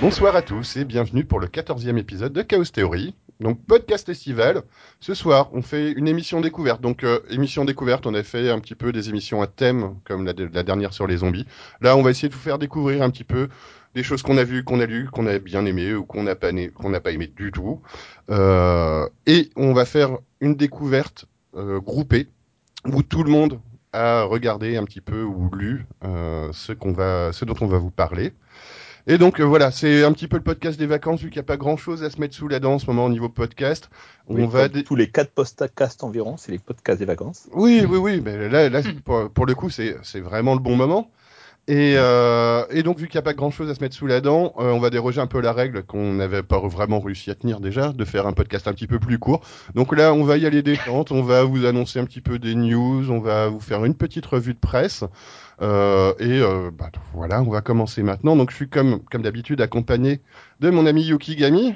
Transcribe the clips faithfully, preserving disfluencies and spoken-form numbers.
Bonsoir à tous et bienvenue pour le quatorzième épisode de Chaos Theory, donc podcast estival. Ce soir, on fait une émission découverte. Donc, euh, émission découverte, on a fait un petit peu des émissions à thème, comme la, la dernière sur les zombies. Là, on va essayer de vous faire découvrir un petit peu des choses qu'on a vues, qu'on a lues, qu'on a bien aimées ou qu'on n'a pas, qu'on n'a pas aimé du tout. Euh, et on va faire une découverte euh, groupée où tout le monde a regardé un petit peu ou lu euh, ce qu'on va, ce dont on va vous parler. Et donc euh, voilà, c'est un petit peu le podcast des vacances, vu qu'il n'y a pas grand-chose à se mettre sous la dent en ce moment au niveau podcast. On oui, va comme dé... tous les quatre podcasts environ, c'est les podcasts des vacances. Oui, oui, oui, mais là, là pour, pour le coup, c'est, c'est vraiment le bon moment. Et, euh, et donc, vu qu'il n'y a pas grand-chose à se mettre sous la dent, euh, on va déroger un peu la règle qu'on n'avait pas vraiment réussi à tenir déjà, de faire un podcast un petit peu plus court. Donc là, on va y aller détente, on va vous annoncer un petit peu des news, on va vous faire une petite revue de presse. Euh, et euh, bah, voilà, on va commencer maintenant. Donc, je suis comme, comme d'habitude accompagné de mon ami Yukigami.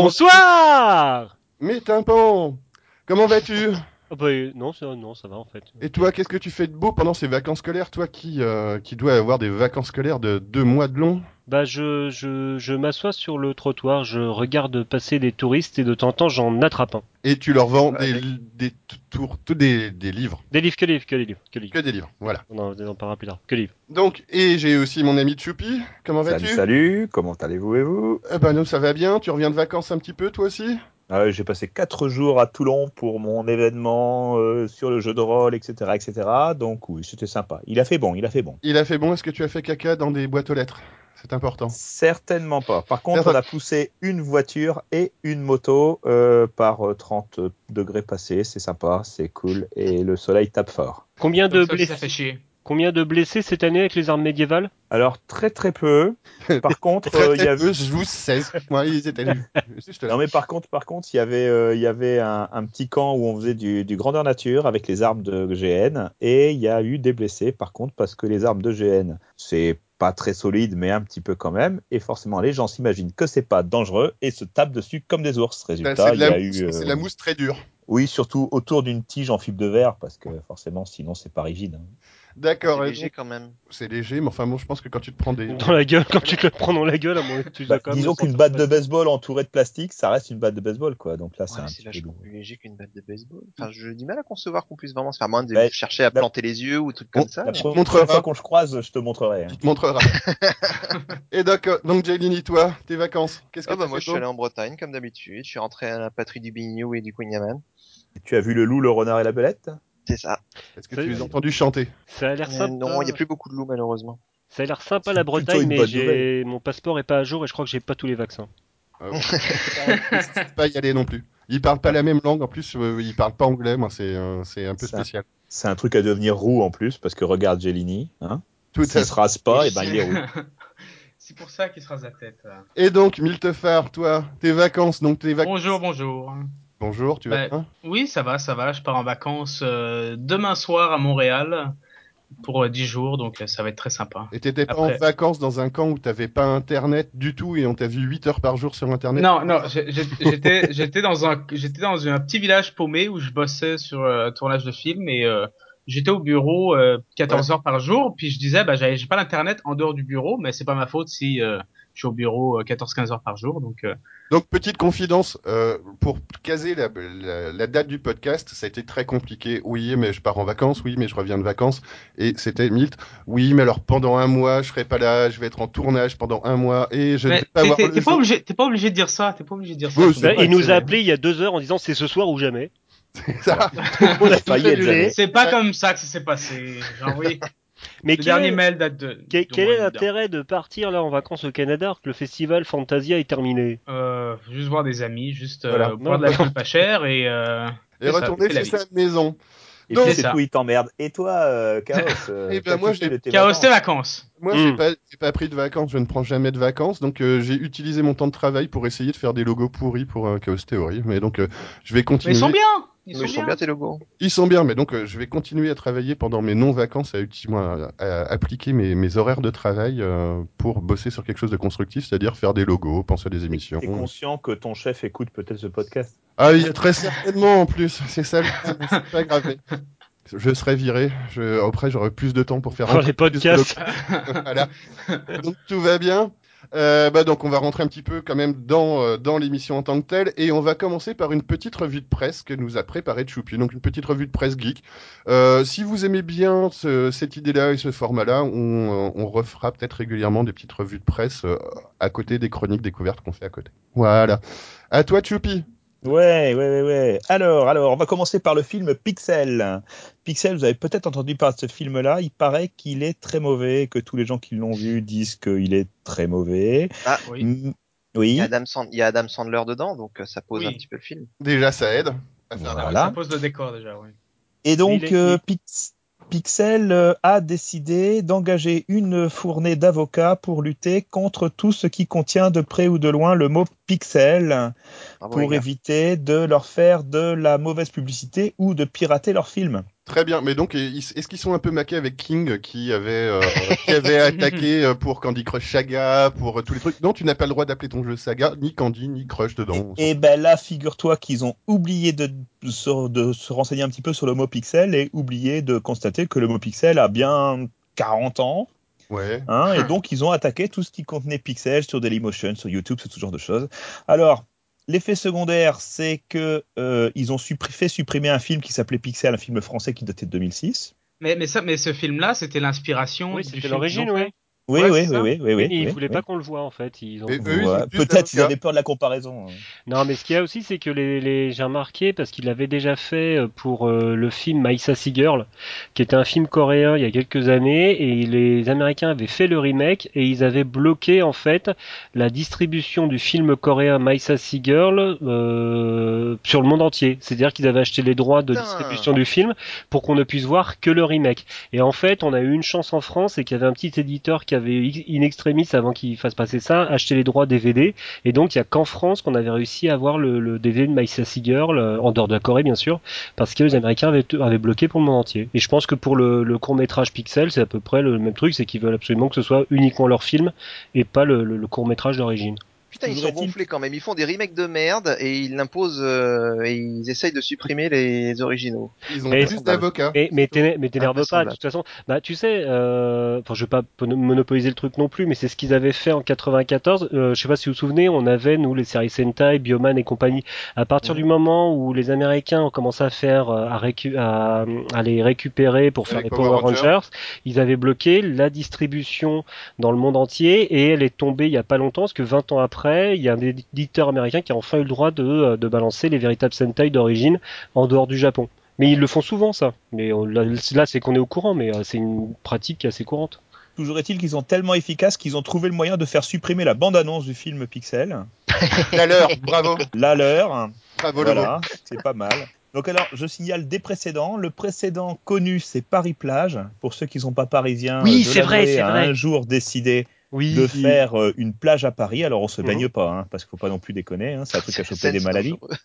Bonsoir. Mais tympan, comment vas-tu? Oh bah, non, ça, non, ça va en fait. Et toi, qu'est-ce que tu fais de beau pendant ces vacances scolaires, toi qui, euh, qui dois avoir des vacances scolaires de deux mois de long? Bah je, je, je m'assois sur le trottoir, je regarde passer des touristes et de temps en temps j'en attrape un. Et tu leur vends des, des, tours, tous des, des livres. Des livres, que livres, que des livres, que livres. Que des livres, voilà. On en, on en parlera plus tard, que livres. Donc, et j'ai aussi mon ami Tchoupi, comment vas-tu? Salut, salut, comment allez-vous et vous? Eh ben nous ça va bien, tu reviens de vacances un petit peu toi aussi? Ah, j'ai passé quatre jours à Toulon pour mon événement euh, sur le jeu de rôle, et cetera, et cetera. Donc oui, c'était sympa. Il a fait bon, il a fait bon. Il a fait bon, est-ce que tu as fait caca dans des boîtes aux lettres? C'est important. Certainement pas. Par contre, on a poussé une voiture et une moto euh, par trente degrés passés. C'est sympa, c'est cool. Et le soleil tape fort. Combien de Donc ça, blessés ça fait chier. Combien de blessés cette année avec les armes médiévales? Alors, très très peu. Par contre, très, il très y avait... peu, je vous sais. Moi, ils étaient Non, mais par contre, par contre, il y avait, euh, il y avait un, un petit camp où on faisait du, du grandeur nature avec les armes de G N et il y a eu des blessés, par contre, parce que les armes de G N, c'est pas très solide, mais un petit peu quand même. Et forcément, les gens s'imaginent que c'est pas dangereux et se tapent dessus comme des ours. Résultat, il y a mousse, eu... Euh... C'est de la mousse très dure. Oui, surtout autour d'une tige en fibre de verre, parce que forcément, sinon, c'est pas rigide. Hein. D'accord. C'est léger quand même. C'est léger, mais enfin bon, je pense que quand tu te prends des... Dans la gueule, quand tu te le prends dans la gueule, à mon avis, tu bah, dois disons qu'une batte de baseball entourée de plastique, ça reste une batte de baseball, quoi. Donc là, c'est ouais, un c'est petit vachement peu plus léger qu'une batte de baseball. Enfin, je dis mal à concevoir qu'on puisse vraiment se faire moins de bah, chercher à planter les yeux ou trucs comme ça. La Mais... prochaine fois qu'on se croise, je te montrerai. Hein. Tu te montreras. Et donc, donc Jaylini, toi, tes vacances, qu'est-ce que oh, bah, tu moi, fais je suis allé en Bretagne, comme d'habitude. Je suis rentré à la patrie du Bignou et du Queen Yaman. Tu as vu le loup, le renard et la belette? C'est ça. Est-ce que ça, tu les as entendus chanter? Ça a l'air euh, sympa. Non, il n'y a plus beaucoup de loups, malheureusement. Ça a l'air sympa la Bretagne, mais j'ai... mon passeport est pas à jour et je crois que j'ai pas tous les vaccins. Euh, c'est pas y aller non plus. Ils parlent pas la même langue, en plus, euh, ils parlent pas anglais, moi, c'est, euh, c'est un peu c'est spécial. Un, c'est un truc à devenir roux en plus, parce que regarde Gélini, hein. Tout S'il se rase pas, et ben il est roux. C'est pour ça qu'il se rase la tête. Et donc, Miltefar, toi, tes vacances, donc tes vacances. Bonjour, bonjour. Bonjour, tu vas bah, bien? Oui, ça va, ça va. Je pars en vacances euh, demain soir à Montréal pour euh, dix jours, donc euh, ça va être très sympa. Et t'étais pas Après... en vacances dans un camp où t'avais pas internet du tout et on t'a vu huit heures par jour sur internet? Non, non, j'étais, j'étais dans un, j'étais dans un petit village paumé où je bossais sur euh, tournage de film et euh, j'étais au bureau euh, quatorze heures par jour. Puis je disais, bah, j'avais, j'ai pas l'internet en dehors du bureau, mais c'est pas ma faute si euh, je suis au bureau euh, quatorze quinze heures par jour. Donc, euh... donc petite confidence, euh, pour caser la, la, la date du podcast, ça a été très compliqué. Oui, mais je pars en vacances. Oui, mais je reviens de vacances. Et c'était Milt. Oui, mais alors pendant un mois, je serai pas là. Je vais être en tournage pendant un mois et je mais ne vais pas voir le t'es pas jour. obligé, t'es pas obligé de dire ça. T'es pas obligé de dire ça. Oui, Bah, il nous a appelé il y a deux heures en disant c'est ce soir ou jamais. C'est ça. On a failli être jamais. C'est pas comme ça que ça s'est passé. Genre oui. Mais le quel dernier est, mail date de. Quel, quel est l'intérêt de partir là en vacances au Canada alors que le festival Fantasia est terminé? euh, Juste voir des amis, juste voilà. euh, boire de l'alcool pas cher et. Euh, et retourner chez sa maison. Et donc, puis c'est tout, il t'emmerde. Et toi, euh, Chaos, euh, eh ben moi, j'ai tes Chaos, tes vacances. Moi, mm. j'ai pas, j'ai pas pris de vacances. Je ne prends jamais de vacances, donc euh, j'ai utilisé mon temps de travail pour essayer de faire des logos pourris pour euh, Chaos Theory. Mais donc, euh, je vais continuer. Mais ils sont bien. Ils, sont, ils sont bien. bien tes logos. Ils sont bien, mais donc euh, je vais continuer à travailler pendant mes non-vacances, à, à, à appliquer mes, mes horaires de travail euh, pour bosser sur quelque chose de constructif, c'est-à-dire faire des logos, penser à des émissions. T'es conscient que ton chef écoute peut-être ce podcast? Ah, il y a très certainement en plus. C'est ça, c'est pas grave. Je serai viré. Je... Après, j'aurai plus de temps pour faire oh, les podcasts. voilà. Donc tout va bien. Euh, bah donc on va rentrer un petit peu quand même dans, euh, dans l'émission en tant que telle et on va commencer par une petite revue de presse que nous a préparé Choupi. Donc une petite revue de presse geek. Euh, si vous aimez bien ce, cette idée-là et ce format-là, on, on refera peut-être régulièrement des petites revues de presse euh, à côté des chroniques découvertes qu'on fait à côté. Voilà. À toi Choupi. Ouais, ouais, ouais, ouais. Alors, alors, on va commencer par le film Pixel. Pixel, vous avez peut-être entendu parler de ce film-là. Il paraît qu'il est très mauvais, que tous les gens qui l'ont vu disent qu'il est très mauvais. Ah, Oui. Mm, il y a Oui, Adam, Sand- il y a Adam Sandler dedans, donc euh, ça pose un Oui. petit peu le film. Déjà ça aide à faire Ah des oui, ça voilà. pose le décor déjà, oui. Et Mais il donc, est- euh, il- Pix- Pixel euh, a décidé d'engager une fournée d'avocats pour lutter contre tout ce qui contient de près ou de loin le mot pixel, Bravo les pour gars. éviter de leur faire de la mauvaise publicité ou de pirater leurs films. Très bien, mais donc ils- est-ce qu'ils sont un peu maqués avec King qui avait euh, qui avait attaqué euh, pour Candy Crush Saga, pour euh, tous les trucs. Non, tu n'as pas le droit d'appeler ton jeu Saga, ni Candy, ni Crush dedans. on s'en Et, et ben là, figure-toi qu'ils ont oublié de se, de se renseigner un petit peu sur le mot pixel et oublié de constater que le mot pixel a bien quarante ans. fout. Ouais. Hein, et donc, ils ont attaqué tout ce qui contenait pixel sur Dailymotion, sur YouTube, sur ce genre de choses. Alors, l'effet secondaire, c'est que euh, ils ont suppr- fait supprimer un film qui s'appelait Pixel, un film français qui datait de deux mille six. Mais, mais ça, mais ce film-là, c'était l'inspiration Oui, du c'était film qu'ils ont l'origine, fait. oui. Oui, Ouais, oui, c'est oui, ça. oui, oui, Oui, oui, mais ils oui, voulaient oui. pas qu'on le voit en fait. Ils ont... Et eux, ils Voilà. ont plus Peut-être s'ils d'avocats. avaient peur de la comparaison. Non, mais ce qu'il y a aussi, c'est que les, les... j'ai remarqué, parce qu'il l'avait déjà fait euh, pour euh, le film My Sassy Girl, qui était un film coréen il y a quelques années, et les Américains avaient fait le remake, et ils avaient bloqué en fait la distribution du film coréen My Sassy Girl euh, sur le monde entier. C'est-à-dire qu'ils avaient acheté les droits de Putain. distribution du film pour qu'on ne puisse voir que le remake. Et en fait, on a eu une chance en France, et qu'il y avait un petit éditeur qui avait in extremis, avant qu'il fasse passer ça, acheté les droits D V D, et donc il y a qu'en France qu'on avait réussi à avoir le, le D V D de My Sassy Girl, euh, en dehors de la Corée bien sûr, parce que les Américains avaient, avaient bloqué pour le monde entier. Et je pense que pour le, le court métrage Pixel, c'est à peu près le même truc, c'est qu'ils veulent absolument que ce soit uniquement leur film et pas le, le, le court métrage d'origine. Putain, ils Toujours sont est-il gonflés quand même. Ils font des remakes de merde et ils l'imposent euh, et ils essayent de supprimer les originaux. Ils ont Mais plus d'avocats. Mais, mais c'est tout. t'éner- mais t'énerve pas, de Invraisemblable. toute façon. Bah, tu sais, euh, enfin, je vais pas pono- monopoliser le truc non plus, mais c'est ce qu'ils avaient fait en quatre-vingt-quatorze. Euh, je sais pas si vous vous souvenez, on avait, nous, les séries Sentai, Bioman et compagnie. À partir Mhm. du moment où les Américains ont commencé à faire, euh, à, récu- à, à les récupérer pour faire Avec les Power Power Rangers. Rangers, ils avaient bloqué la distribution dans le monde entier et elle est tombée il y a pas longtemps, parce que vingt ans après, il y a un éditeur américain qui a enfin eu le droit de, de balancer les véritables Sentai d'origine en dehors du Japon. Mais ils le font souvent, ça. Mais on- là, là, c'est qu'on est au courant, mais euh, c'est une pratique assez courante. Toujours est-il qu'ils sont tellement efficaces qu'ils ont trouvé le moyen de faire supprimer la bande-annonce du film Pixel. La leur, bravo. La leur. Bravo le mot. Voilà, c'est pas mal. Donc alors, je signale des précédents. Le précédent connu, c'est Paris-Plage. Pour ceux qui ne sont pas parisiens, euh, Oui, de c'est vrai, l'avouer, c'est a vrai. un jour décidé de Oui. faire euh, une plage à Paris. Alors on se Mhm. baigne pas, hein, parce qu'il faut pas non plus déconner. Hein, c'est un truc à choper Scène, des c'est maladies. dangereux.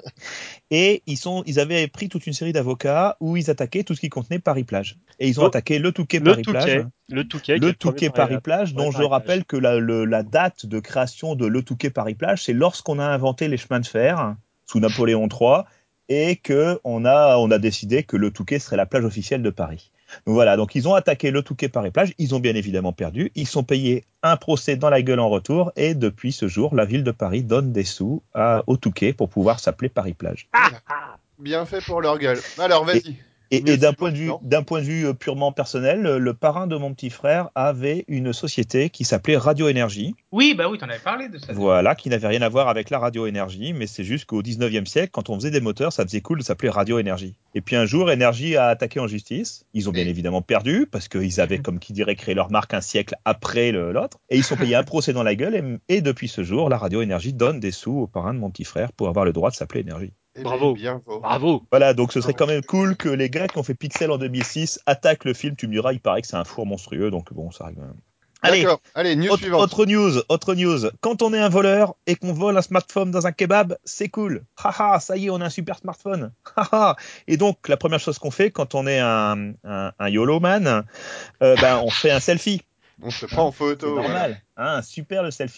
Et ils sont, ils avaient pris toute une série d'avocats où ils attaquaient tout ce qui contenait Paris-Plage. Et ils ont Oh, attaqué le Touquet le Paris-Plage. Touquet. Le Touquet qui est Le le premier Touquet Paris- Paris-Plage, premier dont je Paris-Plage. rappelle que la, le- la date de création de Le Touquet Paris-Plage, c'est lorsqu'on a inventé les chemins de fer sous Napoléon trois et que on a, on a décidé que le Touquet serait la plage officielle de Paris. Donc voilà, donc ils ont attaqué le Touquet Paris-Plage, ils ont bien évidemment perdu, ils sont payés un procès dans la gueule en retour et depuis ce jour, la ville de Paris donne des sous à, au Touquet pour pouvoir s'appeler Paris-Plage. Voilà. Bien fait pour leur gueule. Alors Et, vas-y. et, News et d'un suivante, point de vue, non d'un point de vue euh, purement personnel, le, le parrain de mon petit frère avait une société qui s'appelait Radio Énergie. Oui, bah oui, t'en avais parlé de ça déjà. Voilà, qui n'avait rien à voir avec la radio énergie, mais c'est juste qu'au dix-neuvième siècle, quand on faisait des moteurs, ça faisait cool de s'appeler radio énergie. Et puis un jour, Énergie a attaqué en justice. Ils ont bien Mais- évidemment perdu, parce qu'ils avaient, comme qui dirait, créé leur marque un siècle après le- l'autre. Et ils sont payés un procès dans la gueule, et, et depuis ce jour, la radio énergie donne des sous au parrain de mon petit frère pour avoir le droit de s'appeler Énergie. Eh Bravo. bien, bien vaut. Bravo. Voilà, donc ce serait Ouais. quand même cool que les gars qui ont fait Pixel en deux mille six attaquent le film. Tu me diras, il paraît que c'est un four monstrueux, donc bon, ça règle. Allez, D'accord. Allez, news autre, suivante. autre news, autre news. Quand on est un voleur et qu'on vole un smartphone dans un kebab, c'est cool. Haha, ça y est, on a un super smartphone. Haha. Et donc, la première chose qu'on fait quand on est un, un, un YOLO man, euh, ben, on fait un selfie. On se prend en C'est photo. Voilà. normal. Hein, super le selfie.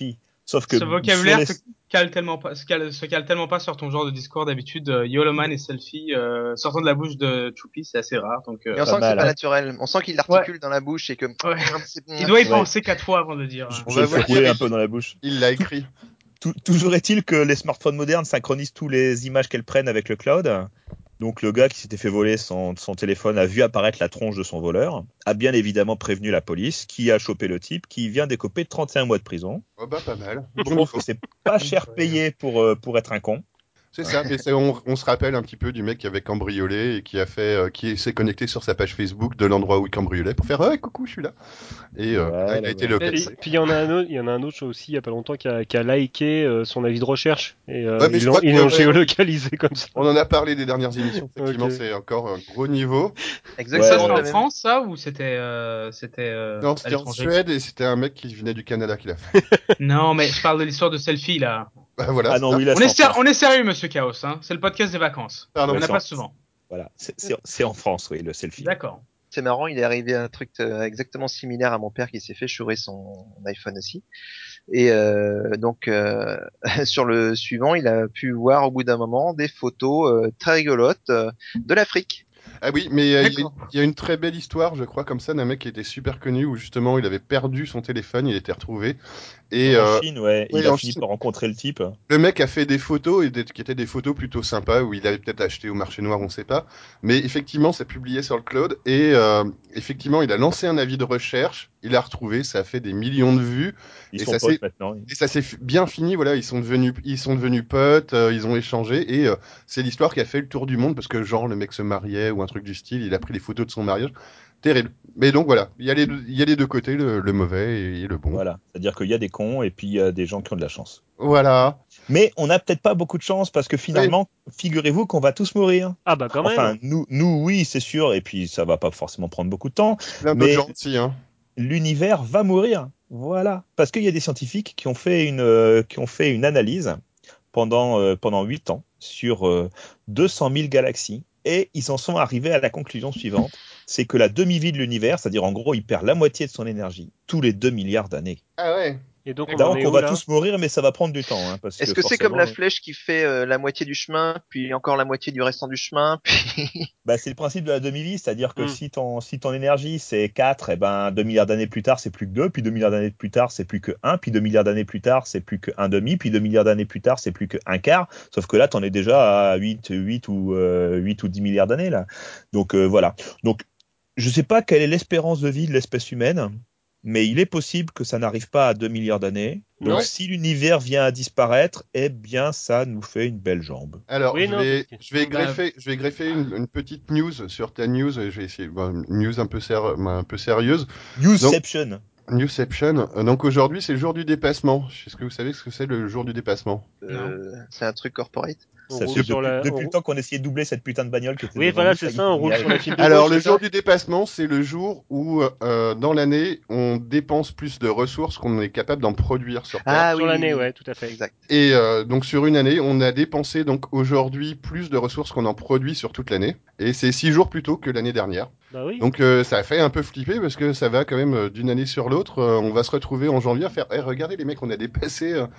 Sauf que Ce vocabulaire sur les... se cale tellement pas, se cale, se cale tellement pas sur ton genre de discours d'habitude. Euh, Yoloman et selfie euh, sortant de la bouche de Choupi, c'est assez rare. Donc, euh, Et on Pas sent que c'est mal, pas hein. naturel. On sent qu'il l'articule dans la bouche et que. ouais. C'est- Il doit y Ouais. penser quatre fois avant de le dire. Je, hein. On je va le vous fais le rouler dire, un il- peu dans la bouche. Il l'a écrit. Tou- toujours est-il que les smartphones modernes synchronisent tous les images qu'elles prennent avec le cloud. Donc le gars qui s'était fait voler son, son téléphone a vu apparaître la tronche de son voleur, a bien évidemment prévenu la police, qui a chopé le type, qui vient d'écoper trente et un mois de prison. Oh bah pas mal. Je Bon trouve niveau. que c'est pas cher payé pour, euh, pour être un con. C'est ça, mais c'est- on, on se rappelle un petit peu du mec qui avait cambriolé et qui a fait, euh, qui s'est connecté sur sa page Facebook de l'endroit où il cambriolait pour faire ouais coucou, je suis là. Et euh, Voilà, là, il a été voilà. Et localisé. puis il y en a un autre, il y en a un autre aussi il y a pas longtemps qui a, qui a liké euh, son avis de recherche et euh, Ouais, mais ils je l'ont crois ils que, l'ont ouais, géolocalisé comme ça. On en a parlé des dernières émissions. Effectivement, Ok. c'est encore un gros niveau. Exactement. Ça, Ouais, c'est la en ouais. même. France, ça, ou c'était, euh, c'était euh, Non, à c'était en l'étranger? Suède et c'était un mec qui venait du Canada qui l'a fait. Non, mais je parle de l'histoire de selfie là. Bah voilà, Ah c'est non, ça. oui, là On c'est est, en ser- France. on est sérieux, Monsieur Chaos. Hein. C'est le podcast des vacances. Pardon. Il n'y en a Ouais, pas c'est souvent. Voilà, c'est- c'est c'est en France, oui, le selfie. D'accord. C'est marrant, il est arrivé un truc euh, exactement similaire à mon père qui s'est fait chourer son iPhone aussi. Et euh, donc euh, sur le suivant, il a pu voir au bout d'un moment des photos euh, très rigolotes euh, de l'Afrique. Ah oui, mais euh, il y, a- D'accord. il y a une très belle histoire, je crois, comme ça, d'un mec qui était super connu où justement il avait perdu son téléphone, il était retrouvé. Et En euh, Chine, ouais, oui, il a en fini Chine, par rencontrer le type. le mec a fait des photos et des- qui étaient des photos plutôt sympas où il avait peut-être acheté au marché noir, on sait pas. Mais effectivement, c'est publié sur le cloud et euh, effectivement, il a lancé un avis de recherche, il a retrouvé, ça a fait des millions de vues Ils et sont ça s'est potes maintenant. et ça s'est f- bien fini. Voilà, ils sont devenus ils sont devenus potes, euh, ils ont échangé et euh, c'est l'histoire qui a fait le tour du monde parce que genre le mec se mariait ou un truc du style, il a pris des photos de son mariage. Terrible. Mais donc voilà, il y a les deux, il y a les deux côtés, le, le mauvais et, et le bon. Voilà, c'est-à-dire qu'il y a des cons et puis il y a des gens qui ont de la chance. Voilà. Mais on n'a peut-être pas beaucoup de chance parce que Oui, finalement, figurez-vous qu'on va tous mourir. Ah bah quand Enfin, même. nous, nous, oui, c'est sûr, et puis ça va pas forcément prendre beaucoup de temps, plein d'autres mais gens aussi, hein. l'univers va mourir. Voilà, parce qu'il y a des scientifiques qui ont fait une, euh, qui ont fait une analyse pendant euh, pendant huit ans sur euh, deux cent mille galaxies et ils en sont arrivés à la conclusion suivante, c'est que la demi-vie de l'univers, c'est-à-dire en gros, il perd la moitié de son énergie tous les deux milliards d'années. Ah ouais. Et donc on en Donc est on où va là? tous mourir, mais ça va prendre du temps, hein, parce Est-ce que que c'est comme la forcément, flèche qui fait euh, la moitié du chemin, puis encore la moitié du restant du chemin, puis bah, c'est le principe de la demi-vie, c'est-à-dire que Hmm. si ton, si ton énergie c'est quatre, et ben deux milliards d'années plus tard c'est plus que deux, puis deux milliards d'années plus tard c'est plus que un, puis deux milliards d'années plus tard c'est plus que un demi, puis deux milliards d'années plus tard c'est plus que un quart, sauf que là t'en es déjà à huit, huit ou euh, huit ou dix milliards d'années là. Donc euh, voilà. Donc je sais pas quelle est l'espérance de vie de l'espèce humaine, mais il est possible que ça n'arrive pas à deux milliards d'années. Donc Non. si l'univers vient à disparaître, eh bien ça nous fait une belle jambe. Alors, Oui je non vais, parce que je vais Bah, greffer, je vais greffer une, une petite news sur ta news. Et je vais essayer, bon, une news un peu, ser- un peu sérieuse. Donc, Newsception. Newsception. Euh, Donc aujourd'hui, c'est le jour du dépassement. Est-ce que vous savez ce que c'est le jour du dépassement? non. euh, c'est un truc corporate. on Ça roule fait sur depuis, la. depuis on- le temps qu'on essayait de doubler cette putain de bagnole qui était Oui devant voilà nous, c'est y est, ça, on y roule sur arrive. la file de Alors, gauche, le c'est jour ça du dépassement, c'est le jour où, euh, dans l'année, on dépense plus de ressources qu'on est capable d'en produire sur Terre. Ah Sur oui, oui, l'année, oui. ouais, tout à fait. Exact. Et euh, donc sur une année, on a dépensé donc aujourd'hui plus de ressources qu'on en produit sur toute l'année. Et c'est six jours plus tôt que l'année dernière. Bah oui. Donc euh, ça a fait un peu flipper parce que ça va quand même euh, d'une année sur l'autre. Euh, on va se retrouver en janvier à faire Eh, regardez les mecs, on a dépassé euh,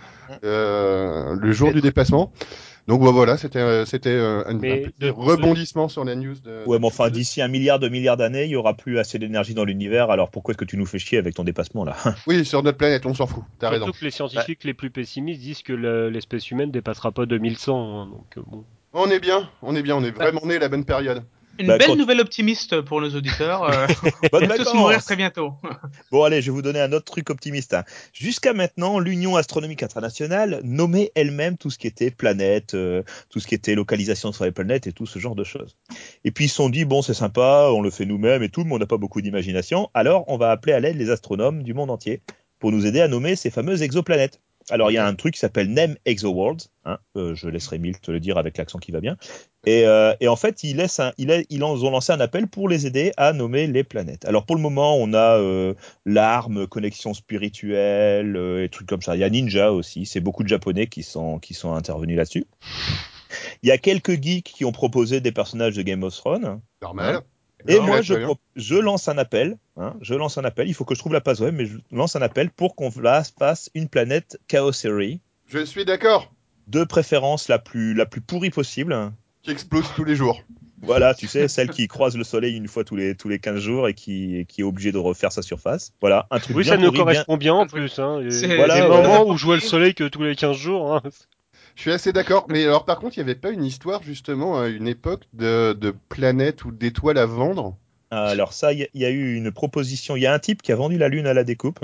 euh, le jour du dépassement. Donc bah, voilà, c'était euh, c'était euh, un, un Mais petit de- rebondissement sur la news de, Ouais, de mais enfin, Choupi. d'ici un milliard, deux milliards d'années, il y aura plus assez d'énergie dans l'univers. Alors pourquoi est-ce que tu nous fais chier avec ton dépassement là? Oui, sur notre planète, on s'en fout. T'as raison. Surtout que les scientifiques les plus pessimistes disent que le- l'espèce humaine dépassera pas deux mille cent. Hein, donc euh, bon. On est bien, on est bien, on est Bah, vraiment né à la bonne période. une Bah, belle quand- nouvelle optimiste pour nos auditeurs. Euh, on Bonnes va tous mourir vacances. très bientôt. Bon, allez, je vais vous donner un autre truc optimiste, hein. Jusqu'à maintenant, l'Union astronomique internationale nommait elle-même tout ce qui était planète, euh, tout ce qui était localisation sur les planètes et tout ce genre de choses. Et puis ils se sont dit, bon, c'est sympa, on le fait nous-mêmes et tout, mais on n'a pas beaucoup d'imagination. Alors, on va appeler à l'aide les astronomes du monde entier pour nous aider à nommer ces fameuses exoplanètes. Alors, il y a un truc qui s'appelle Name ExoWorlds, hein, euh, je laisserai Milt te le dire avec l'accent qui va bien. Et, euh, et en fait, ils, laissent un, ils, a- ils ont lancé un appel pour les aider à nommer les planètes. Alors, pour le moment, on a euh, l'arme, connexion spirituelle, euh, et trucs comme ça. Il y a Ninja aussi, c'est beaucoup de Japonais qui sont, qui sont intervenus là-dessus. Il y a quelques geeks qui ont proposé des personnages de Game of Thrones. Normal. Hein. Et Non, moi, ouais, je, très bien. pro- je lance un appel. Hein, je lance un appel. Il faut que je trouve la page web, mais je lance un appel pour qu'on la- fasse une planète Chaosery, Je suis d'accord. de préférence la plus, la plus pourrie possible. Qui explose tous les jours. Voilà, tu sais, celle qui croise le soleil une fois tous les, tous les quinze jours et qui, et qui est obligée de refaire sa surface. Voilà, un truc Oui, bien ça nous pourri, bien. correspond bien en Un truc- plus. Hein. C'est- Il y a Voilà, des ouais. moments où je vois le soleil que tous les quinze jours. Hein. Je suis assez d'accord. Mais alors, par contre, il n'y avait pas une histoire, justement, à une époque de, de planètes ou d'étoiles à vendre? Alors ça, il y, a- il y a eu une proposition. Il y a un type qui a vendu la Lune à la découpe.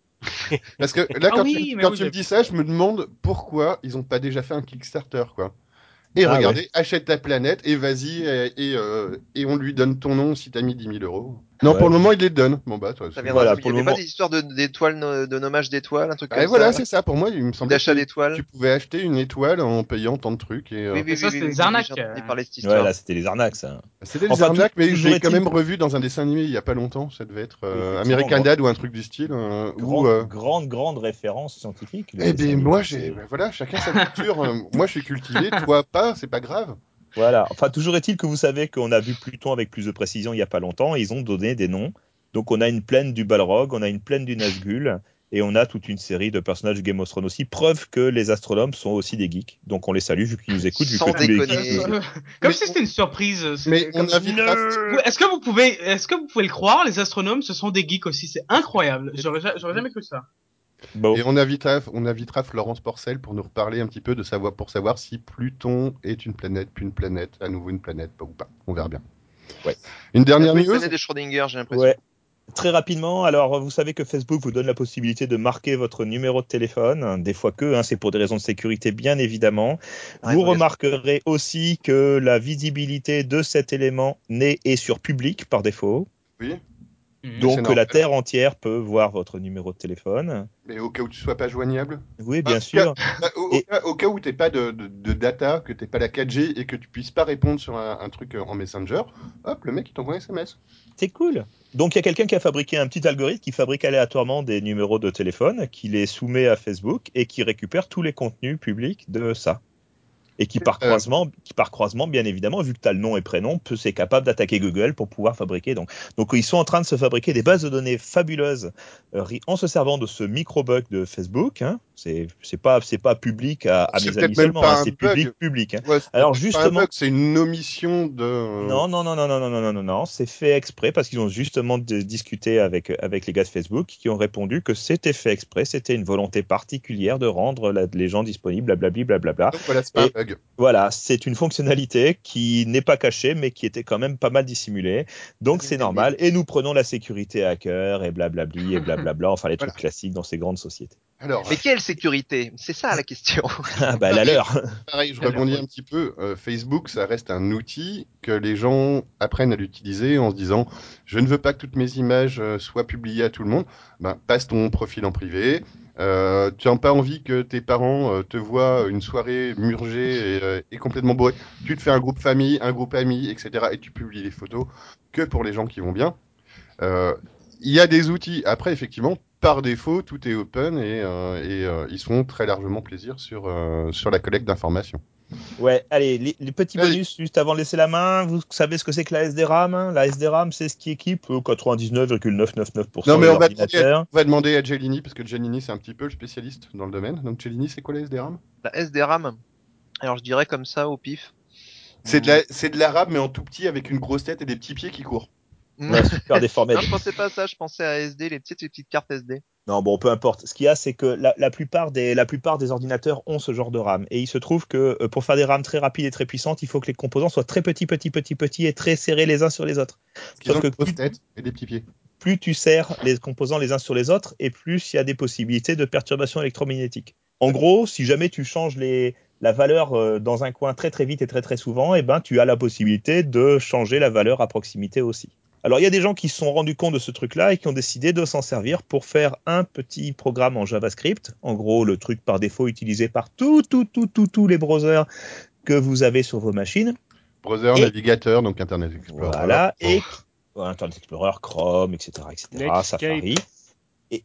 Parce que là, Ah quand oui, tu, mais quand oui, tu me j'ai- dis ça, je me demande pourquoi ils n'ont pas déjà fait un Kickstarter, quoi. Et Ah regardez, achète ta planète et vas-y, et, et, euh, et on lui donne ton nom si t'as mis dix mille euros. Non, Ouais. pour le moment, il les donne. Bon, bah, toi, Ça c'est- viendra Voilà, jamais. Il pour y le avait pas moment. des histoires de, d'étoiles, no- de nommage d'étoiles, un truc Ah, comme et voilà, ça, c'est ça. Pour moi, il me semblait d'achat que d'étoiles. tu pouvais acheter une étoile en payant tant de trucs. Et, euh, Oui, oui, Mais oui, ça, oui, c'était oui, des oui, oui, arnaques, j'ai entendu euh. parler de cette Ouais, histoire. là, c'était les arnaques, ça. C'était des Enfin, arnaques, tout- mais je toujours l'ai quand est-il même que- revu dans un dessin animé il y a pas longtemps. Ça devait être euh, Effectivement, American grand- Dad ou un truc du style. euh, où, grande, euh, grande, grande référence scientifique. Le Eh dessin bien, animé, moi, j'ai, c'est- ben voilà, chacun sa culture. euh, Moi, je suis cultivé, toi pas, c'est pas grave. Voilà. Enfin, toujours est-il que vous savez qu'on a vu Pluton avec plus de précision il n'y a pas longtemps. Et ils ont donné des noms. Donc, on a une plaine du Balrog, on a une plaine du Nazgûl, et on a toute une série de personnages de Game of Thrones aussi. Preuve que les astronomes sont aussi des geeks. Donc, on les salue vu qu'ils nous écoutent, vu Sans que tous les déconner. geeks nous écoutent. Comme Mais si c'était une surprise. Mais c'est on comme- invitera. Vous- Est-ce que vous pouvez, est-ce que vous pouvez le croire, les astronomes, ce sont des geeks aussi. C'est incroyable. J'aurais, ja- j'aurais jamais cru ça. Bon. Et on invitera, on invitera Florence Porcel pour nous reparler un petit peu de savoir, pour savoir si Pluton est une planète, puis une planète, à nouveau une planète, pas ou pas. On verra bien. Ouais. Une dernière Bientôt une news. planète de Schrödinger, j'ai l'impression. Ouais. Très rapidement, alors vous savez que Facebook vous donne la possibilité de marquer votre numéro de téléphone, des fois que, hein, c'est pour des raisons de sécurité bien évidemment. Ouais, Vous regarde. remarquerez aussi que la visibilité de cet élément n'est est sur public par défaut, Oui. Mhm. c'est donc normal. la Terre entière peut voir votre numéro de téléphone. Mais au cas où tu sois pas joignable. Oui, Bah, bien au sûr. cas- bah, au, au Et cas, au cas où t'es pas de, de, de data, que t'es pas la quatre G et que tu puisses pas répondre sur un, un truc euh, en Messenger, hop, le mec il t'envoie un S M S. c'est cool. Donc il y a quelqu'un qui a fabriqué un petit algorithme qui fabrique aléatoirement des numéros de téléphone, qui les soumet à Facebook et qui récupère tous les contenus publics de ça. Et qui par Euh, croisement, qui par croisement, bien évidemment, vu que tu as le nom et prénom, peut c'est capable d'attaquer Google pour pouvoir fabriquer. Donc, donc ils sont en train de se fabriquer des bases de données fabuleuses euh, ri- en se servant de ce micro-bug de Facebook. Hein. C'est c'est pas c'est pas public à, à c'est mes amis peut-être même seulement, hein, pas un c'est bug. public public. Hein. Ouais, c'est Alors peut-être pas un bug, justement, c'est une omission de. euh, non non non non non non non non non non, c'est fait exprès parce qu'ils ont justement de- discuté avec avec les gars de Facebook qui ont répondu que c'était fait exprès, c'était une volonté particulière de rendre la- les gens disponibles, blablabli blablabla. Donc voilà, c'est pas Et un bug. voilà, c'est une fonctionnalité qui n'est pas cachée, mais qui était quand même pas mal dissimulée. Donc Vas-y, c'est mais- normal. Et nous prenons la sécurité hacker et blablabli et blablabla, enfin les trucs Voilà. classiques dans ces grandes sociétés. Alors, Mais quelle sécurité? C'est ça la question. Ah bah la pareil, leur. pareil, je Elle a l'air rebondis folle. un petit peu. Euh, Facebook, ça reste un outil que les gens apprennent à l'utiliser en se disant, je ne veux pas que toutes mes images euh, soient publiées à tout le monde. Ben, passe ton profil en privé. Euh, tu n'as pas envie que tes parents euh, te voient une soirée murgée et, euh, et complètement bourrée. Tu te fais un groupe famille, un groupe amis, et cetera. Et tu publies les photos que pour les gens qui vont bien. Euh, Il y a des outils. Après, effectivement, par défaut, tout est open et, euh, et euh, ils se font très largement plaisir sur, euh, sur la collecte d'informations. Ouais, allez, les, les petits Allez. bonus juste avant de laisser la main. Vous savez ce que c'est que la S D RAM, hein. La S D RAM, c'est ce qui équipe euh, quatre-vingt-dix-neuf virgule neuf neuf neuf pour cent Non, mais des on va, demander à, ordinateurs. on va demander à Gelini, parce que Gelini, c'est un petit peu le spécialiste dans le domaine. Donc, Gelini, c'est quoi la S D RAM? La S D RAM. Alors je dirais comme ça au pif. C'est de, la, c'est de la RAM, mais en tout petit, avec une grosse tête et des petits pieds qui courent. Ouais, super déformé. Non, je pensais pas à ça, je pensais à S D, les petites, les petites cartes S D. Non, bon, peu importe. Ce qu'il y a, c'est que la, la, plupart des, la plupart des ordinateurs ont ce genre de RAM. Et il se trouve que euh, pour faire des RAM très rapides et très puissantes, il faut que les composants soient très petits, petits, petits, petits et très serrés les uns sur les autres. Parce qu'ils Sauf ont que une grosse plus, tête et des petits pieds. plus tu serres les composants les uns sur les autres, et plus il y a des possibilités de perturbations électromagnétiques. En gros, si jamais tu changes les, la valeur euh, dans un coin très très vite et très très souvent, eh ben, tu as la possibilité de changer la valeur à proximité aussi. Alors, il y a des gens qui se sont rendus compte de ce truc-là et qui ont décidé de s'en servir pour faire un petit programme en JavaScript. En gros, le truc par défaut utilisé par tous, tous, tous, tous, tous les browsers que vous avez sur vos machines. Browser, Et navigateur, donc Internet Explorer. voilà, et Internet Explorer, Chrome, et cetera, et cetera, Netscape. Safari. Et, et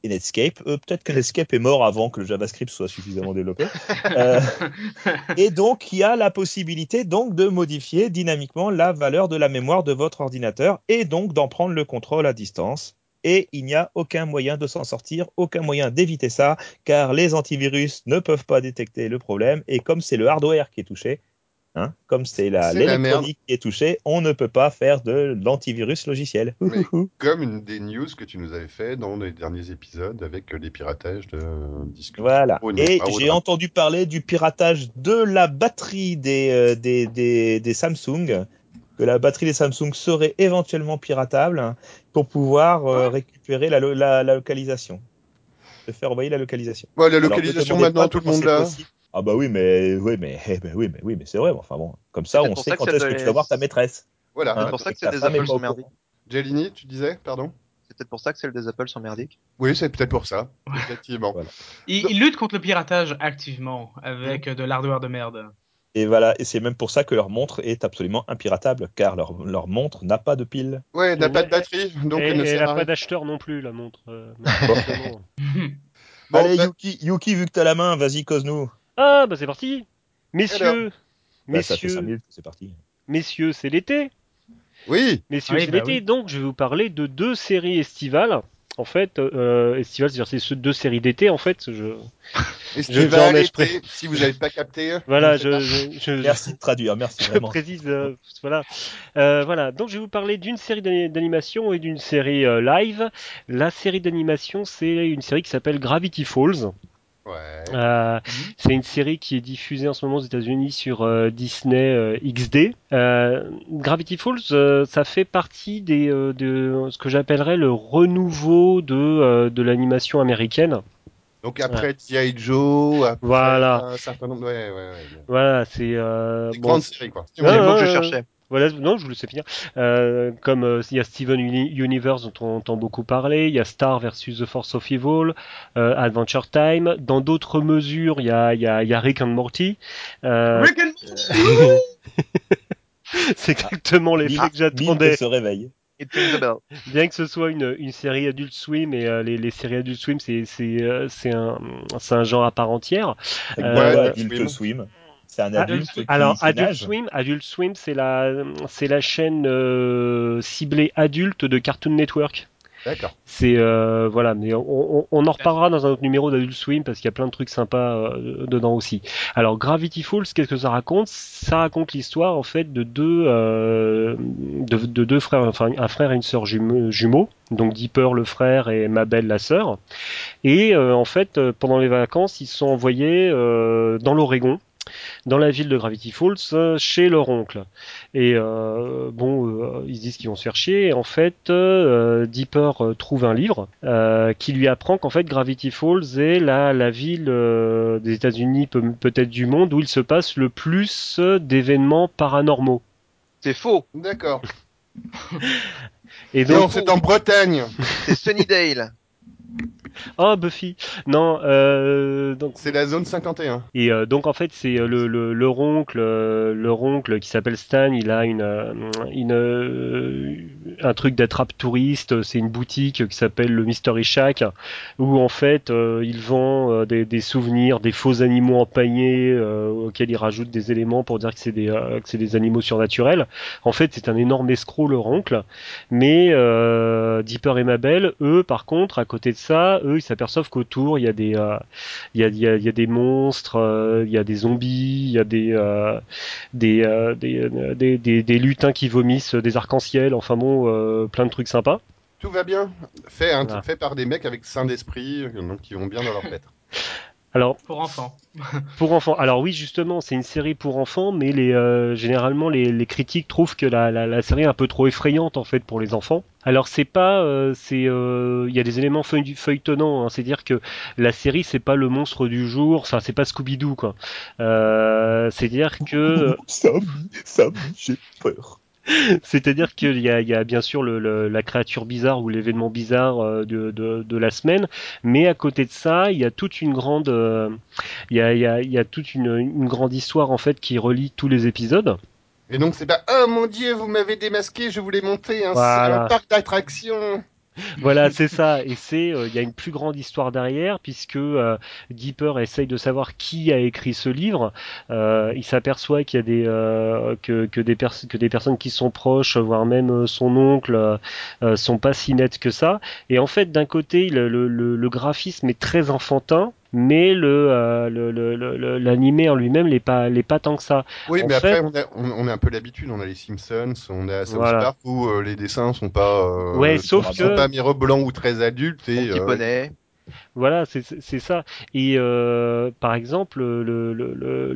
Netscape. Euh, peut-être que Netscape est mort avant que le JavaScript soit suffisamment développé. Euh, et donc, il y a la possibilité donc de modifier dynamiquement la valeur de la mémoire de votre ordinateur et donc d'en prendre le contrôle à distance. Et il n'y a aucun moyen de s'en sortir, aucun moyen d'éviter ça, car les antivirus ne peuvent pas détecter le problème. Et comme c'est le hardware qui est touché, hein, comme c'est la, C'est la l'électronique qui est touchée, on ne peut pas faire de l'antivirus logiciel. Mais comme une des news que tu nous avais fait dans les derniers épisodes avec euh, les piratages de euh, disques. Voilà. durs, Et pas au j'ai drame. entendu parler du piratage de la batterie des, euh, des, des, des Samsung, que la batterie des Samsung serait éventuellement piratable pour pouvoir euh, récupérer la, lo- la, la localisation, de faire envoyer la localisation. Ouais, la Alors, ne localisation demandez maintenant, pas tout le comment monde c'est là. possible. Ah bah oui, mais oui, mais, eh ben oui, mais oui, mais c'est vrai. Enfin bon, comme C'est ça, peut-être on pour sait ça que quand celle est-ce de que tu les- vas voir ta maîtresse. Voilà. Hein, C'est pour ça et que ta celles des femme est Apple pas au sont courant. merdiques. Jelini, tu disais, pardon. C'est peut-être pour ça que celles des Apple sont merdiques. Oui, c'est peut-être pour ça, effectivement. Voilà. Ils, ils luttent contre le piratage activement avec euh, de l'hardware de merde. Et voilà, et c'est même pour ça que leur montre est absolument impiratable, car leur, leur montre n'a pas de pile. Ouais, elle n'a pas de Et- batterie, donc et elle ne et elle sert a à pas rien. d'acheteur non plus, la montre. euh, manifestement. Bon, Allez, bah, Yuki, Yuki, vu que t'as la main, vas-y, cause-nous. Ah, bah c'est parti. alors. Messieurs, Bah, ça fait cinq messieurs, minutes que c'est parti. messieurs, c'est l'été. Oui, Messieurs, Oui, c'est bah l'été. oui. Donc, je vais vous parler de deux séries estivales. En fait, euh, estivales, c'est-à-dire c'est ce- deux séries d'été. En fait, je, je, j'en estival, ai, je pré- été, si vous n'avez pas capté, voilà, ne faites pas. je, je, je, je- Merci de traduire, merci je vraiment. précise, euh, voilà. Euh, voilà. Donc, je vais vous parler d'une série d'ani- d'animation et d'une série euh, live. La série d'animation, c'est une série qui s'appelle Gravity Falls. Ouais. Euh, Mhm. c'est une série qui est diffusée en ce moment aux États-Unis sur euh, Disney euh, X D. Euh, Gravity Falls, euh, ça fait partie des, euh, de ce que j'appellerais le renouveau de, euh, de l'animation américaine. Donc Ouais. après G I. Joe, après Voilà, un certain nombre. Ouais, ouais, ouais. Bon. voilà, c'est euh, Des bon. grandes c'est- séries, quoi. C'est le mot que je Ah, cherchais. voilà, non, je vous laisse finir. Euh, comme euh, il y a Steven Uni- Universe dont on entend beaucoup parler, il y a Star versus The Force of Evil, euh, Adventure Time. Dans d'autres mesures, il y a, il y a, il y a Rick and Morty. Euh, Rick and Morty. c'est exactement l'effet que Mime, Mime j'attendais. se réveille. It rings a bell. Bien que ce soit une, une série Adult Swim et euh, les, les séries Adult Swim, c'est c'est euh, c'est un c'est un genre à part entière. Ça veut dire Ouais, quoi, Euh, Adult adulte Swim. swim? C'est un ah, adulte qui, alors qui Adult nage? Swim, Adult Swim, c'est la c'est la chaîne euh, ciblée adulte de Cartoon Network. D'accord. C'est euh, voilà, mais on, on, on en reparlera dans un autre numéro d'Adult Swim parce qu'il y a plein de trucs sympas euh, dedans aussi. Alors Gravity Falls, qu'est-ce que ça raconte? Ça raconte l'histoire en fait de deux euh, de, de deux frères, enfin un frère et une sœur jume- jumeaux, donc Dipper le frère et Mabel la sœur. Et euh, en fait, euh, pendant les vacances, ils se sont envoyés euh, dans l'Oregon, dans la ville de Gravity Falls, euh, chez leur oncle. Et euh, bon, euh, ils se disent qu'ils vont se faire chier. Et en fait, euh, Dipper euh, trouve un livre euh, qui lui apprend qu'en fait Gravity Falls est la, la ville euh, des États-Unis, peut- peut-être du monde, où il se passe le plus euh, d'événements paranormaux. C'est faux. D'accord. Et Non, donc, c'est en Bretagne. C'est Sunnydale. oh Buffy, non, euh, donc C'est la zone cinquante et un. Et euh, donc en fait c'est euh, le le leur oncle euh, leur oncle qui s'appelle Stan, il a une euh, une euh, un truc d'attrape touriste, c'est une boutique qui s'appelle le Mystery Shack où en fait euh, il vend euh, des, des souvenirs, des faux animaux empaillés euh, auxquels il rajoute des éléments pour dire que c'est des euh, que c'est des animaux surnaturels. En fait, c'est un énorme escroc leur oncle, mais euh, Dipper et Mabel, eux par contre, à côté de ça, eux ils s'aperçoivent qu'autour il y a des euh, il y a, il y, a, il y a des monstres, euh, il y a des zombies, il y a des, euh, des, euh, des, euh, des, des, des lutins qui vomissent des arcs-en-ciel, enfin bon, euh, plein de trucs sympas. Tout va bien. Fait, hein, Voilà. fait par des mecs avec saint d'esprit, euh, donc qui vont bien dans leur tête. Alors, Pour enfants. pour enfants, alors oui, justement, c'est une série pour enfants, mais les, euh, généralement, les, les critiques trouvent que la, la, la série est un peu trop effrayante, en fait, pour les enfants. Alors, c'est pas, euh, c'est, euh, il y a des éléments feuille- feuilletonnants, hein, c'est-à-dire que la série, c'est pas le monstre du jour, enfin, c'est pas Scooby-Doo, quoi. Euh, c'est-à-dire que Sammy, Sammy, j'ai peur. C'est-à-dire qu'il y a, il y a bien sûr le, le- la créature bizarre ou l'événement bizarre euh, de, de, de la semaine, mais à côté de ça, il y a toute une grande, euh, il y a, il y a, il y a toute une, une grande histoire en fait qui relie tous les épisodes. Et donc c'est pas oh mon dieu, vous m'avez démasqué, je voulais monter un, un Voilà. parc d'attractions. Voilà, c'est ça. Et c'est, euh, il y a une plus grande histoire derrière, puisque euh, Dipper essaye de savoir qui a écrit ce livre. Euh, il s'aperçoit qu'il y a des euh, que que des pers- que des personnes qui sont proches, voire même euh, son oncle, euh, euh, sont pas si nettes que ça. Et en fait, d'un côté, le, le, le, le graphisme est très enfantin. Mais le, euh, le, le, le- l'animé en lui-même l'est pas, l'est pas tant que ça. Oui, En mais fait, après, on a, on, on a un peu l'habitude. On a les Simpsons, on a South voilà. Park où euh, les dessins sont pas, Ouais, euh, sauf sont que pas mirebolants ou très adultes Mon et petit euh, poney. voilà, c'est c'est ça. Et euh, par exemple, le le le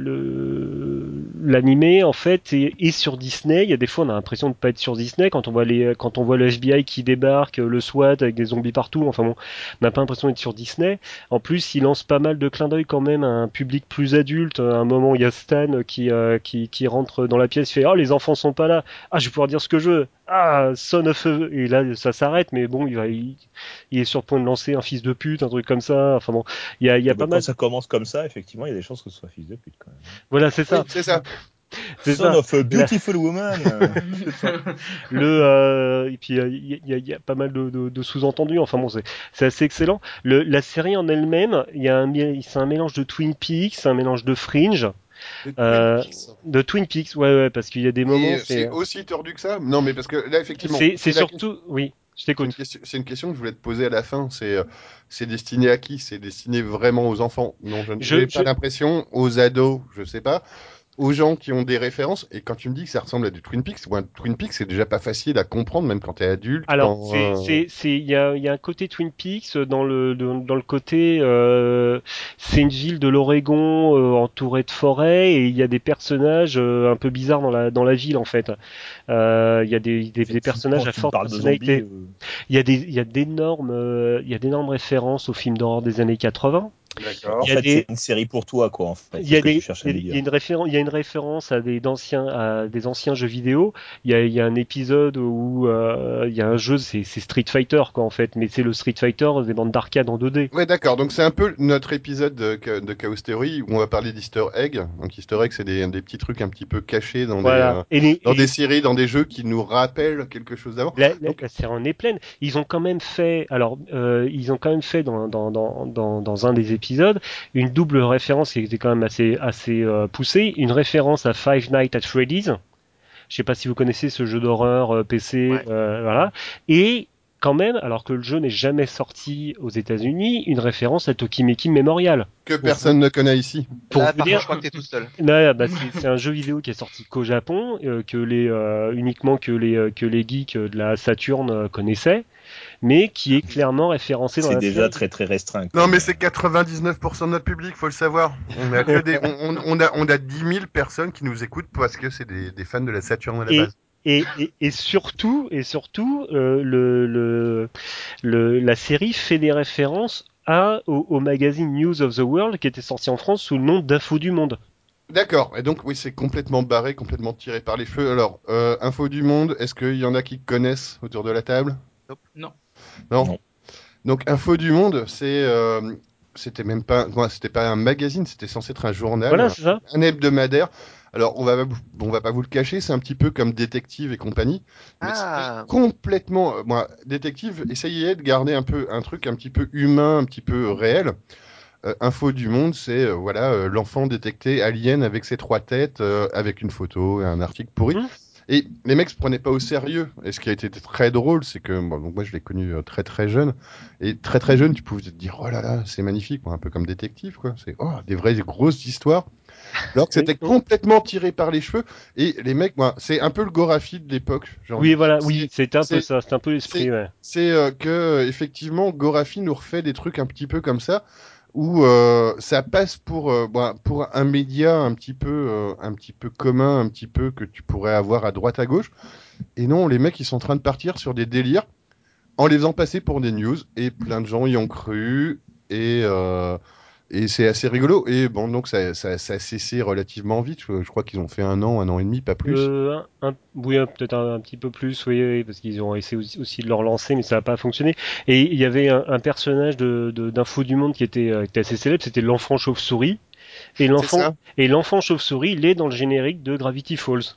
le- l'animé en fait est, est sur Disney. Il y a des fois on a l'impression de pas être sur Disney quand on voit les quand on voit le F B I qui débarque, le SWAT avec des zombies partout. Enfin bon, on n'a pas l'impression d'être sur Disney. En plus, il lance pas mal de clins d'œil quand même à un public plus adulte. À un moment, il y a Stan qui euh, qui qui rentre dans la pièce, il fait "Oh, les enfants sont pas là. Ah, je vais pouvoir dire ce que je veux. Ah, son of a... Et là, ça s'arrête. Mais bon, il va il, il est sur le point de lancer un fils de pute, un truc comme ça. Enfin bon, il y a, il y a Donc, pas quand mal. ça commence comme ça, effectivement, il y a des chances que ce soit fils de pute quand même. Voilà, c'est oui, ça, c'est ça. c'est Son ça. of a La- beautiful woman. c'est ça. Le euh, et puis euh, il y, a, il y a pas mal de, de, de sous-entendus. Enfin bon, c'est c'est assez excellent. Le, la série en elle-même, il y a un mé- c'est un mélange de Twin Peaks, c'est un mélange de Fringe, Le Twin euh, Peaks. de Twin Peaks. Ouais, ouais, parce qu'il y a des Et moments, euh, c'est c'est aussi tordu que ça? Non, mais parce que là, effectivement, c'est c'est c'est la question. surtout, oui, je C'est une t'écoute. question, c'est une question que je voulais te poser à la fin. C'est, euh, c'est destiné à qui? C'est destiné vraiment aux enfants? Non, je Je, n'ai je pas l'impression. Aux ados, je sais pas. Aux gens qui ont des références. Et quand tu me dis que ça ressemble à du Twin Peaks, ouais, Twin Peaks, c'est déjà pas facile à comprendre, même quand t'es adulte, Alors, quand. c'est, euh, c'est, c'est, il y a, il y a un côté Twin Peaks dans le, dans, dans le côté, euh, c'est une ville de l'Oregon euh, entourée de forêts et il y a des personnages euh, un peu bizarres dans la, dans la ville en fait. Euh, il y a des, des, des Effectivement, personnages à tu me forte parles de zombies. personnalité. euh, Il y a des, il y a d'énormes, euh, il y a d'énormes références aux films d'horreur des années quatre-vingts. En Il y a D'accord. fait, c'est des, une série pour toi, quoi, en fait. il C'est y ce a que tu des, cherches à il y a nous il y a dire. une référence, il y a une référence à des anciens, à des anciens jeux vidéo. Il y a, il y a un épisode où euh, il y a un jeu, c'est, c'est Street Fighter quoi en fait, mais c'est le Street Fighter des bandes d'arcade en deux D. Ouais, d'accord. Donc c'est un peu notre épisode de, Cha- de Chaos Theory où on va parler d'Easter egg. Donc Easter egg, c'est des, des petits trucs un petit peu cachés dans des Voilà. euh, Et, les, dans des et séries, dans des jeux qui nous rappellent quelque chose d'avant. la, la, Donc la série en est pleine. Ils ont quand même fait, alors euh, ils ont quand même fait dans, dans, dans, dans, dans un des épisodes une double référence qui était quand même assez assez euh, poussée, une référence à Five Nights at Freddy's. Je sais pas si vous connaissez ce jeu d'horreur euh, P C, Ouais. euh, voilà. Et quand même, alors que le jeu n'est jamais sorti aux États-Unis, une référence à Tokimeki Memorial. que Pour vous, personne ne connaît ici. pour Là, vous par contre, dire, je crois que t'es tout seul. là, bah, c'est c'est un jeu vidéo qui est sorti qu'au Japon, euh, que les euh, uniquement que les euh, que les geeks de la Saturn euh, connaissaient, mais qui est clairement référencé dans C'est la déjà série. très très restreint Non, comme. mais euh, c'est quatre-vingt-dix-neuf pour cent de notre public, faut le savoir. On a que des, on, on, on a, on a dix mille personnes qui nous écoutent parce que c'est des, des fans de la Saturn à la Et base. et, et, et surtout, et surtout, euh, le, le, le, la série fait des références à, au, au magazine News of the World qui était sorti en France sous le nom d'Info du Monde. D'accord. Et donc, oui, c'est complètement barré, complètement tiré par les cheveux. Alors, euh, info du monde, est-ce qu'il y en a qui connaissent autour de la table? Non. Non? Non. Donc, info du monde, c'est, euh, c'était même pas, moi, c'était pas un magazine, c'était censé être un journal, Voilà, un, c'est ça. un hebdomadaire. Alors, on va, on va pas vous le cacher, c'est un petit peu comme Détective et compagnie, mais c'était Ah, complètement, euh, moi, Détective essayait de garder un peu un truc un petit peu humain, un petit peu réel. Euh, info du monde, c'est euh, voilà euh, l'enfant détecté alien avec ses trois têtes, euh, avec une photo et un article pourri. Mhm. Et les mecs se prenaient pas au sérieux. Et ce qui a été très drôle, c'est que bon, donc moi je l'ai connu euh, très très jeune. Et très très jeune, tu pouvais te dire oh là là, c'est magnifique, quoi, un peu comme détective, quoi. C'est oh des vraies grosses histoires. Alors que Oui, c'était complètement tiré par les cheveux. Et les mecs, moi, c'est un peu le Gorafi de l'époque, j'ai envie oui, de dire. voilà, oui, C'est c'était un peu c'est ça, c'était un peu l'esprit, c'est ouais. c'est euh, que euh, effectivement Gorafi nous refait des trucs un petit peu comme ça où euh, ça passe pour euh, bon, pour un média un petit peu euh, un petit peu commun, un petit peu que tu pourrais avoir à droite à gauche. Et non, les mecs ils sont en train de partir sur des délires en les faisant passer pour des news et plein de gens y ont cru et euh, et c'est assez rigolo. Et bon, donc ça, ça, ça a cessé relativement vite. Je, je crois qu'ils ont fait un an, un an et demi, pas plus. Euh, un, un- oui, un- peut-être un, un petit peu plus, oui, oui, parce qu'ils ont essayé aussi, aussi de leur lancer, mais ça n'a pas fonctionné. Et il y avait un, un personnage de, de, d'Info du Monde qui était, euh, qui était assez célèbre, c'était l'enfant chauve-souris. Et C'est l'enfant, ça. et l'enfant chauve-souris, il est dans le générique de Gravity Falls.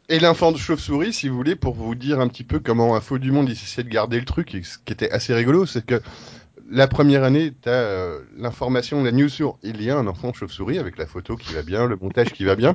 Et l'enfant de chauve-souris, si vous voulez, pour vous dire un petit peu comment Info du Monde, il essaie de garder le truc, et ce qui était assez rigolo, c'est que la première année, tu as euh, l'information, la news sur il y a un enfant chauve-souris avec la photo qui va bien, le montage qui va bien.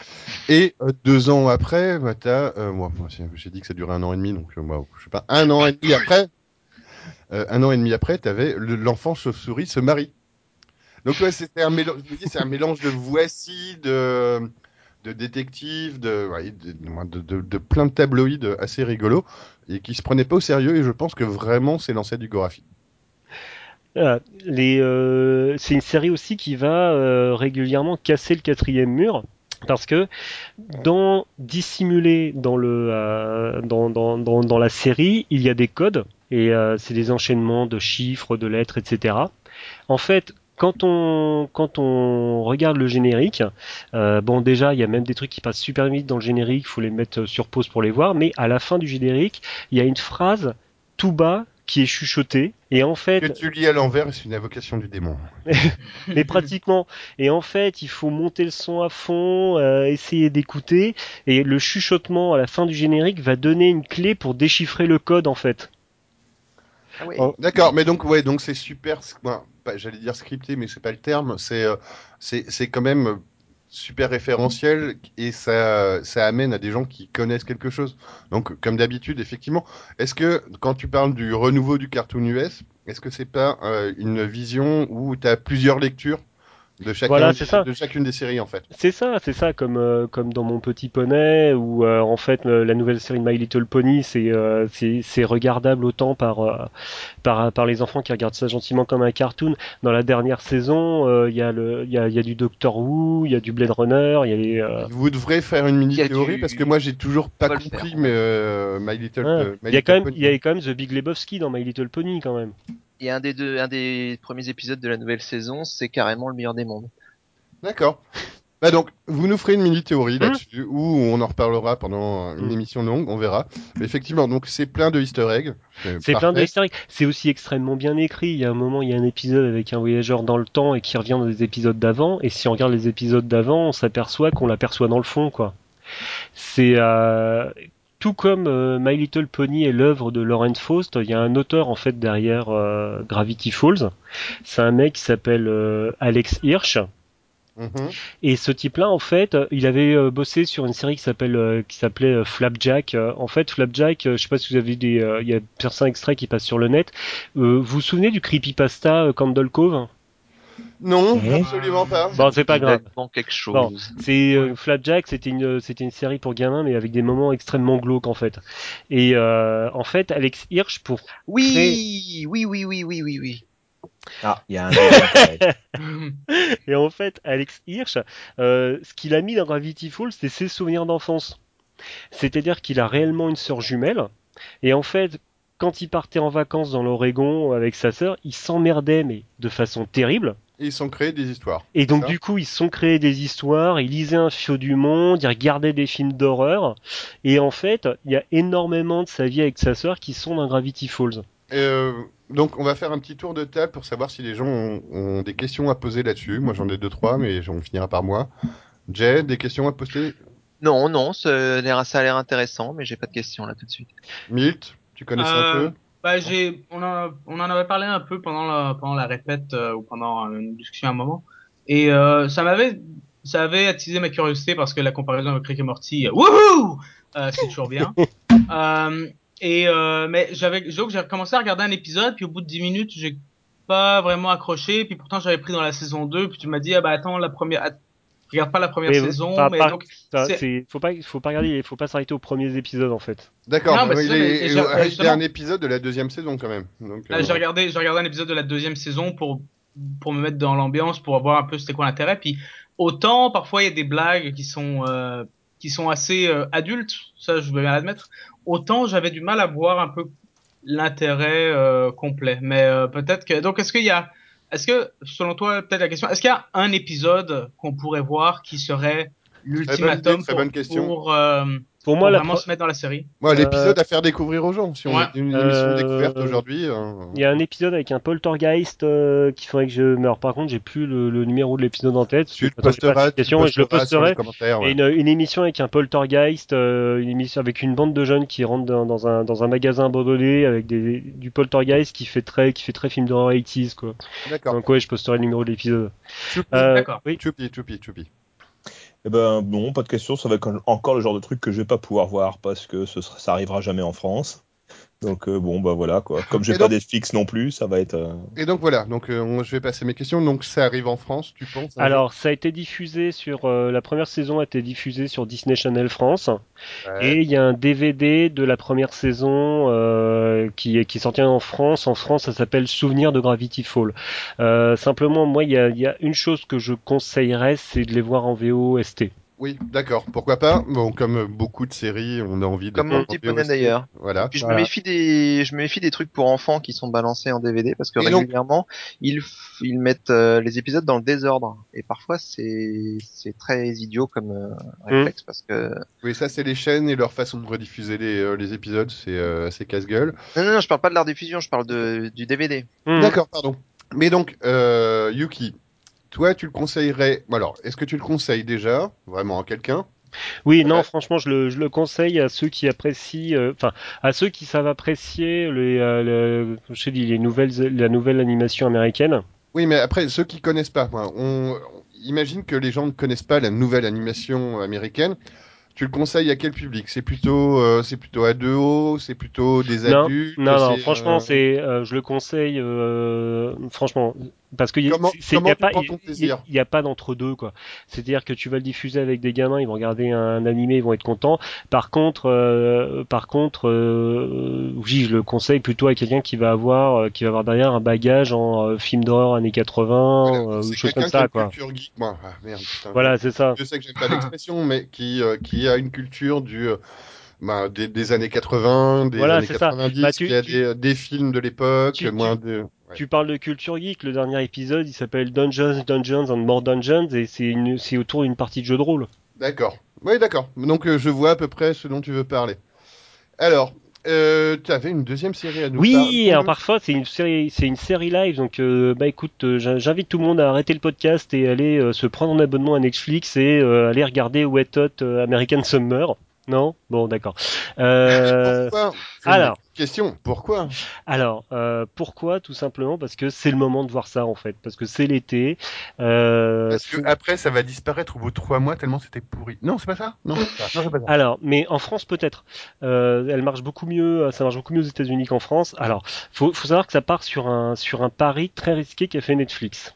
Et euh, deux ans après, bah, tu as... Euh, moi, moi, j'ai dit que ça durait un an et demi, donc euh, moi, je sais pas, un an et demi après, euh, un an et demi après, tu avais l'enfant chauve-souris se marie. Donc ouais, c'était un mélange, vous voyez, c'est un mélange de voici, de, de détective, de, ouais, de, de, de, de plein de tabloïds assez rigolos et qui se prenaient pas au sérieux. Et je pense que vraiment, c'est l'ancêtre du Gorafi. Voilà. Les, euh, c'est une série aussi qui va euh, régulièrement casser le quatrième mur. Parce que dans dissimulé dans le euh, dans, dans, dans, dans la série, il y a des codes et euh, c'est des enchaînements de chiffres, de lettres, et cetera. En fait, quand on quand on regarde le générique, euh, bon déjà il y a même des trucs qui passent super vite dans le générique, il faut les mettre sur pause pour les voir, mais à la fin du générique, il y a une phrase tout bas qui est chuchotée et en Que fait tu lis à l'envers, c'est une invocation du démon. mais pratiquement. Et en fait, il faut monter le son à fond, euh, essayer d'écouter, et le chuchotement à la fin du générique va donner une clé pour déchiffrer le code en fait. Ah oui. En- D'accord, mais donc ouais, donc c'est super. Bon, pas- j'allais dire scripté, mais c'est pas le terme. C'est euh, c'est c'est quand même super référentiel et ça ça amène à des gens qui connaissent quelque chose. Donc comme d'habitude, effectivement, est-ce que quand tu parles du renouveau du cartoon U S, est-ce que c'est pas euh, une vision où tu as plusieurs lectures de chacun Voilà, c'est des- ça. de chacune des séries en fait? C'est ça, c'est ça, comme euh, comme dans Mon Petit Poney, où euh, en fait euh, la nouvelle série de My Little Pony, c'est euh, c'est c'est regardable autant par euh, par par les enfants qui regardent ça gentiment comme un cartoon. Dans la dernière saison, euh, il y a le il y a il y a du Doctor Who, il y a du Blade Runner, il y a les euh, Vous devrez faire une mini Il y a théorie parce que du, moi j'ai toujours on pas va le faire. compris On va mais le faire. euh, My Little ouais. euh, My Il y a quand Little même il y Pony. a quand même The Big Lebowski dans My Little Pony quand même. Et un des deux, un des premiers épisodes de la nouvelle saison, c'est carrément le meilleur des mondes. D'accord. Bah donc, vous nous ferez une mini-théorie Hum là-dessus, où on en reparlera pendant une Hum. émission longue, on verra. Mais effectivement, donc c'est plein de easter eggs, c'est C'est plein de parfait. historiques. C'est aussi extrêmement bien écrit. Il y a un moment, il y a un épisode avec un voyageur dans le temps et qui revient dans les épisodes d'avant. Et si on regarde les épisodes d'avant, on s'aperçoit qu'on l'aperçoit dans le fond, quoi. C'est euh, tout comme euh, My Little Pony est l'œuvre de Lawrence Faust. Il y a un auteur en fait derrière euh, Gravity Falls. C'est un mec qui s'appelle euh, Alex Hirsch. Mhm. Et ce type-là, en fait, euh, il avait euh, bossé sur une série qui s'appelle euh, qui s'appelait euh, Flapjack. Euh, en fait, Flapjack, euh, je sais pas si vous avez vu des, euh, il y a certains extraits qui passent sur le net. Euh, vous vous souvenez du creepypasta euh, Candle Cove? Non, Mhm. absolument pas. Ça Bon, me c'est pas dit grave. vaguement quelque Bon, chose. c'est euh, Ouais. Flapjack, c'était une c'était une série pour gamins, mais avec des moments extrêmement glauques en fait. Et euh, en fait, Alex Hirsch pour créer Oui, oui, oui, oui, oui, oui, oui. Ah, il y a un deuxième pareil. et en fait, Alex Hirsch, euh, ce qu'il a mis dans Gravity Falls, c'est ses souvenirs d'enfance. C'est-à-dire qu'il a réellement une sœur jumelle. Et en fait, quand il partait en vacances dans l'Oregon avec sa sœur, il s'emmerdait, mais de façon terrible. Et ils sont créés des histoires, Et c'est donc ça? du coup, ils se sont créés des histoires, ils lisaient un fio du monde, ils regardaient des films d'horreur. Et en fait, il y a énormément de sa vie avec sa sœur qui sont dans Gravity Falls. Euh, donc, on va faire un petit tour de table pour savoir si les gens ont, ont des questions à poser là-dessus. Moi, j'en ai deux, trois, mais on finira par moi. Jay, des questions à poser? Non, non, ça a l'air ça a l'air intéressant, mais j'ai pas de questions là tout de suite. Milt, tu connaissais un Euh, peu? bah, j'ai, on en, on en avait parlé un peu pendant la, pendant la répète euh, ou pendant une discussion à un moment, et euh, ça m'avait, ça avait attisé ma curiosité parce que la comparaison avec Rick et Morty, euh, wouhou, euh, c'est toujours bien. Euh, et euh, mais j'avais, j'avoue que j'ai recommencé à regarder un épisode, puis au bout de dix minutes, j'ai pas vraiment accroché, puis pourtant j'avais pris dans la saison deux, puis tu m'as dit ah bah attends la première, att- regarde pas la première Mais saison, pas, mais pas, donc ça, c'est c'est, faut pas, faut pas regarder, il faut pas s'arrêter aux premiers épisodes en fait. D'accord, non bah, mais c'est il ça, mais et est, j'ai- bah, il est un justement. épisode de la deuxième saison quand même. Donc, Là, euh, j'ai regardé, j'ai regardé un épisode de la deuxième saison pour, pour me mettre dans l'ambiance, pour voir un peu c'était quoi l'intérêt. Puis autant parfois il y a des blagues qui sont euh, qui sont assez euh, adultes, ça je veux bien l'admettre. Autant j'avais du mal à voir un peu l'intérêt euh, complet. Mais euh, peut-être que donc est-ce qu'il y a est-ce que selon toi peut-être la question est-ce qu'il y a un épisode qu'on pourrait voir qui serait très bonne idée, l'ultimatum très bonne pour question. pour euh, Pour pour moi, la vraiment pro- se mettre dans la série. Ouais, Euh, l'épisode à faire découvrir aux gens. Si on Ouais. a une émission Euh, découverte aujourd'hui. euh, il y a un épisode avec un poltergeist euh, qu'il faudrait que je. Mais alors, par contre, j'ai plus le, le numéro de l'épisode en tête. Parce Tu que le j'attendais pas la posteras, tu le citation et je le posteras sur les posterai. commentaires. Et Ouais. une, une émission avec un poltergeist, euh, une émission avec une bande de jeunes qui rentrent dans, dans un dans un magasin abandonné avec des du poltergeist qui fait très qui fait très film d'horreur quatre-vingt-dix quoi. D'accord. Donc ouais, je posterai le numéro de l'épisode. Choupi, Euh, D'accord. Oui. choupi, choupi, choupi. Eh ben non, pas de question, ça va être encore le genre de truc que je vais pas pouvoir voir parce que ce sera, ça arrivera jamais en France. Donc euh, bon bah voilà quoi. Comme j'ai Et pas donc- Netflix non plus, ça va être. euh, Et donc voilà, donc euh, on- je vais passer mes questions. Donc ça arrive en France, tu penses un jour Alors, ça a été diffusé sur euh, la première saison a été diffusée sur Disney Channel France. Ouais. Et il y a un D V D de la première saison euh, qui, est, qui est sorti en France. En France, ça s'appelle Souvenir de Gravity Fall. Euh, simplement, moi, il y a, il y a une chose que je conseillerais, c'est de les voir en V O S T. Oui, d'accord, pourquoi pas. Bon, comme euh, beaucoup de séries, on a envie de Comme voir mon en petit V O S T. poney d'ailleurs. Voilà. Puis je me Voilà. méfie des, je me méfie des trucs pour enfants qui sont balancés en D V D parce que Et donc- régulièrement ils, f- ils mettent euh, les épisodes dans le désordre et parfois c'est, c'est très idiot comme euh, réflexe parce que Oui, ça c'est les chaînes et leur façon de rediffuser les, euh, les épisodes, c'est euh, c'est casse-gueule. non non non je parle pas de la rediffusion, je parle de du D V D. Mhm. D'accord, pardon. Mais donc, euh, Yuki, toi tu le conseillerais. Bon, alors, est-ce que tu le conseilles déjà, vraiment à quelqu'un? Oui, non, Ouais. franchement, je le, je le conseille à ceux qui apprécient, euh, enfin, à ceux qui savent apprécier les, euh, le- je t'ai dit, les nouvelles, la nouvelle animation américaine. Oui, mais après, ceux qui connaissent pas, moi, on, on imagine que les gens ne connaissent pas la nouvelle animation américaine. Tu le conseilles à quel public? C'est plutôt, euh, c'est plutôt ados, c'est plutôt des Non, adultes, non, non, c'est franchement, euh, c'est, euh, je le conseille, euh, franchement, parce que y a- comment c'est, c'est- y comment a tu pas, prends y, ton y- plaisir? y a pas d'entre deux, quoi. C'est-à-dire que tu vas le diffuser avec des gamins, ils vont regarder un animé, ils vont être contents. Par contre, euh, par contre, euh, oui, je le conseille plutôt à quelqu'un qui va avoir, euh, qui va avoir derrière un bagage en euh, film d'horreur années quatre-vingts, Voilà, euh, ou c'est des choses comme quelqu'un qui a ça, une quoi. culture geek, moi. Ah, merde, putain, je, Voilà, c'est ça. je sais que j'aime pas l'expression, mais qui euh, qui a une culture du euh, bah, des, des années quatre-vingts, des Voilà, années c'est ça. Bah, quatre-vingt-dix, qui tu, a tu, des, des films de l'époque, tu, tu, moins de. Ouais. Tu parles de culture geek, le dernier épisode il s'appelle Dungeons, Dungeons and More Dungeons et c'est une, c'est autour d'une partie de jeu de rôle. D'accord. Oui, d'accord. Donc euh, je vois à peu près ce dont tu veux parler. Alors, euh, tu avais une deuxième série à nous parler. Oui, alors parfois c'est une série, c'est une série live donc euh, bah écoute, euh, j'in- j'invite tout le monde à arrêter le podcast et aller euh, se prendre un abonnement à Netflix et euh, aller regarder Wet Hot euh, American Summer. Non? Bon, d'accord. Euh, Pourquoi? C'est une alors, question. Pourquoi? Alors, euh, pourquoi? Tout simplement parce que c'est le moment de voir ça en fait, parce que c'est l'été. Euh, Parce que c'est- après, ça va disparaître au bout de trois mois tellement c'était pourri. Non, c'est pas ça. Non, c'est pas ça. Non, c'est pas ça. Alors, mais en France peut-être. Euh, elle marche beaucoup mieux, ça marche beaucoup mieux aux États-Unis qu'en France. Alors, faut, faut savoir que ça part sur un sur un pari très risqué qu'a fait Netflix.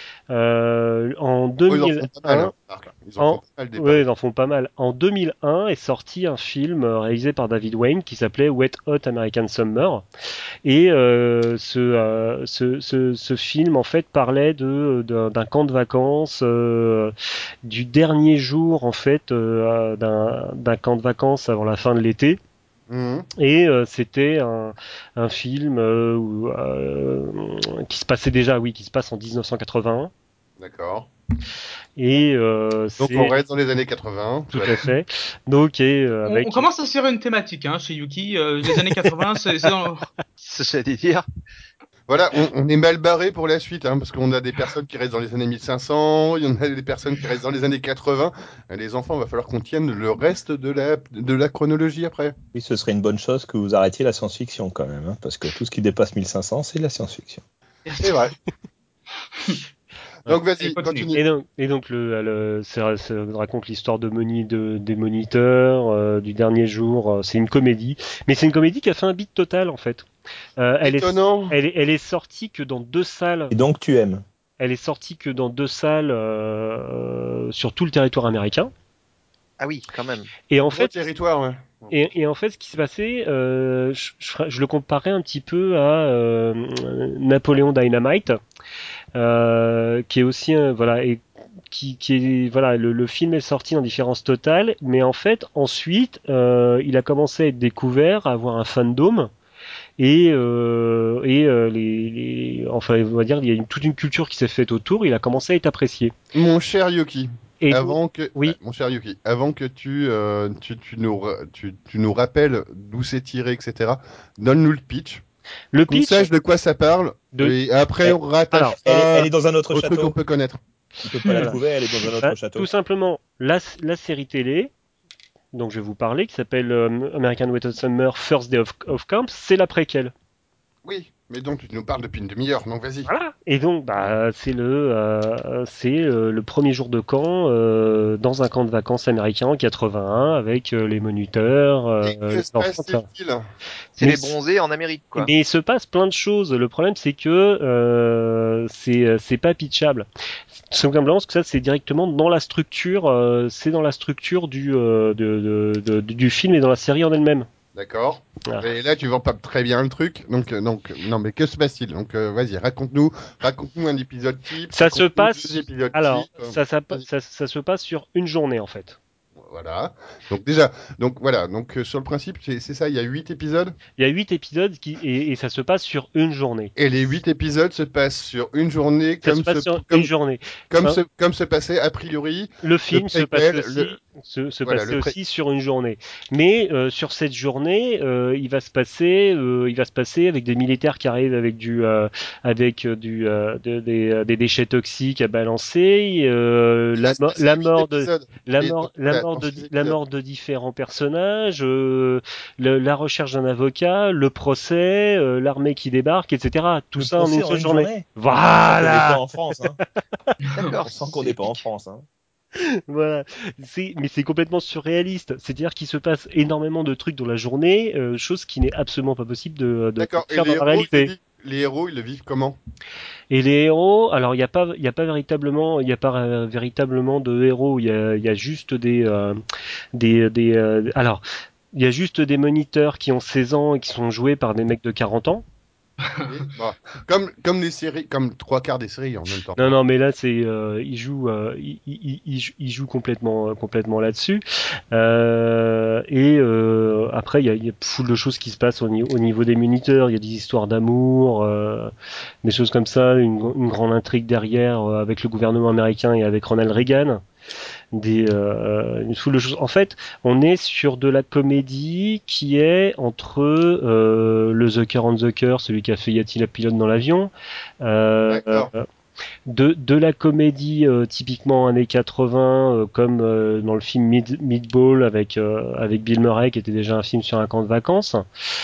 Euh, en Oh, ils en font pas mal. deux mille un, Hein. Marc. Ils en en font pas mal des ouais, paris. ils en font pas mal. En deux mille un est sorti un film euh, réalisé par David Wayne qui s'appelait Wet Hot American Summer. Et euh, ce, euh, ce, ce, ce film en fait parlait de d'un d'un camp de vacances, euh, du dernier jour en fait euh, d'un d'un camp de vacances avant la fin de l'été. Mhm. Et euh, c'était un, un film euh, où, euh, qui se passait déjà, oui, qui se passe en dix-neuf cent quatre-vingt-un. D'accord. Et euh, Donc on c'est reste dans les années quatre-vingts. tout Voilà. à fait. Donc et euh, On, avec on commence à se faire une thématique hein, chez Yuki. Euh, les années quatre-vingts, c'est c'est dans- C'est ce que j'allais dire. Voilà, on, on est mal barré pour la suite, hein, parce qu'on a des personnes qui restent dans les années mille cinq cents, il y en a des personnes qui restent dans les années quatre-vingts. Les enfants, il va falloir qu'on tienne le reste de la, de la chronologie après. Oui, ce serait une bonne chose que vous arrêtiez la science-fiction quand même, hein, parce que tout ce qui dépasse mille cinq cents, c'est de la science-fiction. C'est vrai. Donc Allez, vas-y, continue. continue. Et donc, et donc le, le, ça, ça raconte l'histoire de Moni, de, des moniteurs, euh, du dernier jour. euh, C'est une comédie, mais c'est une comédie qui a fait un beat total en fait. Euh, elle est, Étonnant. elle est, elle est sortie que dans deux salles. Et donc tu aimes. Elle est sortie que dans deux salles euh, sur tout le territoire américain. Ah oui, quand même. Et en Gros fait, territoire, ouais. et, et en fait, ce qui s'est passé, euh, je, je, ferai- je le comparais un petit peu à euh, Napoléon Dynamite, euh, qui est aussi un, voilà et qui, qui est voilà le, le film est sorti en différence totale, mais en fait ensuite euh, il a commencé à être découvert, à avoir un fandom et euh, et euh, les, les enfin on va dire il y a une, toute une culture qui s'est faite autour, il a commencé à être apprécié. Mon cher Yoki, Et avant que, oui. ouais, mon cher Yuki, avant que tu, euh, tu, tu nous, ra- tu, tu nous rappelles d'où c'est tiré, et cetera. Donne-nous le pitch. Le Qu'on pitch sache de quoi ça parle. de... Et après, on rattache Alors, elle est, ça elle est dans un autre au truc qu'on château. peut connaître. Il peut pas la Voilà. trouver, elle est dans un autre Bah, château. tout simplement, la, la série télé, dont je vais vous parler, qui s'appelle euh, American Wet Hot Summer First Day of, of Camp, c'est la préquelle. Oui, mais donc tu nous parles depuis une demi-heure, donc vas-y. Voilà. Et donc, bah, c'est le, euh, c'est euh, le premier jour de camp euh, dans un camp de vacances américain en quatre-vingt-un avec euh, les moniteurs, euh, Et que les se enfants, tout ça. passe-t-il? C'est Mais les bronzés en Amérique, quoi. Mais il se passe plein de choses. Le problème, c'est que euh, c'est c'est pas pitchable. Tout simplement parce que ça, c'est directement dans la structure. Euh, c'est dans la structure du euh, de, de, de- du film et dans la série en elle-même. D'accord. Voilà. Et là, tu vends pas très bien le truc. Donc, euh, donc, non, mais que se passe-t-il? Donc, euh, vas-y, raconte-nous, raconte-nous un épisode type. Ça se raconte-nous passe. deux épisodes Alors, types. ça, ça, Vas-y. ça, ça se passe sur une journée en fait. Voilà. Donc déjà, donc voilà. Donc euh, sur le principe, c'est c'est ça. Il y a huit épisodes. Il y a huit épisodes qui et, et ça se passe sur une journée. Et les huit épisodes se passent sur une journée, Ça comme se passe se, sur comme, une journée. comme Hein, se, comme se passait a priori le film se préquel, passe aussi, le- se, se voilà, passait le pré- aussi sur une journée. Mais euh, sur cette journée, euh, il va se passer, euh, il va se passer avec des militaires qui arrivent avec du, euh, avec euh, du, euh, de- des, euh, des déchets toxiques à balancer, euh, il la, va se mo- passer la huit mort de, épisodes. la Et mort, donc, la voilà, mort dans de, six la épisodes. mort de différents personnages, euh, le- la recherche d'un avocat, le procès, euh, l'armée qui débarque, et cetera. Tout Le ça en procès une en seule une journée. journée. On sent qu'on n'est pas Voilà. en France. Hein. D'accord. On sent qu'on c'est n'est pas en épique. France. Hein. Voilà, c'est mais c'est complètement surréaliste. C'est-à-dire qu'il se passe énormément de trucs dans la journée, euh, chose qui n'est absolument pas possible de, de, de D'accord. Et faire les dans la héros, ils le réalité. vivent, les héros, ils le vivent comment? Et les héros, alors il n'y a pas, il y a pas véritablement, il y a pas euh, véritablement de héros. Il y a, il y a juste des, euh, des, des, euh, alors il y a juste des moniteurs qui ont seize ans et qui sont joués par des mecs de quarante ans. Oui. Bon, comme, comme les séries, comme trois quarts des séries en même temps. Non, hein. non, mais là, c'est, euh, il joue, euh, il, il, il, joue- il joue complètement, euh, complètement là-dessus. Euh, et euh, après, il y a, il y a foule de choses qui se passent au, ni- au niveau des moniteurs. Il y a des histoires d'amour, euh, des choses comme ça, une, une grande intrigue derrière euh, avec le gouvernement américain et avec Ronald Reagan. Des, euh, une foule de choses. En fait, on est sur de la comédie qui est entre euh, le Zucker and Zucker, celui qui a fait Y a-t-il un pilote dans l'avion, euh, D'accord. de, de la comédie euh, typiquement années quatre-vingts, euh, comme euh, dans le film Mid, Meatball avec, euh, avec Bill Murray, qui était déjà un film sur un camp de vacances.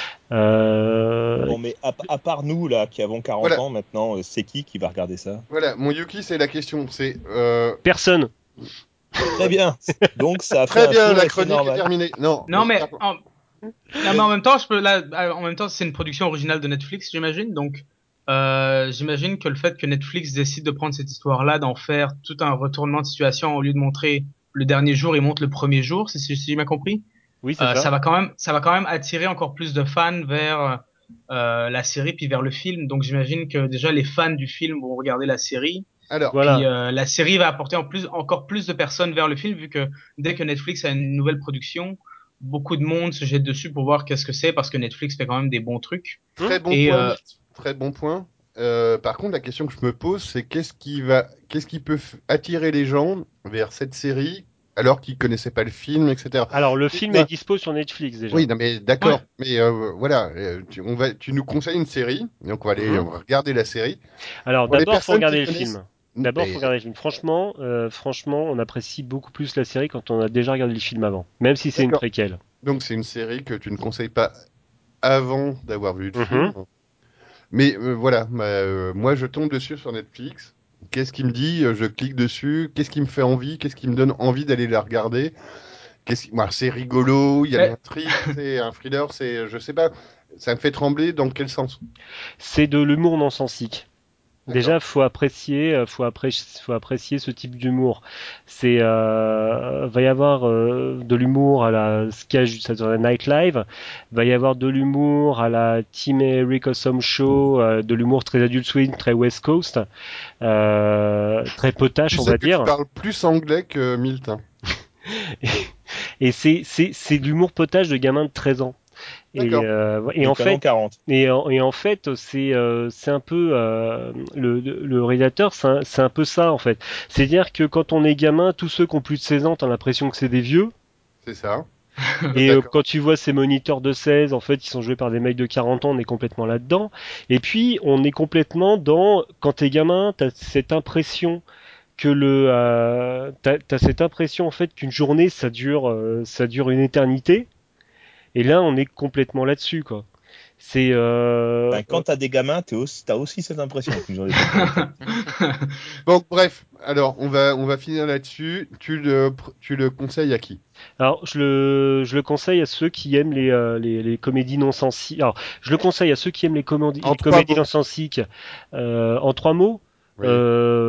Euh, Bon, mais à, à part nous, là, qui avons quarante Voilà. ans maintenant, euh, c'est qui qui va regarder ça? Voilà. Mon Yuki, c'est la question. C'est euh, Personne. Très bien. Donc, ça a fait très un bien. tour La et c'est chronique est normal. terminée. Non. Non, mais pardon. en, non, mais en même temps, je peux là, en même temps, c'est une production originale de Netflix, j'imagine. Donc, euh, j'imagine que le fait que Netflix décide de prendre cette histoire-là, d'en faire tout un retournement de situation au lieu de montrer le dernier jour, il montre le premier jour, si, si, si j'ai bien compris. Oui, c'est Euh, ça. ça va quand même, ça va quand même attirer encore plus de fans vers euh, la série puis vers le film. Donc, j'imagine que déjà les fans du film vont regarder la série. Alors. Puis Voilà. euh, la série va apporter en plus encore plus de personnes vers le film vu que dès que Netflix a une nouvelle production, beaucoup de monde se jette dessus pour voir qu'est-ce que c'est parce que Netflix fait quand même des bons trucs. Très bon Et point, euh, Milt. Très bon point. Euh, par contre, la question que je me pose, c'est qu'est-ce qui va, qu'est-ce qui peut f- attirer les gens vers cette série alors qu'ils connaissaient pas le film, et cetera. Alors, le Et film est là- dispo sur Netflix déjà. oui, non, mais ouais, d'accord. Mais euh, voilà, euh, tu, on va, tu nous conseilles une série, donc on va aller, Mhm. on va regarder la série. Alors, Pour les d'abord, faut personnes qui regarder le connaissent, film. D'abord, faut mais, regarder le film. Franchement, euh, franchement, on apprécie beaucoup plus la série quand on a déjà regardé le film avant, même si c'est une d'accord. préquelle. Donc c'est une série que tu ne conseilles pas avant d'avoir vu le Mhm. film. Mais euh, voilà, bah, euh, moi je tombe dessus sur Netflix. Qu'est-ce qui me dit? euh, Je clique dessus. Qu'est-ce qui me fait envie? Qu'est-ce qui me donne envie d'aller la regarder? Qu'est-ce qui... Moi, c'est rigolo, il y a de mais l'intrigue, c'est un thriller, c'est, je sais pas, ça me fait trembler. Dans quel sens? C'est de l'humour non-sensique. D'accord. Déjà, faut apprécier, euh, faut apprécier, faut apprécier ce type d'humour. C'est, euh, va y avoir euh, de l'humour à la sketch du Saturday Night Live, va y avoir de l'humour à la Team Eric Awesome Show, euh, de l'humour très Adult Swim, très West Coast, euh, très potache, Tu on sais va que tu dire. parles plus anglais que Milt. Hein. Et c'est, c'est, c'est de l'humour potache de gamins de treize ans. Et, D'accord. euh, et Le en canon fait, quarante. et en, et en fait, c'est euh, c'est un peu euh, le, le réalisateur, c'est un, c'est un peu ça en fait. C'est-à-dire que quand on est gamin, tous ceux qui ont plus de seize ans, t'as l'impression que c'est des vieux. C'est ça. Et euh, D'accord. quand tu vois ces moniteurs de seize, en fait, qui sont joués par des mecs de quarante ans, on est complètement là-dedans. Et puis, on est complètement dans, quand t'es gamin, t'as cette impression que le, euh, t'as, t'as cette impression en fait qu'une journée, ça dure, euh, ça dure une éternité. Et là, on est complètement là-dessus, quoi. C'est euh, Ben, quand t'as des gamins, t'es aussi, t'as aussi cette impression qu'une journée d'éternité. Donc bref, alors on va on va finir là-dessus. Tu le pr- tu le conseilles à qui? alors je le je le conseille à ceux qui aiment les euh, les, les comédies non sensiques. Alors je le conseille à ceux qui aiment les comédies En les trois comédies mots. non sensiques euh, en trois mots. Oui.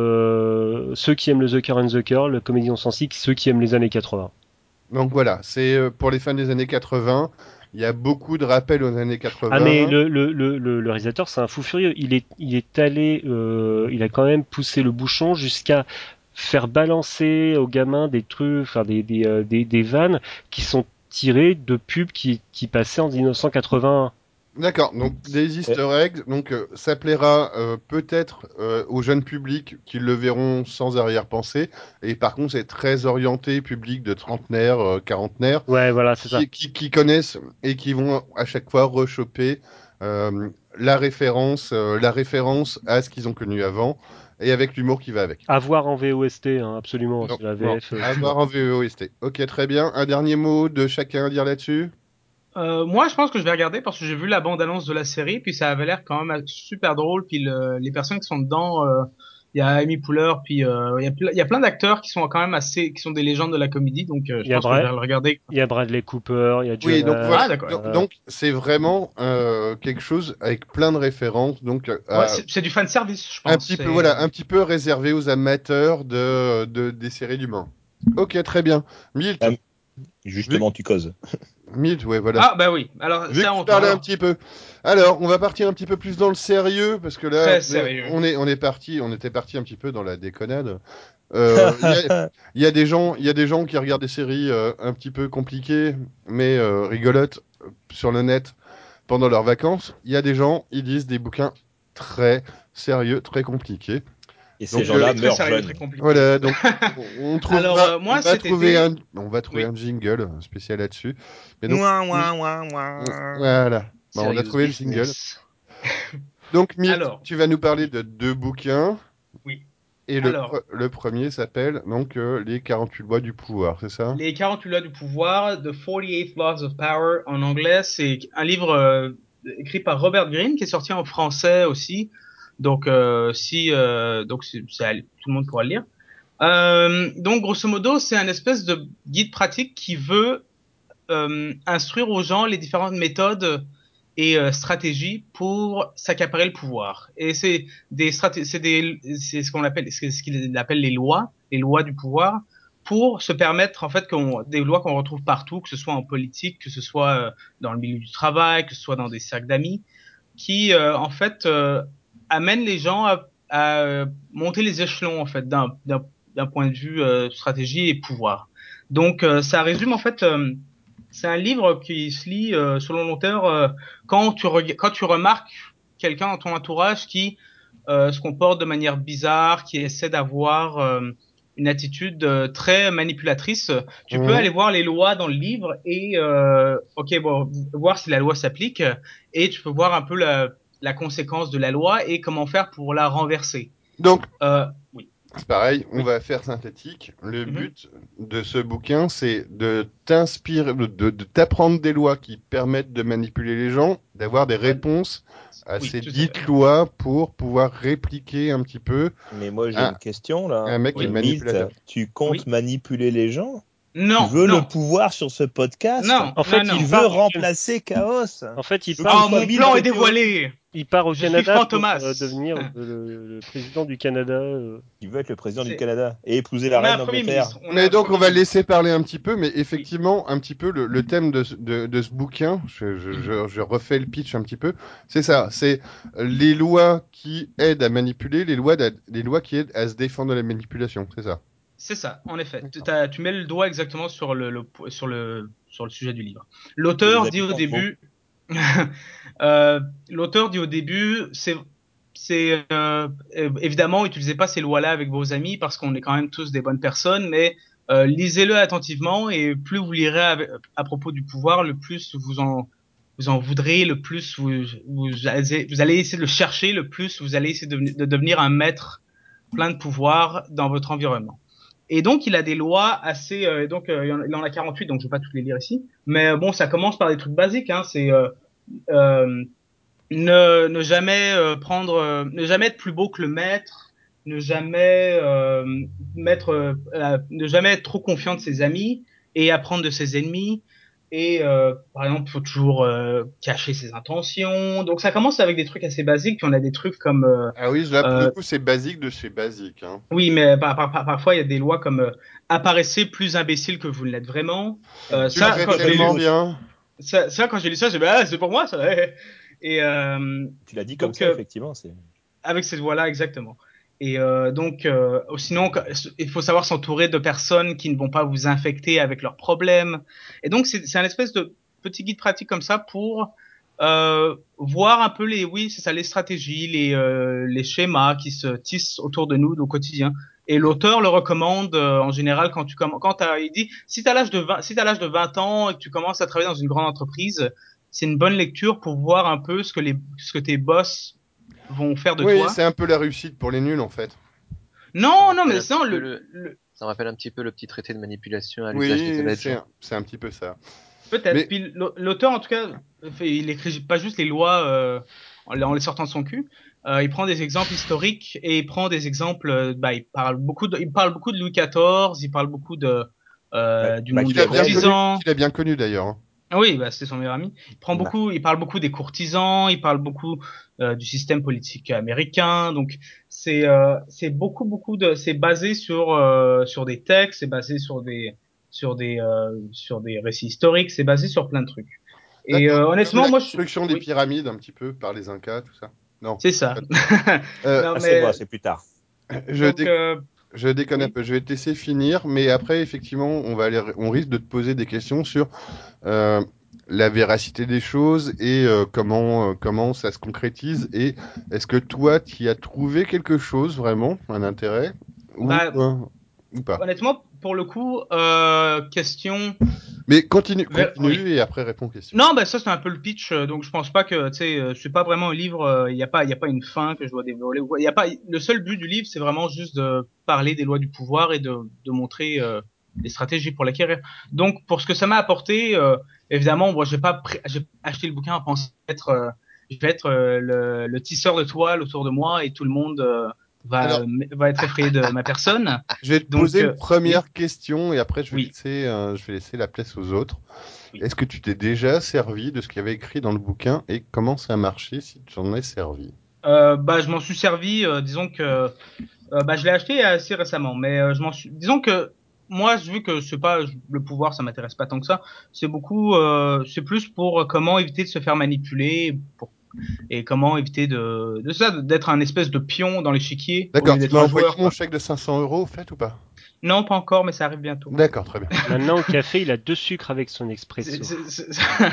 Euh, ceux qui aiment le The Cure and the Curl, le comédie non sensique, ceux qui aiment les années quatre-vingts. Donc voilà, c'est euh, pour les fans des années quatre-vingts. Il y a beaucoup de rappels aux années Ah mais quatre-vingts. le, le, le, le, le réalisateur c'est un fou furieux. Il est il est allé euh, il a quand même poussé le bouchon jusqu'à faire balancer aux gamins des trucs, enfin des des, euh, des des vannes qui sont tirées de pubs qui qui passaient en mille neuf cent quatre-vingt-un. D'accord, donc des Ouais. easter eggs, donc euh, ça plaira euh, peut-être euh, au jeune public qui le verront sans arrière-pensée, et par contre c'est très orienté public de trentenaires, euh, quarantenaires, Ouais, voilà, c'est ça. qui, qui, qui connaissent et qui vont à chaque fois rechoper euh, la référence, euh, la référence à ce qu'ils ont connu avant, et avec l'humour qui va avec. À voir en V O S T, hein, absolument, Donc, c'est la bon, V F. euh, à voir en V O S T. Ok, très bien. Un dernier mot de chacun à dire là-dessus? Euh, moi, je pense que je vais regarder parce que j'ai vu la bande-annonce de la série, puis ça avait l'air quand même super drôle. Puis le- les personnes qui sont dedans, euh, il y a Amy Poehler, puis euh, il y a, ple- il y a plein d'acteurs qui sont quand même assez, qui sont des légendes de la comédie. Donc, euh, je Il y a pense que je Bra- vais le regarder. il y a Bradley Cooper, il y a Oui, donc Jonas. voilà. Ah, d'accord. Donc euh, donc, c'est vraiment euh, quelque chose avec plein de références. Donc euh, Ouais, à- c'est c'est du fan service, je un pense. petit peu C'est voilà, euh, un petit peu réservé aux amateurs de, de des séries d'humain. Ok, très bien. Milt, Ah, vu justement, tu causes. Milt, ouais, voilà. ah bah oui. Alors Vu c'est que à tu mon tour. parlais un Alors petit peu. Alors, on va partir un petit peu plus dans le sérieux parce que là, très on est sérieux. on est, on est parti, on était parti un petit peu dans la déconnade. Euh, Il y a, il y a des gens, il y a des gens qui regardent des séries euh, un petit peu compliquées, mais euh, rigolotes euh, sur le net pendant leurs vacances. Il y a des gens, ils lisent des bouquins très sérieux, très compliqués. Et ces Donc Très, euh, gens-là très meurent sérieux, très jeunes. compliqué. voilà, donc on on Alors trouvera, euh, on moi va cet trouver un, été, on va trouver oui. un jingle spécial là-dessus. Mais donc, Ouin, Mi- ouin, ouin, ouin. voilà, bon, on a Serious trouvé le jingle. business. Donc Milt, Alors tu vas nous parler oui, de deux bouquins oui. et le, Alors pre- le premier s'appelle donc euh, Les quarante-huit lois du pouvoir, c'est ça? Les quarante-huit lois du pouvoir, The forty-eight Laws of Power en anglais, c'est un livre euh, écrit par Robert Greene qui est sorti en français aussi. Donc euh, si euh, donc c'est, c'est- tout le monde pourra le lire. Euh, donc grosso modo, c'est un espèce de guide pratique qui veut euh, instruire aux gens les différentes méthodes et euh, stratégies pour s'accaparer le pouvoir. Et c'est des straté- c'est des, c'est ce qu'on appelle, c'est ce qu'il appelle les lois, les lois du pouvoir, pour se permettre en fait qu'on, des lois qu'on retrouve partout, que ce soit en politique, que ce soit euh, dans le milieu du travail, que ce soit dans des cercles d'amis, qui euh, en fait euh, amènent les gens à, à euh, monter les échelons en fait d'un d'un d'un point de vue euh, stratégie et pouvoir. Donc euh, ça résume en fait euh, c'est un livre qui se lit euh, sur le long terme euh, quand tu reg- quand tu remarques quelqu'un dans ton entourage qui euh, se comporte de manière bizarre, qui essaie d'avoir euh, une attitude euh, très manipulatrice, tu peux Mhm. aller voir les lois dans le livre et euh, ok bon voir si la loi s'applique et tu peux voir un peu la, la conséquence de la loi et comment faire pour la renverser. Donc, Euh, oui, c'est pareil, on oui. va faire synthétique. Le Mhm. but de ce bouquin, c'est de t'inspirer, de, de t'apprendre des lois qui permettent de manipuler les gens, d'avoir des Ouais. réponses à Oui, ces tout à fait. dites lois pour pouvoir répliquer un petit peu Mais moi, j'ai un, une question là. un mec qui est Euh, Oui, Milt, manipulateur. tu comptes oui. manipuler les gens? Tu Non, veux le non, pouvoir sur ce podcast? non, En non, fait, Tu il non. veux part au Can- remplacer Chaos? en fait, Tu il veux que part ce au Oh, soit mon Canada. plan est Milt Theory? dévoilé. Il part au Je suis Canada pour euh, Fantomas. devenir le, le- le président du Canada. euh. Tu veux être le président du C'est, Canada et épouser la on a reine un premier d'Angleterre? ministre. On a Mais un donc, on premier va ministre. laisser parler un petit peu, mais Oui. effectivement, un petit peu le, le thème de, ce- de, de ce bouquin, je, je, Mhm. je, je refais le pitch un petit peu, c'est ça, c'est les lois qui aident à manipuler, les lois, d'aide- les lois qui aident à se défendre de la manipulation, c'est ça. C'est ça, en effet. Tu, D'accord. t'as- tu mets le doigt exactement sur le, le- sur le, sur le sujet du livre. Et les L'auteur dit au habitants de Meaux. début, euh, l'auteur dit au début, c'est c'est euh, évidemment, utilisez pas ces lois-là avec vos amis parce qu'on est quand même tous des bonnes personnes, mais euh, lisez-le attentivement et plus vous lirez avec- à propos du pouvoir, le plus vous en vous en voudrez, le plus vous vous allez, vous allez essayer de le chercher, le plus vous allez essayer de, de devenir un maître plein de pouvoir dans votre environnement. Et donc il a des lois assez, euh, donc euh, il en il en a quarante-huit, donc je vais pas toutes les lire ici, mais euh, bon, ça commence par des trucs basiques, hein, c'est euh, euh, ne, ne jamais euh, prendre, euh, ne jamais être plus beau que le maître, ne jamais euh, mettre, euh, euh, ne jamais être trop confiant de ses amis et apprendre de ses ennemis. Et euh, par exemple, il faut toujours euh, cacher ses intentions. Donc ça commence avec des trucs assez basiques, puis on a des trucs comme euh, Ah oui, là, pour le euh, coup, c'est basique de chez basique. Hein. oui, mais par, par, par- parfois il y a des lois comme euh, apparaissez plus imbécile que vous ne l'êtes vraiment. Euh, Tu le ça, fais quand je l'ai lu, tellement bien. ça, ça, quand j'ai lu ça, j'ai dit ah, c'est pour moi ça. Et euh, Tu l'as dit comme donc ça, euh, effectivement. C'est... avec cette voix-là, exactement. Et euh, donc, euh, sinon, il faut savoir s'entourer de personnes qui ne vont pas vous infecter avec leurs problèmes. Et donc, c'est c'est un espèce de petit guide pratique comme ça pour euh, voir un peu les, oui, c'est ça, les stratégies, les euh, les schémas qui se tissent autour de nous au quotidien. Et l'auteur le recommande euh, en général quand tu commences, quand t'as, il dit, si t'as l'âge de vingt, si t'as l'âge de vingt ans et que tu commences à travailler dans une grande entreprise, c'est une bonne lecture pour voir un peu ce que les, ce que tes boss vont faire de Oui, toi. c'est un peu la réussite pour les nuls, en fait. Ça me Non, non, rappelle mais un petit sinon, peu le, le, le, ça me rappelle un petit peu le petit traité de manipulation à l'usage des Oui, c'est collèges. un, c'est un petit peu ça. peut-être. Mais Puis l'au- l'auteur, en tout cas, fait, il écrit pas juste les lois euh, en, en les sortant de son cul. Euh, il prend des exemples historiques et il prend des exemples. euh, Bah, il parle beaucoup de, il parle beaucoup de Louis quatorze. Il parle beaucoup de Ouais. euh, du monde qu'il des a bien connu, Machiavel. courtisans. qu'il a bien connu d'ailleurs. Hein. Ah oui, bah, c'était son meilleur ami. Il prend Ma- beaucoup, il parle beaucoup des courtisans, il parle beaucoup euh, du système politique américain. Donc c'est euh, c'est beaucoup beaucoup de, c'est basé sur euh, sur des textes, c'est basé sur des sur des euh, sur des récits historiques, c'est basé sur plein de trucs. Et D'accord. euh, Comme honnêtement, la moi je, construction des oui, pyramides, un petit peu, par les Incas, tout ça. Non. c'est ça. Euh, Non Ah, c'est moi, mais c'est plus tard. je, donc dé- euh, je déconne un oui. peu. Je vais te laisser finir, mais après, effectivement, on va aller, on risque de te poser des questions sur euh, la véracité des choses et euh, comment, euh, comment ça se concrétise. Et est-ce que toi, tu y as trouvé quelque chose vraiment, un intérêt, ou, Bah euh, ou pas? honnêtement, pour le coup, euh, question. Mais continue, ver- Oui. continue et après réponds aux questions. Non, bah ça c'est un peu le pitch, euh, donc je pense pas que, tu sais, euh, c'est pas vraiment un livre, euh, il y a pas, il y a pas une fin que je dois dévoiler. ou quoi. Il y a pas, le seul but du livre, c'est vraiment juste de parler des lois du pouvoir et de, de montrer euh, les stratégies pour l'acquérir. Donc pour ce que ça m'a apporté, euh, évidemment, moi j'ai pas, pris- j'ai acheté le bouquin en pensant être, euh, je vais être euh, le, le tisseur de toile autour de moi et tout le monde euh, va Alors, va être effrayé de ma personne. je vais te poser Donc une euh, première oui, question et après je vais oui, laisser, euh, je vais laisser la place aux autres. oui. Est-ce que tu t'es déjà servi de ce qu'il y avait écrit dans le bouquin et comment ça a marché si tu en es servi? Euh, bah je m'en suis servi, euh, disons que Euh, bah, je l'ai acheté assez récemment, mais euh, je m'en suis. Disons que moi, vu que c'est pas le pouvoir, ça m'intéresse pas tant que ça. C'est beaucoup, euh, c'est plus pour euh, comment éviter de se faire manipuler, pour, et comment éviter de, de ça, d'être un espèce de pion dans l'échiquier au D'accord, lieu tu d'être m'as un envoyé joueur, mon quoi. chèque de cinq cents euros, au fait ou pas? Non, pas encore, mais ça arrive bientôt. D'accord, très bien. Maintenant, au café, il a deux sucres avec son C'est- expresso. c'est- c'est-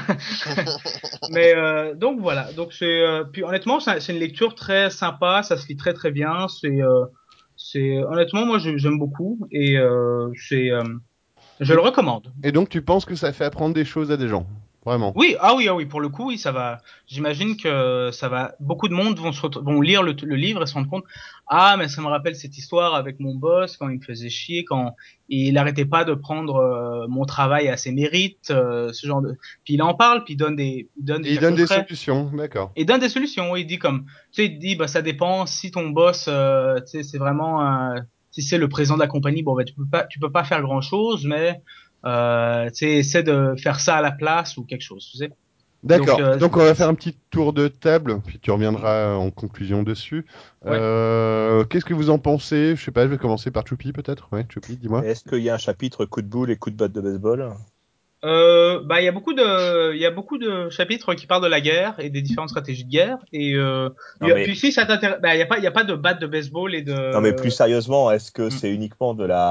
mais euh, donc voilà. Donc c'est, euh, puis honnêtement, c'est c'est une lecture très sympa, ça se lit très très bien. C'est, euh, c'est honnêtement, moi je- j'aime beaucoup et euh, c'est euh, je Et, le recommande. et donc tu penses que ça fait apprendre des choses à des gens? Vraiment? Oui, ah oui, ah oui, pour le coup, oui, ça va. J'imagine que ça va. Beaucoup de monde vont se ret- vont lire le, le livre et se rendre compte, ah, mais ça me rappelle cette histoire avec mon boss quand il me faisait chier, quand il arrêtait pas de prendre euh, mon travail à ses mérites, euh, ce genre de. Puis il en parle, puis il donne des, il donne des Et il cas donne des concrets solutions, d'accord. et donne des solutions. Il dit comme, tu sais, il dit, bah ça dépend si ton boss, euh, tu sais, c'est vraiment, un- si c'est le président de la compagnie, bon, bah tu peux pas, tu peux pas faire grand chose, mais euh, tu sais, essaie de faire ça à la place ou quelque chose, tu sais. Donc, D'accord. euh, Donc on va faire un petit tour de table, puis tu reviendras en conclusion dessus. ouais. Euh, qu'est-ce que vous en pensez? Je sais pas, je vais commencer par Choupi peut-être. Ouais, Choupi, dis-moi. Est-ce qu'il y a un chapitre coup de boule et coup de batte de baseball? Euh, bah, il y a beaucoup de, il y a beaucoup de chapitres qui parlent de la guerre et des différentes stratégies de guerre. Et euh, il Non y a- mais, puis si ça t'intéresse, bah, il y a pas, il y a pas de batte de baseball et non mais plus de. sérieusement, est-ce que Hmm. c'est uniquement de la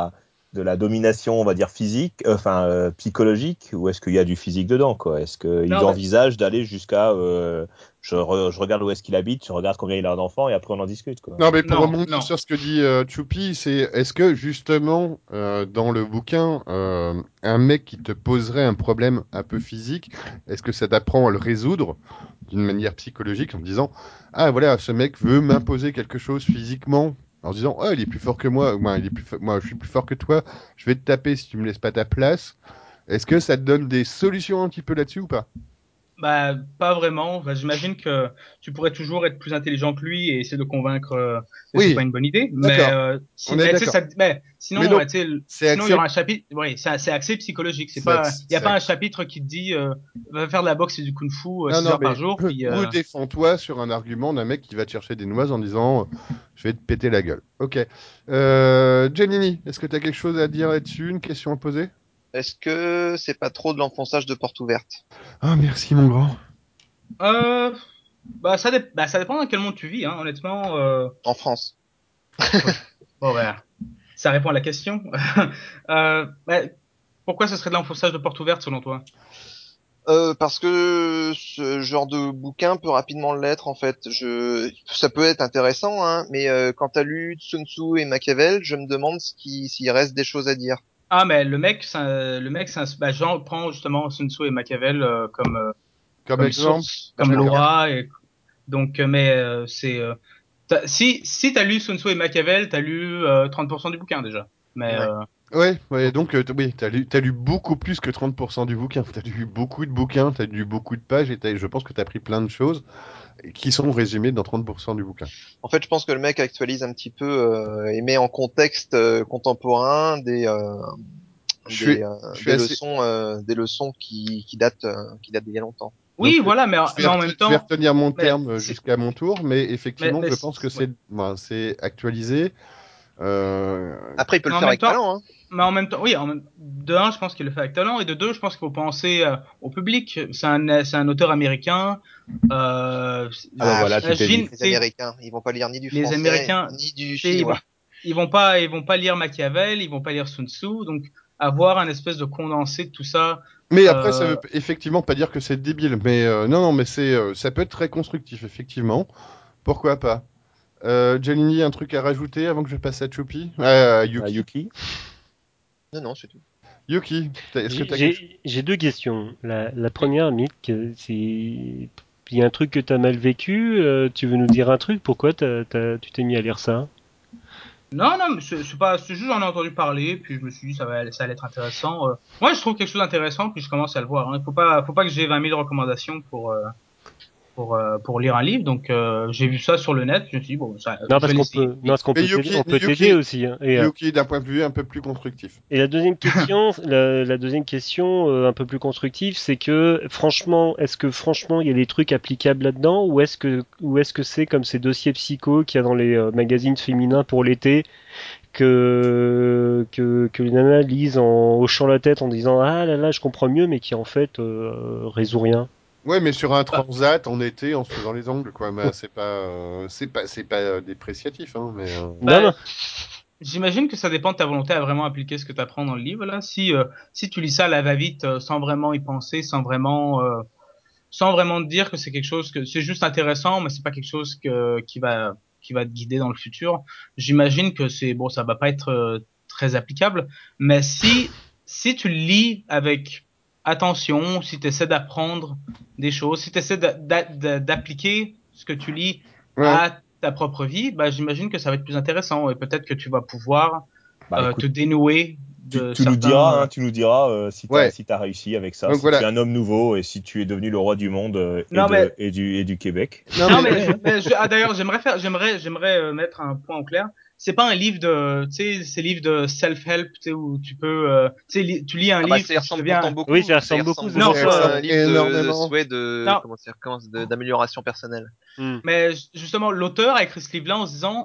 de la domination, on va dire physique, euh, enfin euh, psychologique, ou est-ce qu'il y a du physique dedans, quoi? Est-ce qu'ils Non, mais- envisagent d'aller jusqu'à, euh, je, re- je regarde où est-ce qu'il habite, je regarde combien il a d'enfants et après on en discute, quoi. Non, mais pour Non, rebondir non. sur ce que dit euh, Choupi, c'est est-ce que justement euh, dans le bouquin, euh, un mec qui te poserait un problème un peu physique, est-ce que ça t'apprend à le résoudre d'une manière psychologique en disant ah voilà ce mec veut m'imposer quelque chose physiquement en se disant oh il est plus fort que moi, moi il est plus fo- moi je suis plus fort que toi, je vais te taper si tu me laisses pas ta place. Est-ce que ça te donne des solutions un petit peu là-dessus ou pas? Bah, pas vraiment. Enfin, j'imagine que tu pourrais toujours être plus intelligent que lui et essayer de le convaincre euh, que c'est Oui, pas une bonne idée. Mais, d'accord, euh, si, on est mais tu sais, d'accord. ça, mais Mais sinon, donc euh, tu sais, le- c'est sinon il y accès, aura un chapitre. Oui, c'est c'est axé psychologique. C'est c'est pas, accès- il y a c'est pas un accès- chapitre qui te dit euh, va faire de la boxe et du kung-fu euh, Non, six non, heures par mais jour. Puis, où euh, défends-toi sur un argument d'un mec qui va te chercher des noises en disant euh, je vais te péter la gueule. Ok. Euh, Giannini, est-ce que tu as quelque chose à dire là-dessus, une question à poser? Est-ce que c'est pas trop de l'enfonçage de porte ouverte Ah, merci mon grand. euh, bah ça, dé- bah ça dépend dans quel monde tu vis. Hein, honnêtement. Euh, en France? oui. Bon, bah, ça répond à la question. euh, bah, pourquoi ce serait de l'enfonçage de porte ouverte selon toi? Euh, parce que ce genre de bouquin peut rapidement l'être en fait. Je, ça peut être intéressant, hein, mais euh, quand t'as lu Sun Tzu et Machiavel, je me demande ce qui, s'il reste des choses à dire. Ah, mais le mec, c'est un- le mec, c'est un- bah, Jean prend justement Sun Tzu et Machiavel euh, comme euh, Comme comme exemple? source, comme Vachement bien. D'accord. loi. Et donc, euh, mais euh, c'est euh, t'as- si si t'as lu Sun Tzu et Machiavel, t'as lu euh, trente pour cent du bouquin déjà. Mais Ouais. euh, Ouais, ouais, donc euh, t- oui, t'as lu, t'as lu beaucoup plus que trente pour cent du bouquin. T'as lu beaucoup de bouquins, t'as lu beaucoup de pages et t'as- je pense que t'as pris plein de choses qui sont résumées dans trente pour cent du bouquin. En fait, je pense que le mec actualise un petit peu euh, et met en contexte euh, contemporain des euh, Je suis, des, euh, je suis des assez, leçons euh, des leçons qui qui datent euh, qui datent d'il y a longtemps. Donc, oui, euh, voilà, mais, je en- vais, mais en rete- même je vais temps, retenir mon mais terme c'est jusqu'à mon tour, mais mais effectivement, mais je c'est- pense que ouais. c'est ben, c'est actualisé. Euh, Après, il peut le Mais en faire même avec temps, talent, hein. mais en même temps, oui, en même, de un, je pense qu'il le fait avec talent, et de deux, je pense qu'il faut penser euh, au public. C'est un, c'est un auteur américain. Euh, Ah bah Ah, voilà, tout est dit. imagine, tu les sais, Américains, ils vont pas lire ni du les français Américains, ni du tu sais, ils chinois. vont, ils vont pas, ils vont pas lire Machiavel, ils vont pas lire Sun Tzu, donc avoir un espèce de condensé de tout ça. mais après, ça Euh, veut effectivement pas dire que c'est débile. Mais euh, non, non, mais c'est, euh, ça peut être très constructif, effectivement. Pourquoi pas? Euh, Janini, un truc à rajouter avant que je passe à Choupi? Euh, à Ah, Yuki. Yuki. Non, non, c'est tout. Yuki, t'as- est-ce que J'ai t'as quelque chose? j'ai- j'ai deux questions. La, la première, Mick, euh, c'est il y a un truc que t'as mal vécu. Euh, tu veux nous dire un truc? Pourquoi t'as, t'as- tu t'es mis à lire ça? non, non, mais c'est c'est pas, c'est juste j'en ai entendu parler, puis je me suis dit ça va, ça allait être intéressant. Euh, moi, je trouve quelque chose d'intéressant, puis je commence à le voir. Hein. Il faut pas, faut pas que j'ai vingt mille recommandations pour euh, pour euh, pour lire un livre. Donc euh, j'ai vu ça sur le net, je me suis dit bon, ça, Non, je parce vais qu'on l'essayer. peut, non, Puis parce qu'on Mais peut t'aider, Yuki, on peut t'aider Yuki, aussi, hein. Et, euh, Yuki, d'un point de vue un peu plus constructif. et la deuxième question, la, la deuxième question, euh, un peu plus constructive, c'est que franchement, est-ce que franchement il y a des trucs applicables là-dedans, ou est-ce que, ou est-ce que c'est comme ces dossiers psycho qu'il y a dans les euh, magazines féminins pour l'été, que, que que les nanas lisent en hochant la tête en disant ah là là je comprends mieux, mais qui en fait euh, résout rien. Ouais, mais sur un bah, transat en été, en se faisant les ongles, quoi. Mais c'est pas, euh, c'est pas, c'est pas euh, dépréciatif, hein. Mais euh, Non bah, non. j'imagine que ça dépend de ta volonté à vraiment appliquer ce que tu apprends dans le livre là. Si euh, si tu lis ça à la va-vite, euh, sans vraiment y penser, sans vraiment euh, sans vraiment te dire que c'est quelque chose que c'est juste intéressant, mais c'est pas quelque chose que qui va qui va te guider dans le futur. J'imagine que c'est bon, ça va pas être euh, très applicable, mais si si tu le lis avec attention, si tu essaies d'apprendre des choses, si tu essaies d'appliquer ce que tu lis ouais. à ta propre vie, bah j'imagine que ça va être plus intéressant et peut-être que tu vas pouvoir Bah euh, écoute, te dénouer tu, de tu nous diras, certains. hein, tu nous diras euh, si t'as Ouais. si t'as réussi avec ça, Donc si tu voilà. es un homme nouveau et si tu es devenu le roi du monde euh, et Non mais de et du et du Québec. Non Non mais mais, je, mais je- ah, d'ailleurs j'aimerais faire j'aimerais j'aimerais euh, mettre un point au clair. C'est pas un livre de tu sais ces livres de self-help tu sais où tu peux euh, tu sais li- tu lis un Ah bah livre ça y puis tu ressemble pourtant deviens Oui, ça beaucoup, ça y ressemble beaucoup ressemble ce non beaucoup ça à sens-là. un ressemble livre de, de énormément. souhait de non comment dire, comment- de- d'amélioration personnelle. Hmm. mais justement l'auteur a écrit ce livre-là en se disant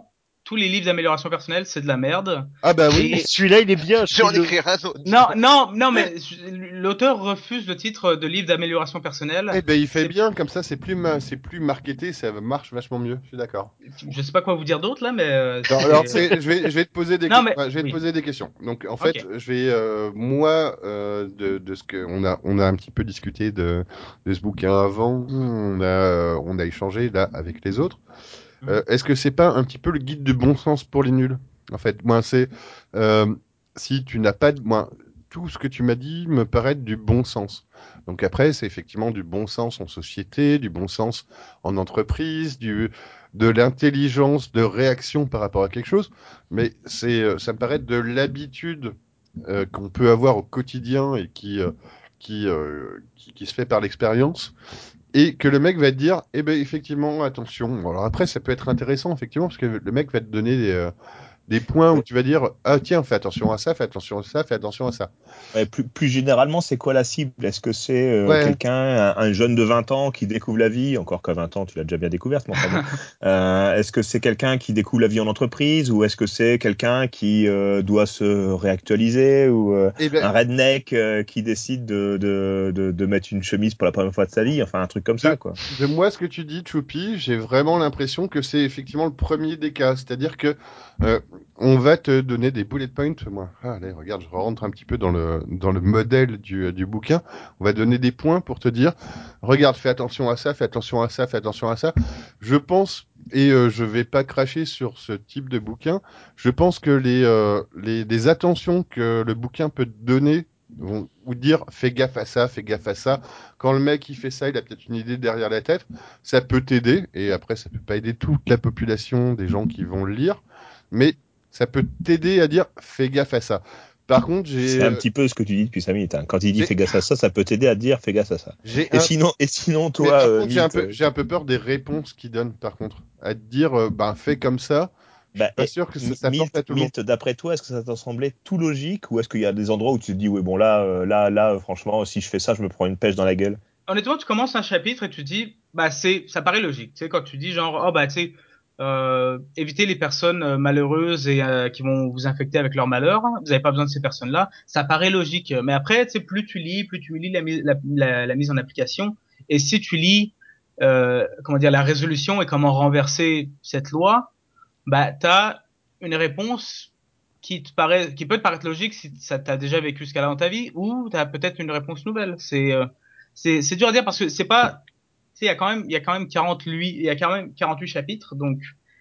tous les livres d'amélioration personnelle, c'est de la merde. Ah bah oui. Et- Celui-là, il est bien. Je vais en le- écrire un autre. Non, non, non, mais je- l'auteur refuse le titre de livre d'amélioration personnelle. Eh ben il fait C'est- bien, comme ça c'est plus ma- c'est plus marketé, ça marche vachement mieux. Je suis d'accord. Je sais pas quoi vous dire d'autre là, mais. euh, Non, c'est- alors c'est, je vais, je vais te poser des, Non, que- mais- ouais, je vais te oui. poser des questions. Donc en Ok. fait, je vais, euh, moi, euh, de, de ce que on a, on a un petit peu discuté de, de ce bouquin avant. On a, euh, on a échangé là avec les autres. Euh, est-ce que c'est pas un petit peu le guide du bon sens pour les nuls? En fait, moi, c'est euh, si tu n'as pas de, moi, tout ce que tu m'as dit me paraît du bon sens. Donc après, c'est effectivement du bon sens en société, du bon sens en entreprise, du de l'intelligence de réaction par rapport à quelque chose. Mais c'est, euh, ça me paraît de l'habitude euh, qu'on peut avoir au quotidien et qui euh, qui, euh, qui qui se fait par l'expérience et que le mec va te dire, eh ben effectivement, attention. Bon, alors après, ça peut être intéressant, effectivement, parce que le mec va te donner des, euh, des points où Ouais. tu vas dire, ah tiens, fais attention à ça, fais attention à ça, fais attention à ça. Ouais, plus, plus généralement, c'est quoi la cible? Est-ce que c'est euh, Ouais. quelqu'un, un, un jeune de vingt ans qui découvre la vie, encore qu'à vingt ans, tu l'as déjà bien découverte, mais enfin bon. Euh, est-ce que c'est quelqu'un qui découvre la vie en entreprise ou est-ce que c'est quelqu'un qui euh, doit se réactualiser ou euh, Eh ben, un redneck euh, qui décide de, de, de, de mettre une chemise pour la première fois de sa vie, enfin un truc comme ça, quoi. de moi, ce que tu dis, Choupi, j'ai vraiment l'impression que c'est effectivement le premier des cas. C'est-à-dire que euh, on va te donner des bullet points. Moi, ah, allez, regarde, je rentre un petit peu dans le dans le modèle du, du bouquin. On va donner des points pour te dire, regarde, fais attention à ça, fais attention à ça, fais attention à ça. Je pense, et euh, je vais pas cracher sur ce type de bouquin. Je pense que les euh, les, les attentions que le bouquin peut te donner vont ou dire fais gaffe à ça, fais gaffe à ça. Quand le mec il fait ça, il a peut-être une idée derrière la tête. Ça peut t'aider, et après ça peut pas aider toute la population des gens qui vont le lire, mais ça peut t'aider à dire fais gaffe à ça. Par contre, j'ai C'est un euh, petit peu ce que tu dis depuis cinq minutes. Hein. Quand il dit j'ai fais gaffe à ça, ça peut t'aider à te dire fais gaffe à ça. j'ai Et un sinon, et sinon mais toi, par euh, contre, j'ai un Milt, peu euh, j'ai un peu peur des réponses qu'il donne par contre. À te dire euh, ben fais comme ça, je bah, suis pas et, sûr que ça Mi- s'apporte à Milt, tout le monde. Milt, d'après toi, est-ce que ça t'a semblé tout logique ou est-ce qu'il y a des endroits où tu te dis oui bon là, euh, là, là, euh, franchement, si je fais ça, je me prends une pêche dans la gueule. Honnêtement, tu commences un chapitre et tu dis, bah c'est, ça paraît logique. Tu sais, quand tu dis genre, oh bah tu sais, euh, éviter les personnes euh, malheureuses et euh, qui vont vous infecter avec leur malheur. Vous n'avez pas besoin de ces personnes-là. Ça paraît logique. Mais après, tu sais, plus tu lis, plus tu lis la, mi- la, la, la mise en application. Et si tu lis, euh, comment dire, la résolution et comment renverser cette loi, bah t'as une réponse qui te paraît, qui peut te paraître logique si ça t'a déjà vécu ce cas-là dans ta vie, ou t'as peut-être une réponse nouvelle. C'est euh, c'est c'est dur à dire parce que c'est pas, tu sais, il y a quand même il y a quand même quarante-huit il y a quand même quarante-huit chapitres, donc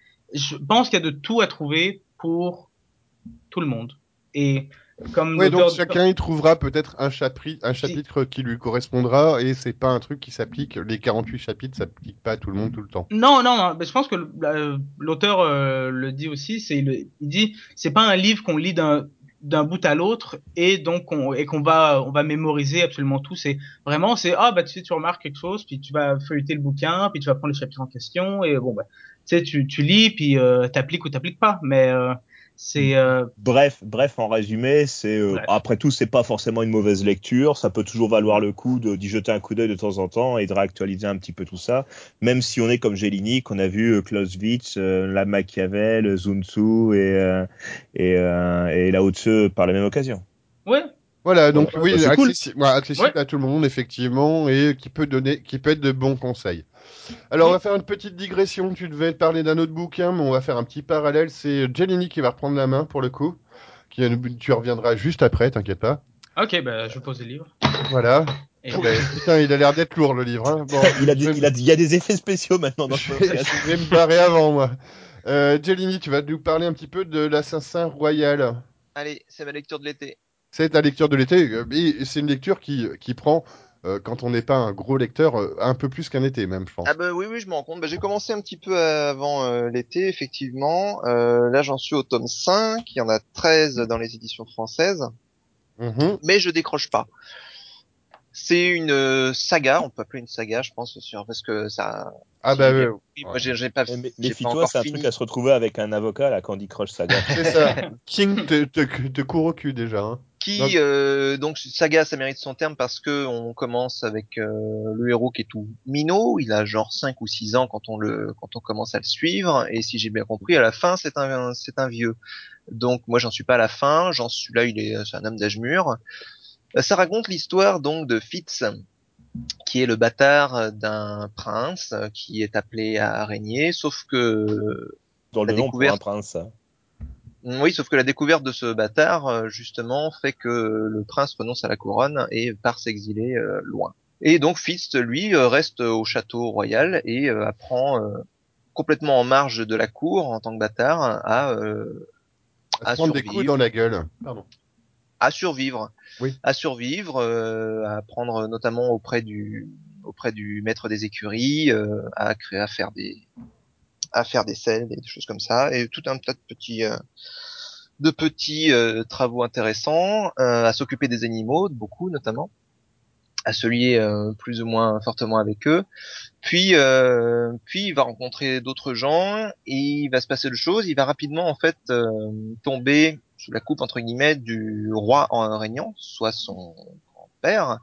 je pense qu'il y a de tout à trouver pour tout le monde. Et comme Ouais, donc l'auteur, chacun y trouvera peut-être un chapitre, un si- chapitre qui lui correspondra, et c'est pas un truc qui s'applique. Les quarante-huit chapitres s'appliquent pas à tout le monde tout le temps. non, non, non, mais je pense que le- la- l'auteur euh, le dit aussi, c'est il, il dit c'est pas un livre qu'on lit d'un d'un bout à l'autre et donc on, et qu'on va on va mémoriser absolument tout. C'est vraiment c'est ah bah tu sais tu remarques quelque chose puis tu vas feuilleter le bouquin puis tu vas prendre le chapitre en question et bon bah tu sais tu tu lis puis euh, t'appliques ou t'appliques pas mais euh, c'est euh, Bref, bref, en résumé, c'est euh, bref. après tout, c'est pas forcément une mauvaise lecture. Ça peut toujours valoir le coup de d'y jeter un coup d'œil de temps en temps et de réactualiser un petit peu tout ça. Même si on est comme Gélini, qu'on a vu euh, Clausewitz, euh, la Machiavel, Sun Tzu et euh, et, euh, et Lao Tzu par la même occasion. Ouais, Voilà, Voilà. donc oui, Bah, c'est cool. accessi- ouais, accessible ouais, à tout le monde, effectivement, et qui peut donner, qui peut être de bons conseils. Alors, on va oui. faire une petite digression. Tu devais parler d'un autre bouquin, mais on va faire un petit parallèle. C'est Giannini qui va reprendre la main pour le coup. Qui, tu reviendras juste après, t'inquiète pas. Ok, bah je pose le livre. Voilà. Et Ah ben, putain, il a l'air d'être lourd le livre. Hein. Bon, il a je des, vais, il a, il y a des effets spéciaux maintenant dans ce je vais, podcast. je vais me barrer avant moi. Euh, Giannini, tu vas nous parler un petit peu de l'Assassin Royal. Allez, c'est ma lecture de l'été. C'est ta lecture de l'été, euh, et c'est une lecture qui, qui prend, euh, quand on n'est pas un gros lecteur, euh, un peu plus qu'un été même, je Ah pense. bah oui, oui, je me rends compte. Bah, j'ai commencé un petit peu avant euh, l'été, effectivement. Euh, là, j'en suis au tome cinq. Il y en a treize dans les éditions françaises. Mhm. Mais je décroche pas. C'est une euh, saga, on peut appeler une saga, je pense, sur, parce que ça, Ah si bah j'ai bien ouais, compris, moi ouais. j'ai j'ai pas, Eh, mais- j'ai pas Méfie-toi, encore c'est un truc fini. à se retrouver avec un avocat, la Candy Crush Saga. C'est ça. King te, te, te court au cul déjà. Hein. qui Donc- euh, donc saga, ça mérite son terme parce que on commence avec euh, le héros qui est tout minot, il a genre cinq ou six ans quand on le quand on commence à le suivre, et si j'ai bien compris, à la fin c'est un c'est un vieux. Donc moi j'en suis pas à la fin, j'en suis là, il est c'est un homme d'âge mûr. Euh, Ça raconte l'histoire donc de Fitz, qui est le bâtard d'un prince euh, qui est appelé à régner, sauf que Dans la le nom pour un découverte prince. Oui, sauf que la découverte de ce bâtard, euh, justement, fait que le prince renonce à la couronne et part s'exiler euh, loin. Et donc Fitz, lui, euh, reste au château royal et euh, apprend euh, complètement en marge de la cour, en tant que bâtard, à, euh, À se à prendre des coups survivre, dans la gueule. Pardon. à survivre, Oui. à survivre, euh, à apprendre notamment auprès du auprès du maître des écuries, euh, à créer, à faire des à faire des selles, des choses comme ça, et tout un tas de petits euh, de petits euh, travaux intéressants, euh, à s'occuper des animaux, beaucoup notamment, à se lier euh, plus ou moins fortement avec eux. Puis, euh, puis il va rencontrer d'autres gens et il va se passer de choses. Il va rapidement en fait euh, tomber sous la coupe entre guillemets du roi en régnant, soit son grand-père,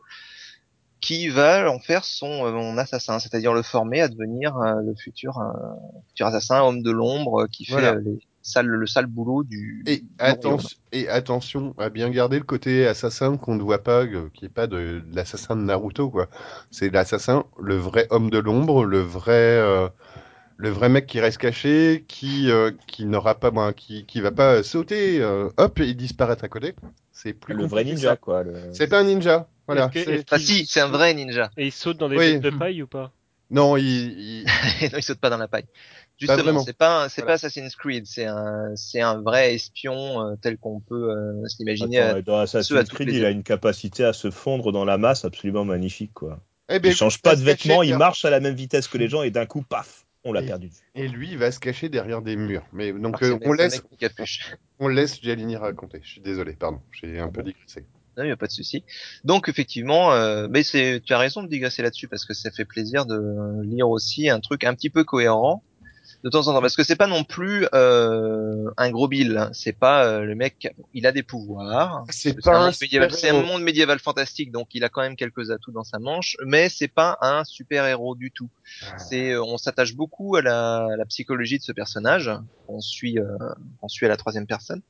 qui va en faire son euh, assassin, c'est-à-dire le former à devenir euh, le futur, euh, futur assassin, homme de l'ombre, euh, qui fait Voilà. euh, les sales, le sale boulot du, Et, du royaume. atten- et attention à bien garder le côté assassin qu'on ne voit pas, euh, qui est pas de, de l'assassin de Naruto, quoi. C'est l'assassin, le vrai homme de l'ombre, le vrai, euh, le vrai mec qui reste caché, qui, euh, qui n'aura pas, ben, qui, qui va pas sauter, euh, hop, et disparaître à côté. C'est plus Le vrai compliqué que ça. ninja, quoi. Le... C'est pas un ninja. Est-ce Voilà. que est-ce C'est, Ah qu'il si, c'est un saute vrai ninja. et il saute dans des oui. blocs de paille ou pas? Non, il, il- non, il saute pas dans la paille. pas Justement, vraiment. c'est pas un- c'est Voilà. pas Assassin's Creed, c'est un c'est un vrai espion euh, tel qu'on peut euh, se l'imaginer Attends, à, et dans ceux à Assassin's toutes Creed, les il a époques. une capacité à se fondre dans la masse absolument magnifique, quoi. Eh Il ben, lui, change il va pas de se cacher vêtements, il derrière- marche à la même vitesse que les gens et d'un coup, paf, on l'a Et, perdu de vue. et lui, il va se cacher derrière des murs. Mais Alors donc, que c'est euh, le on mec, c'est le laisse, mec qui capuche. on laisse Jalini raconter. Je suis désolé, pardon. J'ai un Ah peu bon digressé. Non, il y a pas de souci. Donc effectivement, euh, mais c'est tu as raison de digresser là-dessus parce que ça fait plaisir de lire aussi un truc un petit peu cohérent de temps en temps, parce que c'est pas non plus euh, un gros bill, hein. C'est pas euh, le mec, il a des pouvoirs, C'est parce que c'est un pas un monde médiéval, c'est un super-héros. monde médiéval fantastique, donc il a quand même quelques atouts dans sa manche, mais c'est pas un super héros du tout. C'est, euh, on s'attache beaucoup à la, à la psychologie de ce personnage, on suit, euh, on suit à la troisième personne.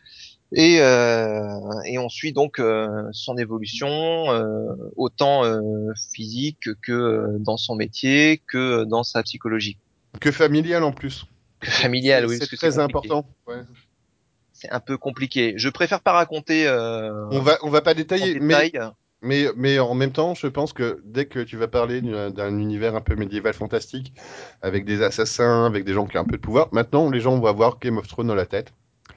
Et, euh, et on suit donc euh, son évolution, euh, autant euh, physique que euh, dans son métier, que dans sa psychologie. Que familial en plus. Que C'est familial, c'est- oui, c'est parce que c'est très compliqué. important. Ouais. C'est un peu compliqué. Je préfère pas raconter euh, On va, on va pas en détailler, mais, détail. mais, mais en même temps, je pense que dès que tu vas parler d'un d'un univers un peu médiéval fantastique, avec des assassins, avec des gens qui ont un peu de pouvoir, maintenant les gens vont avoir Game of Thrones dans la tête.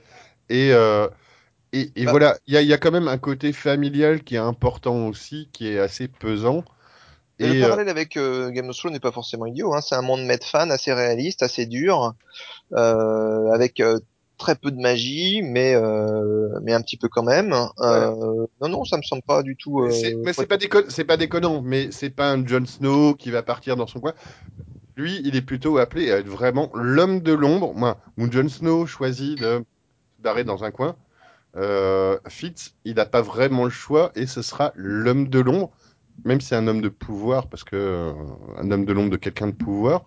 Et, euh, et, et Bah, voilà, il y a, il y a quand même un côté familial qui est important aussi, qui est assez pesant. et le Et euh, parallèle avec euh, Game of Thrones n'est pas forcément idiot. Hein. C'est un monde Medfan assez réaliste, assez dur, euh, avec euh, très peu de magie, mais euh, mais un petit peu quand même. voilà. Euh, non, non, ça me semble pas du tout. Mais c'est Euh, mais c'est pas décon- c'est pas déconnant, mais c'est pas un Jon Snow qui va partir dans son coin. Lui, il est plutôt appelé à être vraiment l'homme de l'ombre. Moi, où Jon Snow choisit de se barrer dans un coin, euh, Fitz, il n'a pas vraiment le choix et ce sera l'homme de l'ombre, même si c'est un homme de pouvoir, parce que euh, un homme de l'ombre de quelqu'un de pouvoir,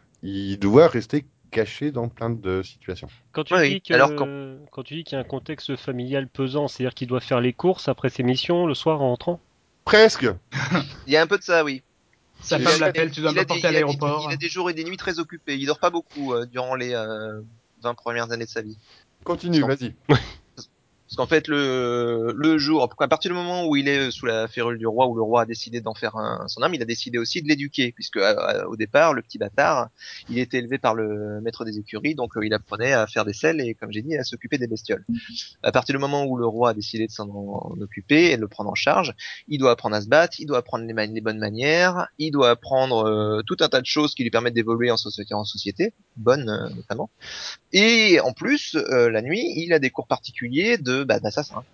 il doit rester caché dans plein de situations. Quand tu oui. dis Alors quand que quand tu dis qu'il y a un contexte familial pesant, c'est-à-dire qu'il doit faire les courses après ses missions le soir en rentrant? Presque. il y a un peu de ça, oui. Sa Il a, femme l'appelle, tu dois il me a des, porter à il a, il, il a l'aéroport. des jours et des nuits très occupés. Il dort pas beaucoup euh, durant les euh, vingt premières années de sa vie. Parce Continue, qu'en vas-y. Parce qu'en fait, le, le jour, à partir du moment où il est sous la férule du roi, où le roi a décidé d'en faire un, son âme, il a décidé aussi de l'éduquer, puisque à- à- au départ, le petit bâtard, il était élevé par le maître des écuries, donc euh, il apprenait à faire des selles et, comme j'ai dit, à s'occuper des bestioles. À partir du moment où le roi a décidé de s'en en occuper et de le prendre en charge, il doit apprendre à se battre, il doit apprendre les, ma- les bonnes manières, il doit apprendre euh, tout un tas de choses qui lui permettent d'évoluer en société, en société, bonne euh, notamment. Et en plus, euh, la nuit, il a des cours particuliers de bah, d'assassin.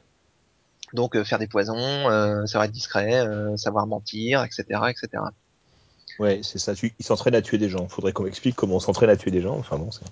Donc euh, faire des poisons, euh, savoir être discret, euh, savoir mentir, et cetera, et cetera. Ouais, c'est ça. Tu- Il s'entraîne à tuer des gens. Faudrait qu'on m'explique comment on s'entraîne à tuer des gens. Enfin bon, c'est...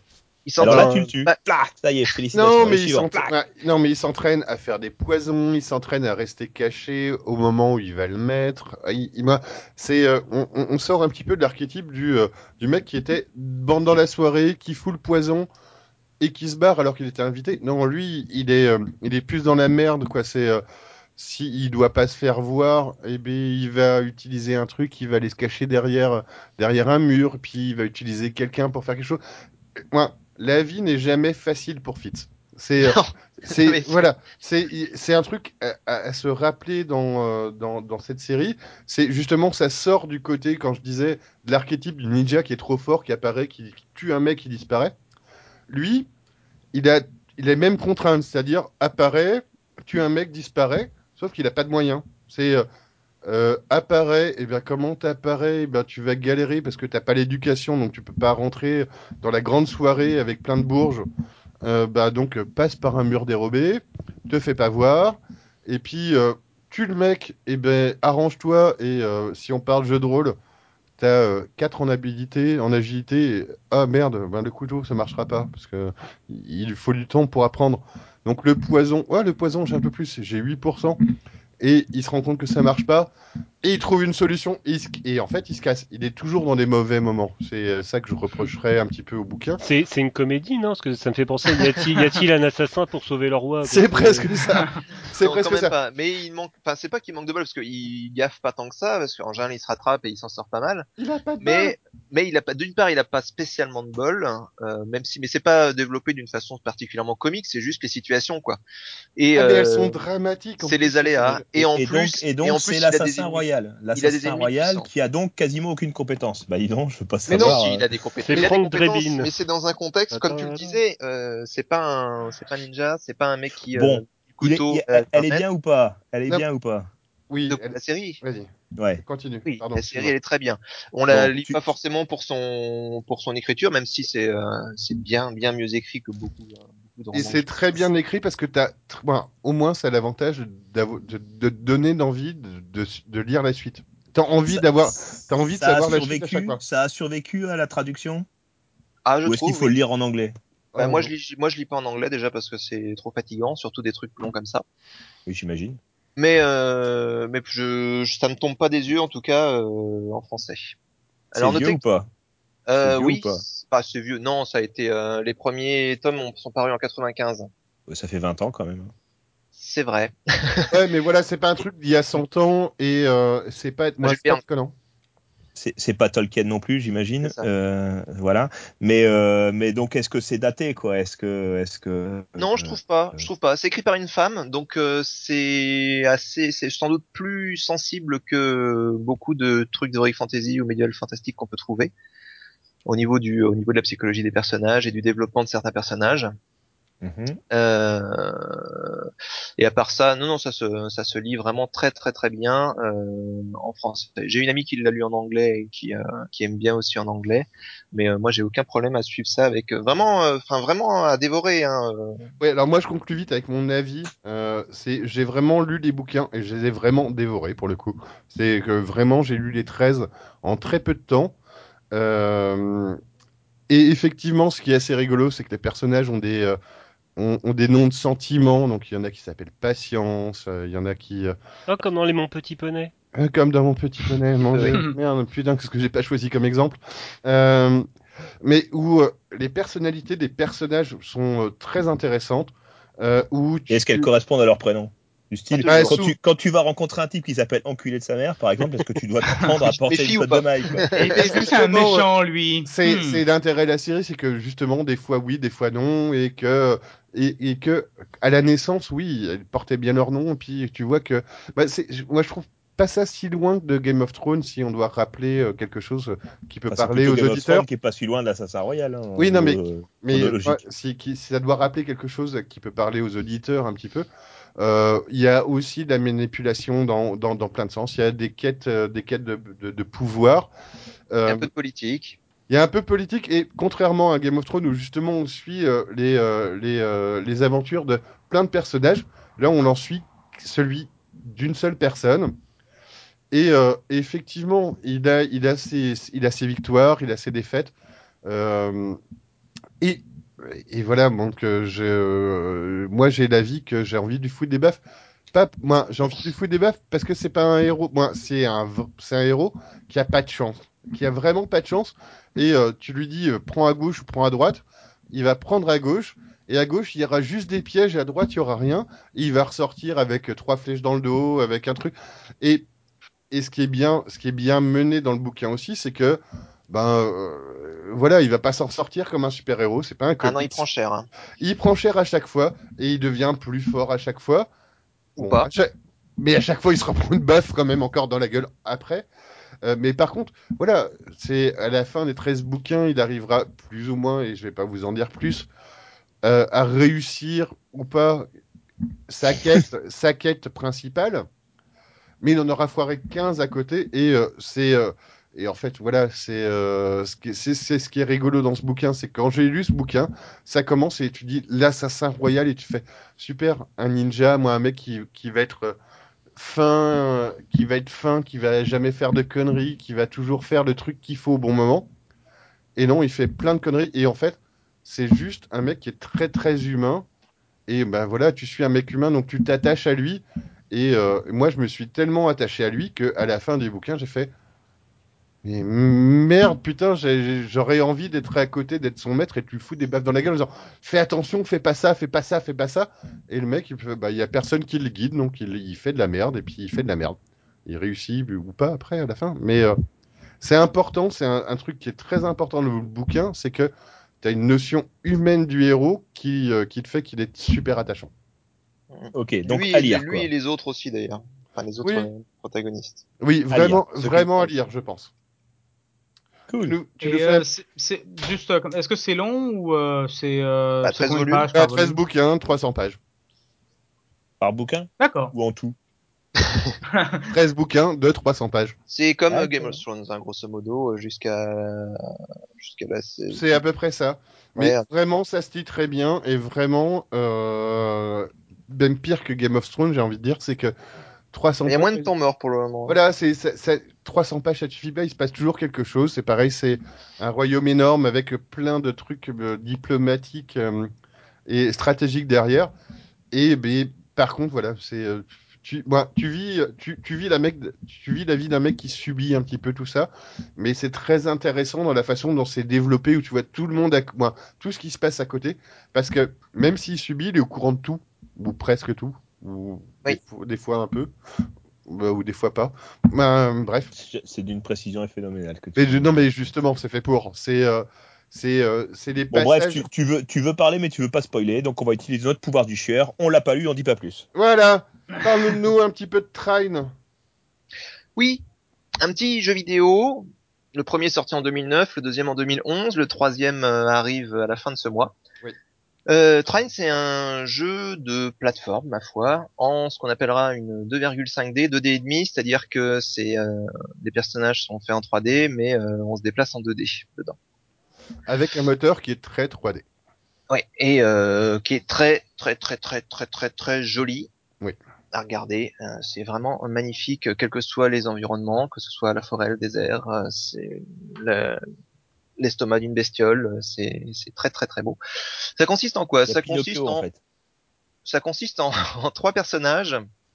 Il Alors là, s'entraîne. tu le tues. Bah, Plah, ça y est, félicitations. Non, Et mais il suivant. s'entra- Plah. ouais, non, mais il s'entraîne à faire des poisons, il s'entraîne à rester caché au moment où il va le mettre. Il, il m'a- c'est, euh, on, on- on sort un petit peu de l'archétype du, euh, du mec qui était pendant la soirée, qui fout le poison et qui se barre alors qu'il était invité. Non, lui, il est, euh, il est plus dans la merde, quoi. C'est, euh, si il doit pas se faire voir, eh ben, il va utiliser un truc, il va aller se cacher derrière, derrière un mur, puis il va utiliser quelqu'un pour faire quelque chose. Moi, la vie n'est jamais facile pour Fitz. C'est, euh, Non, c'est, mais c'est- voilà, c'est, c'est un truc à, à- à se rappeler dans, euh, dans, dans cette série. C'est justement, ça sort du côté, quand je disais, de l'archétype du ninja qui est trop fort, qui apparaît, qui, qui tue un mec, qui disparaît. Lui, il a, il est même contraint, c'est-à-dire apparaît, tue un mec, disparaît, sauf qu'il n'a pas de moyens. C'est euh, euh, apparaît, et bien comment t'apparais, eh ben tu vas galérer parce que t'as pas l'éducation, donc tu peux pas rentrer dans la grande soirée avec plein de bourges. Euh, bah donc euh, passe par un mur dérobé, te fais pas voir, et puis euh, tue le mec, et ben arrange-toi. Et euh, si on parle jeu de rôle, t'as euh, quatre en habilité, en agilité. Et, ah merde, ben le couteau ça marchera pas parce que il faut du temps pour apprendre. Donc le poison, ouais le poison j'ai un peu plus, j'ai huit pour cent et il se rend compte que ça marche pas et il trouve une solution et, il se- et en fait il se casse. Il est toujours dans des mauvais moments. C'est euh, ça que je reprocherais un petit peu au bouquin. C'est, c'est une comédie, non? Parce que ça me fait penser, y a-t-il, y a-t-il un assassin pour sauver le roi? Parce C'est que- presque ça. C'est non, quand presque même ça. pas. Mais il manque. Enfin, c'est pas qu'il manque de bol parce qu'il gaffe pas tant que ça, parce qu'en général il se rattrape et il s'en sort pas mal. Il a pas de bol. Mais mais il a pas. D'une part, il a pas spécialement de bol, euh, même si. Mais c'est pas développé d'une façon particulièrement comique. C'est juste les situations, quoi. Et Ah mais elles sont euh, dramatiques en c'est plus les ces aléas. séries. Et Et, en et donc, plus, et et en donc, c'est plus, il a des l'assassin ennemis. royal. Il a des L'assassin ennemis royal puissants. qui a donc quasiment aucune compétence. Bah dis donc, je veux pas Mais non, savoir. si, euh, il a des C'est compétences. Il a des Franck compétences, Drebin. mais c'est dans un contexte, comme tu le Ta-ta-ta. disais, euh, c'est pas un, c'est pas un ninja, c'est pas un mec qui euh, Bon, du il est, couteau il- à elle vingt est bien mètres. ou pas? Elle est Non, bien ou pas? oui, De elle- la série. vas-y, Ouais. continue. Oui, Pardon, la série excuse-moi. elle est très bien. On la Bon, lit tu, pas forcément pour son pour son écriture, même si c'est euh, c'est bien bien mieux écrit que beaucoup euh, beaucoup de Et romans que c'est j'ai très bien écrit parce que t'as, tr- bon, au moins ça a l'avantage d'avo- de, de te donner d'envie de, de, de lire la suite. T'as envie ça, d'avoir, t'as envie de ça a savoir la suite à chaque survécu, fois. ça a survécu à la traduction? Ah, je Ou est-ce qu'il trouve, faut le oui. lire en anglais? Bah, moi je Euh, lis moi je lis pas en anglais déjà parce que c'est trop fatigant, surtout des trucs longs comme ça. Oui, j'imagine. Mais euh, mais je, je- ça me tombe pas des yeux en tout cas euh, en français. C'est Alors vieux notez ou que pas? C'est euh, vieux ou oui, pas? c'est pas c'est vieux. Non, ça a été euh, les premiers tomes ont- sont parus en quatre-vingt-quinze. Ouais, ça fait vingt ans quand même. C'est vrai. ouais, mais voilà, c'est pas un truc d'il y a cent ans et euh, c'est pas être Bah, moins Jules Verne, stock que non. C'est c'est pas Tolkien non plus, c'est j'imagine. ça. Euh, voilà. Mais, euh, mais donc, est-ce que c'est daté, quoi? Est-ce que, est-ce que, Non, je euh, trouve pas. Je trouve pas. C'est écrit par une femme, donc euh, c'est assez, c'est sans doute plus sensible que beaucoup de trucs d'heroic fantasy ou médiéval fantastique qu'on peut trouver au niveau du, au niveau de la psychologie des personnages et du développement de certains personnages. mhm. Euh, et à part ça, non, non, ça se, ça se lit vraiment très, très, très bien euh, en français. J'ai une amie qui l'a lu en anglais et qui, euh, qui aime bien aussi en anglais, mais euh, moi, j'ai aucun problème à suivre ça avec euh, vraiment, euh, enfin, vraiment à dévorer. Hein, euh. Ouais, alors moi je conclue vite avec mon avis. Euh, c'est, j'ai vraiment lu les bouquins et je les ai vraiment dévorés pour le coup. C'est que vraiment j'ai lu les treize en très peu de temps. Euh, et effectivement, ce qui est assez rigolo, c'est que les personnages ont des, euh, ont, ont des noms de sentiments. Donc il y en a qui s'appellent Patience, euh, il y en a qui, euh, Oh, comme dans les Mon Petit Poney. euh, comme dans Mon Petit Poney, mon Oui. Dieu, merde, putain, qu'est-ce que j'ai pas choisi comme exemple. Euh, mais où euh, les personnalités des personnages sont euh, très intéressantes. Euh, où Et est-ce qu'elles tu, correspondent à leur prénom? Du Pas style, Ah, toujours. quand sous- tu, quand tu vas rencontrer un type qui s'appelle enculé de sa mère, par exemple, est-ce que tu dois t'apprendre à Mais, mais porter une fille ou cotte de pas? maille, quoi? Et, Et et est-ce que c'est un justement, euh, méchant, lui? c'est Hmm. c'est l'intérêt de la série, c'est que justement, des fois oui, des fois non, et que et, et que à la naissance, oui, elles portaient bien leur nom, et puis tu vois que, bah, c'est, je- moi je trouve pas ça si loin de Game of Thrones si on doit rappeler euh, quelque chose qui peut Enfin, c'est parler plutôt aux Game of auditeurs. Thrones qui est pas si loin de l'Assassin Royal, hein, au Oui, non, niveau mais euh, mais ouais, chronologique. si, qui- si ça doit rappeler quelque chose qui peut parler aux auditeurs un petit peu. Euh, Il y a aussi de la manipulation dans, dans, dans plein de sens. Il y a des quêtes, euh, des quêtes de, de, de pouvoir. Il y a Euh, un peu de politique. Il y a un peu de politique et contrairement à Game of Thrones où justement on suit euh, les, euh, les, euh, les aventures de plein de personnages, là on en suit celui d'une seule personne. Et euh, effectivement, il a, il, a ses, il a ses victoires, il a ses défaites. Euh, et et voilà, donc euh, je, euh, moi j'ai l'avis que j'ai envie de lui foutre des baffes. Pas, moi, j'ai envie de lui foutre des baffes parce que c'est pas un héros. Moi, c'est un, v- c'est un héros qui a pas de chance, qui a vraiment pas de chance. Et euh, tu lui dis, euh, prends à gauche ou prends à droite, il va prendre à gauche. Et à gauche, il y aura juste des pièges, et à droite, il y aura rien. Et il va ressortir avec euh, trois flèches dans le dos, avec un truc. Et, et ce qui est bien, ce qui est bien mené dans le bouquin aussi, c'est que, ben, euh, voilà, il va pas s'en sortir comme un super-héros. C'est pas un Ah non, il comics. prend cher, hein. Il prend cher à chaque fois et il devient plus fort à chaque fois. Ou Bon, à pas. chaque- mais à chaque fois, il se reprend une baffe quand même encore dans la gueule après. Euh, mais par contre, voilà, c'est à la fin des treize bouquins, il arrivera plus ou moins, et je vais pas vous en dire plus, euh, à réussir ou pas sa quête, sa quête principale. Mais il en aura foiré quinze à côté et euh, c'est euh, et en fait voilà c'est euh, ce qui est- c'est c'est ce qui est rigolo dans ce bouquin, c'est que quand j'ai lu ce bouquin, ça commence et tu dis l'assassin royal et tu fais super, un ninja, moi un mec qui qui va être euh, fin, euh, qui va être fin, qui va jamais faire de conneries, qui va toujours faire le truc qu'il faut au bon moment. Et non, il fait plein de conneries et en fait c'est juste un mec qui est très très humain et ben voilà, tu suis un mec humain, donc tu t'attaches à lui. Et euh, moi, je me suis tellement attaché à lui que à la fin du bouquin, j'ai fait mais merde, putain, j'ai- j'aurais envie d'être à côté, d'être son maître et de lui foutre des baffes dans la gueule en disant fais attention, fais pas ça, fais pas ça, fais pas ça. Et le mec, il fait, bah, il y a personne qui le guide, donc il, il fait de la merde et puis il fait de la merde. Il réussit ou pas après à la fin, mais euh, c'est important, c'est un, un truc qui est très important dans le bouquin, c'est que tu as une notion humaine du héros qui, euh, qui te fait qu'il est super attachant. Ok, donc Lui à et, les- lire, lui et quoi. les autres aussi d'ailleurs. Enfin, les autres Oui, euh, protagonistes. oui, À lire. vraiment, Ceux qui... vraiment à lire, je pense. Tu Cool. nous, tu nous Et fais euh, c'est c'est juste, euh, comme- est-ce que c'est long ou euh, c'est euh, Bah, c'est treize combien de volumes. pages à par treize volume? bouquins, trois cents pages. Par bouquin D'accord. ou en tout? treize bouquins de trois cents pages. C'est comme euh, Game of D'accord. Thrones, hein, grosso modo, euh, jusqu'à jusqu'à la. c'est- C'est à peu près ça. Mais Ouais, vraiment, ça se lit très bien. Et vraiment, euh, même pire que Game of Thrones, j'ai envie de dire, c'est que trois cents il y a moins de pages. temps mort pour le moment, hein. Voilà, c'est ça- ça- trois cents pages, ça te suffit pas. Il se passe toujours quelque chose. C'est pareil, c'est un royaume énorme avec plein de trucs euh, diplomatiques euh, et stratégiques derrière. Et ben, par contre, voilà, c'est euh, tu, moi, tu vis, tu, tu vis la mec, tu vis la vie d'un mec qui subit un petit peu tout ça, mais c'est très intéressant dans la façon dont c'est développé, où tu vois tout le monde, à, moi, tout ce qui se passe à côté, parce que même s'il subit, il est au courant de tout, ou presque tout, ou des, Oui. fois- des fois un peu, bah, ou des fois pas. Ben, bref. C'est c'est d'une précision phénoménale que tu Mais je- viens de non, dire. mais justement, c'est fait pour. C'est, euh, c'est, euh, c'est des Bon, bref, passages. tu, tu veux, tu veux parler, mais tu veux pas spoiler, donc on va utiliser notre pouvoir du chieur. On l'a pas lu, on dit pas plus. Voilà. Parle-nous un petit peu de Trine. Oui, un petit jeu vidéo. Le premier sorti en deux mille neuf, le deuxième en deux mille onze, le troisième euh, arrive à la fin de ce mois. Oui. Euh, Trine, c'est un jeu de plateforme, ma foi, en ce qu'on appellera une deux virgule cinq D, deux D et demi, c'est-à-dire que c'est euh, les personnages sont faits en trois D, mais euh, on se déplace en deux D dedans. Avec un moteur qui est très trois D. Ouais, et euh, qui est très très très très très très très joli Oui. à regarder. Euh, c'est vraiment magnifique, euh, quels que soient les environnements, que ce soit la forêt, le désert, euh, c'est le- l'estomac d'une bestiole, euh, c'est c'est très très très beau. Ça consiste en quoi? Il y a Ça consiste Pinocchio, en en fait. ça consiste en, en trois personnages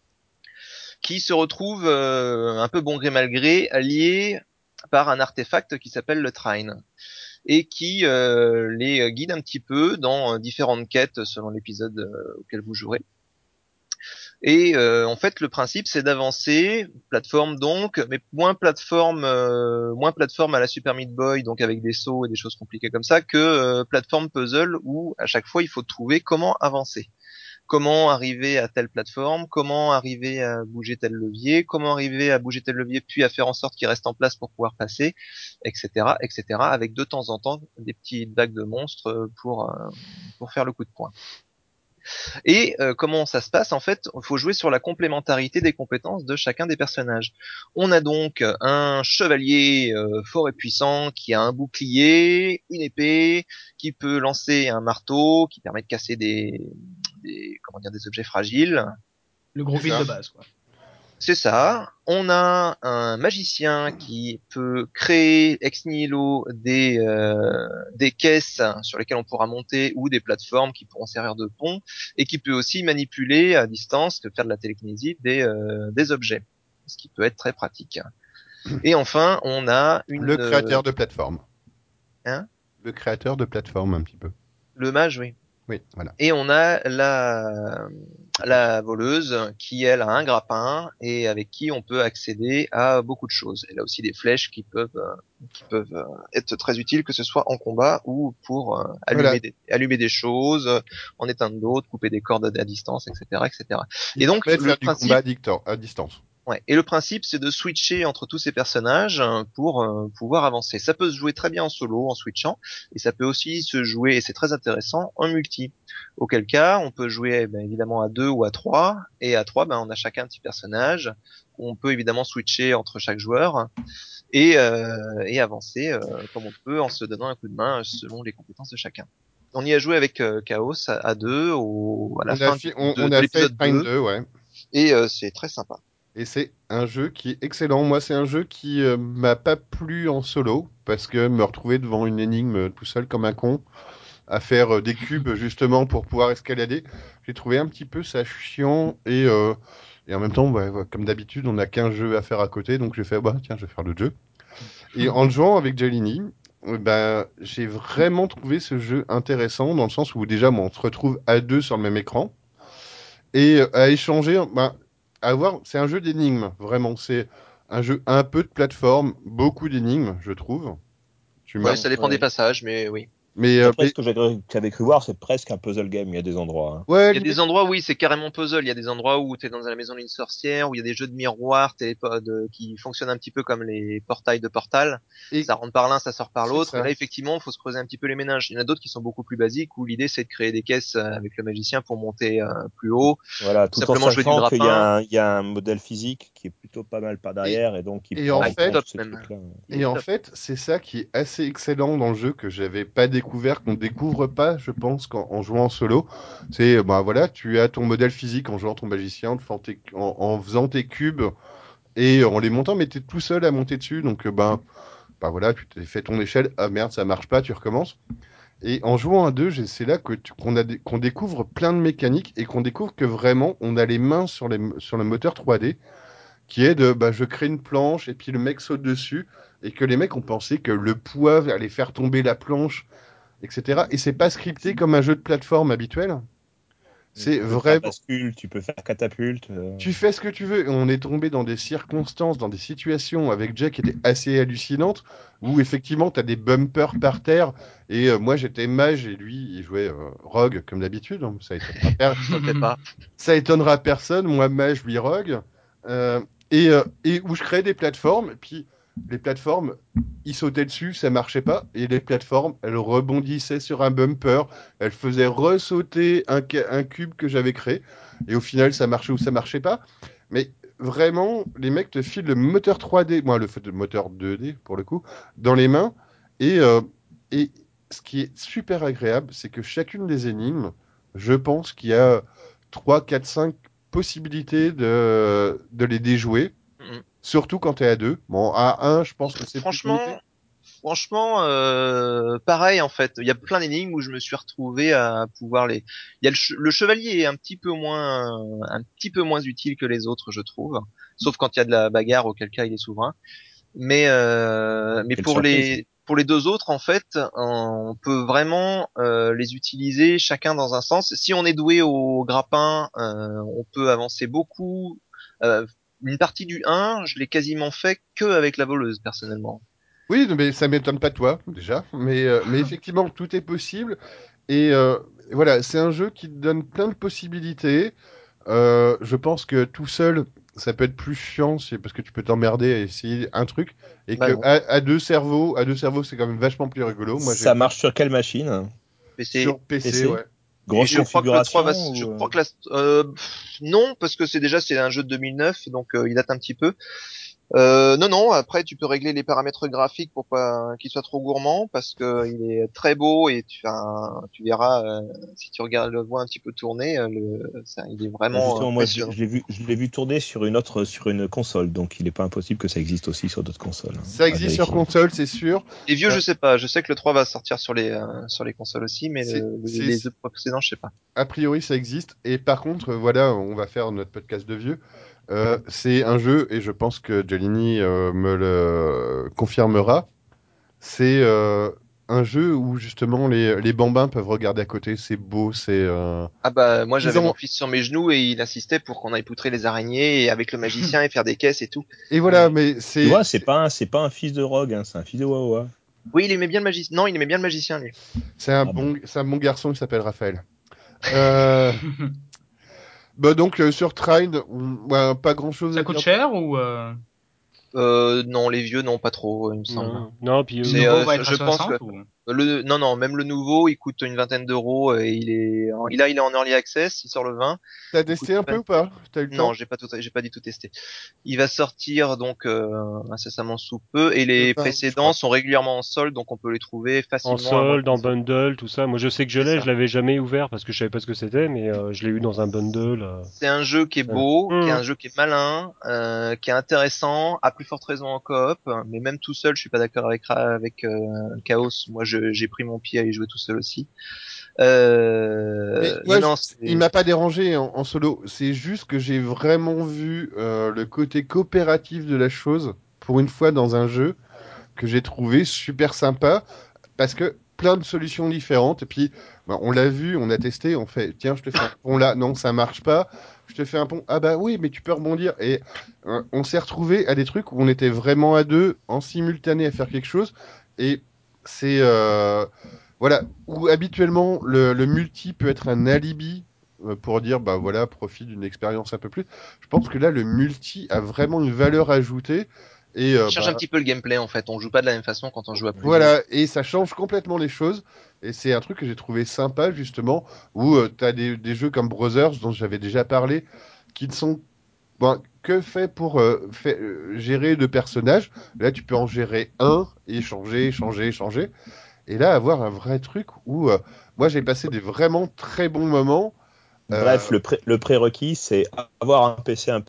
qui se retrouvent euh, un peu bon gré mal gré alliés par un artefact qui s'appelle le Trine et qui euh, les guide un petit peu dans euh, différentes quêtes selon l'épisode euh, auquel vous jouerez. Et euh, en fait, le principe, c'est d'avancer, plateforme donc, mais moins plateforme, euh, moins plateforme à la Super Meat Boy, donc avec des sauts et des choses compliquées comme ça, que euh, plateforme puzzle où à chaque fois il faut trouver comment avancer, comment arriver à telle plateforme, comment arriver à bouger tel levier, comment arriver à bouger tel levier, puis à faire en sorte qu'il reste en place pour pouvoir passer, et cetera, et cetera. Avec de temps en temps des petits bacs de monstres pour euh, pour faire le coup de poing. Et euh, comment ça se passe? En fait, il faut jouer sur la complémentarité des compétences de chacun des personnages. On a donc un chevalier euh, fort et puissant qui a un bouclier, une épée, qui peut lancer un marteau, qui permet de casser des, des comment dire des objets fragiles. Le gros C'est build ça. de base, quoi. C'est ça. On a un magicien qui peut créer ex nihilo des euh, des caisses sur lesquelles on pourra monter ou des plateformes qui pourront servir de pont et qui peut aussi manipuler à distance, faire de la télékinésie des euh, des objets, ce qui peut être très pratique. Et enfin, on a une Le créateur de plateforme. Hein Le créateur de plateforme, un petit peu. le mage, oui. Oui, voilà. Et on a la la voleuse qui elle a un grappin et avec qui on peut accéder à beaucoup de choses. Elle a aussi des flèches qui peuvent euh, qui peuvent euh, être très utiles, que ce soit en combat ou pour euh, allumer Voilà. des allumer des choses, euh, en éteindre d'autres, couper des cordes à distance, et cetera, et cetera. Il Et donc permet de le faire du combat principe à, dictor- à distance. Ouais. Et le principe, c'est de switcher entre tous ces personnages euh, pour euh, pouvoir avancer. Ça peut se jouer très bien en solo, en switchant, et ça peut aussi se jouer, et c'est très intéressant, en multi. Auquel cas, on peut jouer ben, évidemment à deux ou à trois, et à trois, ben, on a chacun un petit personnage. On peut évidemment switcher entre chaque joueur et, euh, et avancer euh, comme on peut en se donnant un coup de main selon les compétences de chacun. On y a joué avec euh, Chaos à, à deux au, à la On a, fin fi- du- on, de, on de a fait l'épisode Prime deux, deux, ouais. et euh, c'est très sympa. Et c'est un jeu qui est excellent. Moi, c'est un jeu qui euh, m'a pas plu en solo, parce que me retrouver devant une énigme euh, tout seul comme un con, à faire euh, des cubes justement pour pouvoir escalader, j'ai trouvé un petit peu ça chiant. Et, euh, et en même temps, ouais, ouais, comme d'habitude, on n'a qu'un jeu à faire à côté, donc j'ai fait, bah tiens, je vais faire le jeu. Et en le jouant avec Jelini, euh, bah, j'ai vraiment trouvé ce jeu intéressant, dans le sens où déjà, bon, on se retrouve à deux sur le même écran. Et euh, à échanger, ben, à voir, c'est un jeu d'énigmes, vraiment. C'est un jeu un peu de plateforme, beaucoup d'énigmes, je trouve. Tu Ouais, m'as. ça dépend des Ouais. passages, mais oui. Mais, euh, D'après mais ce que j'avais j'avais cru voir, c'est presque un puzzle game. Il y a des endroits. Hein. ouais, Il y a limite. des endroits, oui, c'est carrément puzzle. Il y a des endroits où tu es dans la maison d'une sorcière, où il y a des jeux de miroirs télépod euh, qui fonctionnent un petit peu comme les portails de Portal. Et Ça rentre par l'un, ça sort par c'est l'autre. Et là, ça. effectivement, il faut se creuser un petit peu les méninges. Il y en a d'autres qui sont beaucoup plus basiques, où l'idée, c'est de créer des caisses euh, avec le magicien pour monter euh, plus haut. Voilà, Tout tout en simplement jouer du sachant qu'il y grappin. a, un, il y a un modèle physique qui est plutôt pas mal par Et, derrière et donc qui et prend en Ah, en il est fait, compte top ces même. trucs-là. Il et est en top. fait, c'est ça qui est assez excellent dans le jeu que j'avais pas découvert, qu'on découvre pas, je pense, qu'en en jouant en solo. C'est, bah voilà, tu as ton modèle physique en jouant ton magicien, en, faisant tes- en- en faisant tes cubes et en les montant, mais tu es tout seul à monter dessus. Donc, euh, ben, bah voilà, tu t'es fait ton échelle. Ah merde, ça marche pas, tu recommences. Et en jouant à deux, j'ai- c'est là que tu- qu'on a des- qu'on découvre plein de mécaniques et qu'on découvre que vraiment on a les mains sur, les, sur le moteur trois D, qui est de bah, je crée une planche et puis le mec saute dessus, et que les mecs ont pensé que le poids allait faire tomber la planche, et cetera. Et c'est pas scripté comme un jeu de plateforme habituel. C'est Tu peux faire vraiment. bascule, tu peux faire catapulte. euh. Tu fais ce que tu veux. On est tombé dans des circonstances, dans des situations avec Jack qui étaient assez hallucinantes, où effectivement, tu as des bumpers par terre. Et euh, moi, j'étais mage et lui, il jouait euh, rogue, comme d'habitude. Hein. Ça étonnera, per- Ça me fait pas. ça étonnera personne. Moi, mage, lui, rogue. Euh, et, euh, et où je créais des plateformes. Et puis, les plateformes, ils sautaient dessus, ça marchait pas. Et les plateformes, elles rebondissaient sur un bumper. Elles faisaient ressauter un, ca- un cube que j'avais créé. Et au final, ça marchait ou ça marchait pas. Mais vraiment, les mecs te filent le moteur trois D, moi, le f- le moteur deux D pour le coup, dans les mains. Et, euh, et ce qui est super agréable, c'est que chacune des énigmes, je pense qu'il y a trois, quatre, cinq possibilités de, de les déjouer. Mhm. Surtout quand tu es à deux. Bon, à un, je pense que c'est plus limité. Franchement, franchement, euh, pareil en fait. Il y a plein d'énigmes où je me suis retrouvé à pouvoir les. Il y a le, che- le chevalier est un petit peu moins, un petit peu moins utile que les autres, je trouve. Sauf quand il y a de la bagarre, auquel cas il est souverain. Mais euh, mais Quelle pour surprise. les pour les deux autres en fait, on peut vraiment euh, les utiliser chacun dans un sens. Si on est doué au grappin, euh, on peut avancer beaucoup. Euh, une partie du un, je l'ai quasiment fait que avec la voleuse personnellement. Oui, mais ça m'étonne pas de toi, déjà. Mais, euh, mais effectivement, tout est possible. Et euh, voilà, c'est un jeu qui te donne plein de possibilités. Euh, je pense que tout seul, ça peut être plus chiant, c'est parce que tu peux t'emmerder à essayer un truc, et Bah que non, à, à deux cerveaux, à deux cerveaux, c'est quand même vachement plus rigolo. Moi, j'ai Ça marche sur quelle machine? P C. sur P C, P C? ouais. Et Grosse je crois que le trois va, configuration s- je ou euh, crois que la, euh, pff, non, parce que c'est déjà c'est un jeu de deux mille neuf, donc euh, il date un petit peu. Euh, non, non. Après, tu peux régler les paramètres graphiques pour pas qu'il soit trop gourmand, parce que il est très beau et tu, enfin, tu verras euh, si tu regardes le vois un petit peu tourner, euh, le, ça, il est Bah, vraiment justement, moi, je, l'ai- impressionnant. je l'ai vu, je l'ai vu tourner sur une autre, sur une console, donc il n'est pas impossible que ça existe aussi sur d'autres consoles, hein, Ça à existe sur vérifier. console, c'est sûr. Les vieux, Euh, je sais pas. Je sais que le trois va sortir sur les euh, sur les consoles aussi, mais c'est, le, le- c'est, les deux précédents, je sais pas. a priori, ça existe. Et par contre, euh, voilà, on va faire notre podcast de vieux. Euh, c'est un jeu, et je pense que Jolini euh, me le confirmera. C'est euh, un jeu où justement les, les bambins peuvent regarder à côté. C'est beau, c'est. Euh... Ah bah moi Ils j'avais mon ont... fils sur mes genoux et il insistait pour qu'on aille poutrer les araignées et avec le magicien et faire des caisses et tout. Et Ah voilà, oui. mais Tu c'est. vois, c'est C'est pas, un, c'est pas un fils de Rogue, hein, c'est un fils de Wawa. Oui, il aimait bien le magicien. Non, il aimait bien le magicien lui. c'est un Ah bon. bon, c'est un bon garçon qui s'appelle Raphaël. Euh... Bah donc euh, sur Trine, on- ouais, pas grand chose Ça à coûte dire. cher ou euh, Euh, non, les vieux non pas trop, il me semble. Non, non, puis le C'est, euh, nouveau euh, va je être à je pense que soixante ou le non non même le nouveau il coûte une vingtaine d'euros et il est en- il a il est en early access, il sort le vingt. T'as Il coûte testé un peu vingt. ou pas? T'as eu le Non, temps? j'ai pas tout j'ai pas du tout testé. Il va sortir donc euh, incessamment sous peu et Le les vingt août, je précédents crois. sont régulièrement en solde donc on peut les trouver en facilement à moins de solde, en quinze euros. bundle, tout ça. Moi, je sais que je C'est l'ai, je ça. l'avais jamais ouvert parce que je savais pas ce que c'était, mais euh, je l'ai eu dans un bundle. euh. C'est un jeu qui est Ouais. beau, qui est Hum. un jeu qui est malin, euh, qui est intéressant, à plus forte raison en coop, mais même tout seul, je suis pas d'accord avec Ra- avec euh, Chaos. Moi, je- j'ai pris mon pied à y jouer tout seul aussi. Mais Euh, non, moi, je- non, il c'est m'a pas dérangé en, en solo. C'est juste que j'ai vraiment vu euh, le côté coopératif de la chose pour une fois dans un jeu que j'ai trouvé super sympa parce que plein de solutions différentes. Et puis, bah, on l'a vu, on a testé, on fait, tiens, je te fais un pont là, non, ça marche pas. Je te fais un pont, ah bah oui, mais tu peux rebondir. Et euh, on s'est retrouvé à des trucs où on était vraiment à deux, en simultané à faire quelque chose. Et c'est, euh, voilà, où habituellement le, le multi peut être un alibi euh, pour dire, bah voilà, profite d'une expérience un peu plus. Je pense que là, le multi a vraiment une valeur ajoutée. Et il euh, change un bah, petit peu le gameplay en fait. On joue pas de la même façon quand on joue à plusieurs. voilà, et ça change complètement les choses. Et c'est un truc que j'ai trouvé sympa, justement, où tu as des, des jeux comme Brothers, dont j'avais déjà parlé, qui ne sont bon, que faits pour euh, fait- euh, gérer deux personnages. Là, tu peux en gérer un, et changer, changer, changer. Et là, avoir un vrai truc où euh, moi, j'ai passé des vraiment très bons moments. Bref, Euh, le, pré- le prérequis, c'est avoir un P C un peu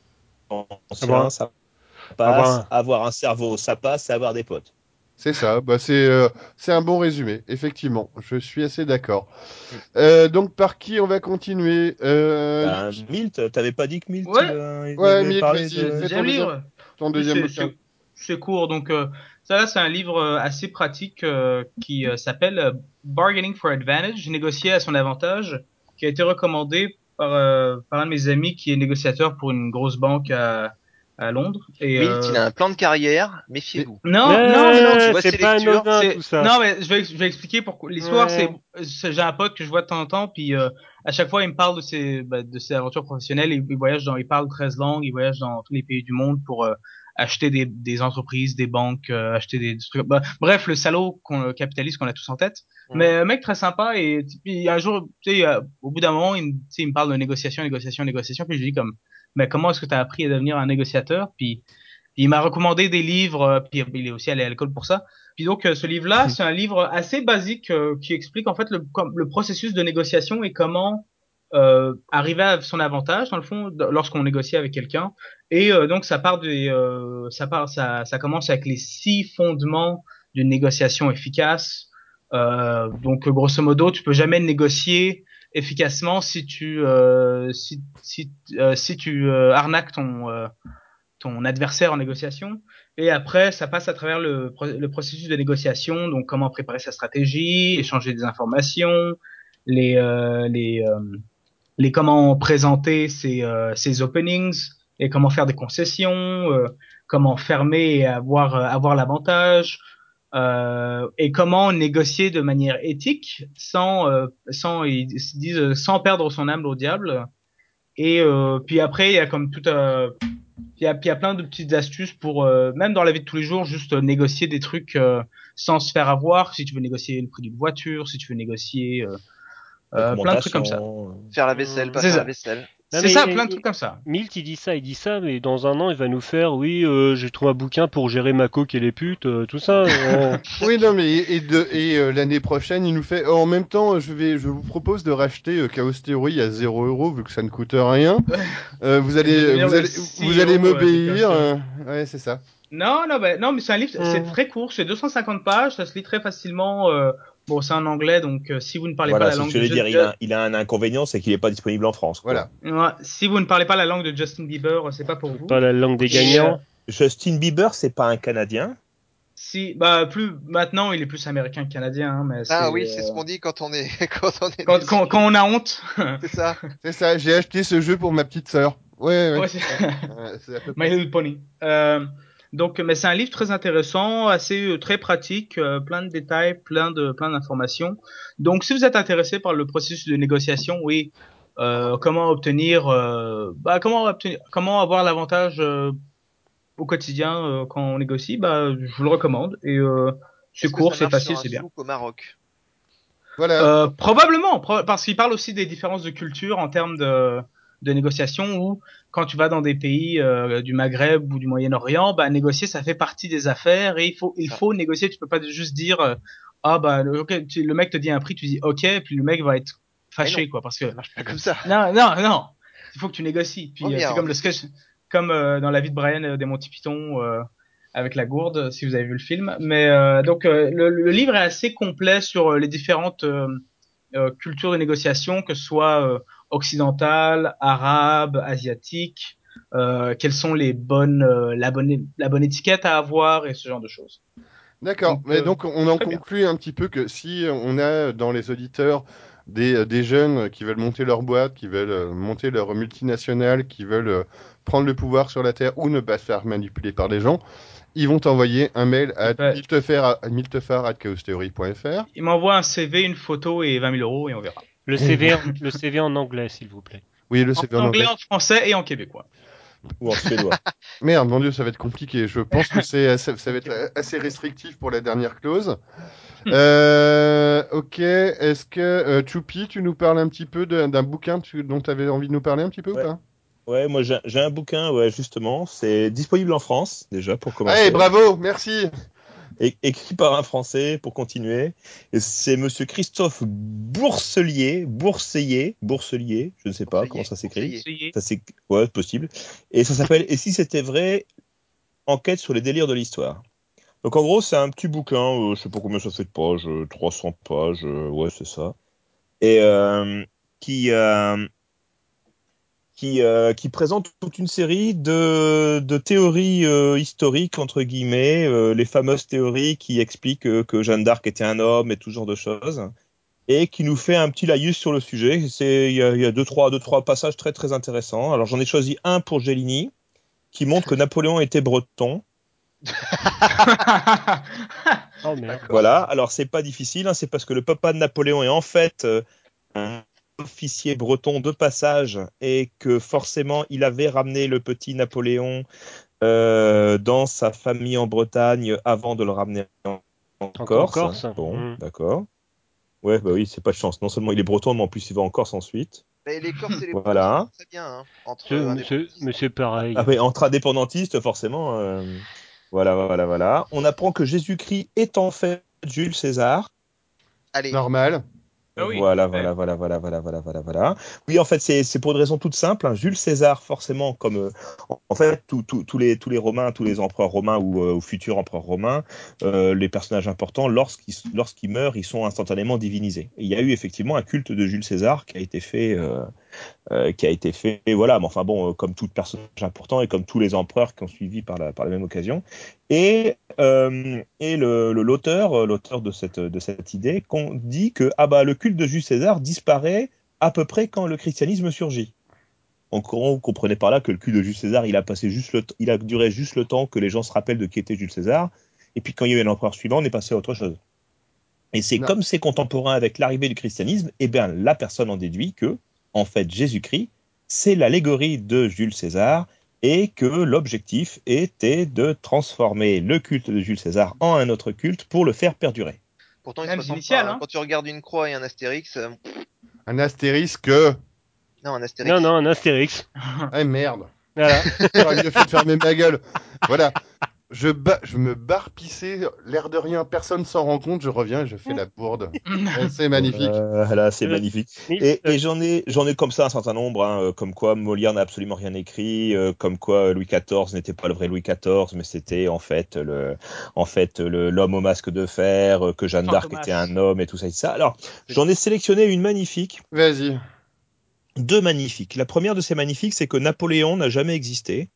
Avoir, ancien, ça avoir passe. un- Avoir un cerveau, ça passe. Et avoir des potes. c'est ça, bah, c'est euh, c'est un bon résumé, effectivement. Je suis assez d'accord. Euh, donc, par qui on va continuer euh, Ben, Milt, t'avais pas dit que Milt, il, ouais, euh, il Ouais, avait Milt, parlé vas-y, le de. fais ton deuxième deuxième, livre. ton Lui, deuxième c'est bouquin. c'est c'est court donc euh, ça là c'est un livre euh, assez pratique euh, qui euh, s'appelle euh, Bargaining for Advantage, négocier à son avantage, qui a été recommandé par euh, par un de mes amis qui est négociateur pour une grosse banque à à Londres et Milt, il euh, a un plan de carrière, Mais, méfiez-vous. non, non, mais non, Tu Eh, vois c'est ses pas lectures. anodin tout c'est ça. non, mais je vais je vais expliquer pourquoi l'histoire. C'est Ouais. c'est- j'ai un pote que je vois de temps en temps, puis euh, à chaque fois il me parle de ses bah, de ses aventures professionnelles. Il, il voyage dans, il parle treize langues, il voyage dans tous les pays du monde pour euh, acheter des des entreprises, des banques, euh, acheter des, des trucs. Bah, bref, le salaud qu'on, le capitaliste qu'on a tous en tête. Mhm. Mais un mec très sympa et puis un jour, tu sais, euh, au bout d'un moment, il, me- tu sais, il me parle de négociation, négociation, négociation, puis je lui dis comme, mais comment est-ce que tu as appris à devenir un négociateur? Puis il m'a recommandé des livres, euh, puis il est aussi allé à l'école pour ça. Puis donc euh, ce livre-là, c'est un livre assez basique euh, qui explique en fait le, com- le processus de négociation et comment euh, arriver à son avantage dans le fond d- lorsqu'on négocie avec quelqu'un. Et euh, donc ça part des, euh, ça part, ça, ça commence avec les six fondements d'une négociation efficace. Euh, donc grosso modo, tu peux jamais négocier efficacement si tu euh, si si euh, si tu euh, arnaques ton euh, ton adversaire en négociation. Et après, ça passe à travers le, le processus de négociation, donc comment préparer sa stratégie, échanger des informations, les, euh, les, euh, les comment présenter ses, euh, ses openings, et comment faire des concessions, euh, comment fermer et avoir, euh, avoir l'avantage, euh, et comment négocier de manière éthique sans, euh, sans, ils se disent, sans perdre son âme au diable. Et euh, puis après, il y a comme tout, euh, puis il y a, puis il y a plein de petites astuces pour, euh, même dans la vie de tous les jours, juste euh, négocier des trucs euh, sans se faire avoir. Si tu veux négocier le prix d'une voiture, si tu veux négocier euh, euh, plein de trucs comme ça. Documentation. Faire la vaisselle, Hmm. pas C'est faire la ça. vaisselle. Non, C'est mais- ça, plein de trucs comme ça. Milt, il dit ça, il dit ça, mais dans un an, il va nous faire, oui, euh, j'ai trouvé un bouquin pour gérer ma coque et les putes, euh, tout ça. euh. Oui, non, mais et, de, et euh, l'année prochaine, il nous fait. Oh, en même temps, je vais, je vous propose de racheter euh, Chaos Theory à zéro euro vu que ça ne coûte rien. Euh, vous Et de allez, devenir vous le allez, vous allez C E O, euh, de m'obéir. Chaos euh, Theory. Ouais, c'est ça. Non, non, bah, non, mais c'est un livre, c'est Hmm. très court, c'est deux cent cinquante pages, ça se lit très facilement. euh, bon, c'est en anglais, donc euh, si vous ne parlez pas Voilà, la c'est ce langue que de je veux Ju- dire. Il Ju- a, il a un inconvénient, c'est qu'il n'est pas disponible en France, quoi. Voilà. ouais, si vous ne parlez pas la langue de Justin Bieber, euh, c'est pas pour vous. Pas la langue des Et euh, gagnants. Justin Bieber, c'est pas un Canadien. si, bah, plus maintenant, il est plus américain que canadien, hein, mais c'est Ah oui, c'est ce euh, qu'on dit quand on est quand on est quand, des quand, quand on a honte. C'est ça. C'est ça. J'ai acheté ce jeu pour ma petite sœur. Ouais, ouais. Ouais, c'est Ouais, c'est à peu My près. Little Pony. Euh, donc, mais c'est un livre très intéressant, assez euh, très pratique, euh, plein de détails, plein de plein d'informations. Donc, si vous êtes intéressé par le processus de négociation, oui, euh, comment obtenir, euh, bah, comment obtenir, comment avoir l'avantage euh, au quotidien euh, quand on négocie, bah, je vous le recommande. Et euh, c'est Est-ce que ça court, c'est marche sur facile, un c'est bien. souk au Maroc? Voilà. Euh, probablement, pro- parce qu'il parle aussi des différences de culture en termes de, de négociation où quand tu vas dans des pays euh, du Maghreb ou du Moyen-Orient, bah négocier ça fait partie des affaires et il faut il Ça. faut négocier. Tu peux pas juste dire euh, ah bah le, ok, tu- le mec te dit un prix, tu dis ok, puis le mec va être Mais non, fâché quoi parce que ça marche pas comme ça. non non non, il faut que tu négocies. Puis euh, Reviens, c'est on comme le discute. sketch, comme euh, dans la vie de Brian euh, des Monty Python. Euh, avec la gourde, si vous avez vu le film. Mais euh, donc euh, le, le livre est assez complet sur euh, les différentes euh, euh, culture de négociation, que ce soit euh, occidentale, arabe, asiatique, euh, quelles sont les bonnes, euh, la bonne, la bonne étiquette à avoir et ce genre de choses. D'accord. Donc, Mais euh, donc, on en très bien. conclut un petit peu que si on a dans les auditeurs des, euh, des jeunes qui veulent monter leur boîte, qui veulent euh, monter leur multinationale, qui veulent euh, prendre le pouvoir sur la Terre ou ne pas se faire manipuler par des gens, ils vont t'envoyer un mail à Il, peut- miltefar à miltefar arobase chaostheory point f r. il m'envoie un C V, une photo et vingt mille euros et on verra. Le C V, en- le C V en anglais, s'il vous plaît. Oui, le En C V en anglais, anglais. en français et en québécois. Ou en suédois. Merde, mon Dieu, ça va être compliqué. Je pense que c'est assez- ça va Ok. être assez restrictif pour la dernière clause. Euh, ok, est-ce que euh, Choupi, tu nous parles un petit peu de- d'un bouquin tu- dont tu avais envie de nous parler un petit peu ou Ouais, pas? ouais, moi j'ai j'ai un bouquin, ouais, justement. C'est disponible en France, déjà, pour Allez, commencer. bravo, merci. É- écrit par un Français, pour continuer. Et c'est monsieur Christophe Bourselier, Bourseiller, Bourselier, je ne sais pas comment Conseiller, ça s'écrit. conseiller. Essayez. Ça c'est, ouais, possible. Et ça s'appelle Et si c'était vrai, enquête sur les délires de l'histoire. Donc en gros, c'est un petit bouquin, euh, je sais pas combien ça fait de pages, euh, trois cents pages, euh, ouais, c'est ça. Et euh, qui, euh, qui, euh, qui présente toute une série de, de théories euh, historiques, entre guillemets, euh, les fameuses théories qui expliquent euh, que Jeanne d'Arc était un homme et tout ce genre de choses, et qui nous fait un petit laïus sur le sujet. C'est, il y a, il y a deux, trois, deux, trois passages très, très intéressants. Alors j'en ai choisi un pour Gélini, qui montre que Napoléon était breton. Oh merde. D'accord. Voilà, alors c'est pas difficile, hein, c'est parce que le papa de Napoléon est en fait euh, un officier breton de passage et que forcément il avait ramené le petit Napoléon euh, dans sa famille en Bretagne avant de le ramener en, en En, en Corse. Corse. Bon, Hmm. d'accord. Ouais, bah oui, c'est pas de chance. Non seulement il est breton, mais en plus il va en Corse ensuite. Mais les Corses et les Bretons Voilà. s'entendent très bien, hein, entre Monsieur, euh, monsieur, indépendantistes. monsieur pareil. Ah, mais entre indépendantistes, forcément. euh, Voilà, voilà, voilà. On apprend que Jésus-Christ est en fait Jules César. Allez, Normal. Ah oui, Voilà, ouais. voilà, voilà, voilà, voilà, voilà, voilà, voilà. Oui, en fait, c'est c'est pour une raison toute simple, hein. Jules César, forcément, comme euh, en en fait tous tous tous les tous les Romains, tous les empereurs romains ou, euh, ou futurs empereurs romains, euh, les personnages importants, lorsqu'ils lorsqu'ils meurent, ils sont instantanément divinisés. Et il y a eu effectivement un culte de Jules César qui a été fait, euh, euh, qui a été fait, et voilà. Mais enfin bon, euh, comme tout personnage important et comme tous les empereurs qui ont suivi par la par la même occasion. Et euh, et le le- l'auteur euh, l'auteur de cette de cette idée qu'on dit que ah bah le culte de Jules César disparaît à peu près quand le christianisme surgit. En gros, vous comprenez par là que le culte de Jules César, il a passé juste le t- il a duré juste le temps que les gens se rappellent de qui était Jules César. Et puis quand il y a eu l'empereur suivant, on est passé à autre chose. Et c'est Non. comme c'est contemporain avec l'arrivée du christianisme, eh bien la personne en déduit que, en fait, Jésus-Christ, c'est l'allégorie de Jules César et que l'objectif était de transformer le culte de Jules César en un autre culte pour le faire perdurer. pourtant ils se Mêmes ressemblent initiales, pas, hein. hein. Quand tu regardes une croix et un astérix, euh, Un astérisque. Non, un Astérix. Non, non, un Astérix. Ah merde. Voilà. J'aurais mieux fait de fermer ma gueule. Voilà. Je, ba- je me barre pisser, l'air de rien, personne s'en rend compte, je reviens et je fais la bourde. Ouais, c'est magnifique. Euh, là, c'est Euh, magnifique. mais, Et, euh, et j'en ai, j'en ai comme ça un certain nombre, hein, euh, comme quoi Molière n'a absolument rien écrit, euh, comme quoi Louis quatorze n'était pas le vrai Louis quatorze, mais c'était en fait le, en fait le, l'homme au masque de fer, euh, que Jeanne d'Arc Fantomas. était un homme et tout ça et tout ça. Alors, j'en ai sélectionné une magnifique, Vas-y. deux magnifiques. La première de ces magnifiques, c'est que Napoléon n'a jamais existé.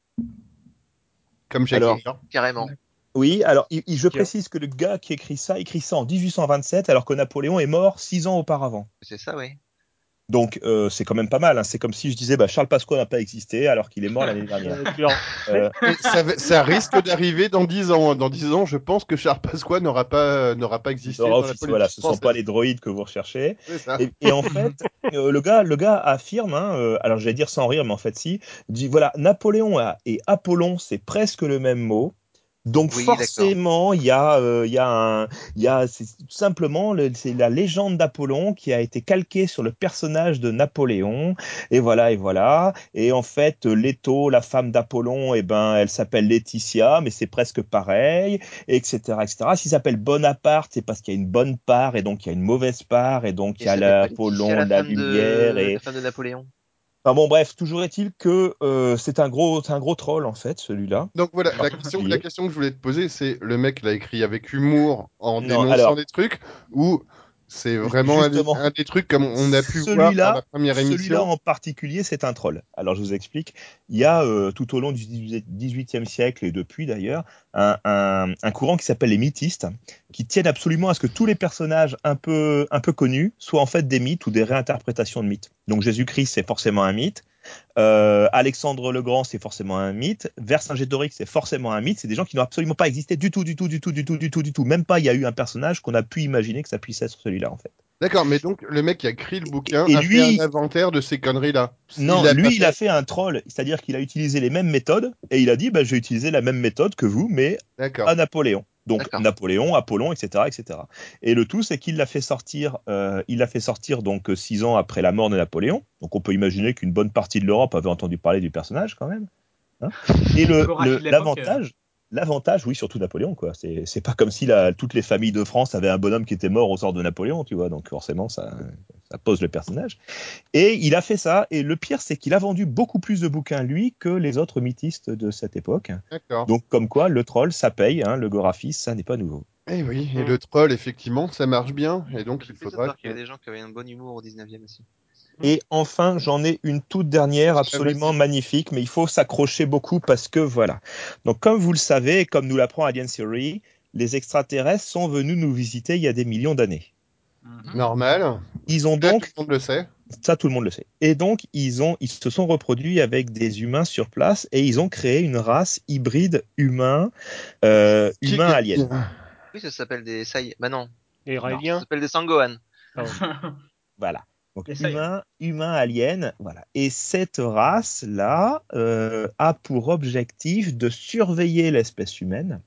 Comme Alors, Shakespeare. Carrément. oui, alors il- il- je Tiens. précise que le gars qui écrit ça, écrit ça en dix-huit cent vingt-sept, alors que Napoléon est mort six ans auparavant. C'est ça, oui. Donc euh, c'est quand même pas mal, hein. C'est comme si je disais bah, Charles Pasqua n'a pas existé alors qu'il est mort l'année dernière. euh, tu leur- Euh, Et ça, va- ça risque d'arriver dans dix ans. Dans dix ans, je pense que Charles Pasqua n'aura pas, n'aura pas existé Nora dans la Office, voilà, politique ce sont pas française. les droïdes que vous recherchez. C'est ça. Et, et en fait, euh, le gars, le gars affirme, hein, euh, alors j'allais dire sans rire, mais en fait si, dit voilà, Napoléon a- et Apollon, c'est presque le même mot. Donc Oui, d'accord. forcément, il y a, euh, il y a un, il y a, c'est tout simplement, le- c'est la légende d'Apollon qui a été calquée sur le personnage de Napoléon. Et voilà, et voilà. Et en fait, Leto, la femme d'Apollon, eh ben, elle s'appelle Laetitia, mais c'est presque pareil, et cetera, et cetera. S'il s'appelle Bonaparte, c'est parce qu'il y a une bonne part, et donc il y a une mauvaise part, et donc Et il y a ça s'appelle pas l'Apollon, Laetitia, la de la femme lumière, de, et la femme de Napoléon. enfin bon, bref, toujours est-il que euh, c'est un gros, c'est un gros troll en fait, celui-là. Donc voilà, En la question, la particulier. question que je voulais te poser, c'est le mec l'a écrit avec humour en Non, dénonçant alors. des trucs ou c'est vraiment un, des- Justement, un des trucs comme on a pu voir dans la celui-là, première celui-là émission? en particulier, c'est un troll. Alors je vous explique. Il y a euh, tout au long du dix-huitième siècle et depuis d'ailleurs un, un, un courant qui s'appelle les mythistes, qui tiennent absolument à ce que tous les personnages un peu un peu connus soient en fait des mythes ou des réinterprétations de mythes. Donc Jésus-Christ, c'est forcément un mythe. Euh, Alexandre le Grand, c'est forcément un mythe. Vercingétorix, c'est forcément un mythe. C'est des gens qui n'ont absolument pas existé du tout, du tout, du tout, du tout, du tout, du tout. Même pas, il y a eu un personnage qu'on a pu imaginer que ça puisse être celui-là, en fait. D'accord, mais donc le mec qui a écrit le bouquin Et a fait un lui, inventaire de ces conneries-là. non, Il a pas lui, il a fait. fait un troll, c'est-à-dire qu'il a utilisé les mêmes méthodes et il a dit, bah, j'ai utilisé la même méthode que vous, mais D'accord. à Napoléon. Donc D'accord. Napoléon, Apollon, et cetera, et cetera. Et le tout, c'est qu'il l'a fait sortir, euh, il l'a fait sortir donc six ans après la mort de Napoléon. Donc on peut imaginer qu'une bonne partie de l'Europe avait entendu parler du personnage quand même. Hein. Et le, Gorafi le, de l'époque. euh, l'avantage, l'avantage, oui, surtout Napoléon, quoi. C'est, c'est pas comme si la, toutes les familles de France avaient un bonhomme qui était mort au sort de Napoléon, tu vois. Donc forcément, ça, ça pose le personnage. Et il a fait ça. Et le pire, c'est qu'il a vendu beaucoup plus de bouquins, lui, que les autres mythistes de cette époque. D'accord. Donc, comme quoi, le troll, ça paye. Hein, le Gorafi, ça n'est pas nouveau. Eh oui, et Mm. le troll, effectivement, ça marche bien. Et donc, J'ai il plaisir de faudra voir qu'il y que. avait des gens qui avaient un bon humour au dix-neuvième aussi. Et enfin, j'en ai une toute dernière, absolument vas-y. magnifique, mais il faut s'accrocher beaucoup parce que voilà. Donc, comme vous le savez, comme nous l'apprend Alien Theory, les extraterrestres sont venus nous visiter il y a des millions d'années. mhm. Normal. Ils ont Là, tout donc, le monde le sait. ça tout le monde le sait, et donc ils ont, ils se sont reproduits avec des humains sur place et ils ont créé une race hybride humain, euh, Qui- humain alien. Oui, ça s'appelle des Sai. Bah non, Les Non, ça Raéliens. s'appelle des Sangohan. Pardon. voilà. Donc Et ça y est. humain, humain alien, voilà. Et cette race-là euh, a pour objectif de surveiller l'espèce humaine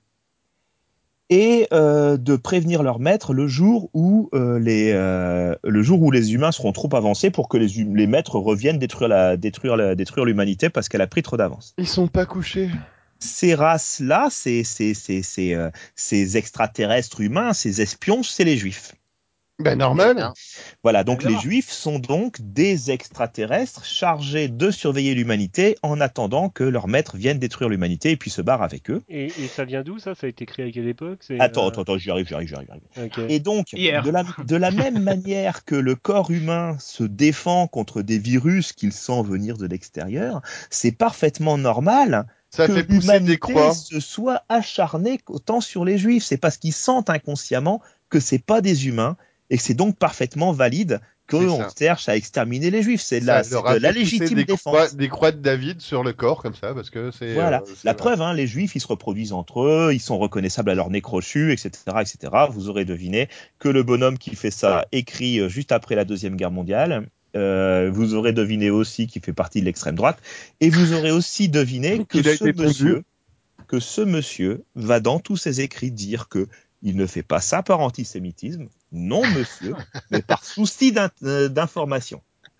et euh, de prévenir leur maître le jour où euh, les euh, le jour où les humains seront trop avancés pour que les, hum- les maîtres reviennent détruire la détruire la, détruire l'humanité parce qu'elle a pris trop d'avance. Ils sont pas couchés. Ces races-là, ces ces ces ces, euh, ces extraterrestres humains, ces espions, c'est les juifs. Ben, Eh normal. bien, Voilà, donc les Évidemment. juifs sont donc des extraterrestres chargés de surveiller l'humanité en attendant que leur maître vienne détruire l'humanité et puis se barre avec eux. Et, et ça vient d'où ça? Ça a été créé à quelle époque? C'est, Attends, euh, attends, attends, j'y arrive, j'y arrive, j'y arrive. j'y arrive. ok. Et donc, Hier. de la, de la même manière que le corps humain se défend contre des virus qu'il sent venir de l'extérieur, c'est parfaitement normal Ça que fait pousser des l'humanité croix. se soit acharnée autant sur les juifs. C'est parce qu'ils sentent inconsciemment que c'est pas des humains et que c'est donc parfaitement valide C'est qu'on ça. cherche à exterminer les juifs. C'est de Ça la, leur c'est de a la fait pousser légitime des croix, défense. des croix de David sur le corps, comme ça, parce que c'est. Voilà. euh, c'est La vrai. preuve, hein, les juifs, ils se reproduisent entre eux, ils sont reconnaissables à leur nez crochu, et cetera, et cetera. Vous aurez deviné que le bonhomme qui fait ça écrit euh, juste après la Deuxième Guerre mondiale. Euh, vous aurez deviné aussi qu'il fait partie de l'extrême droite. Et vous aurez aussi deviné que Qu'il a ce été pondu. monsieur, que ce monsieur va dans tous ses écrits dire que il ne fait pas ça par antisémitisme. Non, monsieur, mais par souci d'in- euh, d'information.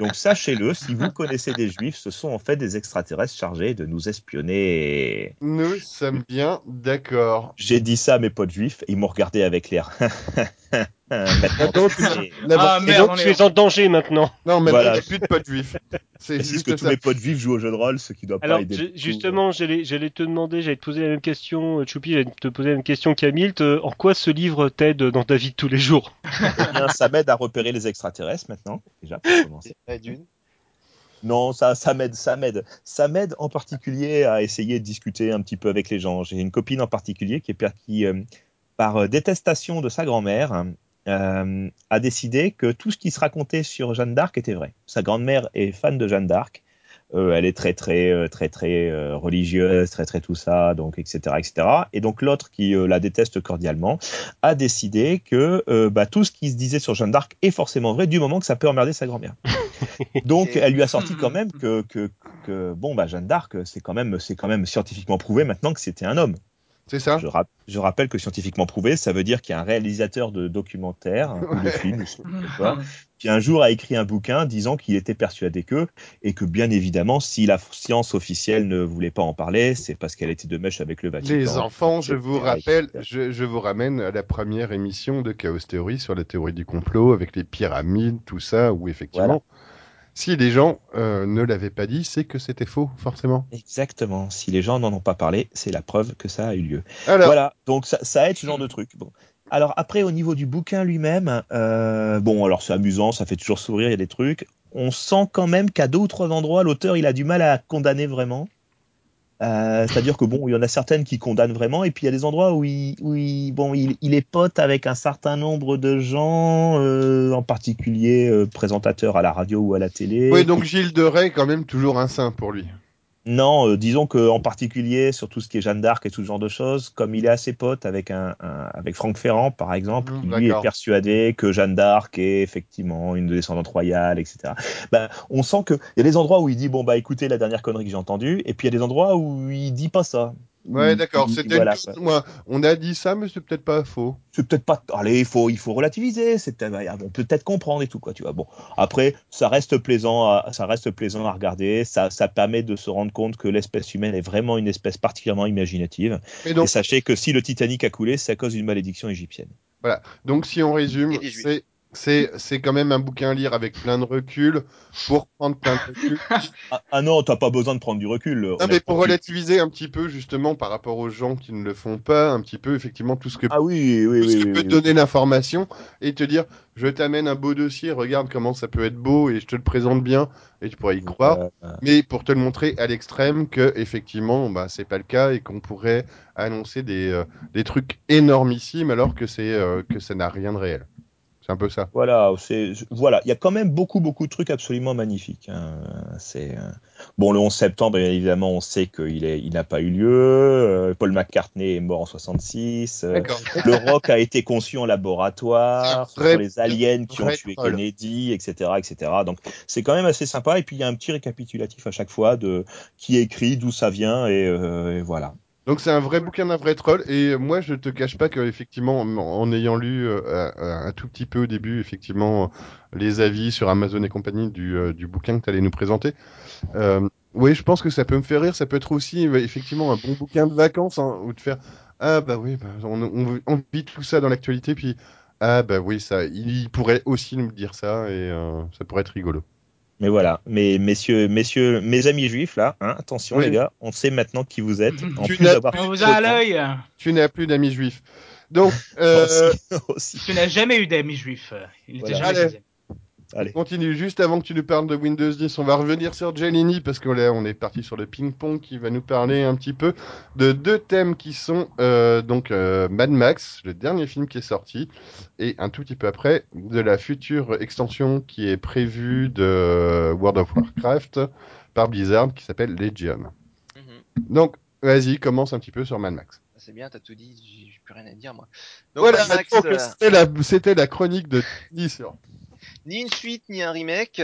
Donc sachez-le, si vous connaissez des juifs, ce sont en fait des extraterrestres chargés de nous espionner. Nous sommes bien d'accord. J'ai dit ça à mes potes juifs, et ils m'ont regardé avec l'air. Maintenant, Maintenant, tu tu n'as- sais. n'avons- Ah Et merde, donc on tu est. es en danger maintenant. Non, mais Voilà. il n'y a plus de potes juifs. C'est Précise juste que tous ça. mes potes juifs jouent au jeu de rôle, ce qui doit pas Alors aider. ju- beaucoup. justement, j'allais j'allais te demander, j'allais te poser la même question, euh, Choupi, j'allais te poser la même question qu'Amilt. euh, En quoi ce livre t'aide dans ta vie de tous les jours? Eh bien, ça m'aide à repérer les extraterrestres maintenant, déjà pour commencer. Et d'une. Non, ça, ça m'aide, ça m'aide. Ça m'aide en particulier à essayer de discuter un petit peu avec les gens. J'ai une copine en particulier qui, est, per- qui euh, par euh, détestation de sa grand-mère, euh, a décidé que tout ce qui se racontait sur Jeanne d'Arc était vrai. Sa grand-mère est fan de Jeanne d'Arc. Euh, elle est très très euh, très très euh, religieuse, très très tout ça, donc et cetera et cetera. Et donc l'autre qui euh, la déteste cordialement a décidé que euh, bah, tout ce qui se disait sur Jeanne d'Arc est forcément vrai du moment que ça peut emmerder sa grand-mère. Donc Ok. elle lui a sorti quand même que que, que bon bah Jeanne d'Arc c'est quand même c'est quand même scientifiquement prouvé maintenant que c'était un homme. C'est ça? Je, rap- je rappelle que scientifiquement prouvé, ça veut dire qu'il y a un réalisateur de documentaire ou de Ouais. film, je sais pas, qui un jour a écrit un bouquin disant qu'il était persuadé que, et que bien évidemment, si la science officielle ne voulait pas en parler, c'est parce qu'elle était de mèche avec le Vatican. Les enfants, je vous et cetera, rappelle, et cetera. je, je vous ramène à la première émission de Chaos Theory sur la théorie du complot avec les pyramides, tout ça, où effectivement, Voilà. si les gens euh, ne l'avaient pas dit, c'est que c'était faux, forcément. Exactement. Si les gens n'en ont pas parlé, c'est la preuve que ça a eu lieu. Alors, Voilà. Donc ça, ça aide ce genre de truc. Bon. Alors après, au niveau du bouquin lui-même, euh, bon, alors c'est amusant, ça fait toujours sourire, il y a des trucs. On sent quand même qu'à deux ou trois endroits, l'auteur, il a du mal à condamner vraiment. Euh, c'est-à-dire que bon, il y en a certaines qui condamnent vraiment, et puis il y a des endroits où il, où il, bon, il, il est pote avec un certain nombre de gens, euh, en particulier euh, présentateurs à la radio ou à la télé. oui, qui- donc Gilles de Rais est quand même toujours un saint pour lui. Non, euh, disons que en particulier sur tout ce qui est Jeanne d'Arc et tout ce genre de choses, comme il est assez pote avec un, un- avec Franck Ferrand par exemple, Mmh, qui lui est d'accord. persuadé que Jeanne d'Arc est effectivement une descendante royale, et cetera. Ben, on sent que il y a des endroits où il dit bon bah écoutez la dernière connerie que j'ai entendue, et puis il y a des endroits où il dit pas ça. Où Ouais, il- d'accord, il- c'était une voilà, chose, quoi. moi, on a dit ça, mais c'est peut-être pas faux. C'est peut-être pas. Allez, il faut, il faut relativiser. C'est peut-être- on peut peut-être comprendre et tout quoi. Tu vois. Bon, après, ça reste plaisant, à, ça reste plaisant à regarder. Ça, ça permet de se rendre compte que l'espèce humaine est vraiment une espèce particulièrement imaginative. Mais Et donc, sachez que si le Titanic a coulé, c'est à cause d'une malédiction égyptienne. voilà. Donc, si on Et résume, des juifs. c'est, c'est, c'est quand même un bouquin à lire avec plein de recul, pour prendre plein de recul. Ah, ah non, t'as pas besoin de prendre du recul. Non, mais Honnêtement, pour tu. relativiser un petit peu, justement, par rapport aux gens qui ne le font pas, un petit peu, effectivement, tout ce que, Ah oui, oui, tout ce oui, que oui, peut oui, te oui. donner l'information et te dire, je t'amène un beau dossier, regarde comment ça peut être beau et je te le présente bien et tu pourrais y croire. Voilà. Mais pour te le montrer à l'extrême que, effectivement, bah, c'est pas le cas et qu'on pourrait annoncer des, euh, des trucs énormissimes alors que c'est, euh, que ça n'a rien de réel. C'est un peu ça. Voilà, c'est voilà, il y a quand même beaucoup beaucoup de trucs absolument magnifiques. Hein. C'est euh, bon le onze septembre, bien évidemment, on sait qu'il est, il n'a pas eu lieu. Euh, Paul McCartney est mort en soixante-six. Euh, D'accord. le rock a été conçu en C'est un laboratoire. Ce vrai, sont les aliens qui ont vrai tué troll. Kennedy, et cetera, et cetera. Donc c'est quand même assez sympa. Et puis il y a un petit récapitulatif à chaque fois de qui écrit, d'où ça vient et, euh, et voilà. Donc c'est un vrai bouquin d'un vrai troll et moi je te cache pas que effectivement en, en ayant lu euh, un, un tout petit peu au début effectivement les avis sur Amazon et compagnie du, euh, du bouquin que tu allais nous présenter, euh, oui je pense que ça peut me faire rire, ça peut être aussi euh, effectivement un bon bouquin de vacances hein, ou de faire ah bah oui bah, on, on, on vit tout ça dans l'actualité puis ah bah oui ça il pourrait aussi nous dire ça et euh, ça pourrait être rigolo. Mais voilà, mais messieurs, messieurs, mes amis juifs là, hein, attention les Oui, gars, on sait maintenant qui vous êtes. En tu plus n'as d'avoir plus On vous a trop à de temps, l'œil. tu n'as plus d'amis juifs. Donc aussi, euh, aussi. Tu n'as jamais eu d'amis juifs. Il n'était Voilà. jamais allez. chez elle. On Allez. continue juste avant que tu nous parles de Windows dix. On va revenir sur Jelini parce qu'on est, on est parti sur le ping-pong qui va nous parler un petit peu de deux thèmes qui sont euh, donc euh, Mad Max, le dernier film qui est sorti, et un tout petit peu après de la future extension qui est prévue de World of Warcraft par Blizzard qui s'appelle Legion. Mhm. Donc, vas-y, commence un petit peu sur Mad Max. C'est bien, t'as tout dit, j'ai j'ai plus rien à dire moi. Donc Voilà, Mad Max, donc euh, c'était la, c'était la chronique de Tony sur. ni une suite ni un remake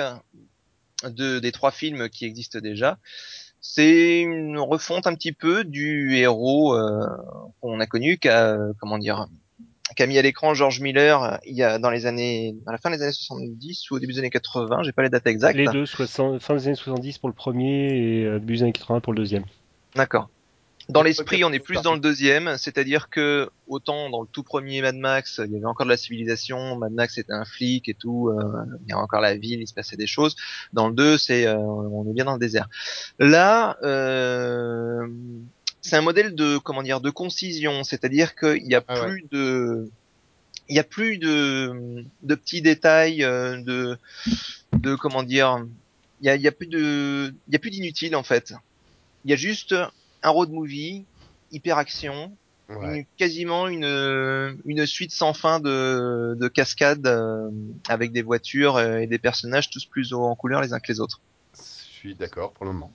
de des trois films qui existent déjà. C'est une refonte un petit peu du héros euh, qu'on a connu, qu'a, comment dire, qu'a mis à l'écran George Miller il y a dans les années, à la fin des années soixante-dix ou au début des années quatre-vingts, j'ai pas les dates exactes. Les deux, soixante, fin des années soixante-dix pour le premier et euh, début des années quatre-vingts pour le deuxième. D'accord. Dans l'esprit, on est plus dans le deuxième, c'est-à-dire que autant dans le tout premier Mad Max, il y avait encore de la civilisation, Mad Max était un flic et tout, euh, il y a encore la ville, il se passait des choses. Dans le deux, c'est euh, on est bien dans le désert. Là, euh, c'est un modèle de comment dire de concision, c'est-à-dire qu'il y a Ah ouais. plus de il y a plus de de petits détails euh, de de comment dire il y a il y a plus de il y a plus d'inutile en fait. Il y a juste un road movie, hyper action, Ouais. une, quasiment une, une suite sans fin de, de cascades euh, avec des voitures euh, et des personnages tous plus haut en couleur les uns que les autres. Je suis d'accord pour le moment.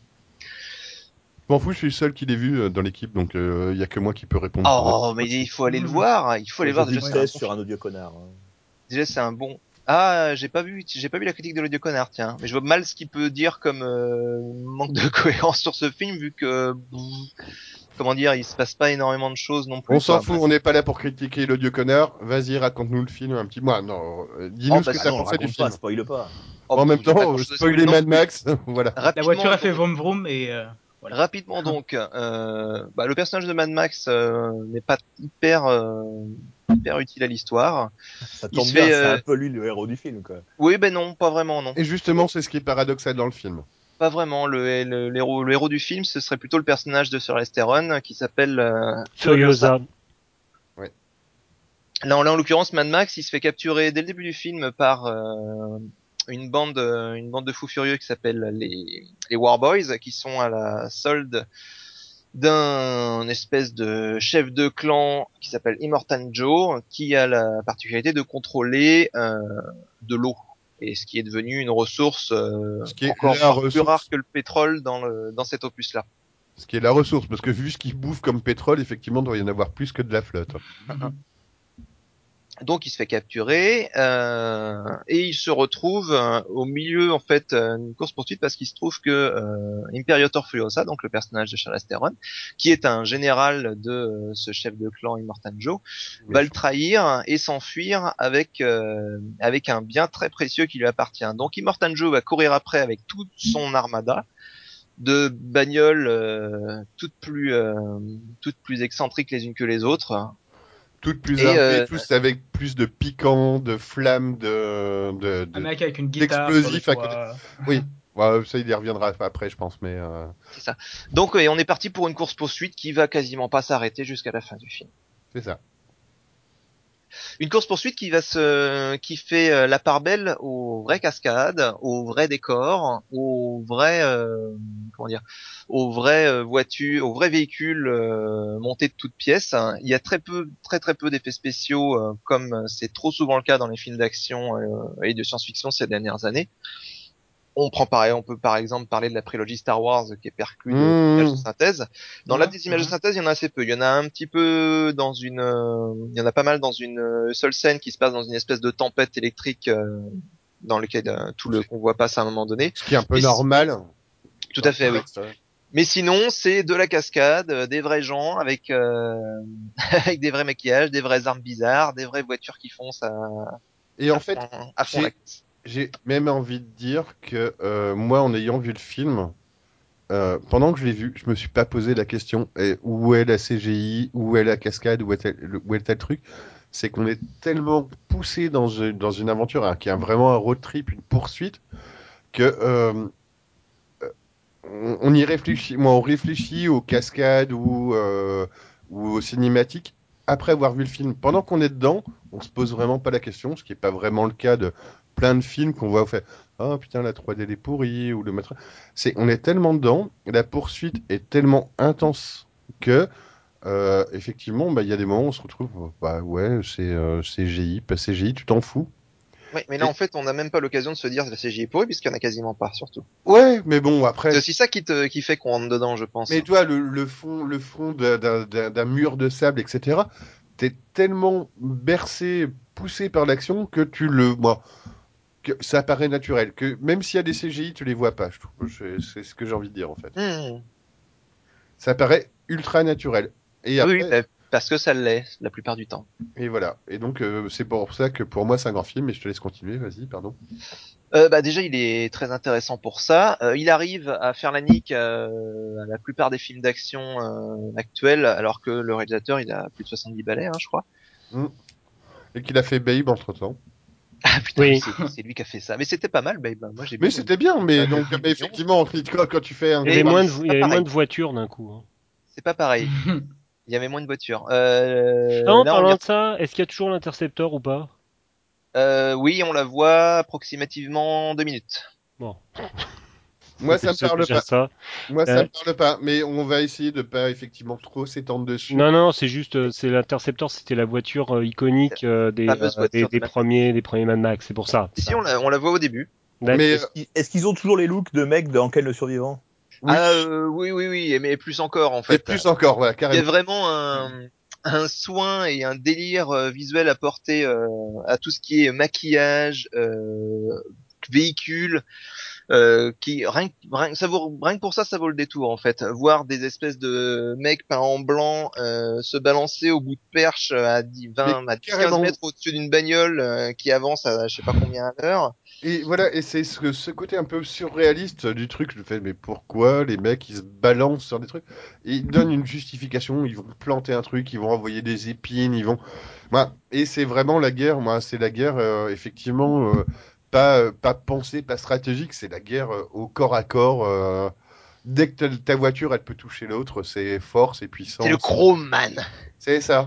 Je m'en fous, je suis le seul qui l'ai vu euh, dans l'équipe, donc il euh, y a que moi qui peut répondre pour eux. Oh, mais il faut aller le Mhm. voir, il faut aller Moi, le j'ai voir. vu Déjà, le c'est un test bon sur film. un audio connard. hein. Déjà, c'est un bon. Ah, j'ai pas vu, j'ai pas vu la critique de l'audio connard, tiens. Mais je vois mal ce qu'il peut dire comme euh, manque de cohérence sur ce film, vu que comment dire, il se passe pas énormément de choses non On plus, s'en quoi. fout, on n'est pas là pour critiquer l'audio connard. Vas-y, raconte-nous le film un petit mois. Non, euh, Oh, dis-nous ce bah que Ah t'as non, si. pensé du raconte pas, film. spoil pas. Oh, En même j'ai pas temps, grand euh, chose à spoiler spoiler non Mad plus. Max, voilà. La voiture Rapidement, a fait donc, vroom vroom et euh, voilà. rapidement donc, euh, bah, le personnage de Mad Max euh, n'est pas hyper euh, hyper utile à l'histoire. Ça Il tombe se bien, fait, c'est euh, un peu lui le héros du film, quoi. oui, ben non, pas vraiment, non, Et justement, c'est ce qui est paradoxal dans le film. pas vraiment. Le, le, le héros, le héros du film, ce serait plutôt le personnage de Sir Theron qui s'appelle euh, Furiosa. Furiosa. Ouais. Là, en, là, en l'occurrence, Mad Max, il se fait capturer dès le début du film par euh, une bande, euh, une bande de fous furieux qui s'appelle les, les War Boys, qui sont à la solde d'un espèce de chef de clan qui s'appelle Immortan Joe, qui a la particularité de contrôler euh, de l'eau, et ce qui est devenu une ressource euh, Ce qui est encore la voire plus rare ressource, que le pétrole dans le dans cet opus-là. ce qui est la ressource, parce que vu ce qu'ils bouffent comme pétrole, effectivement, il doit y en avoir plus que de la flotte. Donc il se fait capturer euh, et il se retrouve euh, au milieu en fait euh, d'une course poursuite parce qu'il se trouve que euh, Imperator Furiosa, donc le personnage de Charlize Theron, qui est un général de euh, ce chef de clan Immortan Joe, va le Méchant. trahir et s'enfuir avec euh, avec un bien très précieux qui lui appartient. Donc Immortan Joe va courir après avec toute son armada de bagnoles euh, toutes plus euh, toutes plus excentriques les unes que les autres. Toutes plus Et armées, euh, tous avec plus de piquant, de flammes, de, de, Un de- mec avec une guitare sur le d'explosifs à côté. toit. Oui, ouais, ça il y reviendra après, je pense, mais euh, C'est ça. Donc, euh, on est parti pour une course poursuite qui va quasiment pas s'arrêter jusqu'à la fin du film. c'est ça. Une course poursuite qui va se, qui fait euh, la part belle aux vraies cascades, aux vrais décors, aux vrais, euh, comment dire, aux vraies euh, voitures, aux vrais véhicules euh, montés de toutes pièces. Il y a très peu, très très peu d'effets spéciaux, euh, comme c'est trop souvent le cas dans les films d'action euh, et de science-fiction ces dernières années. On prend pareil, on peut par exemple parler de la prélogie Star Wars qui est perclue de- d'images de Mmh. synthèse. Dans la Mhm, des images de mhm. synthèse, il y en a assez peu. Il y en a un petit peu dans une, euh, il y en a pas mal dans une euh, seule scène qui se passe dans une espèce de tempête électrique euh, dans lequel euh, tout le convoi passe à un moment donné. Ce qui est un peu Mais sinon, normal tout dans à le fait, oui. contexte. Ouais. Mais sinon, c'est de la cascade, euh, des vrais gens avec euh, avec des vrais maquillages, des vraies armes bizarres, des vraies voitures qui foncent à, Et en à fait, fond, à fond la j'ai caisse. j'ai même envie de dire que euh, moi, en ayant vu le film, euh, pendant que je l'ai vu, je me suis pas posé la question eh, où est la C G I, où est la cascade, où est tel, où est tel truc. C'est qu'on est tellement poussé dans une, dans une aventure hein, qui est vraiment un road trip, une poursuite, que euh, on, on y réfléchit. Moi, on réfléchit aux cascades ou, euh, ou aux cinématiques après avoir vu le film. Pendant qu'on est dedans, on se pose vraiment pas la question, ce qui est pas vraiment le cas de plein de films qu'on voit au fait. Oh putain, la trois D elle est pourrie ou le machin. C'est, on est tellement dedans, la poursuite est tellement intense que euh, effectivement, bah il y a des moments où on se retrouve, bah ouais, c'est euh, C G I, pas C G I, tu t'en fous. Oui, mais là Et, en fait, on n'a même pas l'occasion de se dire que la C G I est pourrie puisqu'il y en a quasiment pas, surtout. ouais, mais bon C'est après. aussi ça qui te, qui fait qu'on rentre dedans, je pense. Mais toi, le, le fond, le fond d'un d'un- d'un- d'un mur de sable, et cetera, t'es tellement bercé, poussé par l'action que tu le, moi, que ça paraît naturel. Que même s'il y a des C G I, tu les vois pas. Je trouve. C'est c'est ce que j'ai envie de dire en fait. Hmm. Ça paraît ultra naturel. Et Oui, oui, après, bah, Parce que ça l'est, la plupart du temps. Et voilà. Et donc, euh, c'est pour ça que pour moi, c'est un grand film, et je te laisse continuer, vas-y, pardon. Euh, bah déjà, il est très intéressant pour ça. Euh, il arrive à faire la nique euh, à la plupart des films d'action euh, actuels, alors que le réalisateur, il a plus de soixante-dix balais, hein, je crois. Mm. Et qu'il a fait Babe entre-temps. Ah putain, oui, Oui. c'est, c'est lui qui a fait ça. Mais c'était pas mal, Babe. Moi, j'ai bien Mais aimé. c'était bien, mais Euh, donc, le film mais mignon. effectivement, quand, quand tu fais un Il y avait Mais moins de, c'est il y pas avait moins pareil. de voitures d'un coup. hein. C'est pas pareil. Il y avait moins de voitures. Euh, Ah, en là, on y parlant de ça, est-ce qu'il y a toujours l'intercepteur ou pas? Euh, oui, on la voit approximativement deux minutes. Bon, moi, ça me c'est parle déjà pas. ça. Moi, ça Euh, me parle pas. Mais on va essayer de pas effectivement trop s'étendre dessus. non, non, c'est juste, euh, c'est l'intercepteur, c'était la voiture euh, C'est iconique euh, la des, fameuse euh, des, voiture de des Mad premiers, des premiers Mad Max. C'est pour ça. Max. Ici, on la, on la voit au début. D'accord. Mais Est-ce qu'ils est-ce qu'ils ont toujours les looks de mecs dans Ken le survivant? oui, Ah euh, oui, oui, oui, mais plus encore en et fait. plus encore, voilà, Il y a carrément. vraiment un, un soin et un délire euh, visuel apporté euh, à tout ce qui est maquillage, euh, véhicule. Euh, qui rien, que- rien, que ça vaut, rien que pour ça, ça vaut le détour en fait. Voir des espèces de mecs peints en blanc euh, se balancer au bout de perche à dix, Mais vingt, à dix, quinze carrément. mètres au-dessus d'une bagnole euh, qui avance à je sais pas combien à l'heure. Et voilà, et c'est ce, ce côté un peu surréaliste du truc. Je fais, mais pourquoi les mecs ils se balancent sur des trucs? Et ils donnent une justification. Ils vont planter un truc, ils vont envoyer des épines, ils vont. Moi, et c'est vraiment la guerre. Moi, c'est la guerre euh, effectivement euh, pas euh, pas pensée, pas stratégique. C'est la guerre euh, au corps à corps. euh, Dès que ta, ta voiture elle peut toucher l'autre, c'est force et C'est le puissance. Chrome Man. C'est ça.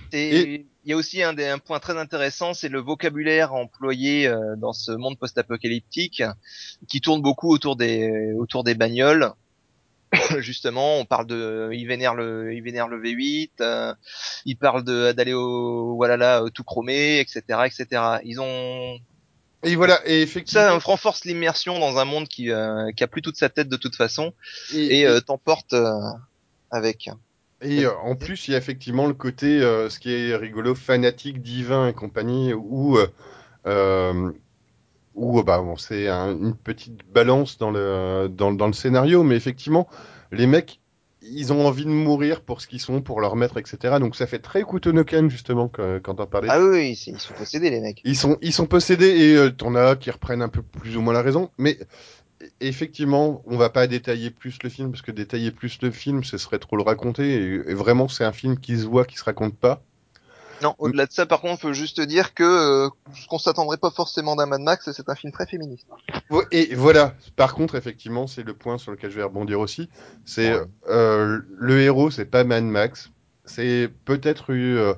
Et C'est, il y a aussi un, des, un point très intéressant, c'est le vocabulaire employé euh, dans ce monde post-apocalyptique, qui tourne beaucoup autour des autour des bagnoles. Justement, on parle de, il vénère le, il vénère le V huit, euh, il parle de d'aller au, voilà là, tout chromé, et cetera, et cetera. Ils ont et voilà. Et ça effectivement. renforce l'immersion dans un monde qui euh, qui a plus toute sa tête de toute façon Et, et et, euh, t'emporte euh, avec. Et euh, en plus, il y a effectivement le côté, euh, ce qui est rigolo, fanatique, divin et compagnie, où, euh, euh, où bah, bon, c'est un- une petite balance dans le, dans, dans le scénario, mais effectivement, les mecs, ils ont envie de mourir pour ce qu'ils sont, pour leur maître, et cetera. Donc ça fait très Kutonoken, justement, quand, quand on parlait. Ah oui, oui, c'est- ils sont possédés les mecs. Ils sont, ils sont possédés et euh, t'en as qui reprennent un peu plus ou moins la raison, mais effectivement, on va pas détailler plus le film parce que détailler plus le film, ce serait trop le raconter. Et, et vraiment, c'est un film qui se voit, qui se raconte pas. Non, Mm. au-delà de ça, par contre, faut juste dire que euh, ce qu'on s'attendrait pas forcément d'un Mad Max, c'est un film très féministe. Vo- Et voilà. Par contre, effectivement, c'est le point sur lequel je vais rebondir aussi. C'est Ouais. euh, le héros, c'est pas Mad Max. C'est peut-être eu, euh,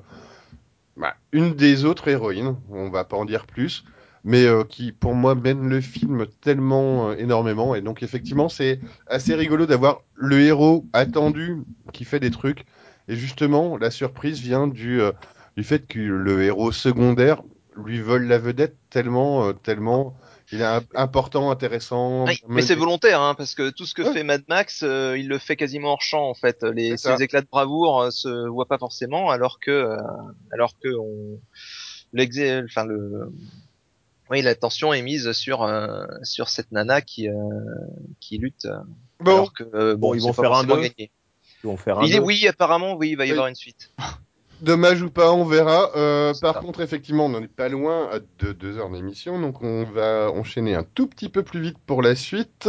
bah, une des autres héroïnes. On va pas en dire plus. Mais euh, qui, pour moi, mène le film tellement euh, énormément. Et donc, effectivement, c'est assez rigolo d'avoir le héros attendu qui fait des trucs. Et justement, la surprise vient du, euh, du fait que le héros secondaire lui vole la vedette tellement, euh, tellement il est im- important, intéressant, Oui, bien mais c'est mené. volontaire, hein, parce que tout ce que Ouais, fait Mad Max, euh, il le fait quasiment hors champ en fait. Les c'est ça. ses éclats de bravoure euh, se voient pas forcément, alors que, euh, alors que on, l'exé, enfin le, oui, l'attention est mise sur euh, sur cette nana qui euh, qui lutte, euh, Bon, alors que euh, Bon, bon, ils c'est vont pas faire un forcément deux. gagné. Ils vont faire un Il est deux. oui, apparemment, oui, il va y oui, avoir une suite. dommage ou pas, on verra. Euh, C'est par ça. contre, effectivement, on n'en est pas loin à de deux heures d'émission, donc on va enchaîner un tout petit peu plus vite pour la suite.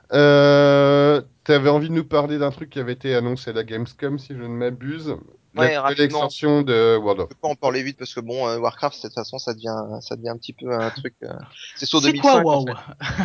Euh, T'avais envie de nous parler d'un truc qui avait été annoncé à la Gamescom, si je ne m'abuse, la Ouais, nouvelle rapidement. extension de World of Je peux pas en Warcraft. parler vite parce que bon, euh, Warcraft, de toute façon, ça devient, ça devient un petit peu un truc. euh, C'est sur C'est quoi, deux mille cinq en waouh? fait.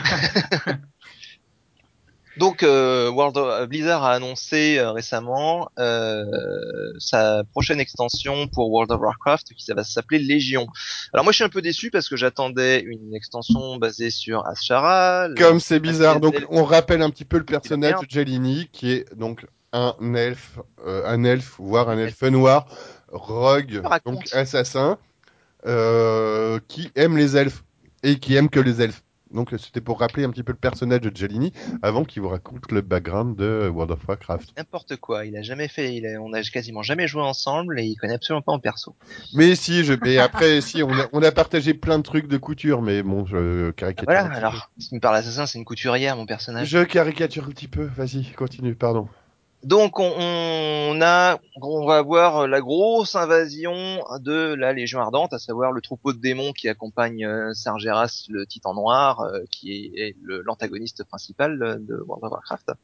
Donc, euh, World of- euh, Blizzard a annoncé euh, récemment euh, sa prochaine extension pour World of Warcraft qui ça va s'appeler Légion. Alors moi, je suis un peu déçu parce que j'attendais une extension basée sur Azshara, Comme c'est l'ancienne bizarre, alliée des donc elfes, on rappelle un petit peu le c'est la personnage merde. de Jelini, qui est donc un elfe, euh, un elfe, voire un Elle elfe noir, rogue, me donc raconte. assassin, euh, qui aime les elfes et qui aime que les elfes. Donc c'était pour rappeler un petit peu le personnage de Jelini avant qu'il vous raconte le background de World of Warcraft. N'importe quoi. Il a jamais fait, il a- on a quasiment jamais joué ensemble et il connaît absolument pas en perso. Mais si, je, mais après, si, on a, on a partagé plein de trucs de couture, mais bon, je Ah, caricature voilà. un petit peu. Alors, si tu me parles assassin, c'est une couturière, mon personnage. Je caricature un petit peu, vas-y, continue, pardon. Donc on, on a, on va avoir la grosse invasion de la Légion Ardente, à savoir le troupeau de démons qui accompagne euh, Sargeras, le Titan Noir, euh, qui est, est le- l'antagoniste principal de World of Warcraft,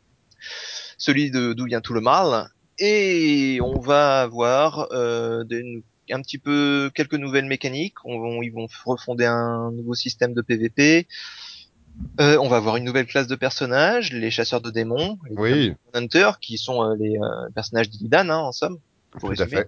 celui de d'où vient tout le mal. Et on va avoir euh, des, un petit peu quelques nouvelles mécaniques. On, on- ils vont refonder un nouveau système de P V P. Euh, on va avoir une nouvelle classe de personnages, les chasseurs de démons, les Oui, Hunters, qui sont euh, les euh, personnages d'Illidan, hein, en somme, pour tout à résumer. fait.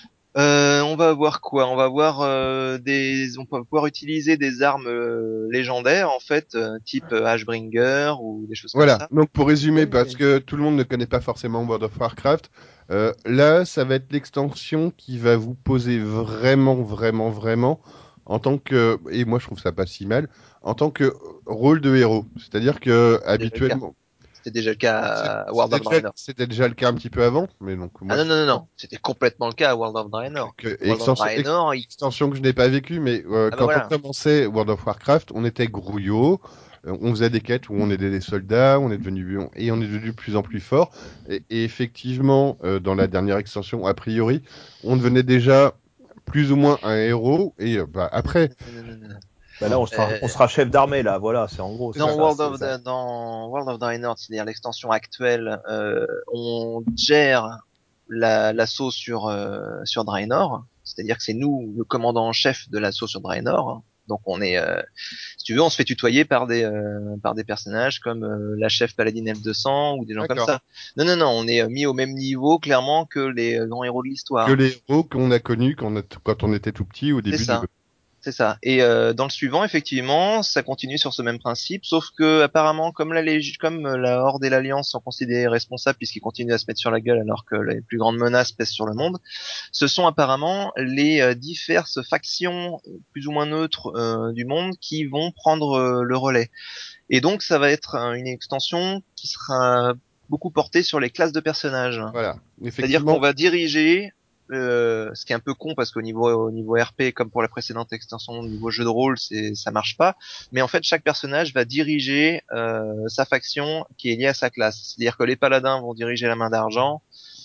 Euh, on va avoir quoi? On va avoir euh, des, on va pouvoir utiliser des armes euh, légendaires en fait, euh, type euh, Ashbringer ou des choses comme Voilà, ça. donc pour résumer, parce Et- que tout le monde ne connaît pas forcément World of Warcraft, euh, là, ça va être l'extension qui va vous poser vraiment, vraiment, vraiment, en tant que, et moi je trouve ça pas si mal, en tant que rôle de héros. C'est-à-dire que C'est déjà le cas. habituellement, C'était déjà le cas c'est- à World c'était of déjà, Draenor. c'était déjà le cas un petit peu avant, mais donc Ah moi non je non non non, c'était complètement le cas à World of que- Draenor. que- World of extension, ex- Draenor, il... extension que je n'ai pas vécue, mais euh, ah bah quand on voilà. commençait World of Warcraft, on était grouillot, euh, on faisait des quêtes où on aidait des soldats, on est devenu on- et on est devenu de plus en plus fort. Et, et effectivement, euh, dans la dernière extension, a priori, on devenait déjà plus ou moins un héros. Et euh, bah, Ah non non après, non non non non. non. Bah là, on sera, on Euh, sera chef d'armée, là, voilà, c'est en gros, c'est c'est Dans ça. ça, World c'est of ça. the, dans World of Draenor, c'est-à-dire l'extension actuelle, euh, on gère la, l'assaut sur euh, sur Draenor, c'est-à-dire que c'est nous le commandant en chef de l'assaut sur Draenor. Donc on est, euh, si tu veux, on se fait tutoyer par des euh, par des personnages comme euh, la chef paladine F deux cents ou des gens comme D'accord. ça. Non non non, on est euh, mis au même niveau clairement que les euh, grands héros de Que l'histoire. les héros qu'on a connus quand on, a- quand on était tout petit au C'est début du ça. jeu. C'est ça. Et euh, dans le suivant, effectivement, ça continue sur ce même principe, sauf que apparemment, comme la Lég- comme euh, la Horde et l'Alliance sont considérés responsables puisqu'ils continuent à se mettre sur la gueule alors que les plus grandes menaces pèsent sur le monde, ce sont apparemment les euh, diverses factions euh, plus ou moins neutres euh, du monde qui vont prendre euh, le relais. Et donc, ça va être euh, une extension qui sera beaucoup portée sur les classes de personnages. Voilà. C'est-à-dire qu'on Effectivement, va diriger, euh, ce qui est un peu con parce qu'au niveau au niveau R P, comme pour la précédente extension, au niveau jeu de rôle, c'est ça marche pas. Mais en fait, chaque personnage va diriger euh, sa faction qui est liée à sa classe. C'est-à-dire que les paladins vont diriger la main d'argent,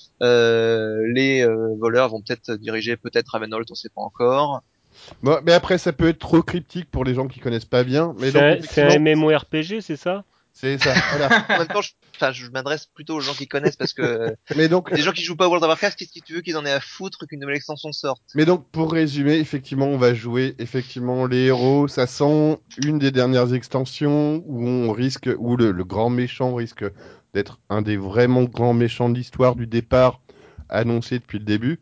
euh, les euh, voleurs vont peut-être diriger peut-être Ravenhold, on sait pas encore. bon, mais après ça peut être trop cryptique pour les gens qui connaissent pas bien. Mais C'est donc un, c'est un effectivement, MMORPG, c'est ça? c'est ça. Voilà. En même temps, je, enfin, je m'adresse plutôt aux gens qui connaissent parce que euh, Mais donc les gens qui jouent pas à World of Warcraft, qu'est-ce que tu veux qu'ils en aient à foutre qu'une nouvelle extension sorte? Mais donc, pour résumer, effectivement, on va jouer effectivement les héros. Ça sent une des dernières extensions où on risque, où le, le grand méchant risque d'être un des vraiment grands méchants de l'histoire du départ, annoncé depuis le début.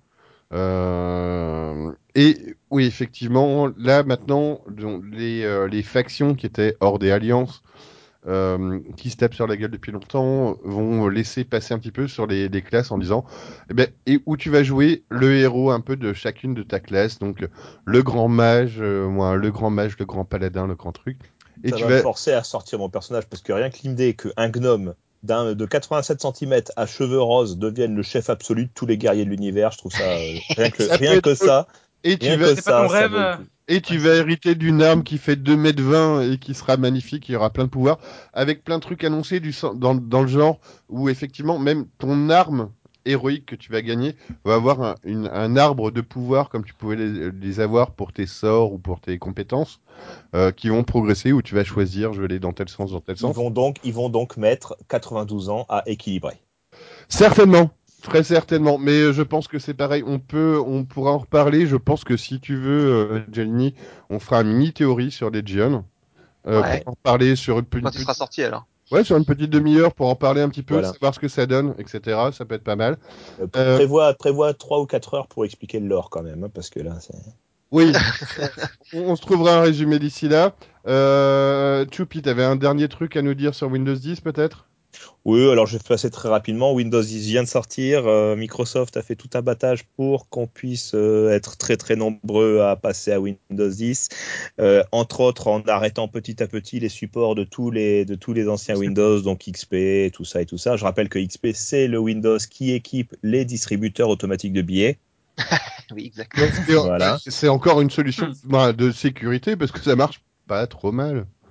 Euh, et oui, effectivement, là maintenant, donc, les, euh, les factions qui étaient hors des alliances, euh, qui se tapent sur la gueule depuis longtemps, vont laisser passer un petit peu sur les, les classes en disant, eh ben, et où tu vas jouer le héros un peu de chacune de ta classe, donc euh, le grand mage, euh, moi, le grand mage, le grand paladin, le grand truc, et Ça tu va me vas, forcer à sortir mon personnage parce que rien que l'idée qu'un gnome d'un, de quatre-vingt-sept centimètres à cheveux roses devienne le chef absolu de tous les guerriers de l'univers, je trouve ça, euh, rien que, ça peut rien être que drôle. ça, Et tu rien vas, que C'est pas ton ça, ça rêve? vaut le euh coup. et Ouais, tu vas c'est- hériter d'une arme qui fait deux mètres vingt et qui sera magnifique, il y aura plein de pouvoirs, avec plein de trucs annoncés du, sen- dans, dans le genre où effectivement même ton arme héroïque que tu vas gagner va avoir un, une- un arbre de pouvoir comme tu pouvais les, les avoir pour tes sorts ou pour tes compétences euh, qui vont progresser où tu vas choisir je vais aller dans tel sens, dans tel Ils sens. vont donc, ils vont donc mettre quatre-vingt-douze ans à équilibrer. Certainement. Très certainement, mais euh, je pense que c'est pareil. On peut, on pourra en reparler. Je pense que si tu veux, euh, Jelny, on fera une mini théorie sur Legion. Euh, pour Ouais. en parler sur une, pe- une Quand il sera petite, sorti alors. ouais, sur une petite demi-heure pour en parler un petit peu, Voilà. savoir ce que ça donne, et cetera. Ça peut être pas mal. Euh, pr- Euh, prévois, prévois trois ou quatre heures pour expliquer le lore quand même, hein, parce que là, c'est. oui, on, on se trouvera un résumé d'ici là. Euh, Choupi, t'avais un dernier truc à nous dire sur Windows dix peut-être? Oui, alors je vais passer très rapidement. Windows dix vient de sortir. Euh, Microsoft a fait tout un battage pour qu'on puisse euh, être très très nombreux à passer à Windows dix. Euh, entre autres, en arrêtant petit à petit les supports de tous les de tous les anciens Windows, donc X P, tout ça et tout ça. Je rappelle que X P c'est le Windows qui équipe les distributeurs automatiques de billets. Oui, exact. Donc, c'est Voilà. c'est encore une solution Hmm. bah, de sécurité parce que ça marche pas trop mal.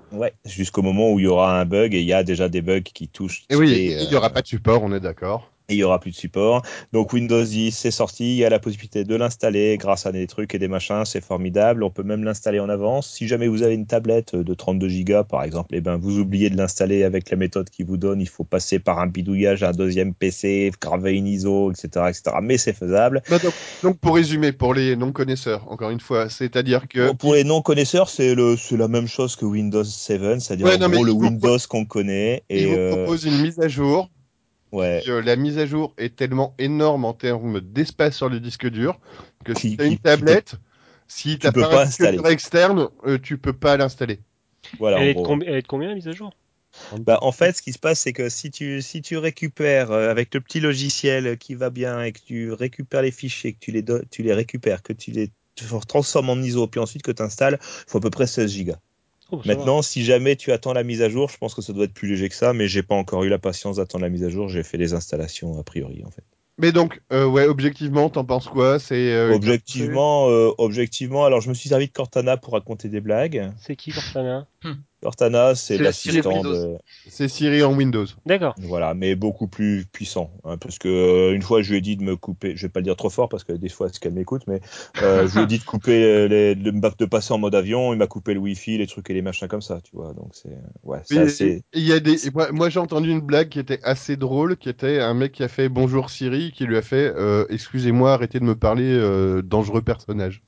Ouais, jusqu'au moment où il y aura un bug, et il y a déjà des bugs qui touchent. Et oui, et, il n'y aura euh, pas de support, on est d'accord. et il y aura plus de support. Donc Windows dix, c'est sorti, il y a la possibilité de l'installer grâce à des trucs et des machins, c'est formidable. On peut même l'installer en avance. Si jamais vous avez une tablette de trente-deux gigas par exemple, et ben vous oubliez de l'installer avec la méthode qu'il vous donne, il faut passer par un bidouillage, un deuxième P C, graver une I S O, et cetera, et cetera. Mais c'est faisable. Bah donc, donc, pour résumer, pour les non-connaisseurs, encore une fois, c'est-à-dire que... Pour, pour les non-connaisseurs, c'est le, c'est la même chose que Windows sept, c'est-à-dire Ouais, en non, mais gros le il vous, pro- Windows qu'on connaît. il Et vous euh, propose une mise à jour. ouais, Qui, euh, la mise à jour est tellement énorme en termes d'espace sur le disque dur que si qui, tu as une qui, qui peut, tablette, si tu t'as peux pas un pas disque dur installer. externe, euh, tu peux pas l'installer. Voilà, Elle en est de, gros. combi- elle est de combien la mise à jour? Bah, en fait, ce qui se passe, c'est que si tu, si tu récupères euh, avec le petit logiciel qui va bien et que tu récupères les fichiers, que tu les, do- tu les récupères, que tu les tu transformes en I S O, puis ensuite que tu installes, il faut à peu près seize gigas. Oh, ça va. Maintenant, si jamais tu attends la mise à jour, je pense que ça doit être plus léger que ça, mais j'ai pas encore eu la patience d'attendre la mise à jour. J'ai fait les installations a priori, en fait. Mais donc, euh, ouais, objectivement, t'en penses quoi? C'est euh, une avancée Objectivement, euh, objectivement, alors je me suis servi de Cortana pour raconter des blagues. C'est qui Cortana? Cortana, c'est C'est le Siri l'assistant Windows. de, C'est Siri en Windows. D'accord. voilà, mais beaucoup plus puissant, hein, parce que euh, une fois je lui ai dit de me couper, je vais pas le dire trop fort parce que des fois c'est qu'elle m'écoute, mais euh, je lui ai dit de couper les, de, de passer en mode avion, il m'a coupé le wifi, les trucs et les machins comme ça, tu vois, donc c'est, ouais, c'est Mais assez. il y a des, moi, moi, j'ai entendu une blague qui était assez drôle, qui était un mec qui a fait Bonjour Siri, qui lui a fait euh, Excusez-moi, arrêtez de me parler, euh, dangereux personnage.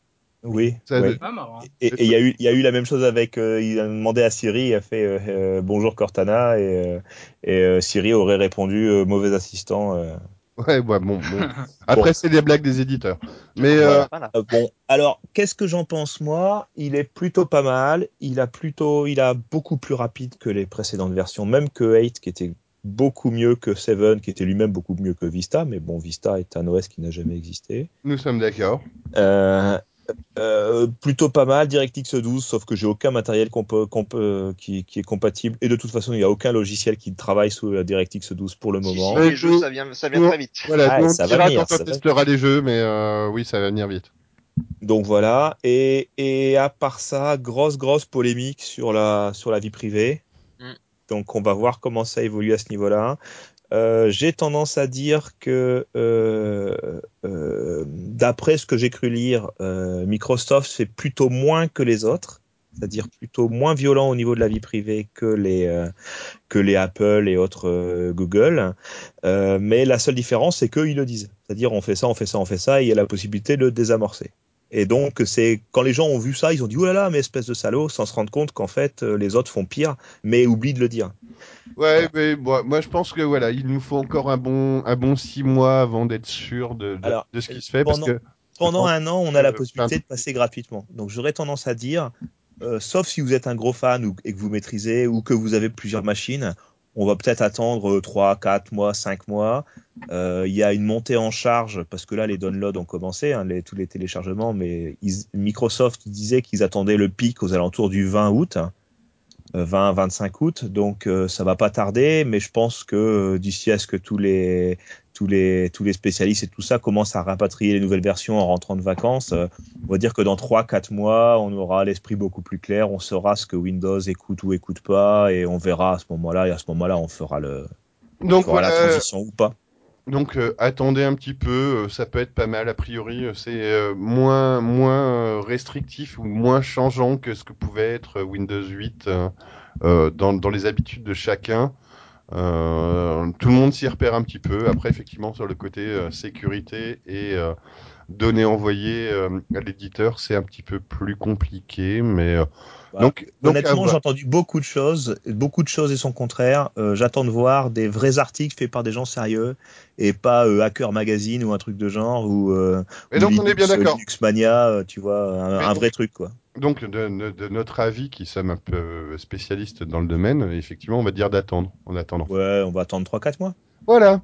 Oui, Ça, oui. Ah, marrant. Et et il y a eu, il y a eu la même chose avec, euh, il a demandé à Siri, il a fait euh, euh, bonjour Cortana et, euh, et euh, Siri aurait répondu euh, mauvais assistant. euh. Ouais, ouais, bon, bon. Bon, Après, c'est des blagues des éditeurs. Mais euh, voilà. Voilà. Euh, bon, alors qu'est-ce que j'en pense moi? Il est plutôt pas mal. Il a plutôt, il a beaucoup plus rapide que les précédentes versions, même que huit qui était beaucoup mieux que sept, qui était lui-même beaucoup mieux que Vista. Mais bon, Vista est un O S qui n'a jamais existé. nous sommes d'accord. Euh, euh, plutôt pas mal, DirectX douze, sauf que j'ai aucun matériel qu'on peut, qu'on peut, qui, qui est compatible. Et de toute façon, il n'y a aucun logiciel qui travaille sous la DirectX douze pour le Si, si, moment. Ouais, les jeux, nous- ça vient, ça vient nous- très vite. Voilà, Ah, nous et on ça va dira venir, quand on ça va. testera les jeux, mais euh, oui, ça va venir vite. Donc voilà. Et, et à part ça, grosse, grosse polémique sur la, sur la vie privée. Mm. Donc on va voir comment ça évolue à ce niveau-là. Euh, j'ai tendance à dire que, euh, euh, d'après ce que j'ai cru lire, euh, Microsoft fait plutôt moins que les autres, c'est-à-dire plutôt moins violent au niveau de la vie privée que les, euh, que les Apple et autres euh, Google. Euh, mais la seule différence, c'est qu'ils le disent. C'est-à-dire on fait ça, on fait ça, on fait ça, et il y a la possibilité de le désamorcer. Et donc, c'est quand les gens ont vu ça, ils ont dit oh là là, mais espèce de salaud, sans se rendre compte qu'en fait, euh, les autres font pire, mais oublient de le dire. Ouais, Voilà. mais bon, moi je pense que voilà, il nous faut encore un bon, un bon six mois avant d'être sûr de, de, Alors, de ce euh, qui se fait, parce pendant, que je pendant pense un an, on a la que, enfin, possibilité de passer gratuitement. Donc, j'aurais tendance à dire, euh, sauf si vous êtes un gros fan ou, et que vous maîtrisez ou que vous avez plusieurs machines, on va peut-être attendre trois, quatre mois, cinq mois. Euh, Il y a une montée en charge parce que là, les downloads ont commencé, hein, les, tous les téléchargements, mais ils- Microsoft disait qu'ils attendaient le pic aux alentours du vingt août. vingt à vingt-cinq août, donc euh, ça va pas tarder, mais je pense que euh, d'ici à ce que tous les tous les tous les spécialistes et tout ça commencent à rapatrier les nouvelles versions en rentrant de vacances, euh, on va dire que dans trois quatre mois, on aura l'esprit beaucoup plus clair, on saura ce que Windows écoute ou écoute pas et on verra à ce moment-là et à ce moment-là, on fera le on donc fera la voilà, transition ou pas. donc euh, attendez un petit peu, euh, ça peut être pas mal a priori, euh, c'est euh, moins moins euh, restrictif ou moins changeant que ce que pouvait être Windows huit euh, euh, dans dans les habitudes de chacun. Euh, tout le monde s'y repère un petit peu. Après, effectivement, sur le côté euh, sécurité et euh, données envoyées euh, à l'éditeur, c'est un petit peu plus compliqué, mais euh, Bah, donc donc à honnêtement, j'ai voir. entendu beaucoup de choses, beaucoup de choses et son contraire. Euh, j'attends de voir des vrais articles faits par des gens sérieux et pas euh, Hacker Magazine ou un truc de genre ou, euh, Et ou donc on est bien Linux, d'accord. Linux Mania, euh, tu vois, un, Mais un vrai donc truc quoi. donc de, de, de notre avis, qui sommes un peu spécialistes dans le domaine, effectivement, on va dire d'attendre en attendant. Ouais, on va attendre trois quatre mois. Voilà.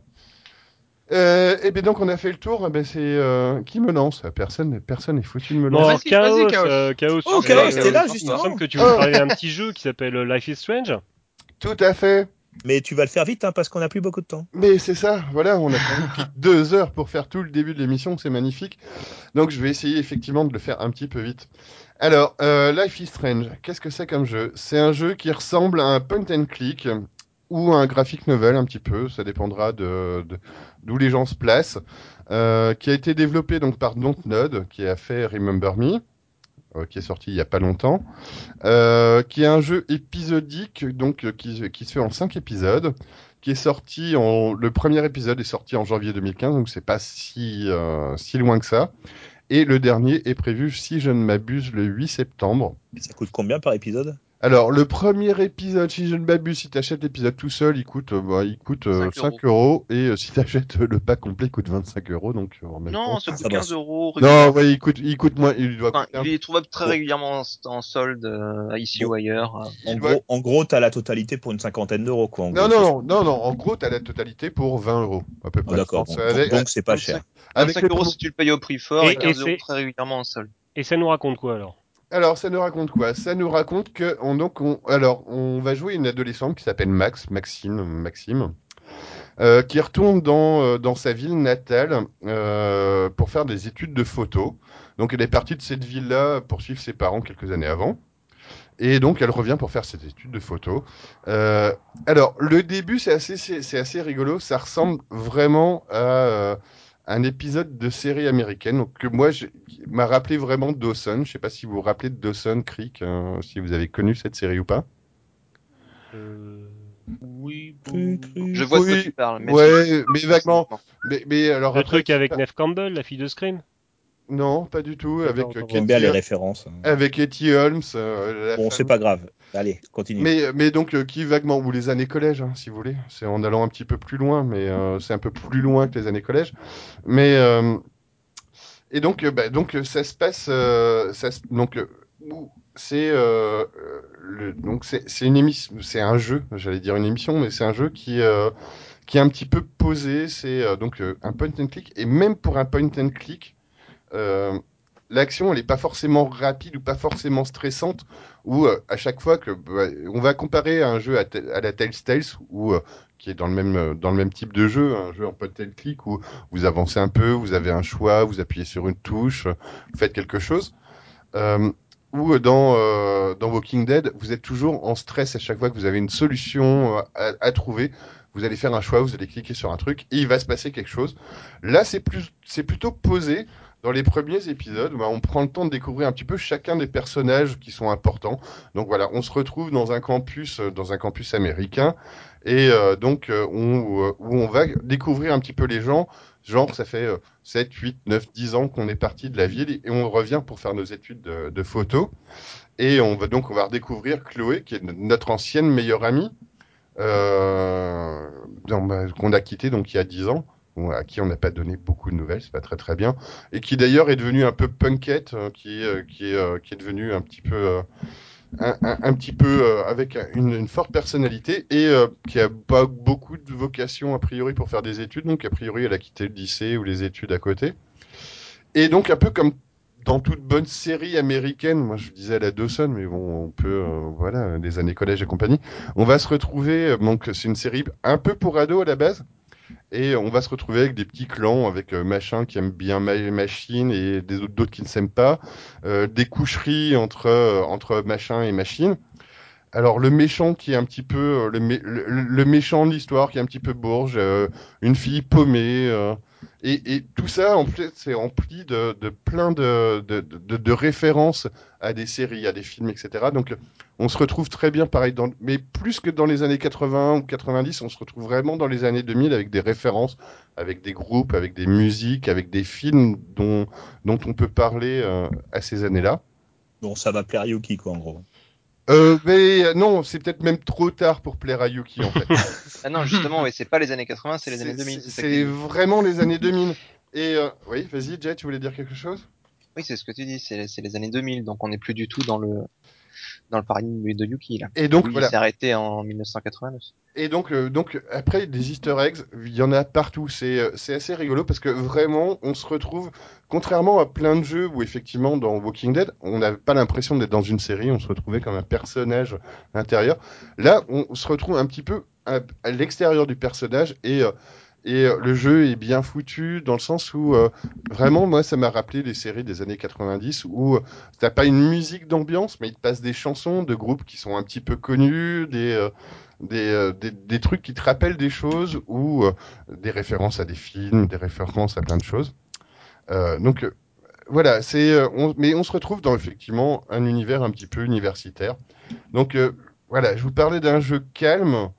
Euh, et bien donc on a fait le tour. Eh ben c'est euh, qui me lance? Personne, personne n'est foutu de me Bon, lancer. alors, Vas-y, vas-y, Chaos, Chaos. euh, Chaos, Oh, tu Allez, Chaos, sais, t'es euh, là lance-toi. il me semble justement. que tu voulais Oh, parler d'un petit jeu qui s'appelle euh, Life is Strange. tout à fait. Mais tu vas le faire vite hein, parce qu'on n'a plus beaucoup de temps. Mais c'est ça, voilà, on a quand même pris deux heures pour faire tout le début de l'émission, c'est magnifique. Donc je vais essayer effectivement de le faire un petit peu vite. Alors, euh, Life is Strange, qu'est-ce que c'est comme jeu? C'est un jeu qui ressemble à un point and click ou à un graphic novel un petit peu, ça dépendra de, de- d'où les gens se placent, euh, qui a été développé donc par Dontnod, qui a fait Remember Me, euh, qui est sorti il y a pas longtemps, euh, qui est un jeu épisodique donc euh, qui, qui se fait en cinq épisodes, qui est sorti en le premier épisode est sorti en janvier deux mille quinze, donc c'est pas si euh, si loin que ça. Et le dernier est prévu, si je ne m'abuse, le huit septembre. Et ça coûte combien par épisode? Alors, le premier épisode, si je ne m'abuse, si tu achètes l'épisode tout seul, il coûte, euh, bah, il coûte euh, cinq cinq euros. euros. Et euh, si tu achètes le pack complet, il coûte vingt-cinq euros. Donc, euh, en même Non, temps. ça Ah, coûte ça va. quinze euros Non, régulièrement. ouais, il coûte, il coûte moins, il doit Enfin, coûter un il est trouvable très Bon. régulièrement en, en solde, euh, ici Bon. ou ailleurs. En Il doit- gros, en gros, t'as la totalité pour une cinquantaine d'euros, quoi. En Non, gros, non, c'est ça. non, non, non. En gros, t'as la totalité pour vingt euros, à peu Ah, près. d'accord. Je pense, Donc, donc, avec, donc c'est pas donc, cher. avec vingt-cinq les euros promos. si tu le payes au prix fort et, Et, et quinze euros c'est très régulièrement en solde. et ça nous raconte quoi alors? Alors, ça nous raconte quoi? Ça nous raconte que, on, donc, on, alors, on va jouer une adolescente qui s'appelle Max, Maxine, Maxime, euh, qui retourne dans, euh, dans sa ville natale euh, pour faire des études de photo. Donc, elle est partie de cette ville-là pour suivre ses parents quelques années avant. Et donc, elle revient pour faire ses études de photo. Euh, alors, le début, c'est assez, c'est, c'est assez rigolo. Ça ressemble vraiment à euh, un épisode de série américaine. Donc, que moi, je, qui m'a rappelé vraiment Dawson. Je sais pas si vous vous rappelez de Dawson Creek, hein, si vous avez connu cette série ou pas. Euh, Oui, Cru, bon. cru. Je vois de quoi Oui, tu parles, mais ouais, mais c'est- vaguement. c'est- Mais, mais alors Le après, truc avec pas- Neve Campbell, la fille de Scream? non, pas du tout. D'accord, Avec euh, autant pour moi. J'aime bien Katie, les références. avec Katie Holmes, euh, la Bon, c'est femme. pas grave. Allez, continue. Mais, mais donc, euh, qui vaguement, ou les années collège, hein, si vous voulez. C'est en allant un petit peu plus loin, mais euh, c'est un peu plus loin que les années collège. Mais, euh, et donc, euh, bah, donc, euh, ça se passe, euh, ça se- donc, euh, où- c'est, euh, euh, le, donc, c'est, c'est une émission, c'est un jeu, j'allais dire une émission, mais c'est un jeu qui, euh, qui est un petit peu posé. C'est euh, donc euh, un point and click, et même pour un point and click, euh, l'action, elle n'est pas forcément rapide ou pas forcément stressante, ou euh, à chaque fois que bah, on va comparer un jeu à, te- à la Telltale, ou euh, qui est dans le même euh, dans le même type de jeu, un jeu en point and click où vous avancez un peu, vous avez un choix, vous appuyez sur une touche, vous faites quelque chose. Euh, ou dans euh, dans Walking Dead, vous êtes toujours en stress à chaque fois que vous avez une solution euh, à, à trouver. Vous allez faire un choix, vous allez cliquer sur un truc et il va se passer quelque chose. Là, c'est plus, c'est plutôt posé. Dans les premiers épisodes, bah, on prend le temps de découvrir un petit peu chacun des personnages qui sont importants. Donc voilà, on se retrouve dans un campus, euh, dans un campus américain, et euh, donc euh, on, euh, où on va découvrir un petit peu les gens. Genre, ça fait euh, sept, huit, neuf, dix ans qu'on est parti de la ville et on revient pour faire nos études de, de photo. Et on va donc on va redécouvrir Chloé, qui est notre ancienne meilleure amie, euh, dans- bah, qu'on a quitté donc il y a dix ans, bon, à qui on n'a pas donné beaucoup de nouvelles, c'est pas très très bien, et qui d'ailleurs est devenue un peu punkette, euh, qui, est, euh, qui, est, euh, qui est devenue un petit peu, euh, un, un- un petit peu euh, avec une, une forte personnalité et euh, qui a pas beaucoup de vocation a priori pour faire des études, donc a priori elle a quitté le lycée ou les études à côté. Et donc un peu comme dans toute bonne série américaine, moi je disais à la Dawson, mais bon, on peut, euh, voilà, des années collège et compagnie, on va se retrouver, euh, donc c'est une série un peu pour ados à la base, et on va se retrouver avec des petits clans, avec euh, machin qui aime bien ma machine et des autres d'autres qui ne s'aiment pas, euh, des coucheries entre, euh, entre machin et machine. Alors le méchant qui est un petit peu euh, le, mé- le, le méchant de l'histoire qui est un petit peu bourge, euh, une fille paumée, euh, et, et tout ça en fait c'est rempli de, de plein de, de, de, de références à des séries, à des films, et cetera. Donc on se retrouve très bien pareil, dans, mais plus que dans les années quatre-vingts ou quatre-vingt-dix, on se retrouve vraiment dans les années deux mille avec des références, avec des groupes, avec des musiques, avec des films dont, dont on peut parler euh, à ces années-là. Bon, ça va plaire à Yuki, quoi, en gros. Euh, mais euh, non, c'est peut-être même trop tard pour plaire à Yuki en fait. Ah non, justement, oui, c'est pas les années quatre-vingts, c'est les années C'est deux mille. c'est- C'est ça que tu c'est dis. vraiment les années deux mille. Et euh, oui, vas-y, Jay, tu voulais dire quelque chose? Oui, c'est ce que tu dis, c'est c'est les années deux mille, donc on n'est plus du tout dans le dans le paradigme de Yuki là. Et donc Lui, il voilà. s'est arrêté en mille neuf cent quatre-vingt-neuf. Et donc, euh, donc après des Easter eggs, il y en a partout. C'est euh, c'est assez rigolo parce que vraiment, on se retrouve, contrairement à plein de jeux où effectivement dans Walking Dead, on n'avait pas l'impression d'être dans une série, on se retrouvait comme un personnage à l'intérieur. Là, on se retrouve un petit peu à, à l'extérieur du personnage et euh, Et euh, le jeu est bien foutu dans le sens où euh, vraiment moi ça m'a rappelé les séries des années quatre-vingt-dix où euh, t'as pas une musique d'ambiance mais il te passe des chansons de groupes qui sont un petit peu connus, des euh, des, euh, des des trucs qui te rappellent des choses ou euh, des références à des films, des références à plein de choses. Euh, donc euh, voilà, c'est euh, on, mais on se retrouve dans effectivement un univers un petit peu universitaire. Donc euh, voilà, je vous parlais d'un jeu calme.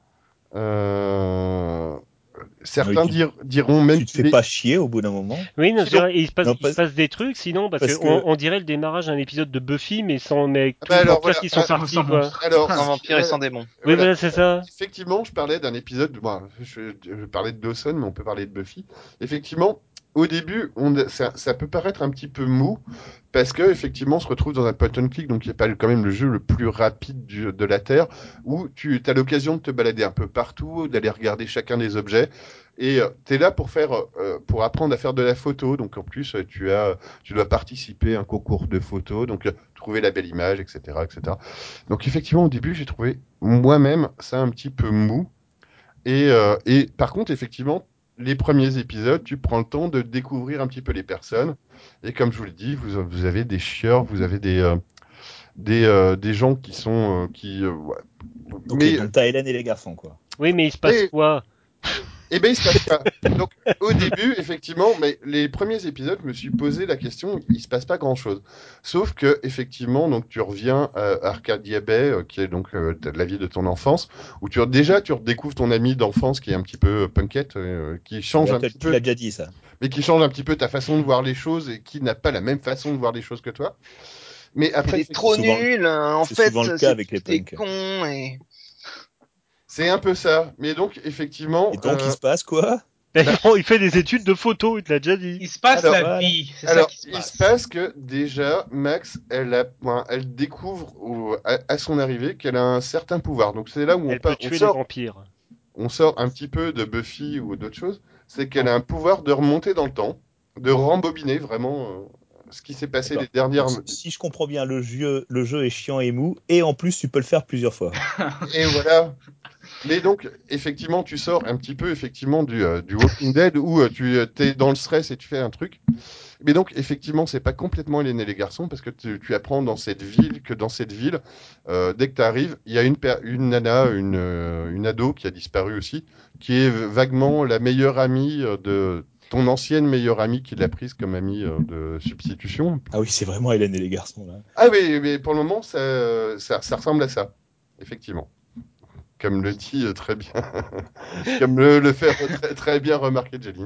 Euh, Oui, certains tu, dir- diront même tu te fais qu'il est. pas chier au bout d'un moment. Oui, non, Si, c'est donc, vrai, il se passe, Non, il se parce, passe des trucs, sinon, parce que parce on, que on dirait le démarrage d'un épisode de Buffy, mais sans, mais avec ah tous bah les alors vampires voilà, qui sont ah, Sans, partis, sans quoi. monstre. alors Sans ce qui- vampire et voilà, sans démon. Oui, voilà. voilà, c'est ça. Effectivement, je parlais d'un épisode. Bon, je, je parlais de Dawson, mais on peut parler de Buffy. Effectivement, au début, on, ça, ça peut paraître un petit peu mou parce que effectivement, on se retrouve dans un point and click, donc qui est pas le- quand même le jeu le plus rapide du- de la Terre, où tu as l'occasion de te balader un peu partout, d'aller regarder chacun des objets. Et tu es là pour faire, euh, pour apprendre à faire de la photo. Donc en plus, euh, tu as, tu dois participer à un concours de photos, donc euh, trouver la belle image, et cetera, et cetera. Donc effectivement, au début, j'ai trouvé moi-même ça un petit peu mou. Et, euh, et par contre, effectivement, les premiers épisodes, tu prends le temps de découvrir un petit peu les personnes. Et comme je vous le dis, vous, vous avez des chieurs, vous avez des, euh, des, euh, des gens qui sont... euh, qui, euh, ouais. ok, Mais, donc t'as Hélène et les garçons, quoi. Oui, mais il se passe mais quoi? eh ben, il se passe pas. Donc, au début, effectivement, mais les premiers épisodes, je me suis posé la question, il se passe pas grand-chose. Sauf que, effectivement, donc tu reviens à Arcadia Bay, euh, qui est donc euh, de la vie de ton enfance, où tu déjà tu redécouvres ton ami d'enfance qui est un petit peu euh, punkette, euh, qui Ah change bah, un t'as- petit tu peu, l'as déjà dit, ça. mais qui change un petit peu ta façon de voir les choses et qui n'a pas la même façon de voir les choses que toi. Mais après, Il est C'est trop effectivement, souvent, le- nul, hein. En c'est souvent le fait, cas c'est avec les tous des punks. cons et c'est un peu ça. Mais donc, effectivement, Et donc, il euh, se passe quoi? bah, Non, il fait des études de photo, il te l'a déjà dit. Il se passe alors, la Voilà. vie, c'est ça Alors, qui se il se passe. passe que déjà, Max, elle, a, ben, elle découvre au- à, à son arrivée qu'elle a un certain pouvoir. Donc c'est là où on, Elle peut part, on, tuer les sort, vampires. on sort un petit peu de Buffy ou d'autres choses. C'est qu'elle a un pouvoir de remonter dans le temps, de rembobiner vraiment euh, ce qui s'est passé les D'accord. dernières. Donc, si si je comprends bien, le jeu, le jeu est chiant et mou, et en plus, tu peux le faire plusieurs fois. Et voilà. Mais donc, effectivement, tu sors un petit peu effectivement du, euh, du Walking Dead où euh, tu es dans le stress et tu fais un truc. Mais donc, effectivement, c'est pas complètement Hélène et les garçons, parce que tu, tu apprends dans cette ville que dans cette ville, euh, dès que tu arrives, il y a une, per- une nana, une, euh, une ado qui a disparu aussi, qui est vaguement la meilleure amie euh, de ton ancienne meilleure amie qui l'a prise comme amie euh, de substitution. Ah oui, c'est vraiment Hélène et les garçons, là. Ah oui, mais pour le moment, ça, ça, ça ressemble à ça, effectivement. Comme le dit euh, très bien, comme le, le fait très, très bien remarquer Jelly.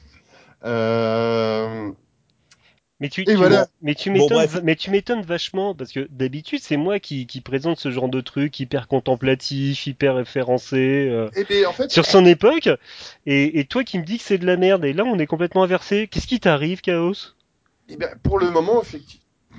Euh, Mais tu, et tu, voilà. mais tu Bon, m'étonnes, bref. mais tu m'étonnes vachement parce que d'habitude c'est moi qui, qui présente ce genre de truc hyper contemplatif, hyper référencé euh, Et bien, en fait, sur son époque, et, et toi qui me dis que c'est de la merde. Et là on est complètement inversé. Qu'est-ce qui t'arrive, Chaos? eh bien, pour le moment, effectivement.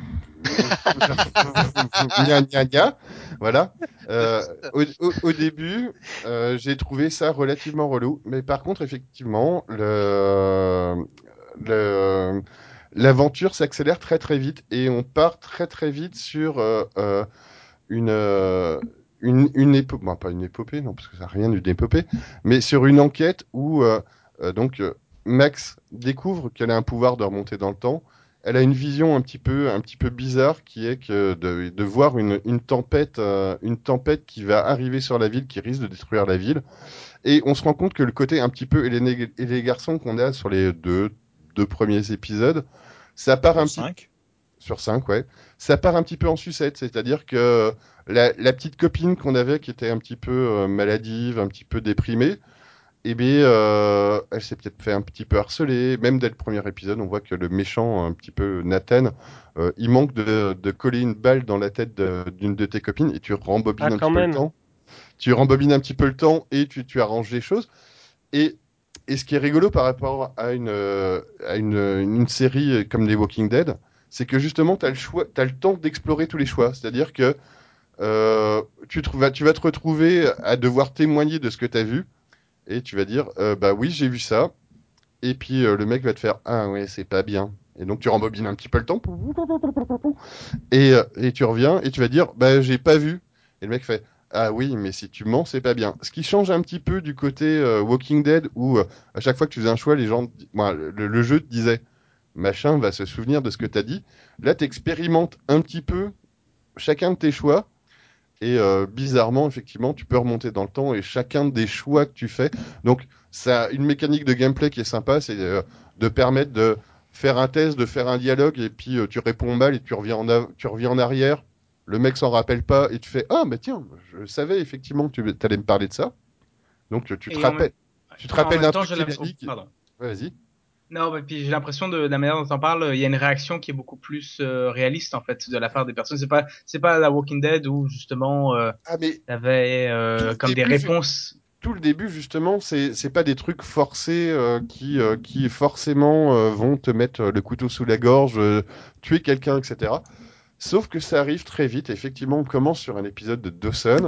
Gna, gna, gna. Voilà. Euh, au, au- au début, euh, j'ai trouvé ça relativement relou. Mais par contre, effectivement, le, le, l'aventure s'accélère très très vite et on part très très vite sur euh, euh, une, euh, une, une épopée. Bon, pas une épopée, non, parce que ça n'a rien d'une épopée, mais sur une enquête où euh, euh, donc euh, Max découvre qu'elle a un pouvoir de remonter dans le temps. Elle a une vision un petit peu, un petit peu bizarre qui est que de, de voir une, une tempête, euh, une tempête qui va arriver sur la ville, qui risque de détruire la ville. Et on se rend compte que le côté un petit peu et les, et les garçons qu'on a sur les deux, deux premiers épisodes, ça part un Sur petit cinq. sur cinq, ouais, ça part un petit peu en sucette. C'est-à-dire que la, la petite copine qu'on avait qui était un petit peu euh, maladive, un petit peu déprimée, eh bien, euh, elle s'est peut-être fait un petit peu harceler. Même dès le premier épisode, on voit que le méchant, un petit peu Nathan, euh, il manque de, de coller une balle dans la tête de- d'une de, tes copines et tu Ah rembobines un quand petit peu le même. temps. Tu rembobines un petit peu le temps et tu, tu arranges les choses. Et, et ce qui est rigolo par rapport à une, euh, à une, une série comme les Walking Dead, c'est que justement, tu as le choix, t'as le temps d'explorer tous les choix. C'est-à-dire que euh, tu, te- tu vas te retrouver à devoir témoigner de ce que tu as vu et tu vas dire, euh, bah oui, j'ai vu ça. Et puis euh, le mec va te faire, ah ouais, c'est pas bien. Et donc tu rembobines un petit peu le temps. Et, euh, et tu reviens et tu vas dire, bah j'ai pas vu. Et le mec fait, Ah oui, mais si tu mens, c'est pas bien. Ce qui change un petit peu du côté euh, Walking Dead, où euh, à chaque fois que tu faisais un choix, les gens, moi, le, le jeu te disait, machin va se souvenir de ce que t'as dit. Là, t'expérimentes un petit peu chacun de tes choix, et euh, bizarrement, effectivement, tu peux remonter dans le temps, et chacun des choix que tu fais. Donc, ça a une mécanique de gameplay qui est sympa, c'est euh, de permettre de faire un test, de faire un dialogue, et puis euh, tu réponds mal, et tu reviens en, av- tu reviens en arrière. Le mec s'en rappelle pas, et tu fais, ah, bah tiens, je savais effectivement que tu allais me parler de ça. Donc, tu te Et en même, rappelles, tu te en rappelles même d'un temps, truc j'ai qui est l'impression, oh, basique. pardon. Ouais, vas-y. Non, mais puis j'ai l'impression de, de la manière dont on parle, il y a une réaction qui est beaucoup plus euh, réaliste en fait de la part des personnes. C'est pas, c'est pas la Walking Dead où justement euh, Ah, mais t'avais tout euh, le comme des début, réponses. tout le début, justement, c'est c'est pas des trucs forcés euh, qui euh, qui forcément euh, vont te mettre euh, le couteau sous la gorge, euh, tuer quelqu'un, et cetera. Sauf que ça arrive très vite. Effectivement, on commence sur un épisode de Dawson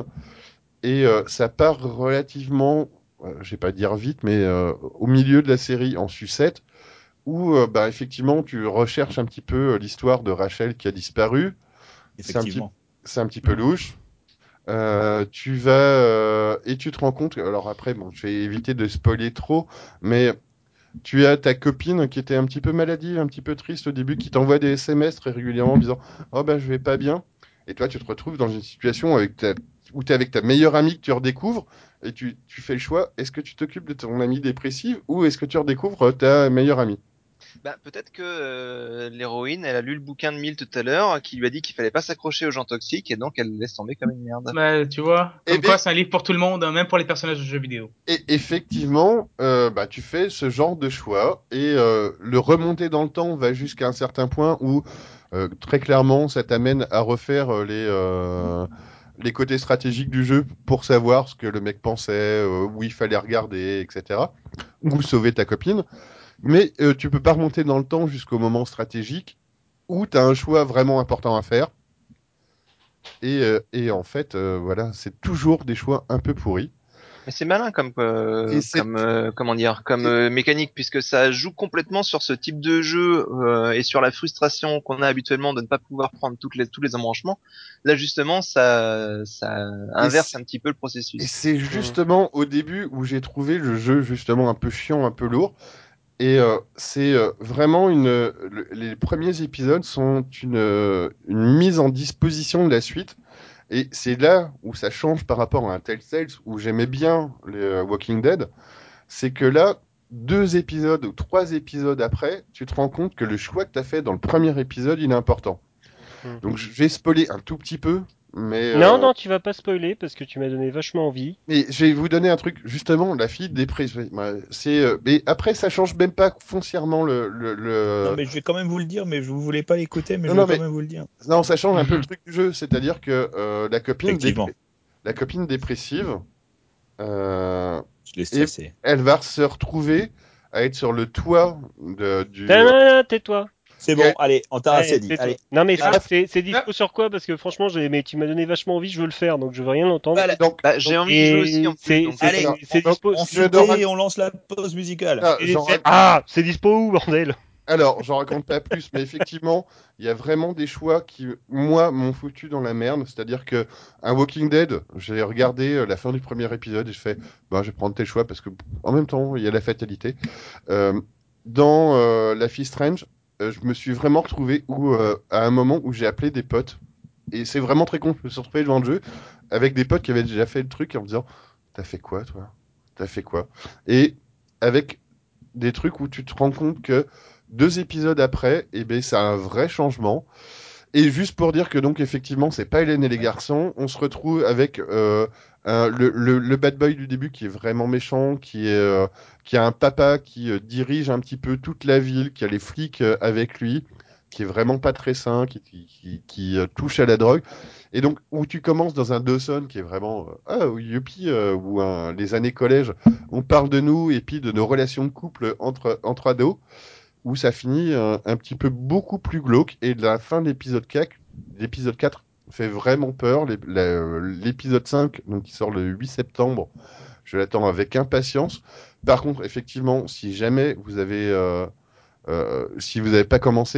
et euh, ça part relativement, euh, je vais pas dire vite, mais euh, au milieu de la série en sucette, où euh, bah effectivement tu recherches un petit peu euh, l'histoire de Rachel qui a disparu. C'est un petit Effectivement. c'est un petit peu Mhm. louche. Euh, tu vas euh, et tu te rends compte. Alors après, bon, je vais éviter de spoiler trop, mais tu as ta copine qui était un petit peu maladive, un petit peu triste au début, qui t'envoie des S M S très régulièrement en disant oh ben je vais pas bien. Et toi, tu te retrouves dans une situation avec ta... où tu es avec ta meilleure amie que tu redécouvres et tu, tu fais le choix est-ce que tu t'occupes de ton amie dépressive ou est-ce que tu redécouvres ta meilleure amie? Bah, peut-être que euh, l'héroïne, elle a lu le bouquin de Mill tout à l'heure, qui lui a dit qu'il fallait pas s'accrocher aux gens toxiques, et donc elle laisse tomber comme une merde. Bah, tu vois, Eh comme bien, quoi c'est un livre pour tout le monde, hein, même pour les personnages de jeux vidéo. et effectivement, euh, bah, tu fais ce genre de choix et euh, le remonter dans le temps va jusqu'à un certain point où euh, très clairement ça t'amène à refaire euh, les, euh, les côtés stratégiques du jeu pour savoir ce que le mec pensait, euh, où il fallait regarder, et cetera. Ou sauver ta copine. Mais euh, tu peux pas remonter dans le temps jusqu'au moment stratégique où tu as un choix vraiment important à faire. Et, euh, et en fait, euh, voilà, c'est toujours des choix un peu pourris. Mais c'est malin comme Et euh, c'est comme euh, comment dire comme euh, mécanique, puisque ça joue complètement sur ce type de jeu euh, et sur la frustration qu'on a habituellement de ne pas pouvoir prendre toutes les tous les embranchements. Là justement, ça ça et inverse c'est un petit peu le Et processus. c'est Mhm. justement au début où j'ai trouvé le jeu justement un peu chiant, un peu lourd. Et euh, c'est euh, vraiment une. Le- les premiers épisodes sont une, euh, une mise en disposition de la suite. Et c'est là où ça change par rapport à un Telltale où j'aimais bien les euh, Walking Dead. C'est que là, deux épisodes ou trois épisodes après, tu te rends compte que le choix que tu as fait dans le premier épisode, il est important. Mhm. Donc je vais spoiler un tout petit peu, mais Non, euh, non, tu vas pas spoiler parce que tu m'as donné vachement envie. Mais je vais vous donner un truc, justement, la fille dépressive. Ouais, c'est, euh, mais après, ça change même pas foncièrement le, le, Non, le- mais je vais quand même vous le dire, mais je vous voulais pas l'écouter, mais Non, je vais non, quand mais même vous le dire. non, ça change un peu le Mhm. truc du jeu. C'est-à-dire que euh, la copine Effectivement, dépr- la copine dépressive, euh, je l'ai et stressé. elle va se retrouver à être sur le toit de, du. Non, euh, non, non, tais-toi. C'est et elle- bon, allez, on t'a assez Allez, dit. tais-toi. Allez, Non, mais et c'est la- c'est- c'est dispo Ah, sur quoi? Parce que franchement, j'ai, mais tu m'as donné vachement envie, je veux le faire, donc je veux rien entendre. voilà. donc, Bah, j'ai donc, envie d'y jouer aussi Et en plus, c'est donc c'est euh, Allez, alors, c'est donc, dispo. on je se ne tait rac- et on lance la pause musicale. ah, c'est- j'en c'est- rac- Ah, c'est dispo où, bordel? Alors, j'en raconte pas plus, mais effectivement, il y a vraiment des choix qui, moi, m'ont foutu dans la merde. C'est-à-dire que un Walking Dead, j'ai regardé euh, la fin du premier épisode et je fais, bah, je vais prendre tel choix parce que, en même temps, il y a la fatalité. Euh, dans euh, Life is Strange, euh, je me suis vraiment retrouvé où, euh, à un moment où j'ai appelé des potes. Et c'est vraiment très con. Je me suis retrouvé devant le jeu avec des potes qui avaient déjà fait le truc en me disant, t'as fait quoi, toi? T'as fait quoi? Et avec des trucs où tu te rends compte que deux épisodes après, eh ben, c'est un vrai changement. Et juste pour dire que donc effectivement, c'est pas Hélène et les Ouais. garçons, on se retrouve avec euh, un- le, le, le bad boy du début qui est vraiment méchant, qui est euh, qui a un papa qui euh, dirige un petit peu toute la ville, qui a les flics euh, avec lui, qui est vraiment pas très sain, qui, qui, qui, qui, euh, touche à la drogue. Et donc où tu commences dans un Dawson qui est vraiment euh, ah oui, youpi euh, ou un, les années collège, on parle de nous et puis de nos relations de couple entre entre ados où ça finit un, un petit peu beaucoup plus glauque. Et la fin de l'épisode quatre, l'épisode quatre fait vraiment peur. Les- la- L'épisode cinq, donc qui sort le huit septembre, je l'attends avec impatience. Par contre, effectivement, si jamais vous avez, euh, euh, si vous n'avez pas commencé,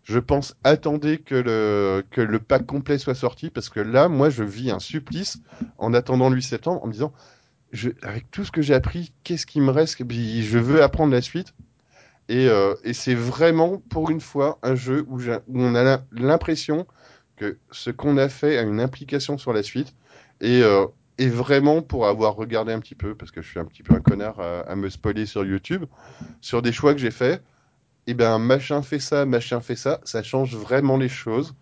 je pense, attendez que le, que le pack complet soit sorti, parce que là, moi, je vis un supplice en attendant le huit septembre, en me disant, je, avec tout ce que j'ai appris, qu'est-ce qui me reste? Puis je veux apprendre la suite. Et, euh, et c'est vraiment, pour une fois, un jeu où, j'ai- où on a l'impression que ce qu'on a fait a une implication sur la suite. Et, euh, et vraiment, pour avoir regardé un petit peu, parce que je suis un petit peu un connard à, à me spoiler sur YouTube, sur des choix que j'ai faits, et ben machin fait ça, machin fait ça, ça change vraiment les choses.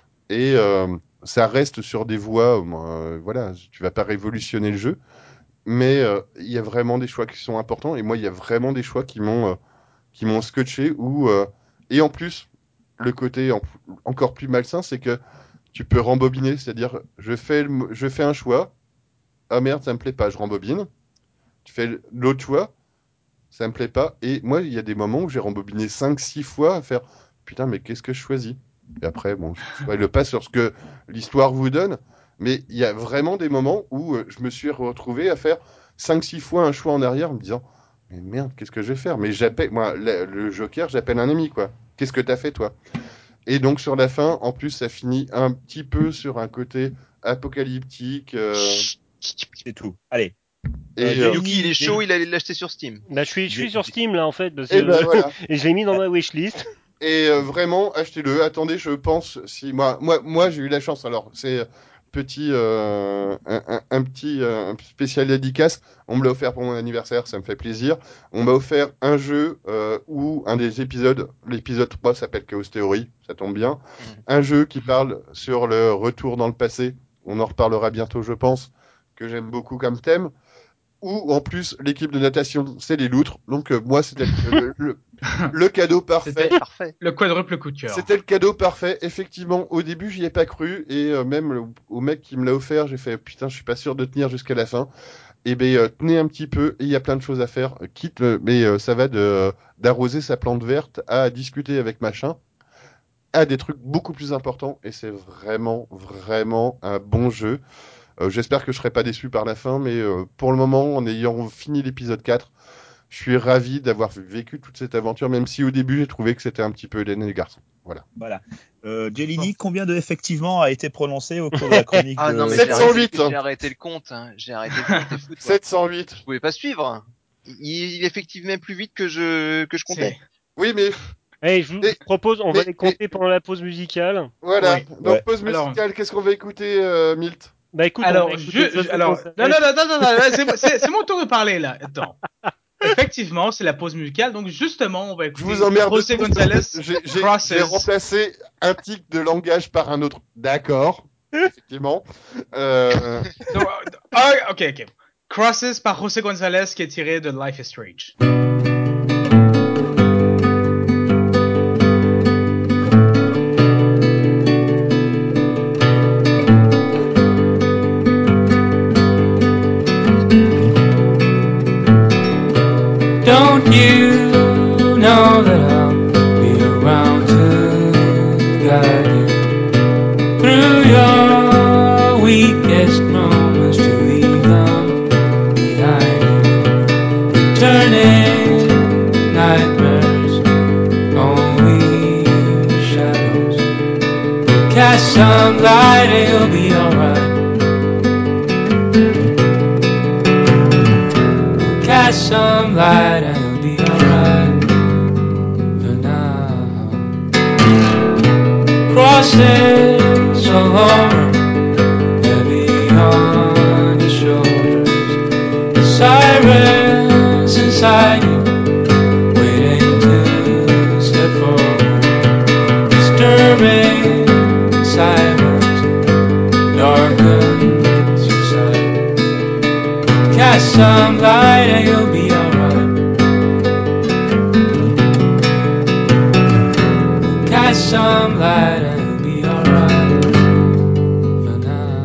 Et euh, ça reste sur des voies, euh, voilà, tu vas pas révolutionner le jeu, mais euh, il y a vraiment des choix qui sont importants. Et moi, il y a vraiment des choix qui m'ont euh, qui m'ont scotché. Ou euh, et en plus, le côté en- encore plus malsain, c'est que tu peux rembobiner, c'est-à-dire je fais le- je fais un choix, ah merde, ça me plaît pas, je rembobine. Tu fais l'autre choix, ça me plaît pas. Et moi, il y a des moments où j'ai rembobiné cinq six fois à faire putain, mais qu'est-ce que je choisis? Et après, bon, je spoil pas sur ce que l'histoire vous donne, mais il y a vraiment des moments où euh, je me suis retrouvé à faire cinq six fois un choix en arrière en me disant mais merde, qu'est-ce que je vais faire? Mais j'appelle, moi, le, le Joker, j'appelle un ami, quoi. Qu'est-ce que t'as fait, toi? Et donc, sur la fin, en plus, ça finit un petit peu sur un côté apocalyptique. euh, C'est tout. Allez. Euh, et, euh, Yuki, il est chaud, Jelly- il allait l'acheter sur Steam. Bah, je suis, je suis sur Steam là en fait, parce et ben que voilà. et je l'ai mis dans ma wishlist. Et euh, vraiment, achetez-le. Attendez, je pense, si moi, moi, moi, j'ai eu la chance. Alors, c'est petit, euh, un, un- un petit euh, un spécial dédicace. On me l'a offert pour mon anniversaire, ça me fait plaisir. On m'a offert un jeu euh, où un des épisodes, l'épisode trois s'appelle Chaos Theory, ça tombe bien. Mhm. Un jeu qui parle sur le retour dans le passé. On en reparlera bientôt, je pense, que j'aime beaucoup comme thème. Ou en plus, l'équipe de natation, c'est les loutres. Donc euh, moi, c'était le, le, le cadeau parfait. C'était Parfait. le quadruple coup de cœur. C'était le cadeau parfait. Effectivement, au début, j'y ai pas cru. Et euh, même le- au mec qui me l'a offert, j'ai fait putain, je suis pas sûr de tenir jusqu'à la fin. Et ben, euh, tenez un petit peu. Et il y a plein de choses à faire. Euh, Quitte, le- mais euh, ça va de d'arroser sa plante verte à discuter avec machin, à des trucs beaucoup plus importants. Et c'est vraiment, vraiment un bon jeu. Euh, j'espère que je serai pas déçu par la fin, mais euh, pour le moment, en ayant fini l'épisode quatre, je suis ravi d'avoir vécu toute cette aventure, même si au début, j'ai trouvé que c'était un petit peu Hélène et les garçons. Voilà. Voilà. Euh, Jelini, combien de effectivement a été prononcé au cours de la chronique Ah de non, mais j'ai sept cent huit. arrêté, j'ai arrêté le compte. Hein. J'ai arrêté le compte, t'es fou, toi. sept cent huit. Je pouvais pas suivre. Il, il effective même plus vite que je, que je comptais. Oui, mais Hey, je vous Mais- propose, on va mais- les compter pendant la pause musicale. voilà. Oui. Donc, Ouais. pause Alors- musicale, qu'est-ce qu'on va écouter, euh, Milt? Bah écoute, on va Alors, écouter je, je- José alors, González. non, non, non, non, non, non, là, c'est, c'est, c'est mon tour de parler, là. Attends. Effectivement, c'est la pause musicale, donc justement, on va Je écouter vous emmerde José tous, González, parce que j'ai- j'ai Crosses. j'ai remplacé un tic de langage par un autre. D'accord. Effectivement. Euh, Donc, euh, ah, ok, ok. Crosses par José González, qui est tiré de Life is Strange. Don't you know that I'll be around to guide you through your weakest moments, to leave them behind you, turning nightmares, only shadows. Cast some light and you'll be alright. Cast some light and you'll be alright for now. Crosses all over, heavy on your shoulders. The sirens inside you, waiting to step forward. Disturbing silence darkens your sight. Cast some light and you'll be alright. Cast some light and you'll be alright for now.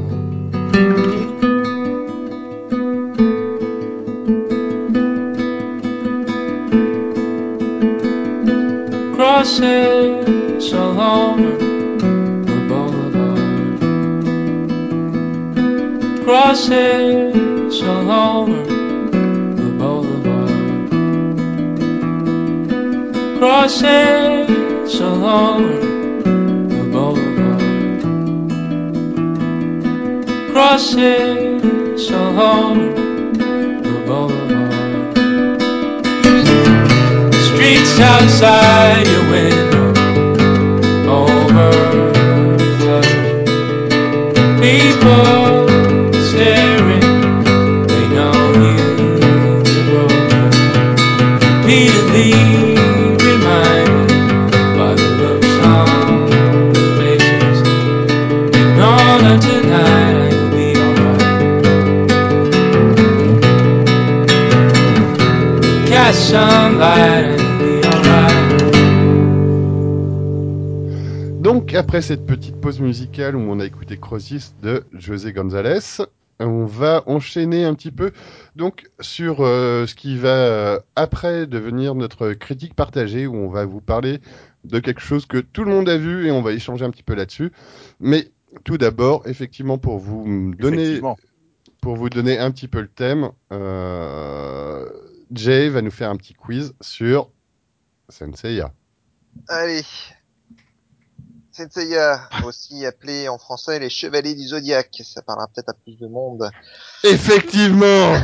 Crosses all over the boulevard. Crosses all over the boulevard. Crosses along the boulevard. Crosses along the boulevard. Streets outside your window overflow. People staring, they know you've been broken. Repeatedly reminded by the looks on their faces. You know that tonight you'll be alright. Catch some light and you'll be alright. Donc, après cette petite pause musicale où on a écouté Crosis de José González, on va enchaîner un petit peu donc sur euh, ce qui va euh, après devenir notre critique partagée, où on va vous parler de quelque chose que tout le monde a vu et on va échanger un petit peu là-dessus. Mais tout d'abord, effectivement, pour vous donner, Effectivement. pour vous donner un petit peu le thème, euh, Jay va nous faire un petit quiz sur Senseiya. Allez. Senseiya, aussi appelé en français les Chevaliers du Zodiaque. Ça parlera peut-être à plus de monde. Effectivement.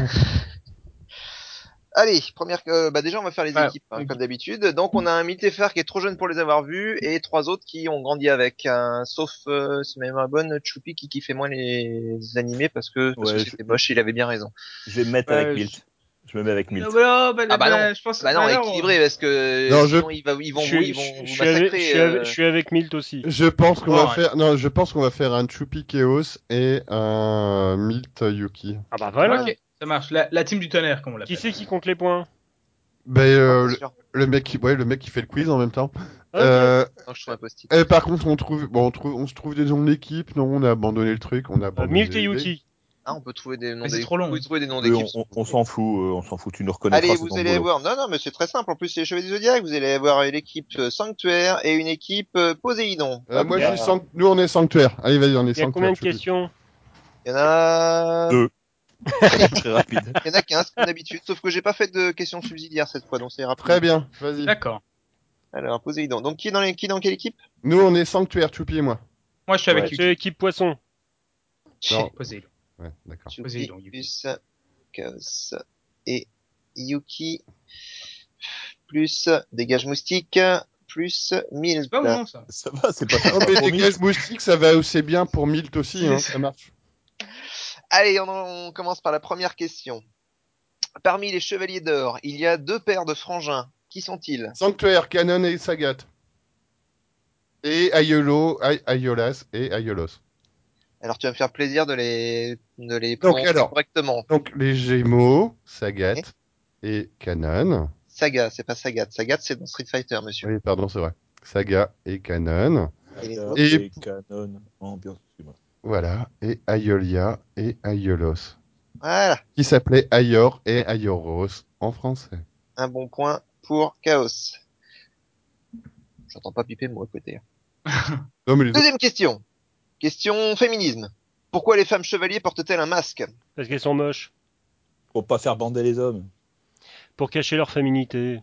Allez, première, euh, bah déjà on va faire les Ouais, équipes hein, ok. comme d'habitude. Donc on a un Miltefar qui est trop jeune pour les avoir vus et trois autres qui ont grandi avec. Un, sauf euh, si ma mémoire est bonne, Choupi qui kiffait moins les animés parce que parce Ouais, que je- c'était moche. Il avait bien raison. Je vais me mettre Ouais, avec je- Milt. Je me mets avec Milt. Non, bah, bah, Ah bah bah, non. je pense, Bah non, bah, équilibré parce que Non, je- sinon ils, va, ils vont Je vous, suis, ils je, vont je vous suis avec, je massacrer. suis avec, euh. je suis avec Milt aussi. Je pense qu'on Bon, va faire, non, je pense qu'on va faire un Choupi Chaos et un Milt Yuki. Ah bah voilà. ok, ça marche. La, la team du tonnerre, comme on Qui l'appelle. c'est qui compte les points? Ben, Ah, euh, bien le, sûr. le mec qui, ouais, le mec qui fait le quiz en même temps. Ok. Euh, Non, je trouve un post-it. et par contre, on trouve, bon, on trouve, on se trouve des noms d'équipe. Non, on a abandonné le truc, on a Euh, abandonné Milt et l'idée. Yuki. Ah, on peut trouver des noms Mais c'est d'équipes. trop long. Vous pouvez trouver des noms Oui, d'équipes. on, on, on s'en fout, euh, on s'en fout. Tu nous reconnaîtras, Allez, c'est vous ton allez boulot. avoir, non, non, mais c'est très simple. En plus, c'est les Chevaliers du Zodiaque. Vous allez avoir l'équipe euh, Sanctuaire et une équipe euh, Poséidon. Euh, Hop moi, je là. suis sanct... nous, on est sanctuaire. Allez, vas-y, on est Il y a combien sanctuaire. de Choupi. questions? Il y en a, Deux. Très rapide. il y en a quinze comme d'habitude. Sauf que j'ai pas fait de questions subsidiaires cette fois, donc c'est rapide. Très bien, vas-y. D'accord. Alors, Poséidon. Donc, qui est dans les, qui est dans quelle équipe? Nous, on est sanctuaire, Choupi et moi. Moi, je suis avec Ouais, Yuki. C'est équipe poisson. Non. Poséidon. Ouais, d'accord. Tsuki, Poséidon, Yuki. plus Chaos et Yuki, plus Dégage Moustique, plus Milt. C'est pas mon nom, ça. Ça va, c'est pas Non, sympa mais pour des Milt. cages moustiques, ça va aussi bien pour Milt aussi, Si, hein, c'est- ça marche. Allez, on, on commence par la première question. Parmi les chevaliers d'or, il y a deux paires de frangins. Qui sont-ils? Sanctuaire, Canon et Sagat. Et Aiolo, Ai- Aiolas et Aiolos. Alors tu vas me faire plaisir de les, de les Donc, prononcer alors. correctement. Donc, les Gémeaux, Sagat et Canon. Saga, c'est pas Sagat. Sagat, c'est dans Street Fighter, monsieur. Oui, pardon, c'est vrai. Saga et Canon. Et les Saga autres Et- et Canon. Ambiance, excuse-moi. Voilà. Et Aiolia et Aiolos. Voilà, Qui s'appelait Aior et Aioros en français. un bon point pour Chaos. J'entends pas piper de mon côté. Non, mais les autres. Deuxième question. Question féminisme. Pourquoi les femmes chevaliers portent-elles un masque? Parce qu'elles sont moches. Pour pas faire bander les hommes. Pour cacher leur féminité.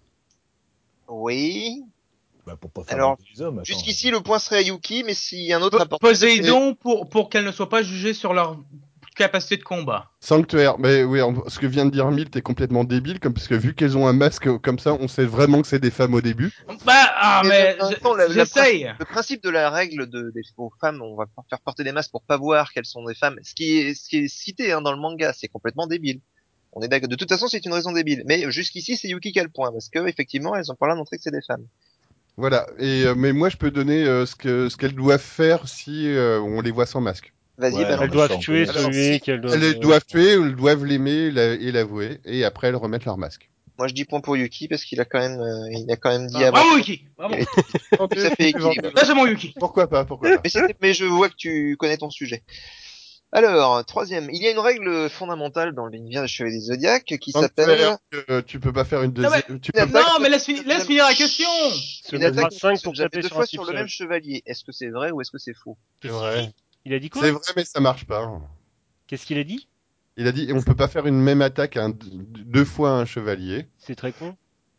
Oui. Bah, pour pas faire Alors, bander les hommes. attends. Jusqu'ici, le point serait à Yuki, mais si un autre Po- apporte... Poséidon pour, pour qu'elles ne soient pas jugées sur leur capacité de combat. Sanctuaire. Mais oui, on- ce que vient de dire Milt est complètement débile, comme, parce que vu qu'elles ont un masque comme ça, on sait vraiment que c'est des femmes au début. Bah, ah, mais en même temps, la- je- la j'essaye. Le principe de la règle de, des aux femmes, on va faire porter des masques pour pas voir qu'elles sont des femmes. Ce qui est, ce qui est cité hein, dans le manga, c'est complètement débile. On est d'accord. De toute façon, c'est une raison débile. Mais jusqu'ici, c'est Yuki qui a le point, parce que effectivement, elles ont pas l'air de montrer que c'est des femmes. Voilà. Et, euh, mais moi, je peux donner euh, ce que ce qu'elles doivent faire si euh, on les voit sans masque. Vas-y, Ouais, balance. Elles doivent Alors, tuer alors, celui si qu'elles doivent... Elles doivent tuer, elles doivent l'aimer la- et l'avouer, et après elles remettent leur masque. Moi, je dis point pour Yuki parce qu'il a quand même, euh, il a quand même dit Ah, avant. bravo Yuki. Bravo. Il Ok, Ça fait équilibre. vendu. Là, c'est mon Yuki. Pourquoi pas, pourquoi pas. Mais, c'était- mais je vois que tu connais ton sujet. Alors, troisième, il y a une règle fondamentale dans l'univers des Chevaliers des Zodiac qui s'appelle Sanctuaire, euh, tu peux pas faire une Non, mais- deuxième. Tu une peux attaque Non, mais ne laisse, fonctionne fi- laisse jamais- finir la question. Se Une mettra attaque ne cinq fonctionne pour jamais taper deux sur un fois type sur le seul. même chevalier. Est-ce que c'est vrai ou est-ce que c'est faux? C'est vrai. Il a dit quoi? C'est vrai, mais ça marche pas. Qu'est-ce qu'il a dit? Il a dit, on peut pas faire une même attaque à un- deux fois à un chevalier. C'est très con.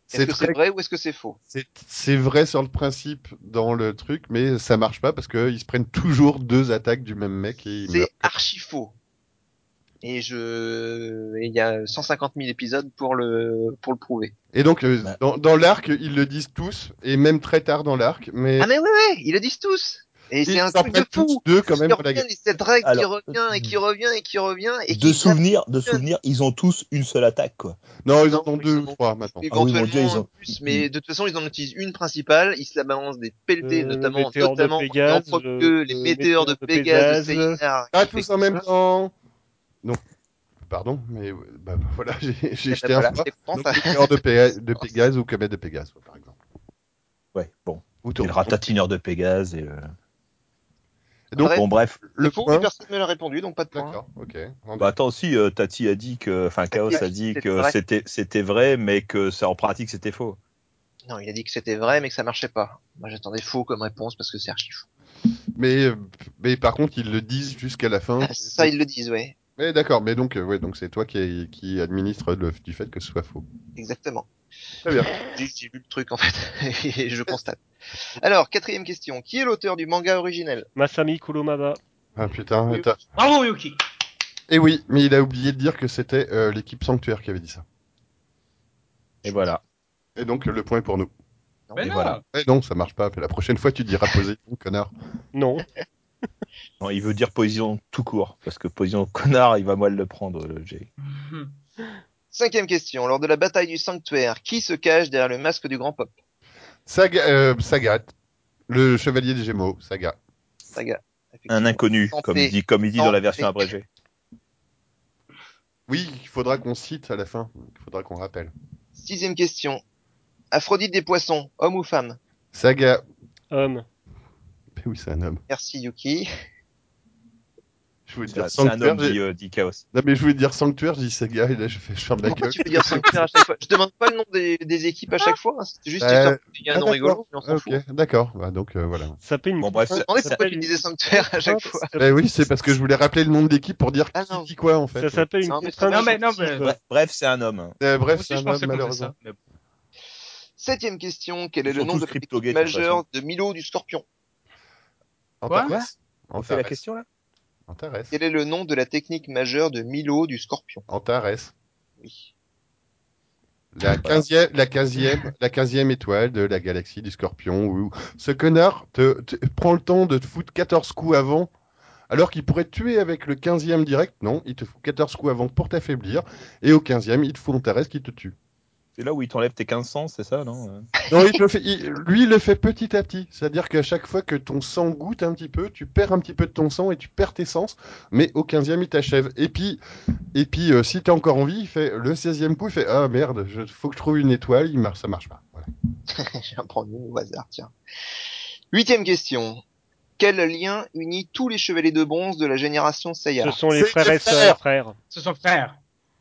Est-ce que c'est très- vrai ou est-ce que c'est faux? c'est c'est vrai sur le principe dans le truc, mais ça marche pas parce qu'ils se prennent toujours deux attaques du même mec et ils meurent. C'est archi faux. Et je, et il y a cent cinquante mille épisodes pour le, pour le prouver. Et donc, euh, Bah. dans, dans l'arc, ils le disent tous, et même très tard dans l'arc, mais Ah mais ouais, ouais, ils le disent tous. Et c'est ils un s'en truc de prennent tous fou. deux quand même Ils dans la gueule. reviennent et cette règle qui Alors, revient et qui revient et qui revient et De qui souvenirs, de souvenirs, ils ont tous une seule attaque, quoi. Non, ils en Non, ont ils deux en ou ont trois maintenant. Ah oui, mon éventuellement Dieu, ils ont- plus, ils- mais de toute façon ils en utilisent une principale, ils se la balancent des pelletés, Euh, le notamment, météore de notamment, et en Pégase, premier le- lieu, les le météores de météore de Pégase, de Pégase. Seyar, Pas qui fait tous en même temps. Non, pardon, mais euh, bah, voilà, j'ai j'ai Eh ben jeté voilà, un froid. t'es content, Donc, ça. le cœur de, Pé- de Pégase ou comète de Pégase, par exemple. Ouais, bon. Ou Et taureau. le ratatineur de Pégase et le... Et donc, Bref, Bon, bref. le c'est faux, mais point. personne ne me l'a répondu, donc pas de point. D'accord, ok. Bah attends, si, euh, Tati a dit que, enfin, Chaos Tati a a dit dit que que c'était vrai. c'était, c'était vrai, mais que ça, en pratique, c'était faux. Non, il a dit que c'était vrai, mais que ça marchait pas. Moi, j'attendais faux comme réponse parce que c'est archi faux. Mais, euh, mais par contre, ils le disent jusqu'à la fin. Ah, ça, ils le disent, ouais. Mais d'accord, mais donc, euh, ouais, donc c'est toi qui, qui administre le, du fait que ce soit faux. Exactement. Très bien. J'ai j'ai lu le truc, en fait, et je constate. Alors, quatrième question. Qui est l'auteur du manga originel? Masami Kurumada. Ah putain, Oui. t'as- Bravo Yuki. Et oui, mais il a oublié de dire que c'était euh, l'équipe Sanctuaire qui avait dit ça. Et voilà. Et donc, le point est pour nous. Mais Et non. voilà. Eh non, ça marche pas. La prochaine fois, tu diras poser, connard. Non. Non, il veut dire position tout court, parce que position connard, il va mal le prendre, le J. Cinquième question. Lors de la bataille du sanctuaire, qui se cache derrière le masque du grand pop? Saga, euh, Sagat, le chevalier des Gémeaux, Saga. Saga. Un Effectivement. inconnu, Santé. comme il dit, comme il dit dans la Santé. version abrégée. Oui, il faudra qu'on cite à la fin. Il faudra qu'on rappelle. Sixième question. Aphrodite des poissons, homme ou femme? Saga. Homme. Mais oui, c'est un homme. Merci Yuki. Je voulais C'est dire un, c'est un Sanctuaire. homme, j'ai- dit, euh, dit Chaos. Non, mais je voulais dire Sanctuaire, j'ai dit Saga, et là, je fais je ferme la Pourquoi gueule. tu veux dire sanctuaire à chaque fois? Je demande pas le nom des, des équipes à chaque fois, hein. C'était juste Euh, histoire qu'il y ait un Ah, nom d'accord. rigolo, mais on s'en Ah, fout. ok, d'accord. Bah, donc, euh, voilà. Ça s'appelle une. Bon, bref, Je me c'est- demandais ça pourquoi s'appelle tu une- disais sanctuaire à chaque fois. Bah oui, c'est parce que je voulais rappeler le nom de l'équipe pour dire Ah qui non. dit quoi, en fait. Ça s'appelle une Non, mais contrainte. ça va, Non mais non sportive. mais. bref, bref, c'est un homme. Euh, bref, Moi aussi, c'est je un pensais homme, qu'on faisait malheureusement. ça. Mais bon. Septième question. Quel Ils est le sont nom tous de la technique crypto-gays, de toute majeure de Milo du Scorpion? Antares. On fait la Antares. question, là? Antares. Quel est le nom de la technique majeure de Milo du Scorpion? Antares. Oui. La quinzième, la quinzième, la quinzième étoile de la galaxie du Scorpion, où ce connard te, te prend le temps de te foutre quatorze coups avant, alors qu'il pourrait te tuer avec le quinzième direct. Non, il te fout quatorze coups avant pour t'affaiblir, et au quinzième, il te fout Antares qui te tue. C'est là où il t'enlève tes quinze cents, c'est ça, non? Non, il te le fait, il- lui, il le fait petit à petit. C'est-à-dire qu'à chaque fois que ton sang goûte un petit peu, tu perds un petit peu de ton sang et tu perds tes sens, mais au quinzième, il t'achève. Et puis, et puis euh, si t'es encore en vie, il fait le seizième coup, il fait ah merde, il faut que je trouve une étoile, il marche, ça marche pas. Voilà. Je vais en prendre une au hasard, tiens. Huitième question. Quel lien unit tous les chevaliers de bronze de la génération Ce Seiya? sont les C'est frères des et frères. sœurs, frères. Ce sont frères.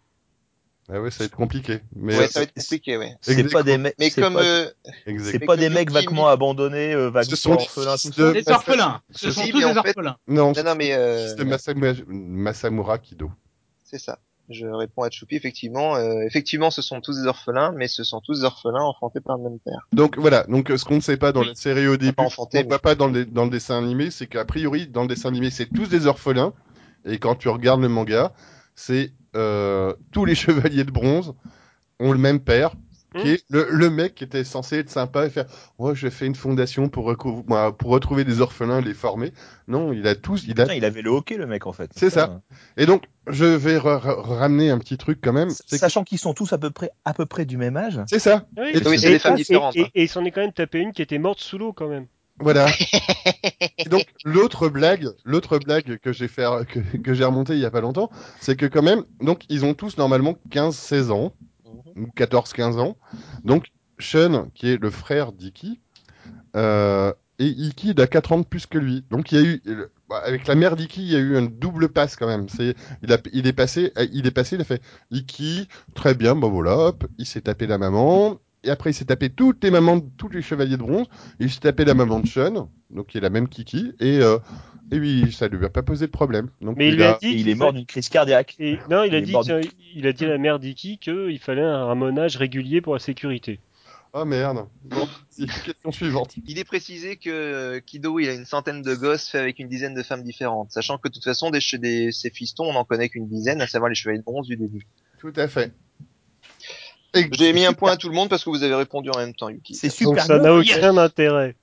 Ah ouais, ça va être compliqué. Mais Ouais, euh, ça va être compliqué, ouais. C'est Ex pas aequo. des mecs, Mais c'est comme, pas, euh, ex c'est aequo. mais pas que des mecs Yuki vaguement Miki- abandonnés, euh, vaguement Ce sont les orphelins, fils tout de ça. Les Masa- orphelins. Ce ce sont Si, tous mais des en fait- orphelins. Non, non, ce non, sont mais, les euh, fils de Masamura, Masamura Kido. c'est ça. Je réponds à Choupi, effectivement. Euh, effectivement, ce sont tous des orphelins, mais ce sont tous des orphelins enfantés par le même père. Donc voilà, donc euh, ce qu'on ne sait pas dans Oui. la série au début, pas on enfanté, ne voit pas dans le, dans le dessin animé, c'est qu'a priori, dans le dessin animé, c'est tous des orphelins. Et quand tu regardes le manga, c'est euh, tous les chevaliers de bronze ont le même père, qui Hmm. est le, le mec qui était censé être sympa et faire oh, je fais une fondation pour, recou- moi, pour retrouver des orphelins, les former. Non, il a tous, il a. Putain, il avait le hockey, le mec, en fait. C'est ça. Et donc, je vais ra- ra- ramener un petit truc quand même. S- C'est que- Sachant qu'ils sont tous à peu près, à peu près du même âge. c'est ça. Oui, Et- Oui, c'est et- des femmes et- différentes, Et, hein. et il s'en est quand même tapé une qui était morte sous l'eau quand même. Voilà. Et donc l'autre blague, l'autre blague que j'ai fait, que, que j'ai remonté il y a pas longtemps, c'est que quand même, donc ils ont tous normalement quinze seize ans ou quatorze quinze ans. Donc Shun, qui est le frère d'Iki, euh, et Iki il a quatre ans de plus que lui. Donc il y a eu euh, avec la mère d'Iki, il y a eu un double passe quand même. C'est il a il est passé il est passé il a fait Iki, très bien, bon voilà, hop, il s'est tapé la maman. Et après, il s'est tapé toutes les mamans, de- tous les chevaliers de bronze. Il s'est tapé la maman de Shun, donc qui est la même Kiki, et, euh, et oui, ça lui a pas posé de problème. Donc Mais il, il a a, dit Et il qu'il est mort fa- d'une crise cardiaque. et- non, il a il est dit mort qu'il il a dit à la mère d'Iki qu'il fallait un ramonage régulier pour la sécurité. Oh merde. Bon, si, question suivante. Il est précisé que euh, Kido, il a une centaine de gosses faits avec une dizaine de femmes différentes, sachant que de toute façon, des, che- des ses fistons, on n'en connaît qu'une dizaine, à savoir les chevaliers de bronze du début. Tout à fait. Et J'ai mis un point à tout le monde parce que vous avez répondu en même temps, Yuki. C'est Donc super ça n'a glauque. aucun intérêt.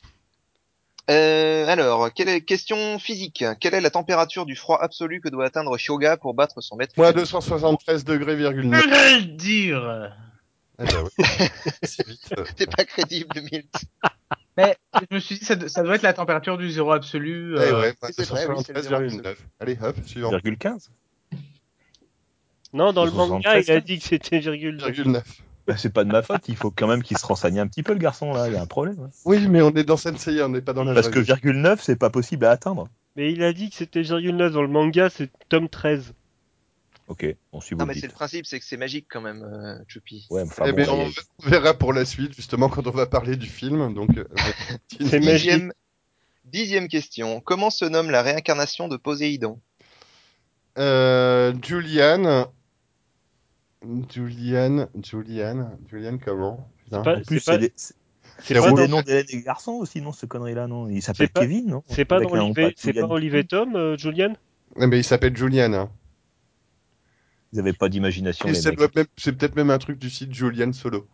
Euh, alors, quelle est, question physique. Quelle est la température du froid absolu que doit atteindre Hyoga pour battre son maître Moins Kami? deux cent soixante-treize degrés, virgule neuf. Je vais le dire. Eh ben ouais. Si vite. euh. T'es pas crédible, Milt. Mais je me suis dit, ça, do- ça doit être la température du zéro absolu. Eh euh, ouais, moins c'est vrai, oui, c'est le deux cent soixante-treize virgule neuf. Allez, hop, suivant. virgule quinze. Non, dans le manga, soixante-treize, il a dit que c'était virgule neuf. virgule neuf. Bah, c'est pas de ma faute, il faut quand même qu'il se renseigne un petit peu le garçon là, il y a un problème. hein. Oui, mais on est dans Sensei, on n'est pas dans la Parce vraie que vie. virgule neuf c'est pas possible à atteindre. Mais il a dit que c'était virgule neuf. Dans le manga, c'est tome treize. Ok, on suit Non, vous mais le c'est le dites. principe, c'est que c'est magique quand même, euh, Choupi. Ouais, enfin Eh bon, bien, là, il y on a- verra pour la suite, justement, quand on va parler du film. Donc, euh, C'est magique. Dixième, dixième question. Comment se nomme la réincarnation de Poséidon? euh, Julian. Julian. Julian. Julian, comment? Putain. pas- En plus, c'est pas- c'est des, c'est C'est C'est pas c'est rouge. dans, des noms d'Hélène et garçons aussi, non, ce connerie-là, non Il c'est s'appelle pas, Kevin, non c'est pas Avec dans un nom Olive, c'est Julian pas et Olive tout. et Tom, euh, Julian? Eh ben, il s'appelle Julian. Hein. Ils avaient pas d'imagination, Et les c'est mecs. peut- même- c'est peut-être même un truc du site Julian Solo.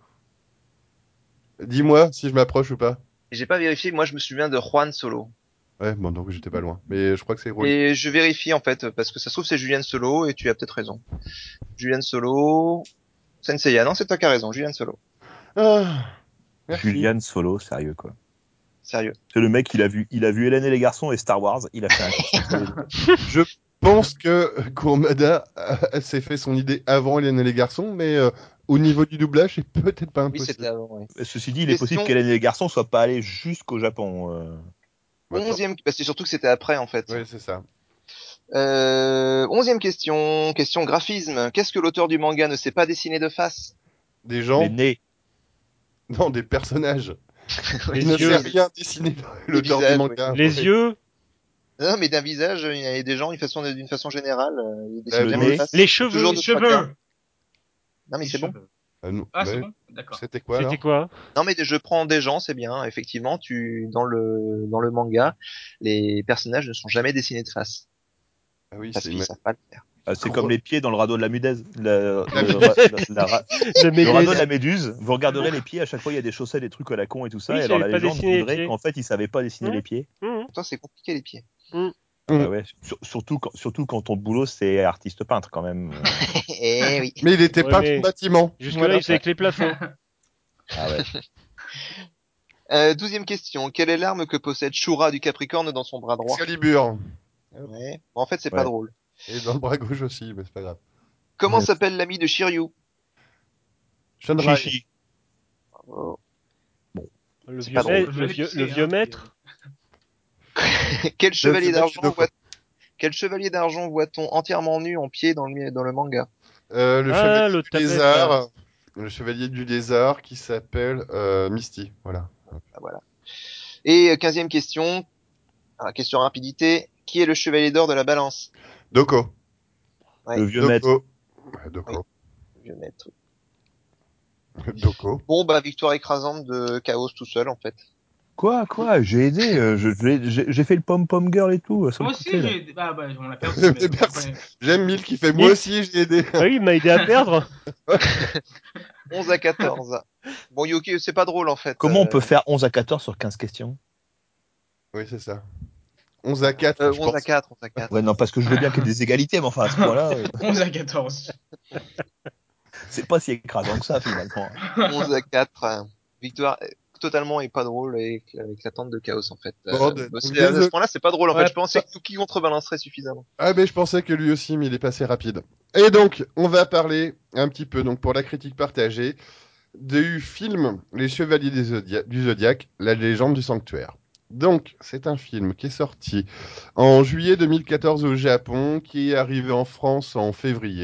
Dis-moi si je m'approche ou pas. J'ai pas vérifié, moi je me souviens de Juan Solo. Ouais, bon, donc j'étais pas loin. Mais je crois que c'est Rolly. Et je vérifie en fait, parce que ça se trouve c'est Julien Solo, et tu as peut-être raison. Julien Solo... Senseiya, non c'est toi qui as raison, Julien Solo. Ah, merci. Julian Solo, sérieux quoi. Sérieux. C'est le mec, il a vu, il a vu Hélène et les garçons et Star Wars, il a fait un cours entre les deux. Je pense que Kurumada euh, s'est fait son idée avant Hélène et les garçons, mais euh, au niveau du doublage, c'est peut-être pas Oui, impossible. c'était avant, oui. Mais Ceci dit, il est Question- possible qu'Hélène et les garçons soient pas allés jusqu'au Japon. euh. Attends. Onzième, bah, c'est surtout que c'était après en fait. Oui, c'est ça. Euh, onzième question, question graphisme. Qu'est-ce que l'auteur du manga ne sait pas dessiner de face? Des gens, Les nez. non, des personnages. Les Il ne yeux. sait rien dessiner l'auteur du visages, manga. Les Oui. yeux, Non, mais d'un visage, il y a des gens d'une façon, d'une façon générale, euh, ils dessinent Le jamais nez. de face. les cheveux. Toujours Les de trois quarts. cheveux. Non, mais Les c'est bon. cheveux. Ah, non, Ah, ouais. c'est bon? D'accord. C'était quoi alors C'était quoi? Non, mais je prends des gens, c'est bien. Effectivement, tu, dans le, dans le manga, les personnages ne sont jamais dessinés de face. Ah oui, Parce c'est qu'ils une... savent pas le faire. Ah, c'est Gros- comme les pieds dans le radeau de la Mudez. Le, La le, Méduse. ra- la- la ra- Le le Méduse. radeau de la Méduse, vous regarderez les pieds, à chaque fois il y a des chaussettes, des trucs à la con et tout ça, Oui, et il alors la savait pas légende dessiner les voudrait pieds. qu'en fait il savait pas dessiner Mmh. les pieds. Mmh. Pourtant, c'est compliqué les pieds. Ah bah Mm. ouais, sur- surtout, quand, surtout quand ton boulot c'est artiste peintre quand même. Eh oui. Mais il était Ouais, peintre mais- en bâtiment. Jusque-là, Voilà. il faisait avec les plafonds. Ah ouais. Euh, douzième question. Quelle est l'arme que possède Shura du Capricorne dans son bras droit? Excalibur. Ouais. Bon, en fait, c'est Ouais. pas drôle. Et dans le bras gauche aussi, mais c'est pas grave. Comment Ouais. s'appelle l'ami de Shiryu? Shunrai. Chichi. Bravo. Le C'est vieux, pas drôle. maître, Je le vais vieux, l'épicer, le vieux hein, maître. Quel chevalier Le- le d'argent Matsudo. voit Quel chevalier d'argent voit-on entièrement nu en pied dans le, dans le manga? Euh, le Ah, chevalier le du tapette, lézard. là. Le chevalier du lézard qui s'appelle euh, Misty. Voilà. Ah, voilà. Et euh, quinzième question. Ah, question rapidité. Qui est le chevalier d'or de la balance? Doko. Ouais. Le vieux maître. Doko. Ouais, Doko. Je vais mettre. Doko. Bon, bah, victoire écrasante de Chaos tout seul, en fait. Quoi, quoi, j'ai aidé, euh, je- je l'ai- j'ai j'ai fait le pom-pom girl et tout, sur Moi le aussi, côté, là. j'ai. Ah, bah, on l'a perdu. Mais Mais donc, merci. après- J'aime Mille qui fait moi Mille. aussi, j'ai aidé. Ah oui, il m'a aidé à perdre. onze à quatorze. Bon, Yoki, c'est pas drôle, en fait. Comment on Euh, peut faire onze à quatorze sur quinze questions? Oui, c'est ça. onze à quatre, euh, je onze à pense. quatre, onze à quatre. Ouais, non, parce que je veux bien qu'il y ait des égalités, mais enfin, à ce point-là, euh, onze à quatorze. c'est pas si écrassant que ça, finalement. onze à quatre. euh, Victoire euh, totalement et pas drôle avec, avec l'attente de Chaos, en fait. Euh, Bon, de- bah, donc, c'est- à ce désolé. point-là, c'est pas drôle, en Ouais, fait. Je pensais ça- que Yuki contrebalancerait suffisamment. Ah, mais je pensais que lui aussi, mais il est passé rapide. Et donc, on va parler un petit peu, donc pour la critique partagée, du film Les Chevaliers des Zodia- du Zodiaque, la légende du sanctuaire. Donc, c'est un film qui est sorti en juillet deux mille quatorze au Japon, qui est arrivé en France en février.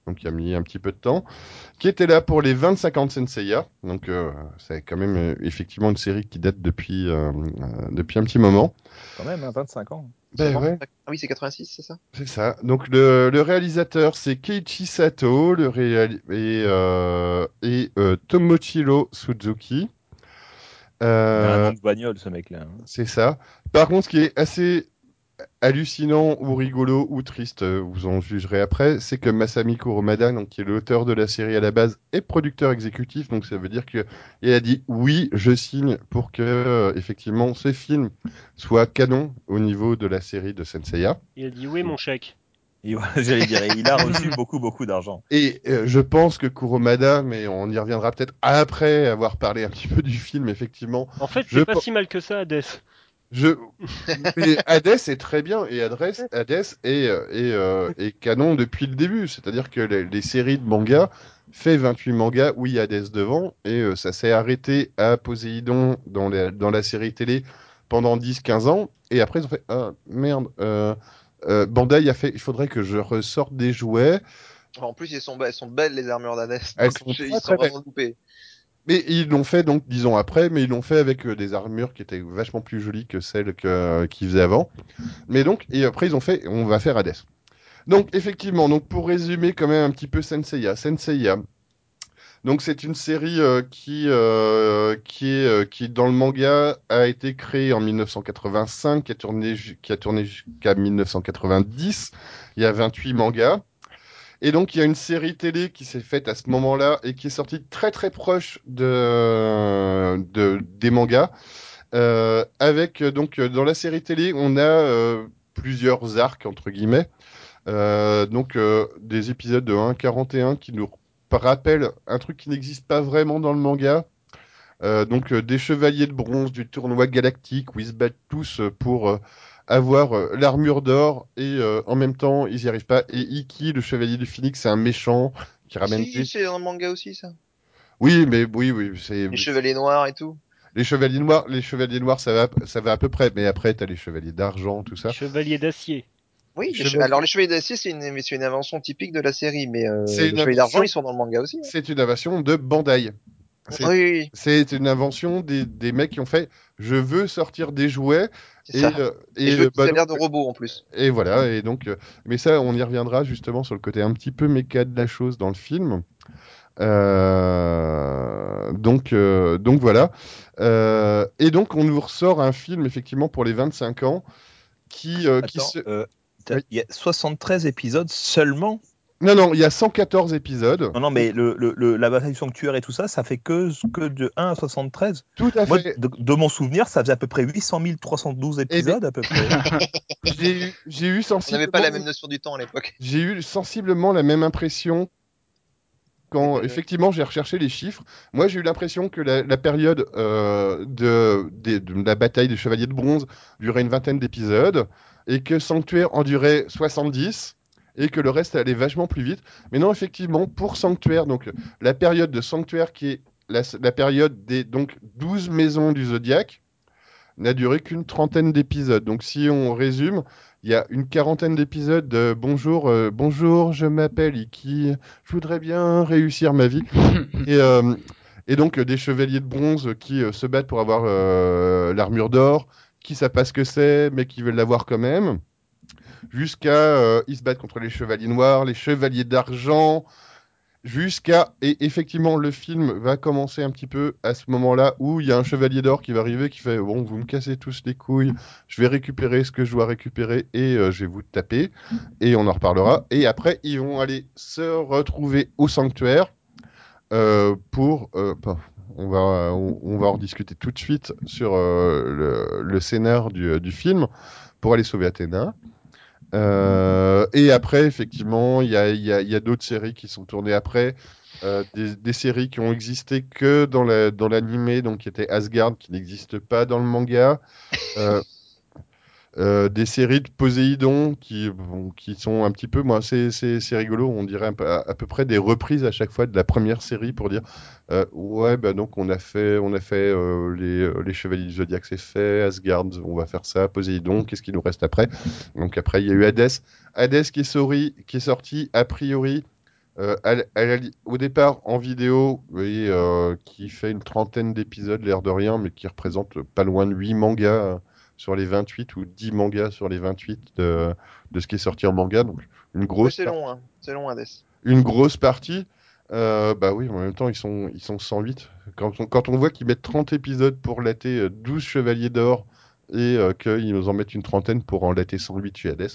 donc il a mis un petit peu de temps, qui était là pour les vingt-cinq ans de Senseiya. Donc euh, c'est quand même euh, effectivement une série qui date depuis, euh, euh, depuis un petit moment. Quand même, hein, vingt-cinq ans. Ben Seulement ouais, Ah oui, c'est quatre-vingt-six, c'est ça? c'est ça. Donc le, le réalisateur c'est Keiichi Sato le réal... et, euh, et euh, Tomochiro Suzuki. Il a un Euh, nom de bagnole, ce mec-là. hein. c'est ça. Par contre, ce qui est assez hallucinant ou rigolo ou triste, euh, vous en jugerez après, c'est que Masami Kurumada, donc, qui est l'auteur de la série à la base, est producteur exécutif. Donc ça veut dire qu'il a dit oui, je signe pour que euh, effectivement ce film soit canon au niveau de la série de Senseiya. Il a dit oui, mon chèque. Et voilà, j'allais dire, il a reçu beaucoup, beaucoup d'argent. Et euh, je pense que Kurumada, mais on y reviendra peut-être après avoir parlé un petit peu du film, effectivement. En fait, Je c'est pas pe- si mal que ça, Hades. Je... Mais Hades est très bien et Hades, Hades est, euh, est, euh, est canon depuis le début. C'est-à-dire que les, les séries de mangas fait vingt-huit mangas où il y a Hades devant et euh, ça s'est arrêté à Poséidon dans, la- dans la série télé pendant dix quinze ans et après ils ont fait ah merde euh, euh, Bandai a fait il faudrait que je ressorte des jouets. En plus, elles sont, be- elles sont belles, les armures d'Hadès. Elles Donc, sont je- très ils sont très belles. vraiment loupés. Mais ils l'ont fait donc dix ans après, mais ils l'ont fait avec euh, des armures qui étaient vachement plus jolies que celles que, qu'ils faisaient avant. Mais donc, et après ils ont fait, on va faire Hades. Donc effectivement, donc pour résumer quand même un petit peu Senseiya, Senseiya. Donc c'est une série euh, qui euh, qui est euh, qui dans le manga a été créée en mille neuf cent quatre-vingt-cinq, qui a tourné ju- qui a tourné jusqu'à mille neuf cent quatre-vingt-dix. Il y a vingt-huit mangas. Et donc il y a une série télé qui s'est faite à ce moment-là et qui est sortie très très proche de, de des mangas. Euh, avec euh, donc euh, dans la série télé, on a euh, plusieurs arcs entre guillemets. Euh, donc euh, des épisodes de un virgule quarante et un qui nous rappellent un truc qui n'existe pas vraiment dans le manga. Euh, donc euh, des chevaliers de bronze du tournoi galactique où ils se battent tous euh, pour euh, avoir euh, l'armure d'or et euh, en même temps ils n'y arrivent pas. Et Iki, le chevalier du phénix, c'est un méchant qui ramène Si, des... c'est dans le manga aussi, ça. Oui, mais oui, oui, c'est Les chevaliers noirs et tout. les chevaliers noirs. Les chevaliers noirs, ça va, ça va à peu près. Mais après, t'as les chevaliers d'argent, tout ça. Chevalier d'acier. Oui, Les les che- chevaliers... alors les chevaliers d'acier, c'est une, c'est une invention typique de la série, mais euh, C'est les une chevaliers d'argent, invention. ils sont dans le manga aussi. hein. C'est une invention de Bandai. Oui, C'est oui, oui, c'est une invention des, des mecs qui ont fait je veux sortir des jouets c'est et ça. euh, Des et jeux euh, qui bah ont l'air donc de robots en plus. et voilà et donc euh, mais ça on y reviendra justement sur le côté un petit peu méca de la chose dans le film. Euh, donc euh, donc voilà. Euh, et donc on nous ressort un film effectivement pour les vingt-cinq ans qui euh, qui Attends, se euh, t'as- oui. il y a soixante-treize épisodes seulement. Non non, il y a cent quatorze épisodes. Non, non, mais le, le, le- la bataille sanctuaire et tout ça, ça fait que, que de un à soixante-treize. Tout à Moi, fait. de, de mon souvenir, ça faisait à peu près huit cent mille trois cent douze Et mais épisodes, à peu près. j'ai eu j'ai eu On n'avait pas sensiblement la même notion du temps à l'époque. j'ai eu sensiblement la même impression quand J'étais jeune. effectivement j'ai recherché les chiffres. Moi, j'ai eu l'impression que la, la période euh, de, des- de la bataille des Chevaliers de Bronze durait une vingtaine d'épisodes et que Sanctuaire en durait soixante-dix et que le reste allait vachement plus vite. Mais non, effectivement, pour Sanctuaire, donc la période de Sanctuaire qui est la, la période des donc douze maisons du Zodiaque, n'a duré qu'une trentaine d'épisodes. Donc si on résume, il y a une quarantaine d'épisodes de bonjour, euh, bonjour, je m'appelle Iki, je voudrais bien réussir ma vie. Et, euh, et donc euh, des chevaliers de bronze qui euh, se battent pour avoir euh, l'armure d'or, qui savent pas ce que c'est, mais qui veulent l'avoir quand même. Jusqu'à euh, ils se battent contre les chevaliers noirs, les chevaliers d'argent, jusqu'à et effectivement le film va commencer un petit peu à ce moment-là où il y a un chevalier d'or qui va arriver qui fait bon vous me cassez tous les couilles, je vais récupérer ce que je dois récupérer et euh, je vais vous taper et on en reparlera et après ils vont aller se retrouver au sanctuaire euh, pour euh, bah, on va on, on va en discuter tout de suite sur euh, le, le scénar du, du film pour aller sauver Athéna. Euh, et après, effectivement, il y a, il y a, il y a d'autres séries qui sont tournées après. Euh, des, des séries qui ont existé que dans la, dans l'animé, donc qui était Asgard, qui n'existe pas dans le manga. Euh, euh, des séries de Poséidon qui, bon, qui sont un petit peu, moi, c'est, c'est, c'est rigolo, on dirait un peu- à, à peu près des reprises à chaque fois de la première série pour dire euh, ouais, bah donc on a fait, on a fait euh, les, euh, les Chevaliers du Zodiaque, c'est fait, Asgard, on va faire ça, Poséidon, qu'est-ce qui nous reste après? Donc après, il y a eu Hadès. Hadès qui est, sorti, qui est sorti, a priori, Euh, elle, elle a li- au départ, en vidéo, vous voyez, euh, qui fait une trentaine d'épisodes, l'air de rien, mais qui représente pas loin de huit mangas euh, sur les vingt-huit ou dix mangas sur les vingt-huit de, de ce qui est sorti en manga. Donc, une Oui, grosse, c'est par- long, hein. C'est long, Hades. une grosse partie. Euh, bah oui, en même temps, ils sont, ils sont cent huit. Quand on, quand on voit qu'ils mettent trente épisodes pour latter euh, douze chevaliers d'or et euh, qu'ils nous en mettent une trentaine pour en latter cent huit chez Hades.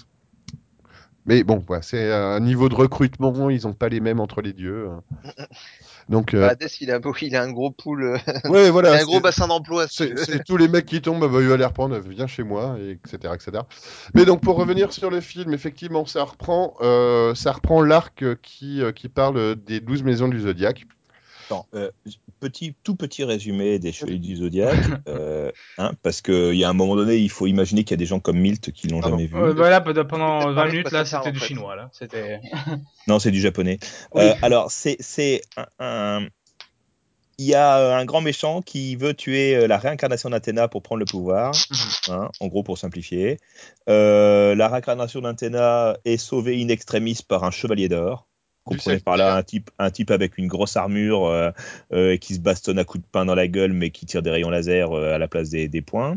Mais bon, voilà, c'est un niveau de recrutement, ils n'ont pas les mêmes entre les dieux. hein. Donc, Bah, euh, Hades, il a, beau- il a un gros pool, euh, ouais, il voilà, a un gros c'est bassin d'emploi, si tu c'est- veux. c'est tous les mecs qui tombent, bah, il va les reprendre, viens chez moi, et etc., et cetera. Mais donc, pour revenir sur le film, effectivement, ça reprend, euh, ça reprend l'arc euh, qui, euh, qui parle des douze maisons du Zodiaque. Attends, euh, petit, tout petit résumé des Chevaliers du Zodiaque, euh, hein, parce qu'il y a un moment donné, il faut imaginer qu'il y a des gens comme Milt qui l'ont Pardon. jamais vu. Euh, voilà, pendant peut-être vingt parler de minutes, quoi là, ça parle, c'était en du fait. chinois, là. C'était. Non, c'est du japonais. Oui. Euh, alors, c'est, c'est un, un- il y a un grand méchant qui veut tuer euh, la réincarnation d'Athéna pour prendre le pouvoir. Hein, en gros, pour simplifier. Euh, la réincarnation d'Athéna est sauvée in extremis par un chevalier d'or. Du Comprenez par là Celtière. un type, un type avec une grosse armure euh, euh, qui se bastonne à coups de pain dans la gueule, mais qui tire des rayons laser euh, à la place des, des poings.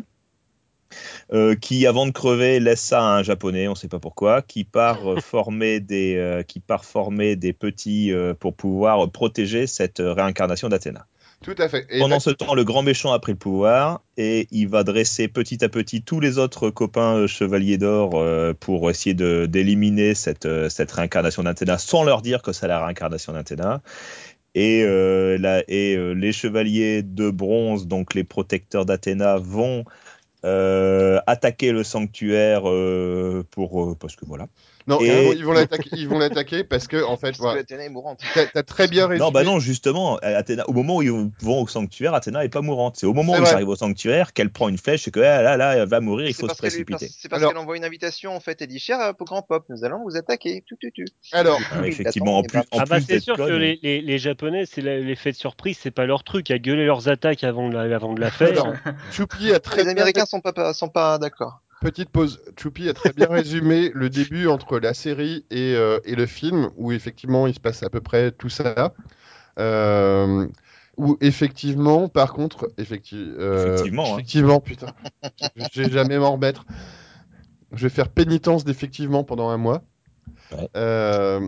Euh, qui, avant de crever, laisse ça à un japonais, on ne sait pas pourquoi, qui part euh, former des, euh, qui part former des petits euh, pour pouvoir protéger cette euh, réincarnation d'Athéna. Tout à fait. Et Pendant là, ce temps, le grand méchant a pris le pouvoir et il va dresser petit à petit tous les autres copains euh, chevaliers d'or euh, pour essayer de, d'éliminer cette, euh, cette réincarnation d'Athéna sans leur dire que c'est la réincarnation d'Athéna. Et, euh, la, et euh, les chevaliers de bronze, donc les protecteurs d'Athéna, vont euh, attaquer le sanctuaire euh, pour, euh, parce que voilà. non, ils vont, Et ils vont l'attaquer, ils vont l'attaquer parce que, en fait, Parce que voilà, Athéna est mourante. t'as, t'as très bien non, bah résumé. non, justement, Athéna, au moment où ils vont au sanctuaire, Athéna est pas mourante. C'est au moment C'est où ils vrai. arrivent au sanctuaire qu'elle prend une flèche et que ah, là, là, elle va mourir, il C'est faut se parce qu'elle lui, précipiter. c'est parce Alors, qu'elle envoie une invitation, en fait, et dit, cher euh, grand pop, nous allons vous attaquer, tu, tu, tu. alors, Hein, Il effectivement, l'attend, en et plus, bam. en Ah bah plus c'est d'être sûr que conne. les, les, les Japonais, c'est la- l'effet de surprise, c'est pas leur truc, à gueuler leurs attaques avant de la, avant de la faire. alors, Choupi a très Les bien, Américains sont pas, sont pas d'accord. petite pause. Choupi a très bien résumé le début entre la série et, euh, et le film, où effectivement il se passe à peu près tout ça. Euh, où effectivement, par contre, effecti- euh, Effectivement, hein. effectivement, putain, je je vais jamais m'en remettre. Je vais faire pénitence d'effectivement pendant un mois. Ouais. Euh,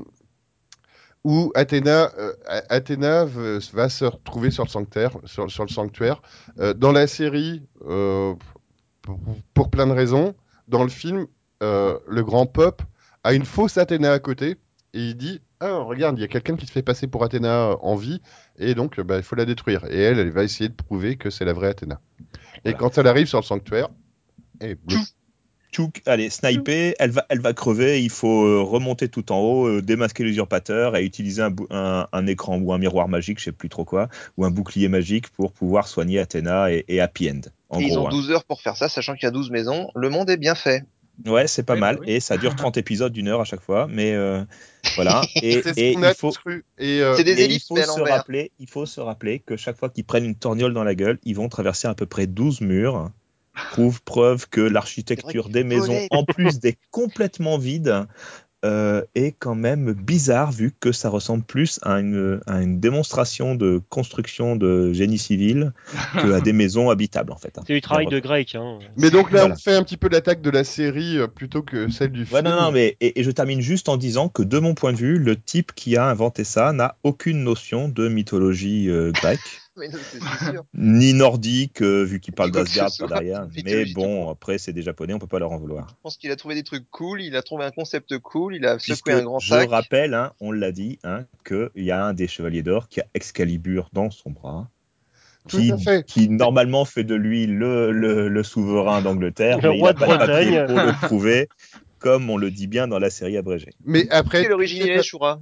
où Athéna, euh, A- Athéna v- va se retrouver sur le sanctuaire. Sur, sur le sanctuaire. Euh, dans la série, euh, pour, pour plein de raisons. Dans le film, euh, le grand Pop a une fausse Athéna à côté et il dit ah regarde il y a quelqu'un qui se fait passer pour Athéna euh, en vie et donc euh, bah, il faut la détruire et elle elle va essayer de prouver que c'est la vraie Athéna. Et Voilà. quand elle arrive sur le sanctuaire, et blouf. Tchouk, allez, sniper, elle va, elle va crever, il faut euh, remonter tout en haut, euh, démasquer l'usurpateur et utiliser un, bou- un, un écran ou un miroir magique, je sais plus trop quoi, ou un bouclier magique pour pouvoir soigner Athéna et, et Happy End, en Et ils ont gros. Hein. douze heures pour faire ça, sachant qu'il y a douze maisons. Le monde est bien fait. Ouais, c'est pas Oui, bah mal, oui. et ça dure trente épisodes d'une heure à chaque fois, mais euh, voilà, et, C'est ce et qu'on il a faut... tous cru. Et euh, C'est des Et il ellipses, faut mais à se l'envers. rappeler, il faut se rappeler que chaque fois qu'ils prennent une torgnole dans la gueule, ils vont traverser à peu près douze murs. Prouve preuve que C'est vrai l'architecture qu'il des maisons, volait. en plus d'être complètement vide, euh, est quand même bizarre vu que ça ressemble plus à une, à une démonstration de construction de génie civil que à des maisons habitables en fait. Hein. C'est du travail Bien de re- grec. Hein. mais donc là on Voilà. fait un petit peu l'attaque de la série euh, plutôt que celle du Ouais, non, non, film. mais et, et je termine juste en disant que de mon point de vue, le type qui a inventé ça n'a aucune notion de mythologie euh, grecque. Mais non, c'est c'est sûr. Ni nordique, euh, vu qu'il Ni parle quoi que ce d'Asgard par soit. derrière. Mais Mythologie tout bon, court. après, c'est des Japonais, on peut pas leur en vouloir. Je pense qu'il a trouvé des trucs cool, il a trouvé un concept cool, il a Puisque secoué un grand je sac. rappelle, hein, on l'a dit, hein, qu'il y a un des Chevaliers d'Or qui a Excalibur dans son bras, Tout qui, à fait. qui normalement fait de lui le, le, le souverain d'Angleterre, Le mais il roi n'a de pas de papier Bretagne. pour le prouver, comme on le dit bien dans la série abrégée. Mais après Quelle tout origine il est est, à- Shura?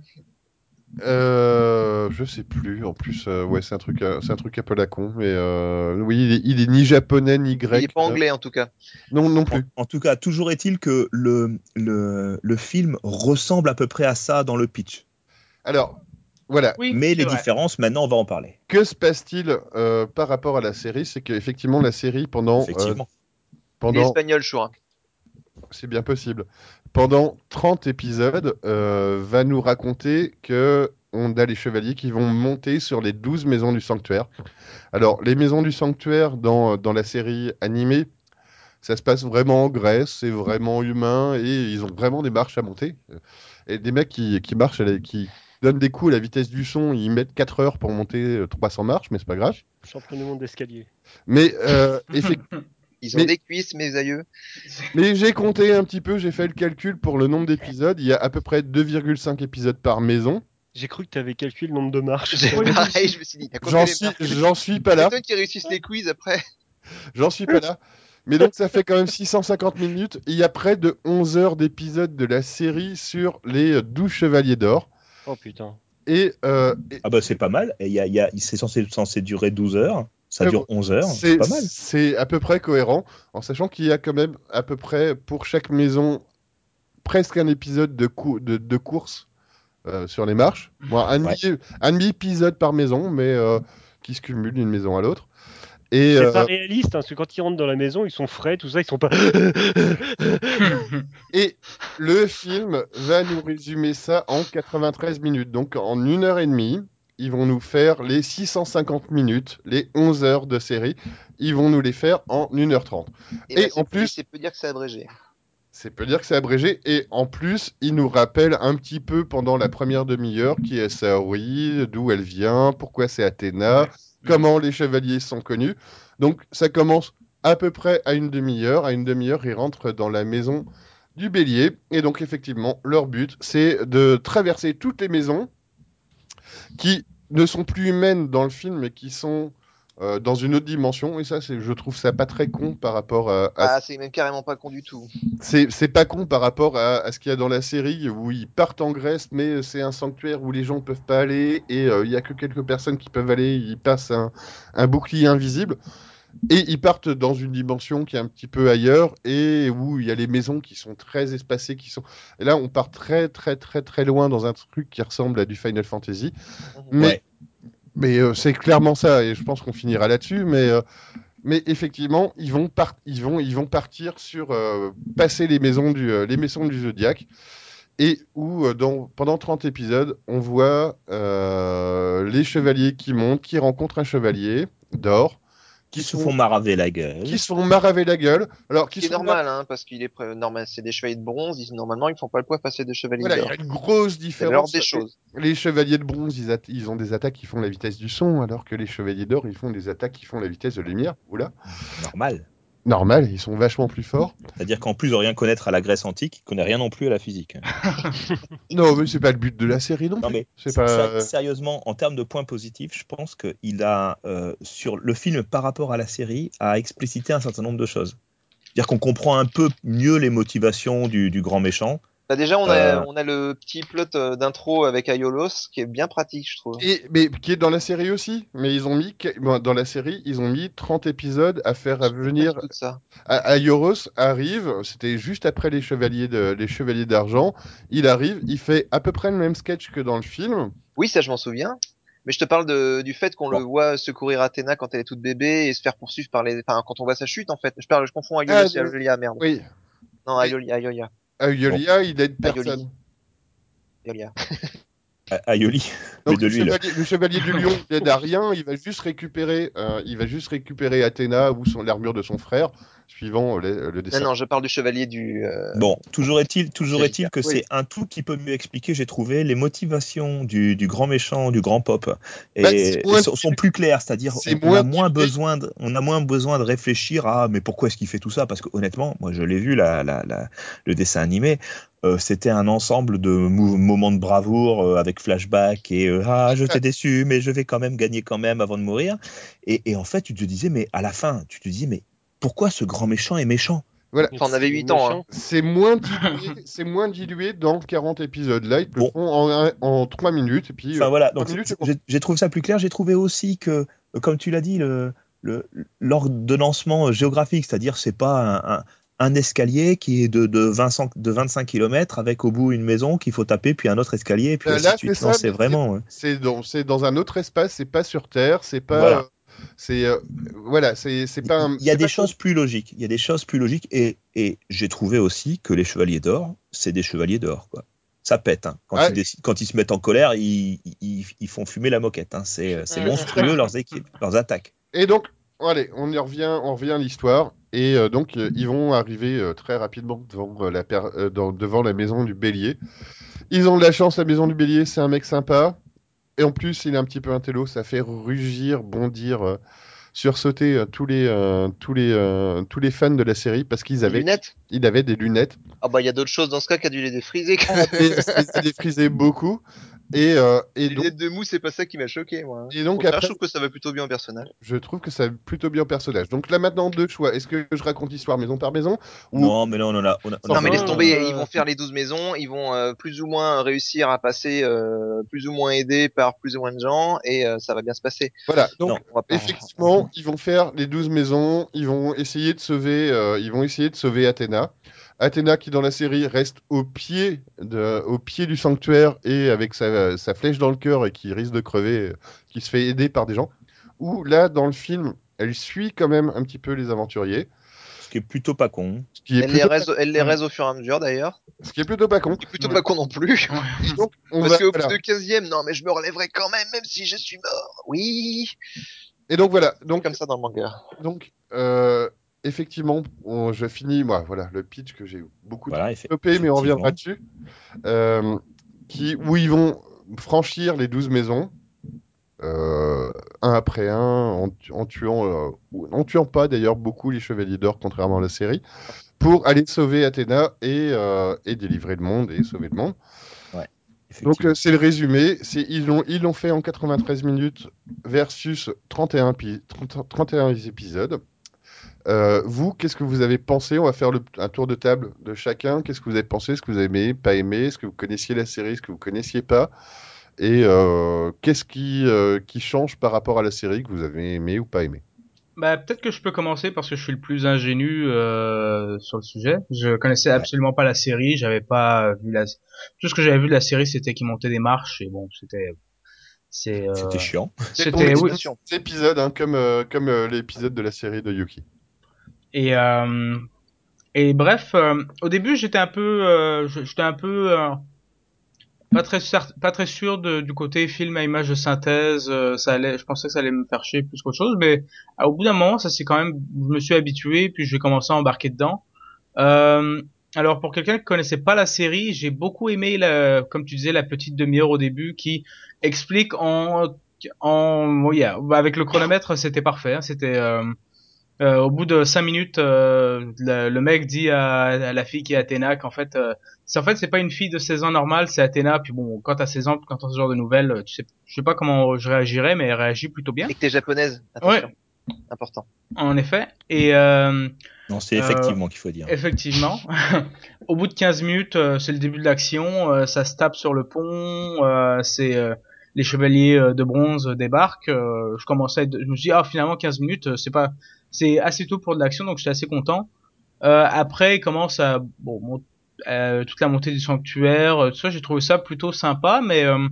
euh, je sais plus. En plus, euh, ouais, c'est un truc, euh, c'est un truc un peu la con. Mais euh, oui, il est, il est ni japonais ni Il est grec. pas euh, anglais en tout cas. non, non En, plus. en tout cas, toujours est-il que le, le, le film ressemble à peu près à ça dans le pitch. Alors, voilà. Oui, Mais c'est les vrai. différences, maintenant, on va en parler. Que se passe-t-il euh, par rapport à la série? C'est qu'effectivement, la série, pendant, euh, Effectivement. Il est pendant espagnol, Shura. C'est bien possible. Pendant trente épisodes, euh, va nous raconter que on a les chevaliers qui vont monter sur les douze maisons du sanctuaire. Alors, les maisons du sanctuaire dans, dans la série animée, ça se passe vraiment en Grèce, c'est vraiment humain et ils ont vraiment des marches à monter. Et des mecs qui, qui marchent, à la- qui donnent des coups à la vitesse du son, ils mettent quatre heures pour monter euh, trois cents marches, mais c'est pas grave. Champion du monde d'escalier. Mais, euh, effect- Ils ont mais, des cuisses, mes aïeux. mais j'ai compté un petit peu, j'ai fait le calcul pour le nombre d'épisodes. Il y a à peu près deux virgule cinq épisodes par maison. J'ai cru que tu avais calculé le nombre de marches. J'ai Oui, moi pareil, aussi. je me suis dit, il y a J'en compté les suis, marques. j'en suis pas là. C'est toi qui réussissent les quiz après. J'en suis pas là. Mais donc ça fait quand même six cent cinquante minutes. Il y a près de onze heures d'épisodes de la série sur les euh, douze chevaliers d'or. Oh putain. Et, euh, et- Ah bah c'est pas mal. Et il y a, il y a, c'est censé, censé durer douze heures. Ça euh, dure onze heures. C'est c'est pas mal. c'est à peu près cohérent, en sachant qu'il y a quand même à peu près pour chaque maison presque un épisode de, cou- de, de course euh, sur les marches. Bon, un Ouais. demi, un demi-épisode par maison, mais euh, qui se cumule d'une maison à l'autre. Et, C'est euh, pas réaliste, hein, parce que quand ils rentrent dans la maison, ils sont frais, tout ça, ils sont pas. Et le film va nous résumer ça en quatre-vingt-treize minutes. Donc en une heure et demie, ils vont nous faire les six cent cinquante minutes, les onze heures de série. Ils vont nous les faire en une heure trente. Et, Et bah, c'est- en et plus, c'est peut dire que c'est abrégé. c'est peut dire que c'est abrégé. Et en plus, il nous rappelle un petit peu pendant la première demi-heure qui est Saori, d'où elle vient, pourquoi c'est Athéna, Ouais. comment les chevaliers sont connus. Donc ça commence à peu près à une demi-heure. À une demi-heure, ils rentrent dans la maison du bélier. Et donc effectivement, leur but, c'est de traverser toutes les maisons qui ne sont plus humaines dans le film, mais qui sont euh, dans une autre dimension. Et ça, c'est, je trouve ça pas très con par rapport à, à Ah, c'est même carrément pas con du tout. c'est c'est pas con par rapport à, à ce qu'il y a dans la série où ils partent en Grèce, mais c'est un sanctuaire où les gens peuvent pas aller et euh, il y a que quelques personnes qui peuvent aller. Ils passent un, un bouclier invisible et ils partent dans une dimension qui est un petit peu ailleurs et où il y a les maisons qui sont très espacées, qui sont. Et là, on part très très très très loin dans un truc qui ressemble à du Final Fantasy, Mhm. mais Ouais. mais euh, c'est clairement ça et je pense qu'on finira là-dessus, mais. euh, mais effectivement, ils vont, par- ils vont, ils vont partir sur euh, passer les maisons du, euh, les maisons du Zodiac et où euh, dans, pendant trente épisodes, on voit euh, les chevaliers qui montent, qui rencontrent un chevalier d'or, qui Qui se sont, font maraver la qui gueule. se font maraver la gueule. Alors, Ce qui qui est sont mar- normal, hein, parce qu'il est pré- normal, c'est des chevaliers de bronze. Ils, normalement, ils font pas le poids face à des chevaliers Voilà, il y d'or. a une grosse C'est l'ordre différence. des Les, choses. les chevaliers de bronze, ils, at- ils ont des attaques qui font la vitesse du son, alors que les chevaliers d'or, ils font des attaques qui font la vitesse de la lumière. Oula, Normal. normal, ils sont vachement plus forts. C'est-à-dire qu'en plus de rien connaître à la Grèce antique, il connaît rien non plus à la physique. Non, mais c'est pas le but de la série non Non plus. mais C'est sé- pas. sérieusement, en termes de points positifs, je pense qu'il a euh, sur le film par rapport à la série a explicité un certain nombre de choses. C'est-à-dire qu'on comprend un peu mieux les motivations du, du grand méchant. Bah, déjà, on a, Euh, on a le petit plot euh, d'intro avec Aiolos qui est bien pratique, je trouve. Et, mais qui est dans la série aussi. Mais ils ont mis, que- bon, dans la série, ils ont mis trente épisodes à faire Je ne venir. pas du tout de ça. A- Aioros arrive, c'était juste après les Chevaliers de, les Chevaliers d'Argent. Il arrive, il fait à peu près le même sketch que dans le film. Oui, ça, je m'en souviens. Mais je te parle de, du fait qu'on le bon, voit secourir Athéna quand elle est toute bébé et se faire poursuivre par les, enfin, quand on voit sa chute, en fait. Je parle, je confonds Ah, Aiolos et de- Aiolia, merde. oui. Non, Mais Aiolia, Aiolia, bon, Aiolia, il aide Aioli. personne. Aiolia. A- Aioli, mais Donc de le l'huile. chevalier, le chevalier du lion il aide à rien, il va juste récupérer, euh, il va juste récupérer Athéna ou son l'armure de son frère, suivant euh, le, le Non, dessin. non, je parle du chevalier du, euh, Bon, toujours est-il, toujours Angelica. est-il que Oui. c'est un tout qui peut mieux expliquer, j'ai trouvé, les motivations du, du grand méchant, du grand pop, Bah, et, c'est et moins sont, sont dilué. plus claires. C'est-à-dire, C'est on, on a moins moins dilué. besoin de, on a moins besoin de réfléchir à, mais pourquoi est-ce qu'il fait tout ça? Parce que honnêtement, moi, je l'ai vu, la, la, la- le dessin animé, euh, c'était un ensemble de mou- moments de bravoure euh, avec flashback et euh, ah, je t'ai déçu, mais je vais quand même gagner quand même avant de mourir. Et, et en fait, tu te disais, mais à la fin, tu te disais, mais pourquoi ce grand méchant est méchant? Voilà. Mais Enfin, on parce avait qu'il est huit ans, hein. méchant. C'est moins dilué, c'est moins dilué dans quarante épisodes. Là, ils te le Bon, font en, un- en trois minutes. Et puis, euh, enfin voilà, trois donc minutes, c'est j'ai j'ai trouvé ça plus clair. J'ai trouvé aussi que, euh, comme tu l'as dit, le, le, l'ordonnancement géographique, c'est-à-dire c'est pas un, un, un escalier qui est de, de, vingt, de vingt-cinq kilomètres avec au bout une maison qu'il faut taper, puis un autre escalier, puis Là, ainsi de là, c'est suite. Non, ça, c'est mais c'est vraiment. Ouais. c'est dans, c'est dans un autre espace, c'est pas sur Terre, c'est pas, euh, Voilà. C'est euh, voilà, c'est c'est pas. Un, il y a c'est des pas choses plus logiques. Il y a des choses plus logiques et, et j'ai trouvé aussi que les chevaliers d'or, c'est des chevaliers d'or, quoi. Ça pète. Hein. Quand, Ah, ils décident, quand ils se mettent en colère, ils, ils, ils font fumer la moquette. Hein. C'est, c'est monstrueux leurs équipes, leurs attaques. Et donc, allez, on y revient, on revient à l'histoire. Et euh, donc, euh, ils vont arriver euh, très rapidement devant, euh, la per- euh, dans- devant la maison du bélier. Ils ont de la chance, la maison du bélier, c'est un mec sympa. Et en plus, il est un petit peu intello, ça fait rugir, bondir, euh, sursauter euh, tous les, euh, tous les, euh, tous les fans de la série parce qu'ils Des avaient, lunettes. il avait des lunettes. Ah bah il y a d'autres choses dans ce cas qui a dû les défriser. Et ça les a défrisés beaucoup. Et, euh, et Les donc, lunettes de mousse, c'est pas ça qui m'a choqué, moi. et Au donc contraire, après, je trouve que ça va plutôt bien au personnage. je trouve que ça va plutôt bien au personnage. Donc là maintenant, deux choix. Est-ce que je raconte l'histoire maison par maison ou Non, mais là, on en a, on a, on a Non mais fait laisse le Non, tour. tomber, euh, ils vont faire les douze maisons, ils vont euh, plus ou moins réussir à passer euh, plus ou moins aidés par plus ou moins de gens et euh, ça va bien se passer. voilà. Donc Non. On va pas... effectivement, ils vont faire les douze maisons. Ils vont essayer de sauver. euh, ils vont essayer de sauver Athéna. Athéna qui dans la série reste au pied de, au pied du sanctuaire et avec sa, sa flèche dans le cœur et qui risque de crever, euh, qui se fait aider par des gens. Ou là dans le film, elle suit quand même un petit peu les aventuriers, Ce qui est plutôt pas con. ce qui est Elle les plutôt, raise, elle les Ouais. raise au fur et à mesure d'ailleurs. ce qui est plutôt pas con. Et plutôt Ouais. pas con non plus. Ouais. Et donc on Parce va, qu'au bout voilà. de quinzième, non mais je me relèverai quand même, même si je suis mort. Oui. Et donc voilà. C'est Donc comme ça dans le manga. Donc, euh, effectivement, on- je finis, moi, voilà, le pitch que j'ai beaucoup trop Voilà, effe- développé, mais on reviendra effectivement. dessus, euh, qui, où ils vont franchir les douze maisons, euh, un après un, en, tu- en tuant, euh, ou en tuant pas d'ailleurs beaucoup les Chevaliers d'Or, contrairement à la série, pour aller sauver Athéna et, euh, et délivrer le monde et sauver le monde. Ouais, Donc, euh, effectivement. c'est le résumé. C'est, ils l'ont, ils l'ont fait en quatre-vingt-treize minutes versus trente et un, pi- trente trente et un épisodes. Euh, vous, qu'est-ce que vous avez pensé? On va faire le- un tour de table de chacun. Qu'est-ce que vous avez pensé? Est-ce que vous avez aimé, pas aimé? Est-ce que vous connaissiez la série? Est-ce que vous connaissiez pas? Et euh, qu'est-ce qui, euh, qui change par rapport à la série que vous avez aimé ou pas aimé? Bah, peut-être que je peux commencer parce que je suis le plus ingénu euh, sur le sujet. Je connaissais Ouais. absolument pas la série, j'avais pas vu la tout ce que j'avais vu de la série, c'était qu'ils montaient des marches et bon, c'était c'est C'était euh, chiant. C'est tombé c'était sur oui. Attention. cet épisode, hein, comme, euh, comme euh, l'épisode de la série de Yuki. Et euh, et bref, euh, au début, j'étais un peu euh, j'étais un peu euh, pas très cer- pas très sûr de, du côté film à image de synthèse, euh, ça allait je pensais que ça allait me faire chier plus qu'autre chose, mais euh, au bout d'un moment, ça c'est quand même je me suis habitué puis j'ai commencé à embarquer dedans. Euh, alors pour quelqu'un qui connaissait pas la série, j'ai beaucoup aimé la, comme tu disais, la petite demi-heure au début qui explique en, en, oui, yeah, avec le chronomètre, c'était parfait. Hein, c'était euh, euh, au bout de cinq minutes, euh, le, le mec dit à, à la fille qui est Athéna qu'en fait, euh, c'est en fait c'est pas une fille de seize ans normale, c'est Athéna. Puis bon, quand t'as seize ans, quand t'as ce genre de nouvelles, tu sais, je sais pas comment je réagirais, mais elle réagit plutôt bien. Et que t'es japonaise, Ouais, attention. Important. en effet. Et euh, Non, c'est euh, effectivement qu'il faut dire. Effectivement. Au bout de quinze minutes, euh, c'est le début de l'action, euh, ça se tape sur le pont, euh, c'est euh, les chevaliers euh, de bronze débarquent. Euh, je commençais à être- je me suis dit ah finalement quinze minutes, euh, c'est pas c'est assez tôt pour de l'action donc j'étais assez content. Euh, après, il commence à bon mon- euh, toute la montée du sanctuaire, euh, tout ça, j'ai trouvé ça plutôt sympa mais euh,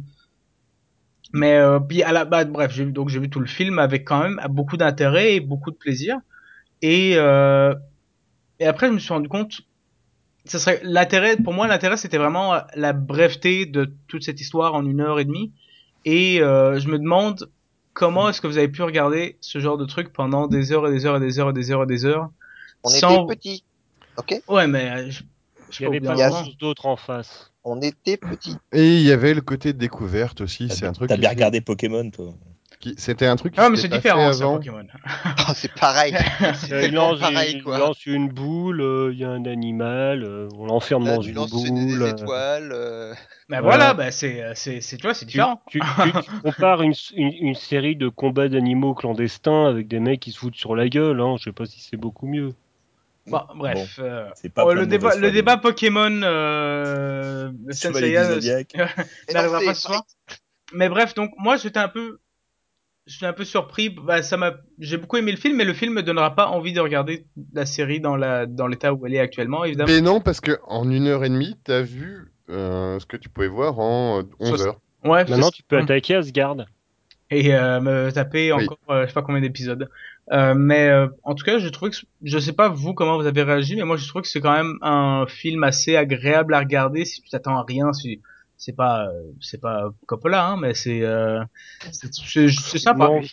mais euh, puis à la bah, bref, j'ai vu donc j'ai vu tout le film avec quand même beaucoup d'intérêt et beaucoup de plaisir et euh, et après je me suis rendu compte ça serait l'intérêt pour moi l'intérêt c'était vraiment la breveté de toute cette histoire en une heure et demie et euh, je me demande comment est-ce que vous avez pu regarder ce genre de truc pendant des heures et des heures et des heures et des heures et des heures On était sans petits. Ok? ouais mais euh, je, je sais Il y pas au avait bout d'un pas Il y a- grand moment chose d'autre en face. On était petits. Et il y avait le côté de découverte aussi. T'as C'est bien, un truc t'as qui, bien s'est- regardé Pokémon, toi. qui- c'était un truc qui ah mais s'était c'est pas fait différent c'est un avant. Pokémon Oh, c'est pareil. C'est Euh, il, tellement lance, pareil, il quoi. lance une boule, euh, il y a un animal, euh, on l'enferme Là, dans tu une lances des, des boule. euh, étoiles. euh, bah voilà voilà. bah c'est euh, c'est c'est tu vois c'est Tu, différent tu, tu, tu compares une, une, une série de combats d'animaux clandestins avec des mecs qui se foutent sur la gueule, hein. Je sais pas si c'est beaucoup mieux. bon Bon, bref euh, c'est pas oh, plein le de débat mauvaise le foi, débat disons. Pokémon euh, Chevalier du Senseiya euh, Zodiaque. n'arrivera pas Élancé, ce soir fight. mais bref donc moi j'étais un peu je suis un peu surpris. Bah, ça m'a, j'ai beaucoup aimé le film, mais le film me donnera pas envie de regarder la série dans la, dans l'état où elle est actuellement, évidemment. Mais non, parce que en une heure et demie, t'as vu euh, ce que tu pouvais voir en euh, onze Soit- heures. Ouais, Maintenant, c'est- tu peux hum. attaquer Asgard. et euh, me taper Oui. encore euh, je sais pas combien d'épisodes. Euh, mais euh, en tout cas, j'ai trouvé que je sais pas vous comment vous avez réagi, mais moi je trouve que c'est quand même un film assez agréable à regarder si tu t'attends à rien. Si c'est pas euh, c'est pas Coppola, hein, mais c'est euh, c'est c'est c'est sympa. Non,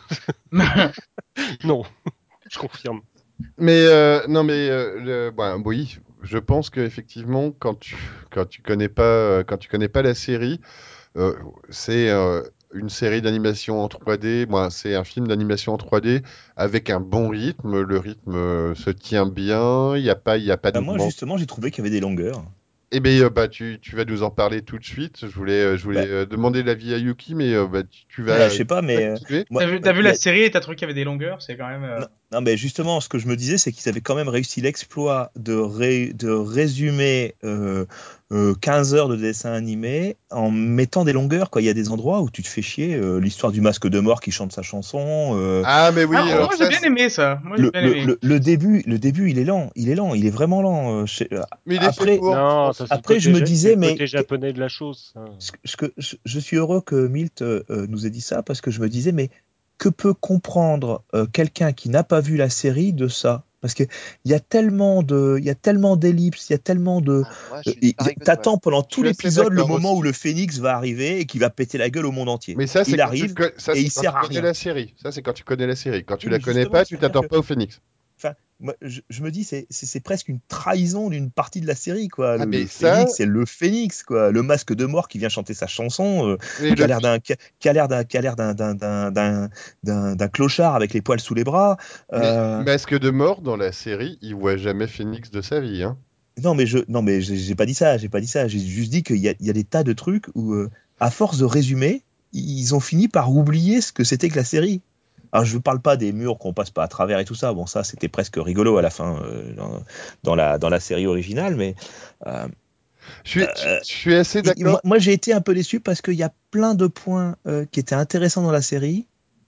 non, je confirme. Mais euh, non, mais euh, le- bon, oui, je pense qu'effectivement, quand tu quand tu connais pas euh, quand tu connais pas la série, euh, c'est euh, une série d'animation en trois D. Moi, c'est un film d'animation en trois D avec un bon rythme. Le rythme euh, se tient bien. Il y a pas il y a pas de Bah, moi, mouvement. justement, j'ai trouvé qu'il y avait des longueurs. Eh bien, euh, bah, tu, tu vas nous en parler tout de suite. Je voulais, euh, je voulais Bah, euh, demander l'avis à Yuki, mais euh, bah, tu, tu bah, vas, je sais pas, tu vas mais euh, continuer. moi, T'as vu t'as vu il y la a- série et t'as trouvé qu'il y avait des longueurs, c'est quand même. euh, non, non, mais justement, ce que je me disais, c'est qu'ils avaient quand même réussi l'exploit de, ré- de résumer euh, euh, quinze heures de dessin animé en mettant des longueurs, quoi. Il y a des endroits où tu te fais chier. euh, l'histoire du masque de mort qui chante sa chanson. euh, Ah, mais Ah, oui, moi alors j'ai ça, bien c'est- aimé ça. Moi j'ai le, bien le, aimé. le, le début, le début, il est lent. Il est lent. Il est vraiment lent. euh, je sais- mais il est fait après, pour, je Non, pense. ça c'est le après, je côté, me ja- c'est disais, le mais côté japonais de la chose. ça. ce que, ce que- je, je suis heureux que Milt euh, euh, nous ait dit ça parce que je me disais, mais que peut comprendre euh, quelqu'un qui n'a pas vu la série de ça? Parce que il y a tellement de, il y a tellement d'ellipses, il y a tellement de, Ah, moi, je euh, suis il- pareil que toi. t'attends pendant Je tout suis assez l'épisode le d'accord moment où aussi. le phénix va arriver et qui va péter la gueule au monde entier. Mais ça, c'est Il quand tu, arrive co- ça, et c'est il quand tu sert à connais rien. la série. Ça, c'est quand tu connais la série. Quand tu Oui, la mais connais justement, pas, tu c'est-à-dire t'attends que pas au Phoenix. enfin, moi, je, je me dis, c'est, c'est, c'est presque une trahison d'une partie de la série, quoi. Ah, Le, mais le ça, Phénix, c'est le Phénix, quoi. Le masque de mort qui vient chanter sa chanson, euh, mais qui a le, l'air fi- d'un, qui a, qui a l'air d'un, qui a l'air d'un, d'un, d'un, d'un, d'un- d'un clochard avec les poils sous les bras. mais Euh, Masque de mort dans la série, il voit jamais Phoenix de sa vie, hein. non, mais je, non, mais j'ai j'ai pas dit ça, j'ai pas dit ça. J'ai juste dit qu'il y a, il y a des tas de trucs où, euh, à force de résumer, ils ont fini par oublier ce que c'était que la série. Alors, je ne parle pas des murs qu'on passe pas à travers et tout ça. Bon, ça, c'était presque rigolo à la fin euh, dans, dans la, dans la série originale, mais euh, Je suis, je, euh, je suis assez il- d'accord. moi, moi, j'ai été un peu déçu parce qu'il y a plein de points euh, qui étaient intéressants dans la série.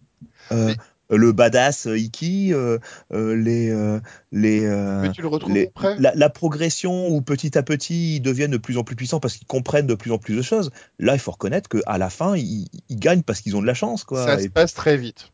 Euh, Mais, le badass euh, Iki, euh, euh, les, euh, les, mais euh, tu le retrouves les, après. la, la progression où petit à petit ils deviennent de plus en plus puissants parce qu'ils comprennent de plus en plus de choses. Là, il faut reconnaître qu'à la fin, ils, ils gagnent parce qu'ils ont de la chance, Ça quoi. se Et passe très vite.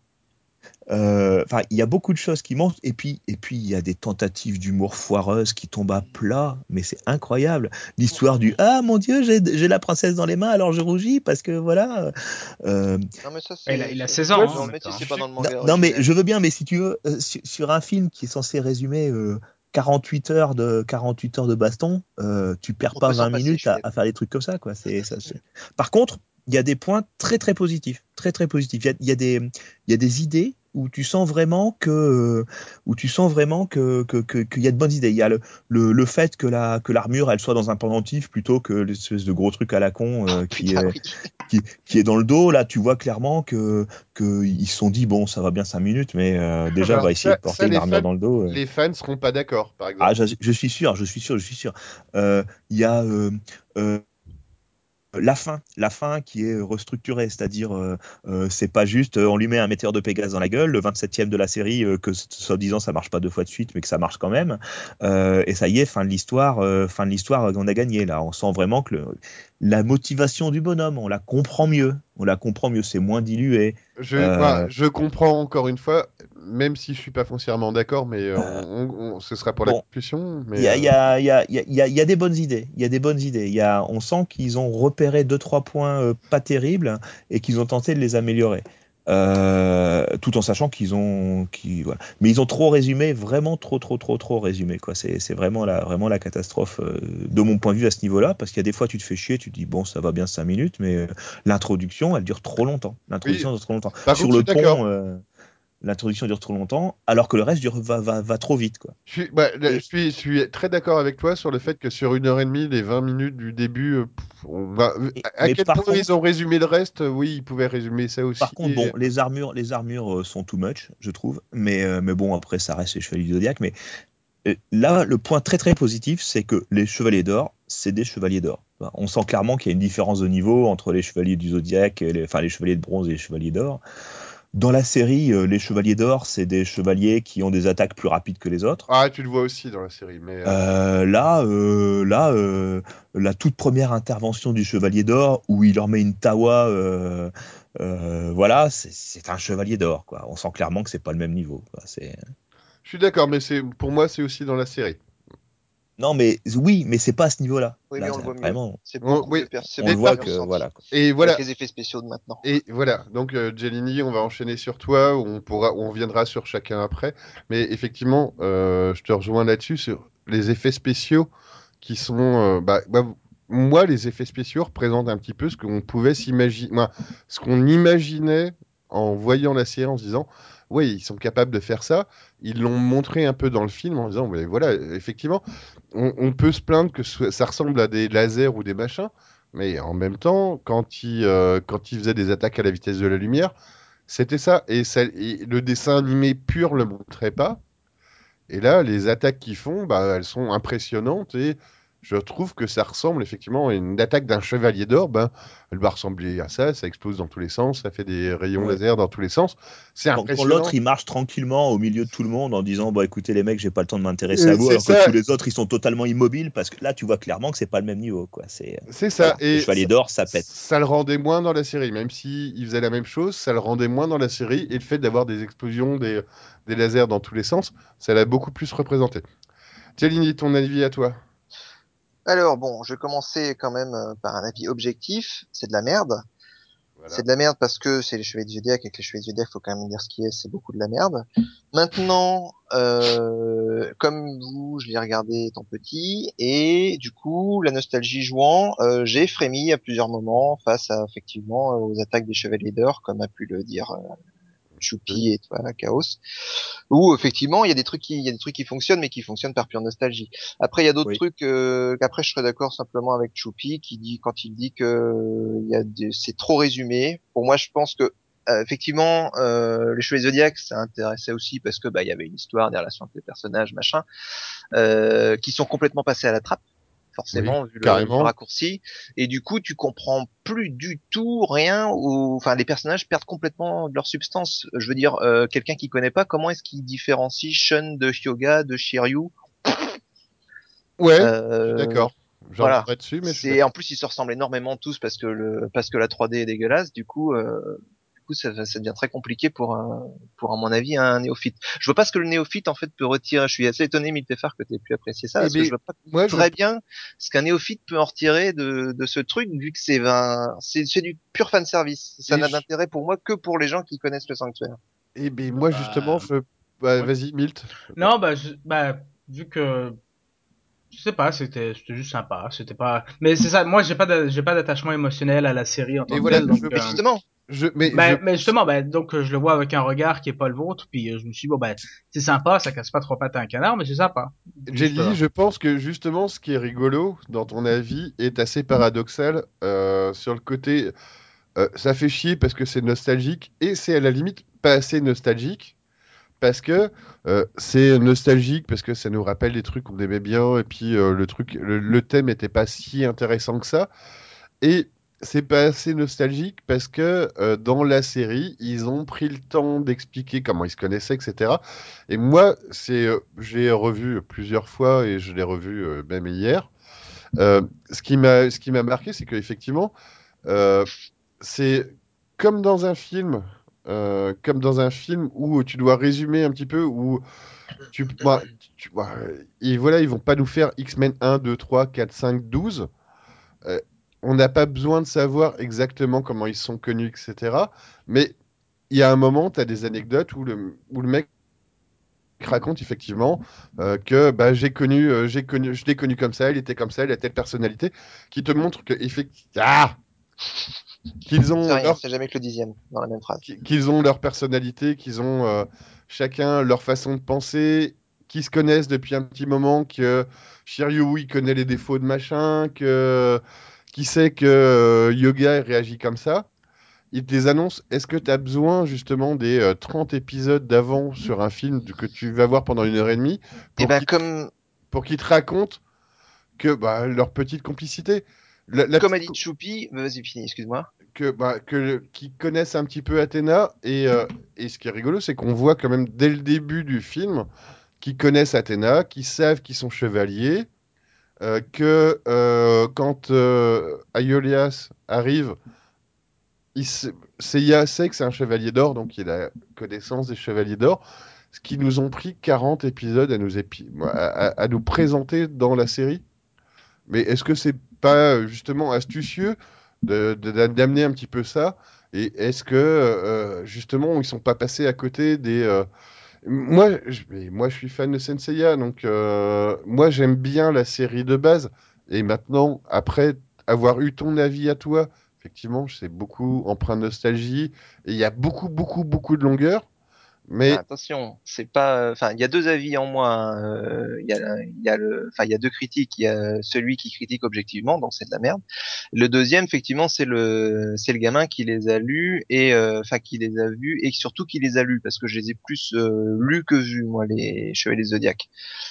euh, enfin, il y a beaucoup de choses qui manquent. Et puis, et puis, il y a des tentatives d'humour foireuses qui tombent à plat. Mais c'est incroyable. L'histoire du ah mon Dieu, j'ai j'ai la princesse dans les mains, alors je rougis parce que voilà. Euh, Non, mais ça, Il a, c'est il a c'est- seize c'est ans, toi, hein, dans en le même métier, temps. c'est pas dans le non, manga non, mais originel. je veux bien, mais si tu veux, euh, sur, sur un film qui est censé résumer euh, quarante-huit heures de quarante-huit heures de baston, euh, tu perds On pas peut s'en vingt passer, je minutes suis à, à d'accord. faire des trucs comme ça, quoi. C'est, ça, c'est- Par contre, il y a des points très très positifs, très très positifs. Il y a, il y a des, il y a des idées où tu sens vraiment que, euh, où tu sens vraiment que, que, que- qu'il y a de bonnes idées. Il y a le, le, le fait que la, que l'armure elle soit dans un pendentif plutôt que l'espèce de gros truc à la con Oh euh, qui putain, est oui. qui, qui est dans le dos, là, tu vois clairement que, que ils se sont dit, bon, ça va bien cinq minutes, mais euh, déjà, on Alors va essayer ça, de porter ça une les fans, armure dans le dos. euh. les fans seront pas d'accord, par Ah, exemple. je, je suis sûr, je suis sûr, je suis sûr. Euh, Il y a euh, euh, la fin, la fin qui est restructurée, c'est-à-dire euh, euh, c'est pas juste euh, on lui met un météore de Pégase dans la gueule, le vingt-septième de la série, euh, que soi-disant ça marche pas deux fois de suite, mais que ça marche quand même. Euh, et ça y est, fin de l'histoire, euh, fin de l'histoire, on a gagné là. On sent vraiment que le- la motivation du bonhomme, on la comprend mieux, on la comprend mieux, c'est moins dilué. Je, moi, Euh, je comprends encore une fois, même si je suis pas foncièrement d'accord, mais euh, on, on- ce sera pour la bon, discussion. il Mais y a, euh, il y a, il y a, il y a, il y a des bonnes idées. Il y a des bonnes idées. Il y a, on sent qu'ils ont repéré deux, trois points euh, pas terribles et qu'ils ont tenté de les améliorer. Euh, tout en sachant qu'ils ont, qu'ils, voilà. Mais ils ont trop résumé, vraiment trop, trop, trop, trop résumé, quoi. C'est, c'est vraiment la, vraiment la catastrophe euh, de mon point de vue à ce niveau-là, parce qu'il y a des fois tu te fais chier, tu te dis bon, ça va bien cinq minutes, mais euh, l'introduction, elle dure trop longtemps. oui, L'introduction dure trop longtemps. par Sur contre, je le suis d'accord. pont, euh, l'introduction dure trop longtemps, alors que le reste dure, va, va, va trop vite, quoi. Je suis, bah, là, je Et, suis, je suis très d'accord avec toi sur le fait que sur une heure et demie, les vingt minutes du début, euh, pff, on va- et- à à mais quel par point ils ont contre, résumé le reste, euh, oui, ils pouvaient résumer ça Par aussi. contre, bon, et- les armures, les armures euh, sont too much, je trouve. Mais, euh, mais bon, après, ça reste les Chevaliers du Zodiac. Mais euh, là, le point très très positif, c'est que les Chevaliers d'Or, c'est des Chevaliers d'Or. Enfin, on sent clairement qu'il y a une différence de niveau entre les Chevaliers du Zodiac, et les, enfin les Chevaliers de Bronze et les Chevaliers d'Or. Dans la série, euh, les Chevaliers d'Or, c'est des chevaliers qui ont des attaques plus rapides que les autres. Ah, tu le vois aussi dans la série, mais... euh, Euh, là, euh, là, euh, la toute première intervention du Chevalier d'Or, où il leur met une tawa, euh, euh, voilà, c'est, c'est un Chevalier d'Or, quoi. On sent clairement que c'est pas le même niveau, quoi. C'est... Je suis d'accord, mais c'est pour moi, c'est aussi dans la série. Non, mais oui, mais c'est pas à ce niveau-là. Oui, mais Là, on le ça, voit mieux. vraiment, C'est On- beaucoup oui, mieux, per- c'est on le mais beaucoup par voit mieux que, contre... ressenti voilà, quoi. Et avec voilà, les effets spéciaux de maintenant. et voilà. Donc, euh, Jelini, on va enchaîner sur toi, on pourra, on reviendra sur chacun après. Mais effectivement, euh, je te rejoins là-dessus, sur les effets spéciaux qui sont... euh, bah, bah, moi, les effets spéciaux représentent un petit peu ce qu'on pouvait s'imaginer, moi, ce qu'on imaginait en voyant la série, en se disant, oui, ils sont capables de faire ça. Ils l'ont montré un peu dans le film en disant, ouais, voilà, effectivement, on, on peut se plaindre que ce- ça ressemble à des lasers ou des machins, mais en même temps, quand ils, euh, quand ils faisaient des attaques à la vitesse de la lumière, c'était ça. Et, ça, et le dessin animé pur le montrait pas. Et là, les attaques qu'ils font, bah, elles sont impressionnantes et je trouve que ça ressemble effectivement à une attaque d'un chevalier d'or. Ben, elle va ressembler à ça, ça explose dans tous les sens, ça fait des rayons Ouais. laser dans tous les sens. C'est Quand, quand l'autre, impressionnant. il marche tranquillement au milieu de tout le monde en disant, bon, écoutez, les mecs, j'ai pas le temps de m'intéresser à Et vous, c'est alors que ça, tous les autres, ils sont totalement immobiles, parce que là, tu vois clairement que c'est pas le même niveau, quoi. C'est, c'est ça. voilà. Les Et Chevaliers ça, d'Or, ça pète. ça le rendait moins dans la série, même si il faisait la même chose, ça le rendait moins dans la série. Et le fait d'avoir des explosions, des, des lasers dans tous les sens, ça l'a beaucoup plus représenté. Tchalini, ton avis à toi? Alors bon, je vais commencer quand même euh, par un avis objectif. C'est de la merde. C'est Voilà. de la merde parce que c'est les Chevaliers du Zodiac et que les Chevaliers du Zodiac, faut quand même dire ce qui est, c'est beaucoup de la merde. Maintenant, euh, comme vous, je l'ai regardé étant petit et du coup, la nostalgie jouant, euh, j'ai frémi à plusieurs moments face à effectivement aux attaques des Chevaliers d'Or, comme a pu le dire euh, Oui. Choupi et toi, Chaos. Où effectivement il y a des trucs qui il y a des trucs qui fonctionnent mais qui fonctionnent par pure nostalgie. Après il y a d'autres Oui. trucs euh, qu'après je serais d'accord simplement avec Choupi qui dit quand il dit que euh, il y a des, c'est trop résumé. Pour moi je pense que euh, effectivement euh, les Chevaliers Zodiac ça intéressait aussi parce que bah il y avait une histoire, des relations entre les personnages machin euh, qui sont complètement passés à la trappe Oui, forcément vu le, vu le carrément. raccourci et du coup tu comprends plus du tout rien ou enfin les personnages perdent complètement de leur substance. Je veux dire euh, quelqu'un qui connaît pas comment est-ce qu'il différencie Shun de Hyoga de Shiryu. Ouais, je suis euh, d'accord. J'en voilà, reviendrai dessus, mais je suis c'est en d'accord. plus ils se ressemblent énormément tous parce que le parce que la trois D est dégueulasse du coup euh, du coup ça, ça devient très compliqué pour un, pour à mon avis un néophyte. Je vois pas ce que le néophyte en fait peut retirer. Je suis assez étonné Miltefar que tu aies pu apprécier ça Eh parce que bien, je vois pas moi, je... très bien ce qu'un néophyte peut en retirer de, de ce truc vu que c'est un, c'est c'est du pur fan service. Ça Et n'a je- d'intérêt pour moi que pour les gens qui connaissent le sanctuaire. eh bien, moi, justement, Bah, je... Bah, ouais. vas-y, Milt. Non, bah, je- bah, vu que je sais pas, c'était c'était juste sympa, c'était pas. Mais c'est ça, moi j'ai pas d'a- j'ai pas d'attachement émotionnel à la série en Mais tant que voilà, telle, donc. je... Mais Euh, justement, je... Mais je... bah, mais justement, bah, donc euh, je le vois avec un regard qui est pas le vôtre, puis euh, je me suis dit bon bah c'est sympa, ça casse pas trop pattes à un canard, mais c'est sympa. Juste. Jelly, Euh, je pense que, justement, ce qui est rigolo, dans ton avis, est assez paradoxal euh, sur le côté... euh, ça fait chier parce que c'est nostalgique, et c'est à la limite pas assez nostalgique, parce que euh, c'est nostalgique, parce que ça nous rappelle des trucs qu'on aimait bien, et puis euh, le truc, le, le thème était pas si intéressant que ça. Et c'est pas assez nostalgique parce que euh, dans la série, ils ont pris le temps d'expliquer comment ils se connaissaient, et cetera. Et moi, c'est, euh, j'ai revu plusieurs fois et je l'ai revu euh, même hier. Euh, ce qui m'a, ce qui m'a marqué, c'est qu'effectivement, euh, c'est comme dans un film, euh, comme dans un film où tu dois résumer un petit peu, où tu, bah, tu- bah, et voilà, ils vont pas nous faire X-Men un, deux, trois, quatre, cinq, douze. Euh, on n'a pas besoin de savoir exactement comment ils sont connus, et cetera. Mais il y a un moment, tu as des anecdotes où le, où le mec raconte effectivement euh, que bah, j'ai connu, euh, j'ai connu, je l'ai connu comme ça, il était comme ça, il a telle personnalité, qui te montre que effectivement, ah, qu'ils c'est ont rien, leur, c'est jamais que le dixième dans la même phrase. qui- qu'ils ont leur personnalité, qu'ils ont euh, chacun leur façon de penser, qui se connaissent depuis un petit moment, que Shiryu il connaît les défauts de machin, que qui sait que euh, Yoga réagit comme ça. Il te les annonce. Est-ce que tu as besoin justement des euh, trente épisodes d'avant sur un film du- que tu vas voir pendant une heure et demie Et pour ben qu'il te, comme pour qu'il te raconte que bah, leur petite complicité, la, la comme a petite, dit co- Choupi, vas-y fini, excuse-moi. que, bah, que, qui connaissent un petit peu Athéna. Et, euh, et ce qui est rigolo, c'est qu'on voit quand même dès le début du film qu'ils connaissent Athéna, qu'ils savent qu'ils sont chevaliers, euh, que euh, quand euh, Aeolias arrive, il sait- Seiya sait que c'est un chevalier d'or, donc il a connaissance des chevaliers d'or, ce qui nous ont pris quarante épisodes à nous, épi- à, à- à nous présenter dans la série. Mais est-ce que c'est pas euh, justement astucieux de, de- d'amener un petit peu ça? Et est-ce que euh, justement ils sont pas passés à côté des... euh, Moi, je, mais moi, je suis fan de Senseiya, donc euh, moi j'aime bien la série de base. Et maintenant, après avoir eu ton avis à toi, effectivement, c'est beaucoup empreint de nostalgie. Et il y a beaucoup, beaucoup, beaucoup de longueur. Ah, Mais attention, c'est pas. Enfin, il y a deux avis en moi, hein. Euh, Il y a, il y a le. Enfin, il y a deux critiques. Il y a celui qui critique objectivement, donc c'est de la merde. Le deuxième, effectivement, c'est le, c'est le gamin qui les a lus et, euh, enfin, qui les a vus et surtout qui les a lus parce que je les ai plus euh, lus que vus, moi, les Chevaliers Zodiac.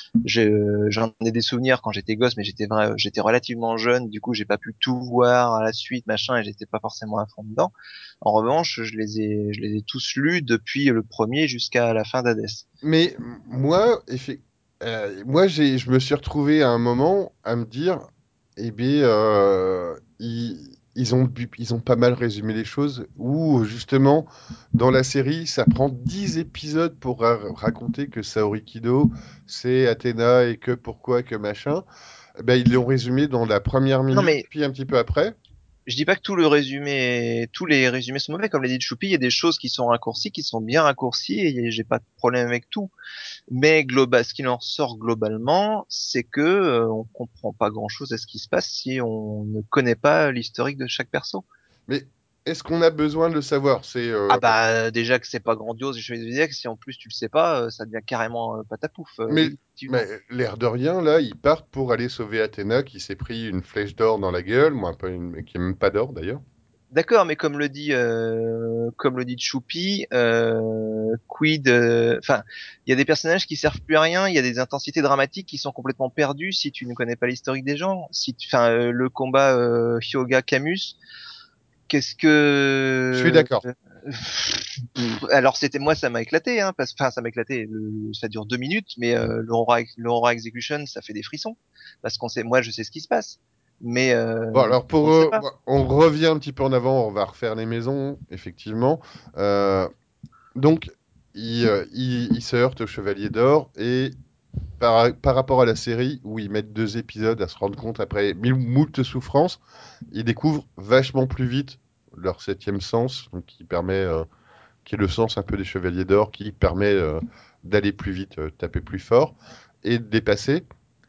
Je- J'en ai des souvenirs quand j'étais gosse, mais j'étais vrai, j'étais relativement jeune, du coup j'ai pas pu tout voir à la suite, machin, et j'étais pas forcément à fond dedans. En revanche, je les ai, je les ai tous lus depuis le premier jusqu'à la fin d'Hadès. Mais m- moi, effe- euh, moi j'ai, je me suis retrouvé à un moment à me dire, eh bien, euh, ils, ils ont, bu- ils ont pas mal résumé les choses, où justement, dans la série, ça prend dix épisodes pour ra- raconter que Saori Kido, c'est Athéna et que pourquoi, que machin. Eh ben, ils l'ont résumé dans la première Non minute, mais puis un petit peu après. je dis pas que tout le résumé, tous les résumés sont mauvais, comme l'a dit Choupi, il y a des choses qui sont raccourcies, qui sont bien raccourcies, et j'ai pas de problème avec tout. Mais global, ce qu'il en ressort globalement, c'est que euh, on comprend pas grand-chose à ce qui se passe si on ne connaît pas l'historique de chaque perso. Mais est-ce qu'on a besoin de le savoir? C'est, Ah euh, bah déjà que c'est pas grandiose, je vais te dire que si en plus tu le sais pas, euh, ça devient carrément euh, patapouf. Euh, Mais, oui, mais effectivement. l'air de rien, là, ils partent pour aller sauver Athéna qui s'est pris une flèche d'or dans la gueule, moi, pas une, qui est même pas d'or d'ailleurs. D'accord, mais comme le dit, euh, comme le dit Choupi, euh, quid, euh, enfin, il y a des personnages qui servent plus à rien, il y a des intensités dramatiques qui sont complètement perdues si tu ne connais pas l'historique des gens. Si, tu- enfin, euh, le combat euh, Hyoga Camus, qu'est-ce Je suis que d'accord. Pff, alors c'était moi ça m'a éclaté hein parce enfin ça m'a éclaté le- ça dure deux minutes mais euh, l'Aurora l'Aurora Execution ça fait des frissons parce qu'on sait moi je sais ce qui se passe mais Bon, euh, alors on pour ne sait eux, pas. bon, on revient un petit peu en avant, on va refaire les maisons, effectivement. Euh, donc, ils, euh, ils, ils se heurtent au Chevalier d'Or et par, par rapport à la série où ils mettent deux épisodes à se rendre compte après mille moult souffrances, ils découvrent vachement plus vite leur septième sens, donc qui permet, euh, qui est le sens un peu des Chevaliers d'Or, qui permet euh, d'aller plus vite, euh, taper plus fort et de dépasser.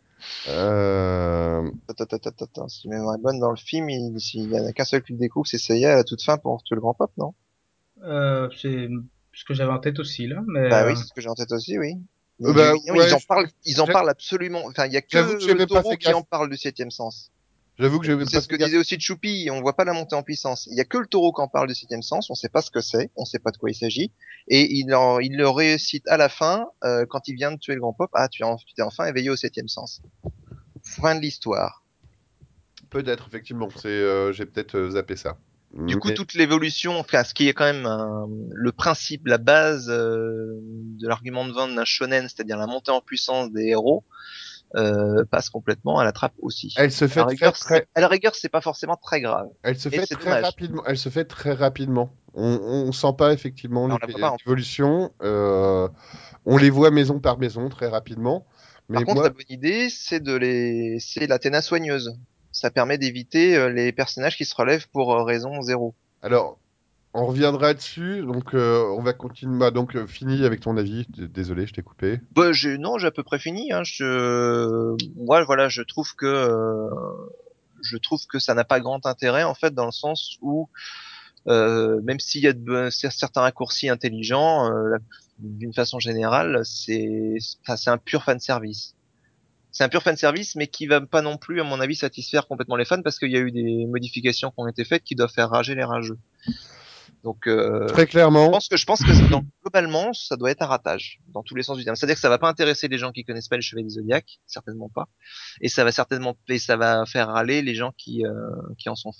Euh, Attends, attends, attends, attends. Si ma mémoire est bonne dans le film il s'il y en a qu'un seul qui le découvre c'est Seiya à la toute fin pour tuer le grand pape non? Euh, c'est ce que j'avais en tête aussi là, mais Bah oui euh, c'est ce que j'ai en tête aussi oui. euh, Mais je, bah non, ils ouais, en je- parlent ils en j'a- parlent absolument enfin il y a j'avoue que que j'ai le même pas taureau fait qui gaffe. en parle du septième sens. J'avoue que j'ai même C'est pas ce fait que gaffe. disait aussi Choupi, on voit pas la montée en puissance. Il y a que le taureau qui en parle du septième sens, on sait pas ce que c'est, on sait pas de quoi il s'agit, et il, en, il le récite à la fin, euh, quand il vient de tuer le grand pop, ah tu, en- tu t'es enfin éveillé au septième sens. Fin de l'histoire. Peut-être, effectivement. C'est, euh, j'ai peut-être euh, zappé ça. Du coup, Mais toute l'évolution, enfin, ce qui est quand même un- le principe, la base euh, de l'argument de vente d'un shonen, c'est-à-dire la montée en puissance des héros, euh, passe complètement à la trappe aussi. elle se À la fait très, rigueur, c'est, très, à la rigueur, c'est pas forcément très grave, elle se et fait c'est très dommage. rapidement. Elle se fait très rapidement. On, on sent pas effectivement Alors, on la voit pas l'é- en l'évolution. Euh, on les voit maison par maison très rapidement. Par Mais contre, la moi, bonne idée, c'est de les, c'est l'Athéna soigneuse. Ça permet d'éviter euh, les personnages qui se relèvent pour euh, raison zéro. alors, on reviendra dessus. Donc, euh, on va continuer. Bah, donc, euh, fini avec ton avis. D- Désolé, je t'ai coupé. Bah, j'ai, non, j'ai à peu près fini. Hein. Je, moi, voilà, je trouve que, euh, je trouve que ça n'a pas grand intérêt en fait, dans le sens où, euh, même s'il y a de, certains raccourcis intelligents, euh, la- d'une façon générale, c'est, enfin, c'est un pur fan service. C'est un pur fan service, mais qui va pas non plus, à mon avis, satisfaire complètement les fans parce qu'il y a eu des modifications qui ont été faites qui doivent faire rager les rageux. Donc, euh, Très je clairement, pense que je pense que dans, globalement, ça doit être un ratage dans tous les sens du terme. C'est-à-dire que ça va pas intéresser les gens qui connaissent pas les Chevaliers du Zodiac, certainement pas, et ça va certainement, et ça va faire râler les gens qui euh, qui en sont fans.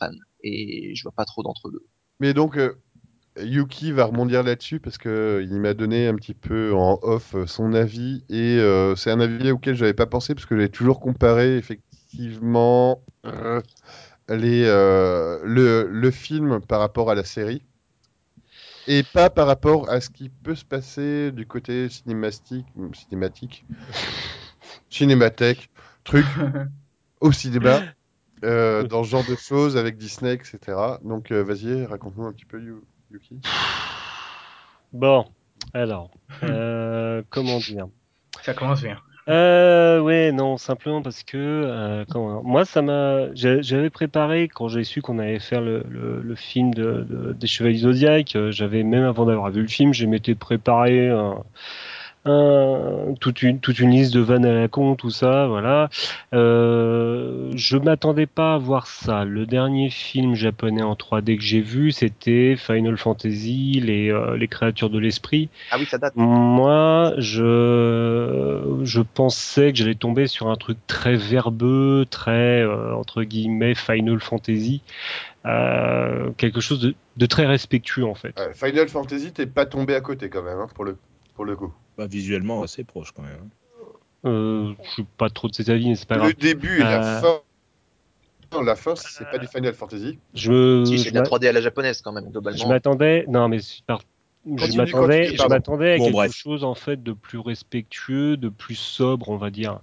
et je vois pas trop d'entre-deux. Mais donc, euh, Yuki va rebondir là-dessus parce que euh, il m'a donné un petit peu en off euh, son avis et euh, c'est un avis auquel j'avais pas pensé parce que j'avais toujours comparé effectivement euh, les, euh, le, le film par rapport à la série et pas par rapport à ce qui peut se passer du côté cinématique, cinématique, cinémathèque, truc au cinéma. Euh, dans ce genre de choses avec Disney, et cetera. Donc, euh, vas-y, raconte-nous un petit peu, Yu- Yuki. Bon, alors, euh, comment dire? Ça commence bien. Euh, ouais, non, simplement parce que euh, comment, moi, ça m'a, j'a- j'avais préparé quand j'ai su qu'on allait faire le, le, le film de, de- des Chevaliers du Zodiac. euh, J'avais même avant d'avoir vu le film, je m'étais préparé un, un- toute une toute une liste de vannes à la con, tout ça, voilà. Euh, je m'attendais pas à voir ça. Le dernier film japonais en trois D que j'ai vu, c'était Final Fantasy, les euh, les créatures de l'esprit. Ah oui, ça date. Moi, je, je pensais que j'allais tomber sur un truc très verbeux, très, euh, entre guillemets, Final Fantasy, euh, quelque chose de, de très respectueux, en fait. Ouais, Final Fantasy, t'es pas tombé à côté quand même, hein, pour le, pour le coup. Bah, visuellement, assez proche quand même. Euh, je suis pas trop de cet avis, mais c'est pas Le grave. début et la Euh, fin, la fin, c'est pas du Final Fantasy. je Si, me, c'est je de la m'a- trois D à la japonaise quand même, je globalement. m'attendais, non, mais c'est par- je Continue, continue, m'attendais, je pardon. m'attendais à Bon, quelque bref. chose, en fait, de plus respectueux, de plus sobre, on va dire.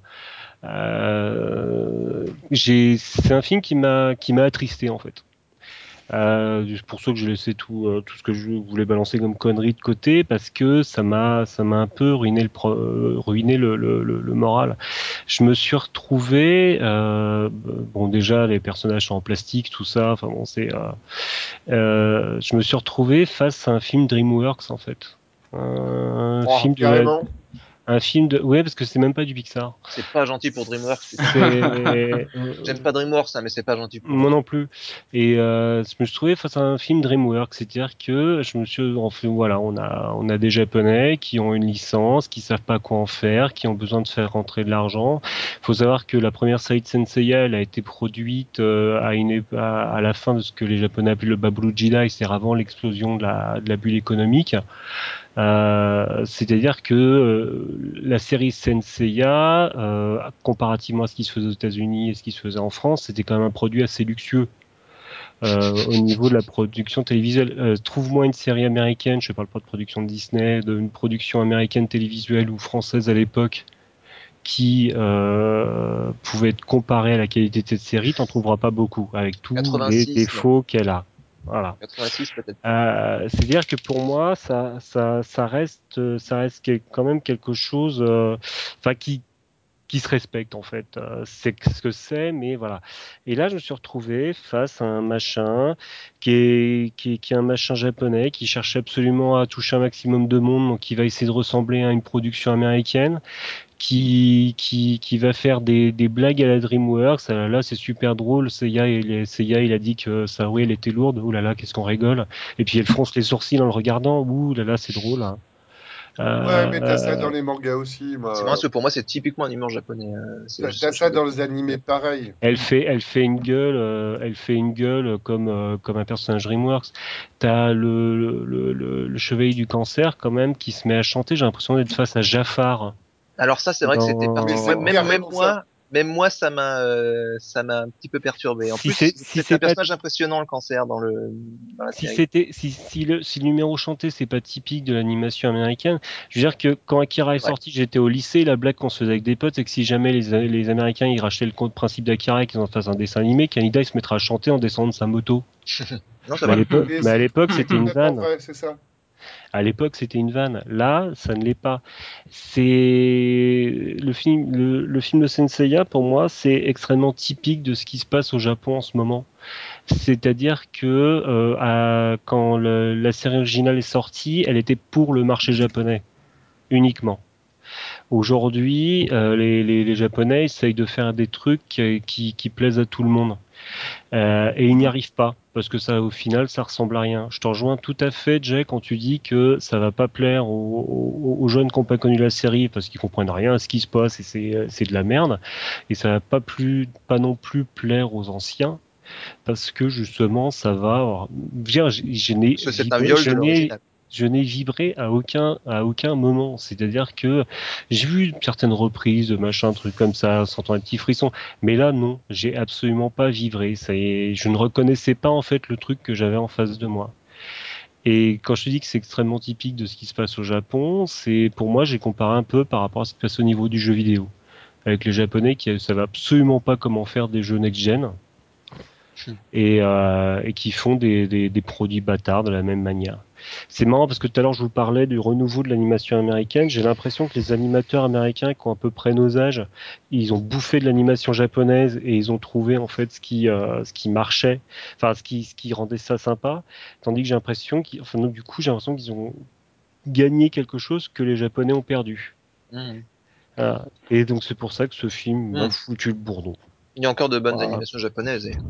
Euh, j'ai, c'est un film qui m'a qui m'a attristé en fait. Euh, c'est pour ça que j'ai laissé tout euh, tout ce que je voulais balancer comme connerie de côté parce que ça m'a ça m'a un peu ruiné le pro, euh, ruiné le, le, le, le moral. Je me suis retrouvé euh, bon déjà les personnages sont en plastique tout ça. Enfin bon c'est euh, euh, je me suis retrouvé face à un film DreamWorks en fait. Un Oh, film de la, carrément. un film de ouais parce que c'est même pas du Pixar. C'est pas gentil pour DreamWorks, c'est ça. C'est J'aime pas DreamWorks, hein, mais c'est pas gentil pour moi eux. non plus. Et euh, je me suis trouvé face à un film DreamWorks, c'est-à-dire que je me suis, enfin voilà, on a, on a des Japonais qui ont une licence, qui savent pas quoi en faire, qui ont besoin de faire rentrer de l'argent. Il faut savoir que la première série de Senseiya, elle a été produite euh, à, une, ép- à, à la fin de ce que les Japonais appellent le Babulu Jidai, c'est-à-dire avant l'explosion de la, de la bulle économique. Euh, c'est-à-dire que euh, la série Senseiya, euh, comparativement à ce qui se faisait aux États-Unis et ce qui se faisait en France, c'était quand même un produit assez luxueux euh, au niveau de la production télévisuelle. Euh, trouve-moi une série américaine, je ne parle pas de production de Disney, d'une production américaine télévisuelle ou française à l'époque qui euh, pouvait être comparée à la qualité de cette série, t'en trouveras pas beaucoup, avec tous les quatre-vingt-six, non. défauts qu'elle a. Voilà. quatre-vingt-six, peut-être. Euh, c'est-à-dire que pour moi, ça, ça, ça reste, ça reste quel- quand même quelque chose, euh, enfin qui, qui se respecte en fait. Euh, c'est ce que c'est, mais voilà. Et là, je me suis retrouvé face à un machin qui est, qui est, qui est un machin japonais qui cherche absolument à toucher un maximum de monde, donc qui va essayer de ressembler à une production américaine qui, qui, qui va faire des, des blagues à la DreamWorks. Ah là, là, c'est super drôle. Seiya, il, est- Seiya, il a dit que sa oui, elle était lourde. Ouh là là, qu'est-ce qu'on rigole. Et puis elle fronce les sourcils en le regardant. Ouh là là, c'est drôle. Hein. Ouais, mais t'as ça Euh, dans les mangas aussi, C'est marrant moi. parce que pour moi, c'est typiquement un humour japonais. euh, c'est T'as ce t'as genre ça de dans les truc. animés pareil. elle fait, elle fait une gueule, euh, elle fait une gueule comme, euh, comme un personnage DreamWorks. T'as le, le, le, le, le chevalier du cancer quand même qui se met à chanter. J'ai l'impression d'être face à Jafar. Alors ça, c'est vrai que c'était Mais particulier. c'est Dans... Même, même carrément ça. moi, même moi, ça m'a, euh, ça m'a un petit peu perturbé. En Si plus, c'est, si c'était un c'est pas personnage impressionnant, le cancer, dans le, dans la Si série. c'était, si, si le, si le numéro chanté c'est pas typique de l'animation américaine, je veux dire que quand Akira est C'est vrai. sorti, j'étais au lycée, la blague qu'on se faisait avec des potes, c'est que si jamais les, les Américains ils rachetaient le compte principe d'Akira et qu'ils en fassent un dessin animé, Kaneda il se mettra à chanter en descendant de sa moto. Non, c'est Mais à vrai. l'époque, Mais mais à c'est l'époque c'était une complètement vanne. vrai, c'est ça. À l'époque c'était une vanne. Là, ça ne l'est pas. C'est le film, le, le film de Senseiya pour moi, c'est extrêmement typique de ce qui se passe au Japon en ce moment. C'est-à-dire que euh, à- quand le- la série originale est sortie, elle était pour le marché japonais uniquement. Aujourd'hui, euh, les, les, les Japonais essayent de faire des trucs qui, qui, qui plaisent à tout le monde. Euh, et ils n'y arrivent pas, parce que ça, au final, ça ressemble à rien. Je te rejoins tout à fait, Jay, quand tu dis que ça va pas plaire aux, aux, aux jeunes qui n'ont pas connu la série, parce qu'ils comprennent rien à ce qui se passe et c'est, c'est de la merde. Et ça va pas plus, pas non plus plaire aux anciens parce que justement ça va. alors, je veux dire, je, je n'ai Parce que c'est un vibré, viol je de n'ai l'original. je n'ai vibré à aucun à aucun moment. C'est-à-dire que j'ai vu certaines reprises de machin, trucs comme ça, sentant un petit frisson. Mais là, non, j'ai absolument pas vibré. Ça y est, je ne reconnaissais pas en fait le truc que j'avais en face de moi. Et quand je te dis que c'est extrêmement typique de ce qui se passe au Japon, c'est pour moi, j'ai comparé un peu par rapport à ce qui se passe au niveau du jeu vidéo. Avec les Japonais qui savent absolument pas comment faire des jeux next-gen et, euh, et qui font des, des, des produits bâtards de la même manière. C'est marrant parce que tout à l'heure je vous parlais du renouveau de l'animation américaine. J'ai l'impression que les animateurs américains qui ont à peu près nos âges, ils ont bouffé de l'animation japonaise et ils ont trouvé en fait ce qui euh, ce qui marchait, enfin ce qui ce qui rendait ça sympa. Tandis que j'ai l'impression qu'ils, enfin donc, du coup j'ai l'impression qu'ils ont gagné quelque chose que les Japonais ont perdu. Mhm. Voilà. Et donc c'est pour ça que ce film m'a Mhm. foutu le bourdon. Il y a encore de bonnes Voilà. animations japonaises. Et...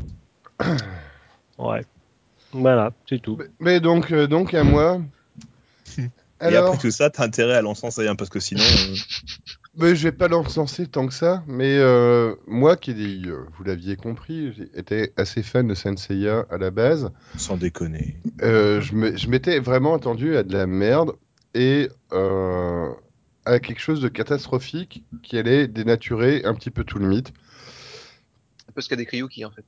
Ouais. Voilà, c'est tout. Mais, mais donc, euh, donc à moi. Et Alors, après tout ça, t'as intérêt à l'encenser, hein, parce que sinon. euh, mais je vais pas l'encenser tant que ça, mais euh, moi qui, euh, vous l'aviez compris, j'étais assez fan de Saint Seiya à la base. Sans déconner. Euh, je me- je m'étais vraiment attendu à de la merde et euh, à quelque chose de catastrophique qui allait dénaturer un petit peu tout le mythe. Un peu ce qu'a décrit Yuki en fait.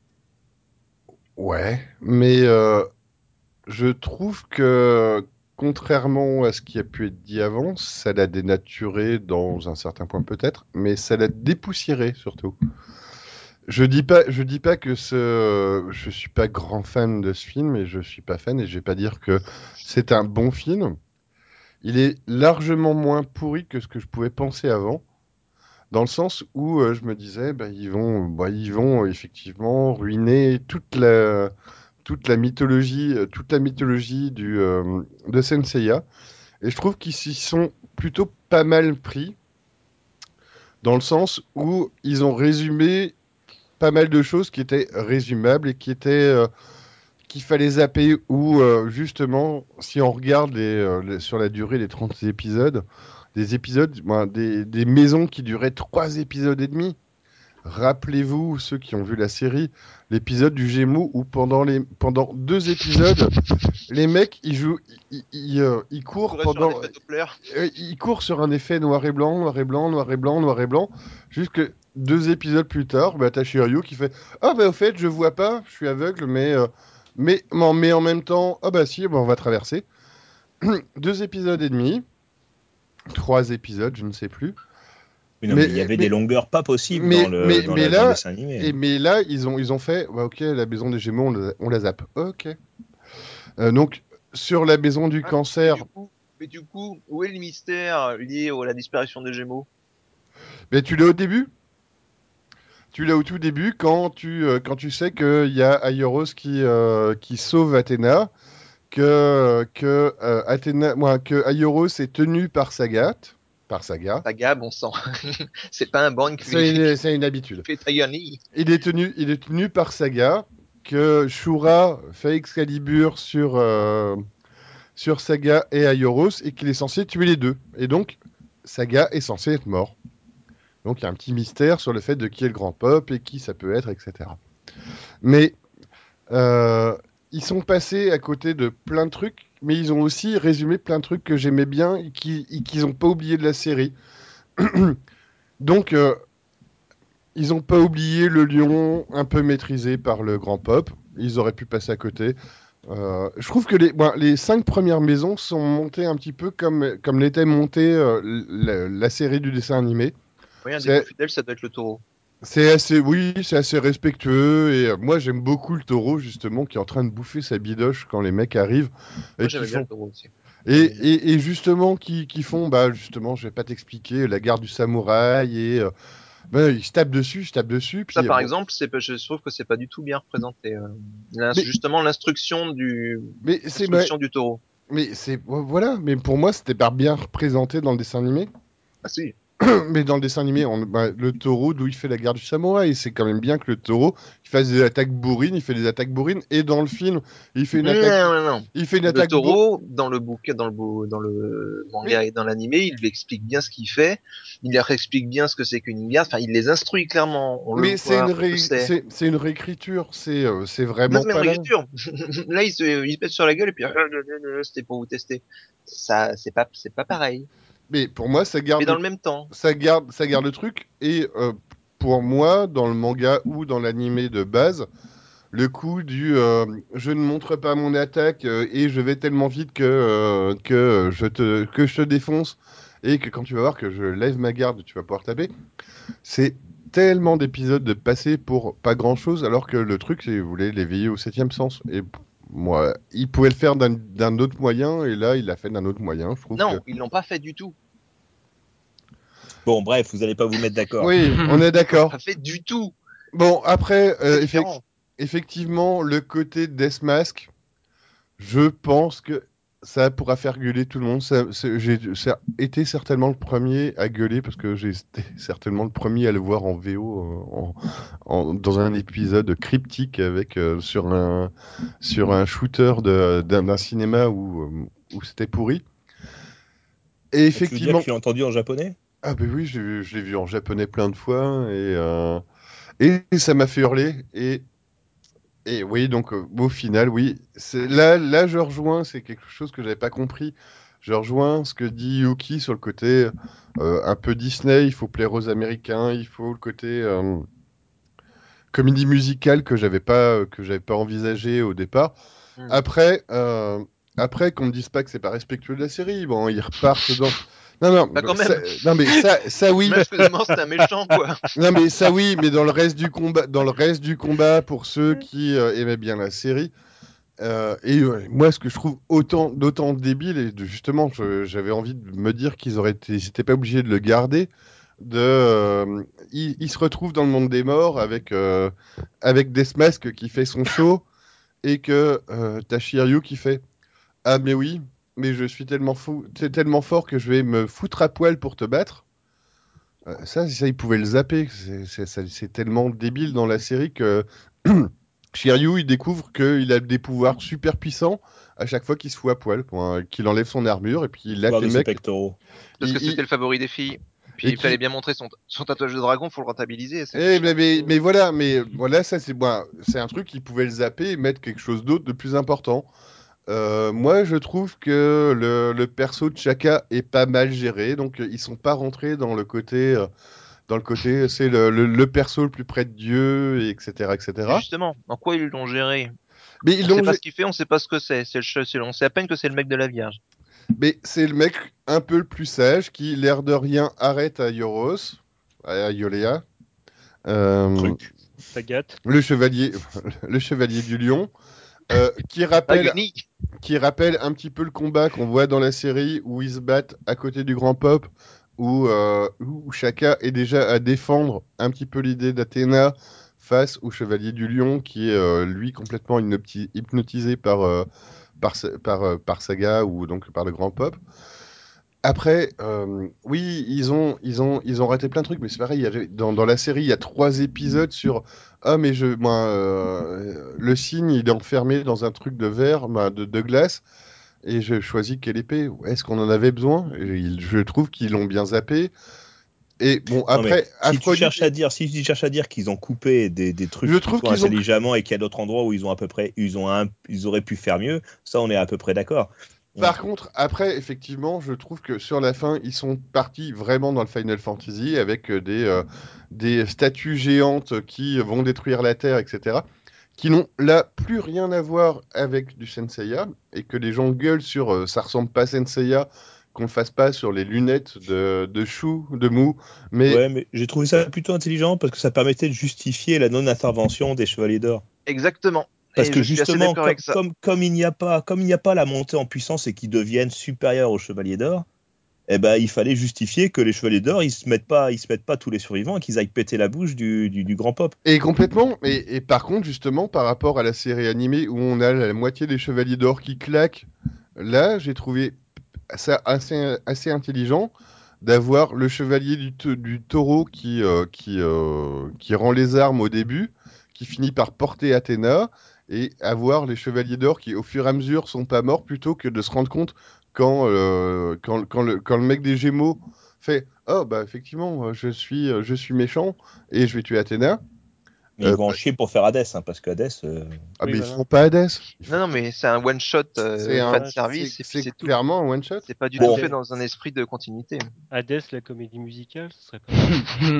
Ouais, mais euh, je trouve que contrairement à ce qui a pu être dit avant, ça l'a dénaturé dans un certain point peut-être, mais ça l'a dépoussiéré surtout. Je dis pas, je dis pas que ce, je suis pas grand fan de ce film et je suis pas fan et je vais pas dire que c'est un bon film. Il est largement moins pourri que ce que je pouvais penser avant, dans le sens où euh, je me disais, bah, ils vont, bah, ils vont euh, effectivement ruiner toute la, toute la mythologie, euh, toute la mythologie du, euh, de Senseiya. Et je trouve qu'ils s'y sont plutôt pas mal pris, dans le sens où ils ont résumé pas mal de choses qui étaient résumables et qui étaient euh, qu'il fallait zapper ou euh, justement si on regarde les, euh, les- sur la durée des trente épisodes, des épisodes, ben, des, des maisons qui duraient trois épisodes et demi. Rappelez-vous, ceux qui ont vu la série, l'épisode du Gémeaux où pendant, les, pendant deux épisodes, les mecs, ils jouent, ils, ils, euh, ils courent Courait sur un pendant, effet Doppler. euh, ils courent sur un effet noir et blanc, noir et blanc, noir et blanc, noir et blanc, jusque deux épisodes plus tard, bah, t'as Shiryu qui fait ah bah au fait je vois pas, je suis aveugle, mais euh, mais, mais, mais en même temps ah bah si, bah, on va traverser. Deux épisodes et demi, trois épisodes, je ne sais plus. Mais non, mais Mais il y avait des mais longueurs pas possibles dans mais le, mais, dans mais la, dans le là dessin animé. et hein. mais là ils ont ils ont fait bah, ok la maison des Gémeaux on la, on la zappe. Ok. Euh, donc sur la maison du Ah, mais cancer, du coup, mais du coup, où est le mystère lié à la disparition des Gémeaux? mais tu l'as au début. Tu l'as au tout début quand tu, euh, quand tu sais qu'il y a Aioros qui, euh, qui sauve Athéna, que, que, euh, Athéna, moi, que Aioros est tenu par Sagat, par Saga. Saga, bon sang. C'est pas un band qui, C'est qui une, c'est une habitude. fait Tayani. Il est tenu, il est tenu par Saga, que Shura fait Excalibur sur, euh, sur Saga et Aioros et qu'il est censé tuer les deux. Et donc, Saga est censé être mort. Donc, il y a un petit mystère sur le fait de qui est le grand pop et qui ça peut être, et cetera. Mais Euh, ils sont passés à côté de plein de trucs, mais ils ont aussi résumé plein de trucs que j'aimais bien et qui- et qu'ils n'ont pas oublié de la série. Donc, euh, ils n'ont pas oublié le lion un peu maîtrisé par le grand pop. Ils auraient pu passer à côté. Euh, je trouve que les, bon, les cinq premières maisons sont montées un petit peu comme, comme l'était montée euh, la, la série du dessin animé. Oui, un des plus C'est fidèles, ça doit être le taureau. c'est assez, oui, c'est assez respectueux et euh, moi j'aime beaucoup le taureau justement qui est en train de bouffer sa bidoche quand les mecs arrivent Moi, et qui j'aimais bien le font taureau aussi. et, J'aimais bien. et, et justement qui, qui font bah justement je vais pas t'expliquer la guerre du samouraï et euh, bah, ils se tapent dessus, ils se tapent dessus Ça, puis euh, par bon exemple, c'est, pas- je trouve que c'est pas du tout bien représenté. euh. L'ins- mais justement, l'instruction du, mais c'est mais, l'instruction du taureau. mais c'est voilà mais pour moi c'était pas bien représenté dans le dessin animé. Ah si. mais dans le dessin animé, on, bah, le taureau, d'où il fait la guerre du samouraï, c'est quand même bien que le taureau, il fasse des attaques bourrines, il fait des attaques bourrines, et dans le film, il fait une Non, attaque, non, non. il fait une Le attaque bourrine. taureau, dans le bouquin, dans le beau- dans le Mais, manga et dans l'animé, il lui explique bien ce qu'il fait. Il leur explique bien ce que c'est qu'une garde. Enfin, il les instruit clairement. On le mais c'est une, voit, on le ré- sait. c'est, c'est une réécriture, c'est, euh, c'est Non, vraiment c'est même pas la même. réécriture. Là, il se, il se pète sur la gueule et puis c'était pour vous tester. Ça, c'est pas, c'est pas pareil. Mais pour moi, ça Mais garde dans le, le même temps. ça garde, ça garde le truc, et euh, pour moi, dans le manga ou dans l'animé de base, le coup du euh, je ne montre pas mon attaque euh, et je vais tellement vite que, euh, que, je te, que je te défonce et que quand tu vas voir que je lève ma garde, tu vas pouvoir taper. C'est tellement d'épisodes de passer pour pas grand chose, alors que le truc, c'est vous voulez l'éveiller au septième sens. Et p- moi, il pouvait le faire d'un d'un autre moyen, et là, il l'a fait d'un autre moyen. Je trouve que. Non, ils l'ont pas fait du tout. Bon, bref, vous allez pas vous mettre d'accord. Oui, on est Ils l'ont d'accord. pas fait du tout. Bon, après, C'est euh, effec- différent. effectivement, le côté Death Mask. Je pense que ça pourra faire gueuler tout le monde. Ça, c'est- j'ai ça a été certainement le premier à gueuler parce que j'ai été certainement le premier à le voir en V O euh, en- en- dans un épisode cryptique avec euh, sur un sur un shooter de- d'un d'un cinéma où, euh, où c'était pourri. Et Tu veux dire que effectivement, tu l'as entendu en japonais? ah ben oui, je l'ai vu, je l'ai vu en japonais plein de fois et euh, et ça m'a fait hurler. Et Et oui, donc euh, au final, oui, c'est là, là, je rejoins, c'est quelque chose que j'avais pas compris. Je rejoins ce que dit Yuki sur le côté euh, un peu Disney. Il faut plaire aux Américains, il faut le côté euh, comédie musicale que j'avais pas que j'avais pas envisagé au départ. Hmm. Après, euh, après qu'on me dise pas que c'est pas respectueux de la série, bon, ils repartent dans. Non, non, Bah quand ça, même. non, mais ça, ça oui. Excuse-moi, c'est un méchant quoi. Non, mais ça oui, mais dans le reste du combat, dans le reste du combat, pour ceux qui euh, aimaient bien la série. Euh, et euh, moi, ce que je trouve autant, d'autant débile, et de- justement, je- j'avais envie de me dire qu'ils auraient été, ils étaient pas obligés de le garder. De, euh, il, il se retrouve dans le monde des morts avec euh, avec Deathmask qui fait son show et que euh, t'as Shiryu qui fait ah mais oui, mais je suis tellement fou, c'est tellement fort que je vais me foutre à poil pour te battre. Euh, ça, ça, ils pouvaient le zapper. C'est c'est- ça- c'est tellement débile dans la série que Shiryu, il découvre qu'il a des pouvoirs super puissants à chaque fois qu'il se fout à poil, quoi, qu'il enlève son armure et puis il latte Voir les de ses mecs. pectoraux. Parce Il, que il- c'était le favori des filles. Puis et il fallait qui. bien montrer son, son tatouage de dragon, faut le rentabiliser. C'était Eh, mais, chiant. mais, mais voilà, mais voilà, ça c'est bon, c'est un truc qu'il pouvait le zapper et mettre quelque chose d'autre de plus important. Euh, moi, je trouve que le, le perso de Chaka est pas mal géré, donc euh, ils sont pas rentrés dans le côté, euh, dans le côté, c'est le, le, le perso le plus près de Dieu, et etc., et cetera. Justement, en quoi ils l'ont géré? Mais ils On l'ont, sait pas gé- ce qu'il fait, on sait pas ce que c'est. C'est le che- c'est- on sait à peine que c'est le mec de la Vierge. mais c'est le mec un peu le plus sage qui, l'air de rien, arrête à Yoros, à Yolea, euh, Truc. Sagat. le chevalier, le chevalier du lion, euh, qui Ah, rappelle, Gunny! qui rappelle un petit peu le combat qu'on voit dans la série où ils se battent à côté du Grand Pop, où, euh, où Shaka est déjà à défendre un petit peu l'idée d'Athéna face au chevalier du lion qui est euh, lui complètement hypnoti- hypnotisé par, euh, par, Sa- par, euh, par Saga ou donc par le Grand Pop. Après, euh, oui, ils ont, ils ont, ils ont raté plein de trucs, mais c'est pareil. Il y avait- dans, dans la série, il y a trois épisodes sur ah mais je, moi, euh, le cygne, il est enfermé dans un truc de verre, bah, de, de glace, et je choisis quelle épée. Est-ce qu'on en avait besoin? Et il- je trouve qu'ils l'ont bien zappé. Et bon, Non mais après, si tu Aphrodite, cherches à dire, si tu cherches à dire qu'ils ont coupé des, des trucs je trouve plutôt qu'ils ont, intelligemment et qu'il y a d'autres endroits où ils ont à peu près, ils ont un, ils auraient pu faire mieux, ça on est à peu près d'accord. par contre, après, effectivement, je trouve que sur la fin, ils sont partis vraiment dans le Final Fantasy avec euh, des, euh, des statues géantes qui vont détruire la Terre, et cetera, qui n'ont là plus rien à voir avec du Senseiya, et que les gens gueulent sur euh, ça ressemble pas à Senseiya, qu'on le fasse pas sur les lunettes de, de Chou, de Mou, mais Ouais, mais j'ai trouvé ça plutôt intelligent parce que ça permettait de justifier la non-intervention des Chevaliers d'Or. Exactement. Parce Et que je suis assez justement, d'accord comme, avec ça. comme, comme il n'y a pas, comme il n'y a pas la montée en puissance et qu'ils deviennent supérieurs aux Chevaliers d'Or, eh ben, il fallait justifier que les Chevaliers d'Or, ils se mettent pas, ils se mettent pas tous les survivants et qu'ils aillent péter la bouche du, du, du grand pop. et complètement. Et, et par contre, justement, par rapport à la série animée où on a la moitié des Chevaliers d'Or qui claquent, là, j'ai trouvé ça assez, assez intelligent d'avoir le chevalier du, t- du taureau qui, euh, qui, euh, qui rend les armes au début, qui finit par porter Athéna, et avoir les chevaliers d'or qui, au fur et à mesure, sont pas morts, plutôt que de se rendre compte quand, euh, quand, quand, le, quand le mec des Gémeaux fait « Oh, bah effectivement, je suis, je suis méchant, et je vais tuer Athéna. » Mais Euh, ils vont en chier pour faire Hadès, hein, parce que Hadès. euh, Ah, Oui, mais voilà. ils font pas Hadès. Ils Non, font- non, mais c'est un one shot C'est euh, un, fan c'est, service et puis c'est c'est tout. clairement un one shot. C'est pas du Bon. tout fait dans un esprit de continuité. Hades, la comédie musicale, ce serait pas mal.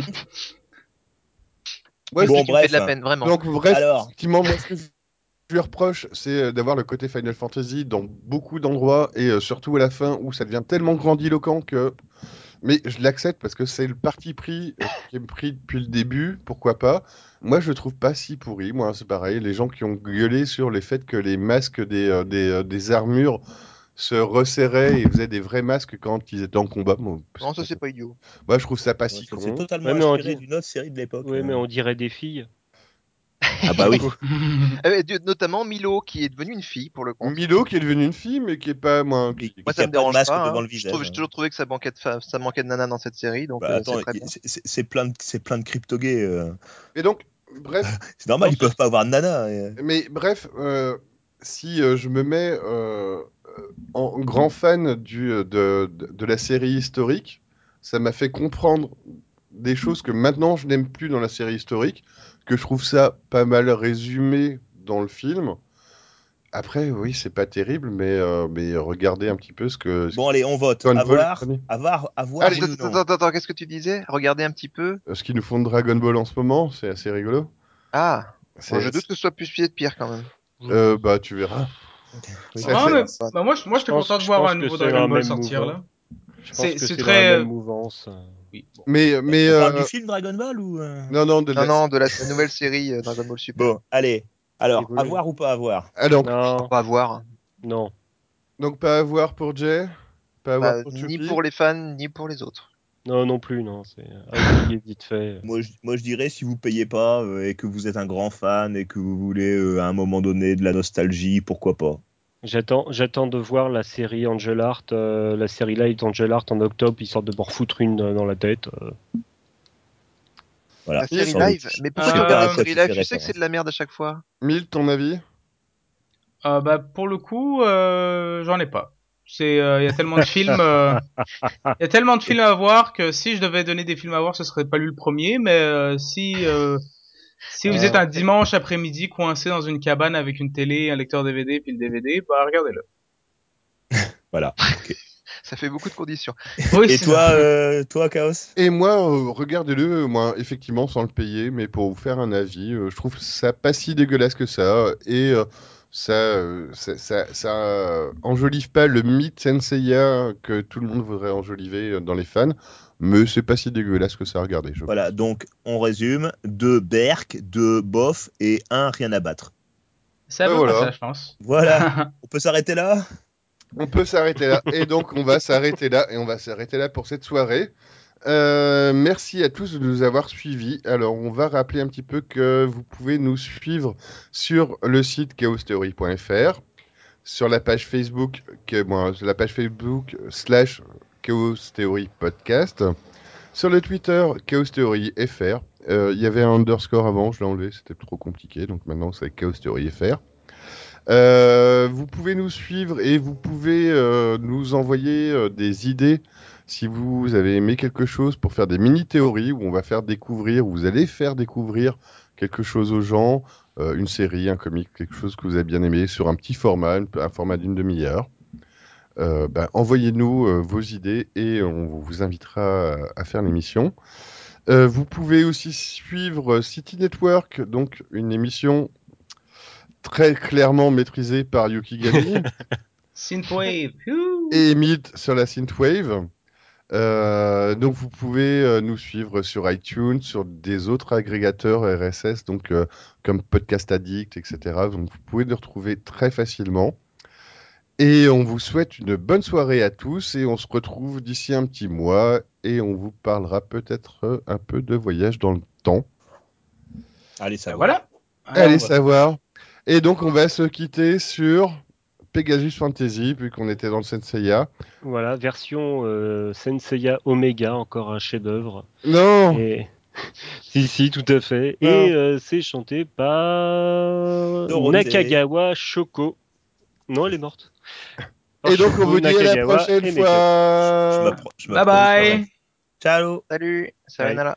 Ouais, Qu'est-ce Bon, qui tu me fait de la bref. peine, vraiment? donc bref, Alors, effectivement, moi ce que je lui reproche, c'est euh, d'avoir le côté Final Fantasy dans beaucoup d'endroits et euh, surtout à la fin où ça devient tellement grandiloquent que. Mais je l'accepte parce que c'est le parti pris euh, qui est pris depuis le début, pourquoi pas. Moi, je le trouve pas si pourri. Moi, c'est pareil. Les gens qui ont gueulé sur les faits que les masques des, euh, des, euh, des armures se resserraient et faisaient des vrais masques quand ils étaient en combat. Moi, Non, ça c'est pas idiot. moi, je trouve ça pas ouais, si c'est c'est con. totalement Ouais, mais on inspiré dit- d'une autre série de l'époque. Oui, euh. mais on dirait des filles. Ah bah oui. Euh, de- notamment Milo, qui est devenue une fille pour le compte. Milo qui est devenu une fille, mais qui est pas moins. Et, qui- et Moi, qui ça a me pas de dérange masque pas. devant Hein. le Je visage. trouve, j'ai hein. toujours trouvé que ça manquait de, fa- ça manquait de nana dans cette série, donc Bah, euh, attends, c'est très bien. c'est- c'est c'est plein de, c'est plein de crypto-gays. euh. Et donc, bref. C'est normal, Non, ils peuvent pas avoir de nana. euh. Mais bref, euh, si euh, je me mets euh, euh, en grand fan du, euh, de, de, de la série historique, ça m'a fait comprendre des choses que maintenant je n'aime plus dans la série historique, que je trouve ça pas mal résumé dans le film. Après, oui, c'est pas terrible, mais, euh, mais regardez un petit peu ce que ce Bon, allez, on vote. Dragon Ball Avoir, est devenu. avoir, avoir, Allez, oui Attends, ou attends, non. attends, attends, qu'est-ce que tu disais? Regardez un petit peu. Euh, ce qu'ils nous font de Dragon Ball en ce moment, c'est assez rigolo. Ah, bon, je C'est, doute que ce soit plus pied de pire quand même. euh, bah, tu verras. Oui, C'est Ah, assez- mais, Pas- bah, moi, je- moi, Je j'étais pense- content de je voir pense un que nouveau c'est dans Dragon la Ball même sortir mouvance. là. Je pense C'est que c'est c'est dans très. la même euh, mouvance. Oui, bon. Mais, mais, On parle euh, du film Dragon Ball ou euh non, non, de Non, la- non, de la, la nouvelle série euh, Dragon Ball Super. Bon, allez. Alors, Évoluer. avoir ou pas avoir? Alors, On Non, va voir. non. donc pas à voir pour Jay, pas à voir Bah, pour ni Choupi. pour les fans, ni pour les autres. Non, non plus, non. C'est à oublier vite fait. Moi je, moi, je dirais si vous payez pas euh, et que vous êtes un grand fan et que vous voulez euh, à un moment donné de la nostalgie, pourquoi pas. J'attends, j'attends de voir la série Angel Art, euh, la série live d'Angel Art en octobre, histoire de m'en foutre une euh, dans la tête. euh. Voilà. La série Sans- live. Mais pourquoi je tu sais pas regardes à la quoi série tu fais live? Tu sais que c'est référence. de la merde à chaque fois. Mille, ton avis? Euh, bah, pour le coup, euh, j'en ai pas. C'est, euh, il y a tellement de films, euh, il y a tellement de films à voir que si je devais donner des films à voir, ce serait pas lui le premier. Mais euh, si, euh, si vous êtes Euh, un dimanche après-midi coincé dans une cabane avec une télé, un lecteur D V D, puis le D V D, bah regardez-le. Voilà. ok. Ça fait beaucoup de conditions. Oui, Et c'est toi, ça. euh, toi, Chaos? Et moi, euh, regardez-le, moi, effectivement, sans le payer, mais pour vous faire un avis, euh, je trouve ça pas si dégueulasse que ça, et euh, ça, euh, ça, ça, ça, euh, enjolive pas le mythe Senseiya que tout le monde voudrait enjoliver euh, dans les fans, mais c'est pas si dégueulasse que ça à regarder, je Voilà, pense. donc on résume, deux Berk, deux Bof et un rien à battre. C'est à Ben peu près voilà, ça, je pense. Voilà, on peut s'arrêter là? on peut s'arrêter là, et donc on va s'arrêter là, et on va s'arrêter là pour cette soirée. Euh, merci à tous de nous avoir suivis. Alors, on va rappeler un petit peu que vous pouvez nous suivre sur le site chaos theory point f r, sur la page Facebook, que, bon, la page Facebook slash Chaos Theory Podcast, sur le Twitter Chaos Theory F R. Euh, Il y avait un underscore avant, je l'ai enlevé, c'était trop compliqué, donc maintenant c'est Chaos Theory F R. Euh, vous pouvez nous suivre et vous pouvez euh, nous envoyer euh, des idées si vous avez aimé quelque chose pour faire des mini-théories où on va faire découvrir, où vous allez faire découvrir quelque chose aux gens, euh, une série, un comic, quelque chose que vous avez bien aimé sur un petit format, un, un format d'une demi-heure. Euh, ben, envoyez-nous euh, vos idées et on vous invitera à, à faire l'émission. Euh, vous pouvez aussi suivre City Network, donc une émission très clairement maîtrisé par Yukigami Synthwave. Youhou. et Emile sur la Synthwave. Euh, donc vous pouvez euh, nous suivre sur iTunes, sur des autres agrégateurs R S S, donc euh, comme Podcast Addict, et cetera. Donc vous pouvez nous retrouver très facilement. Et on vous souhaite une bonne soirée à tous et on se retrouve d'ici un petit mois et on vous parlera peut-être euh, un peu de voyage dans le temps. Allez Ben savoir. voilà. Allez, Allez on va. savoir. Et donc on va se quitter sur Pegasus Fantasy, vu qu'on était dans le Senseiya. Voilà, version euh, Senseiya Omega, encore un chef-d'œuvre. Non. Et... si, si, tout à fait. Non. Et euh, c'est chanté par Dorothée. Nakagawa Shoko. Non, elle est morte. Par Et donc, on Shoko vous dit à la Nakagawa prochaine et Make-up. Je fois. m'appro- je Bye m'approche, bye. ouais. Ciao. Salut, Bye. sayonara.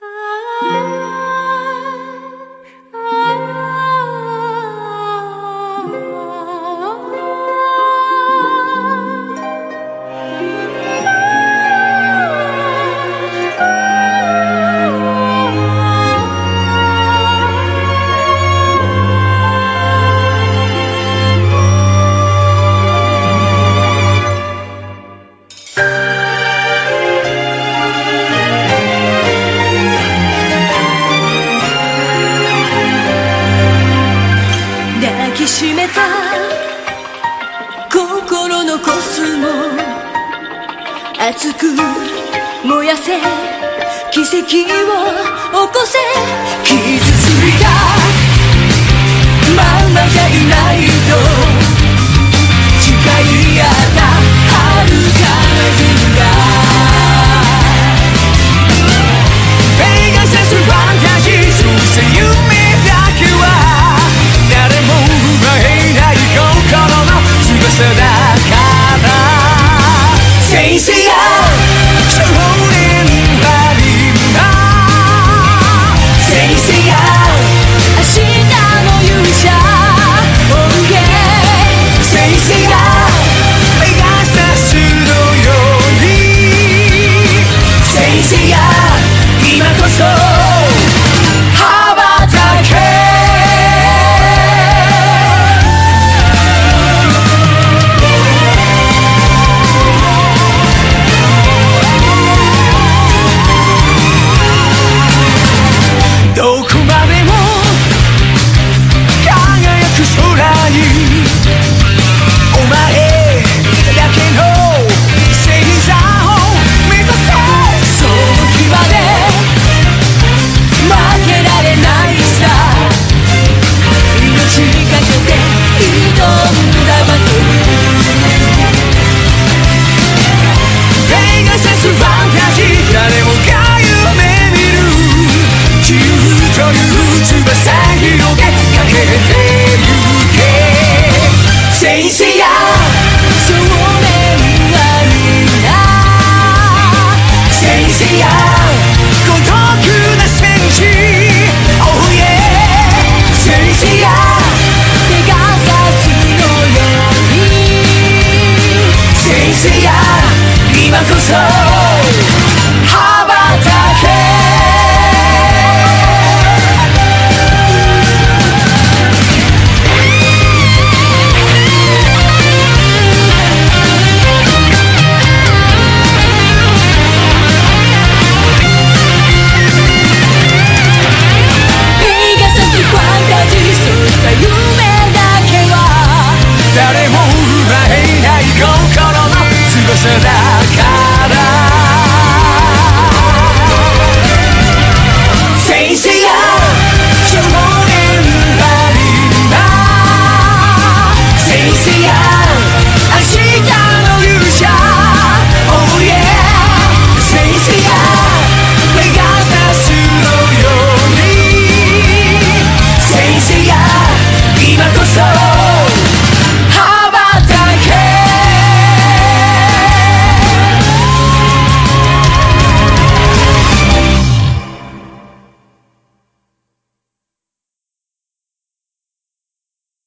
Say, say, yeah, 今こそ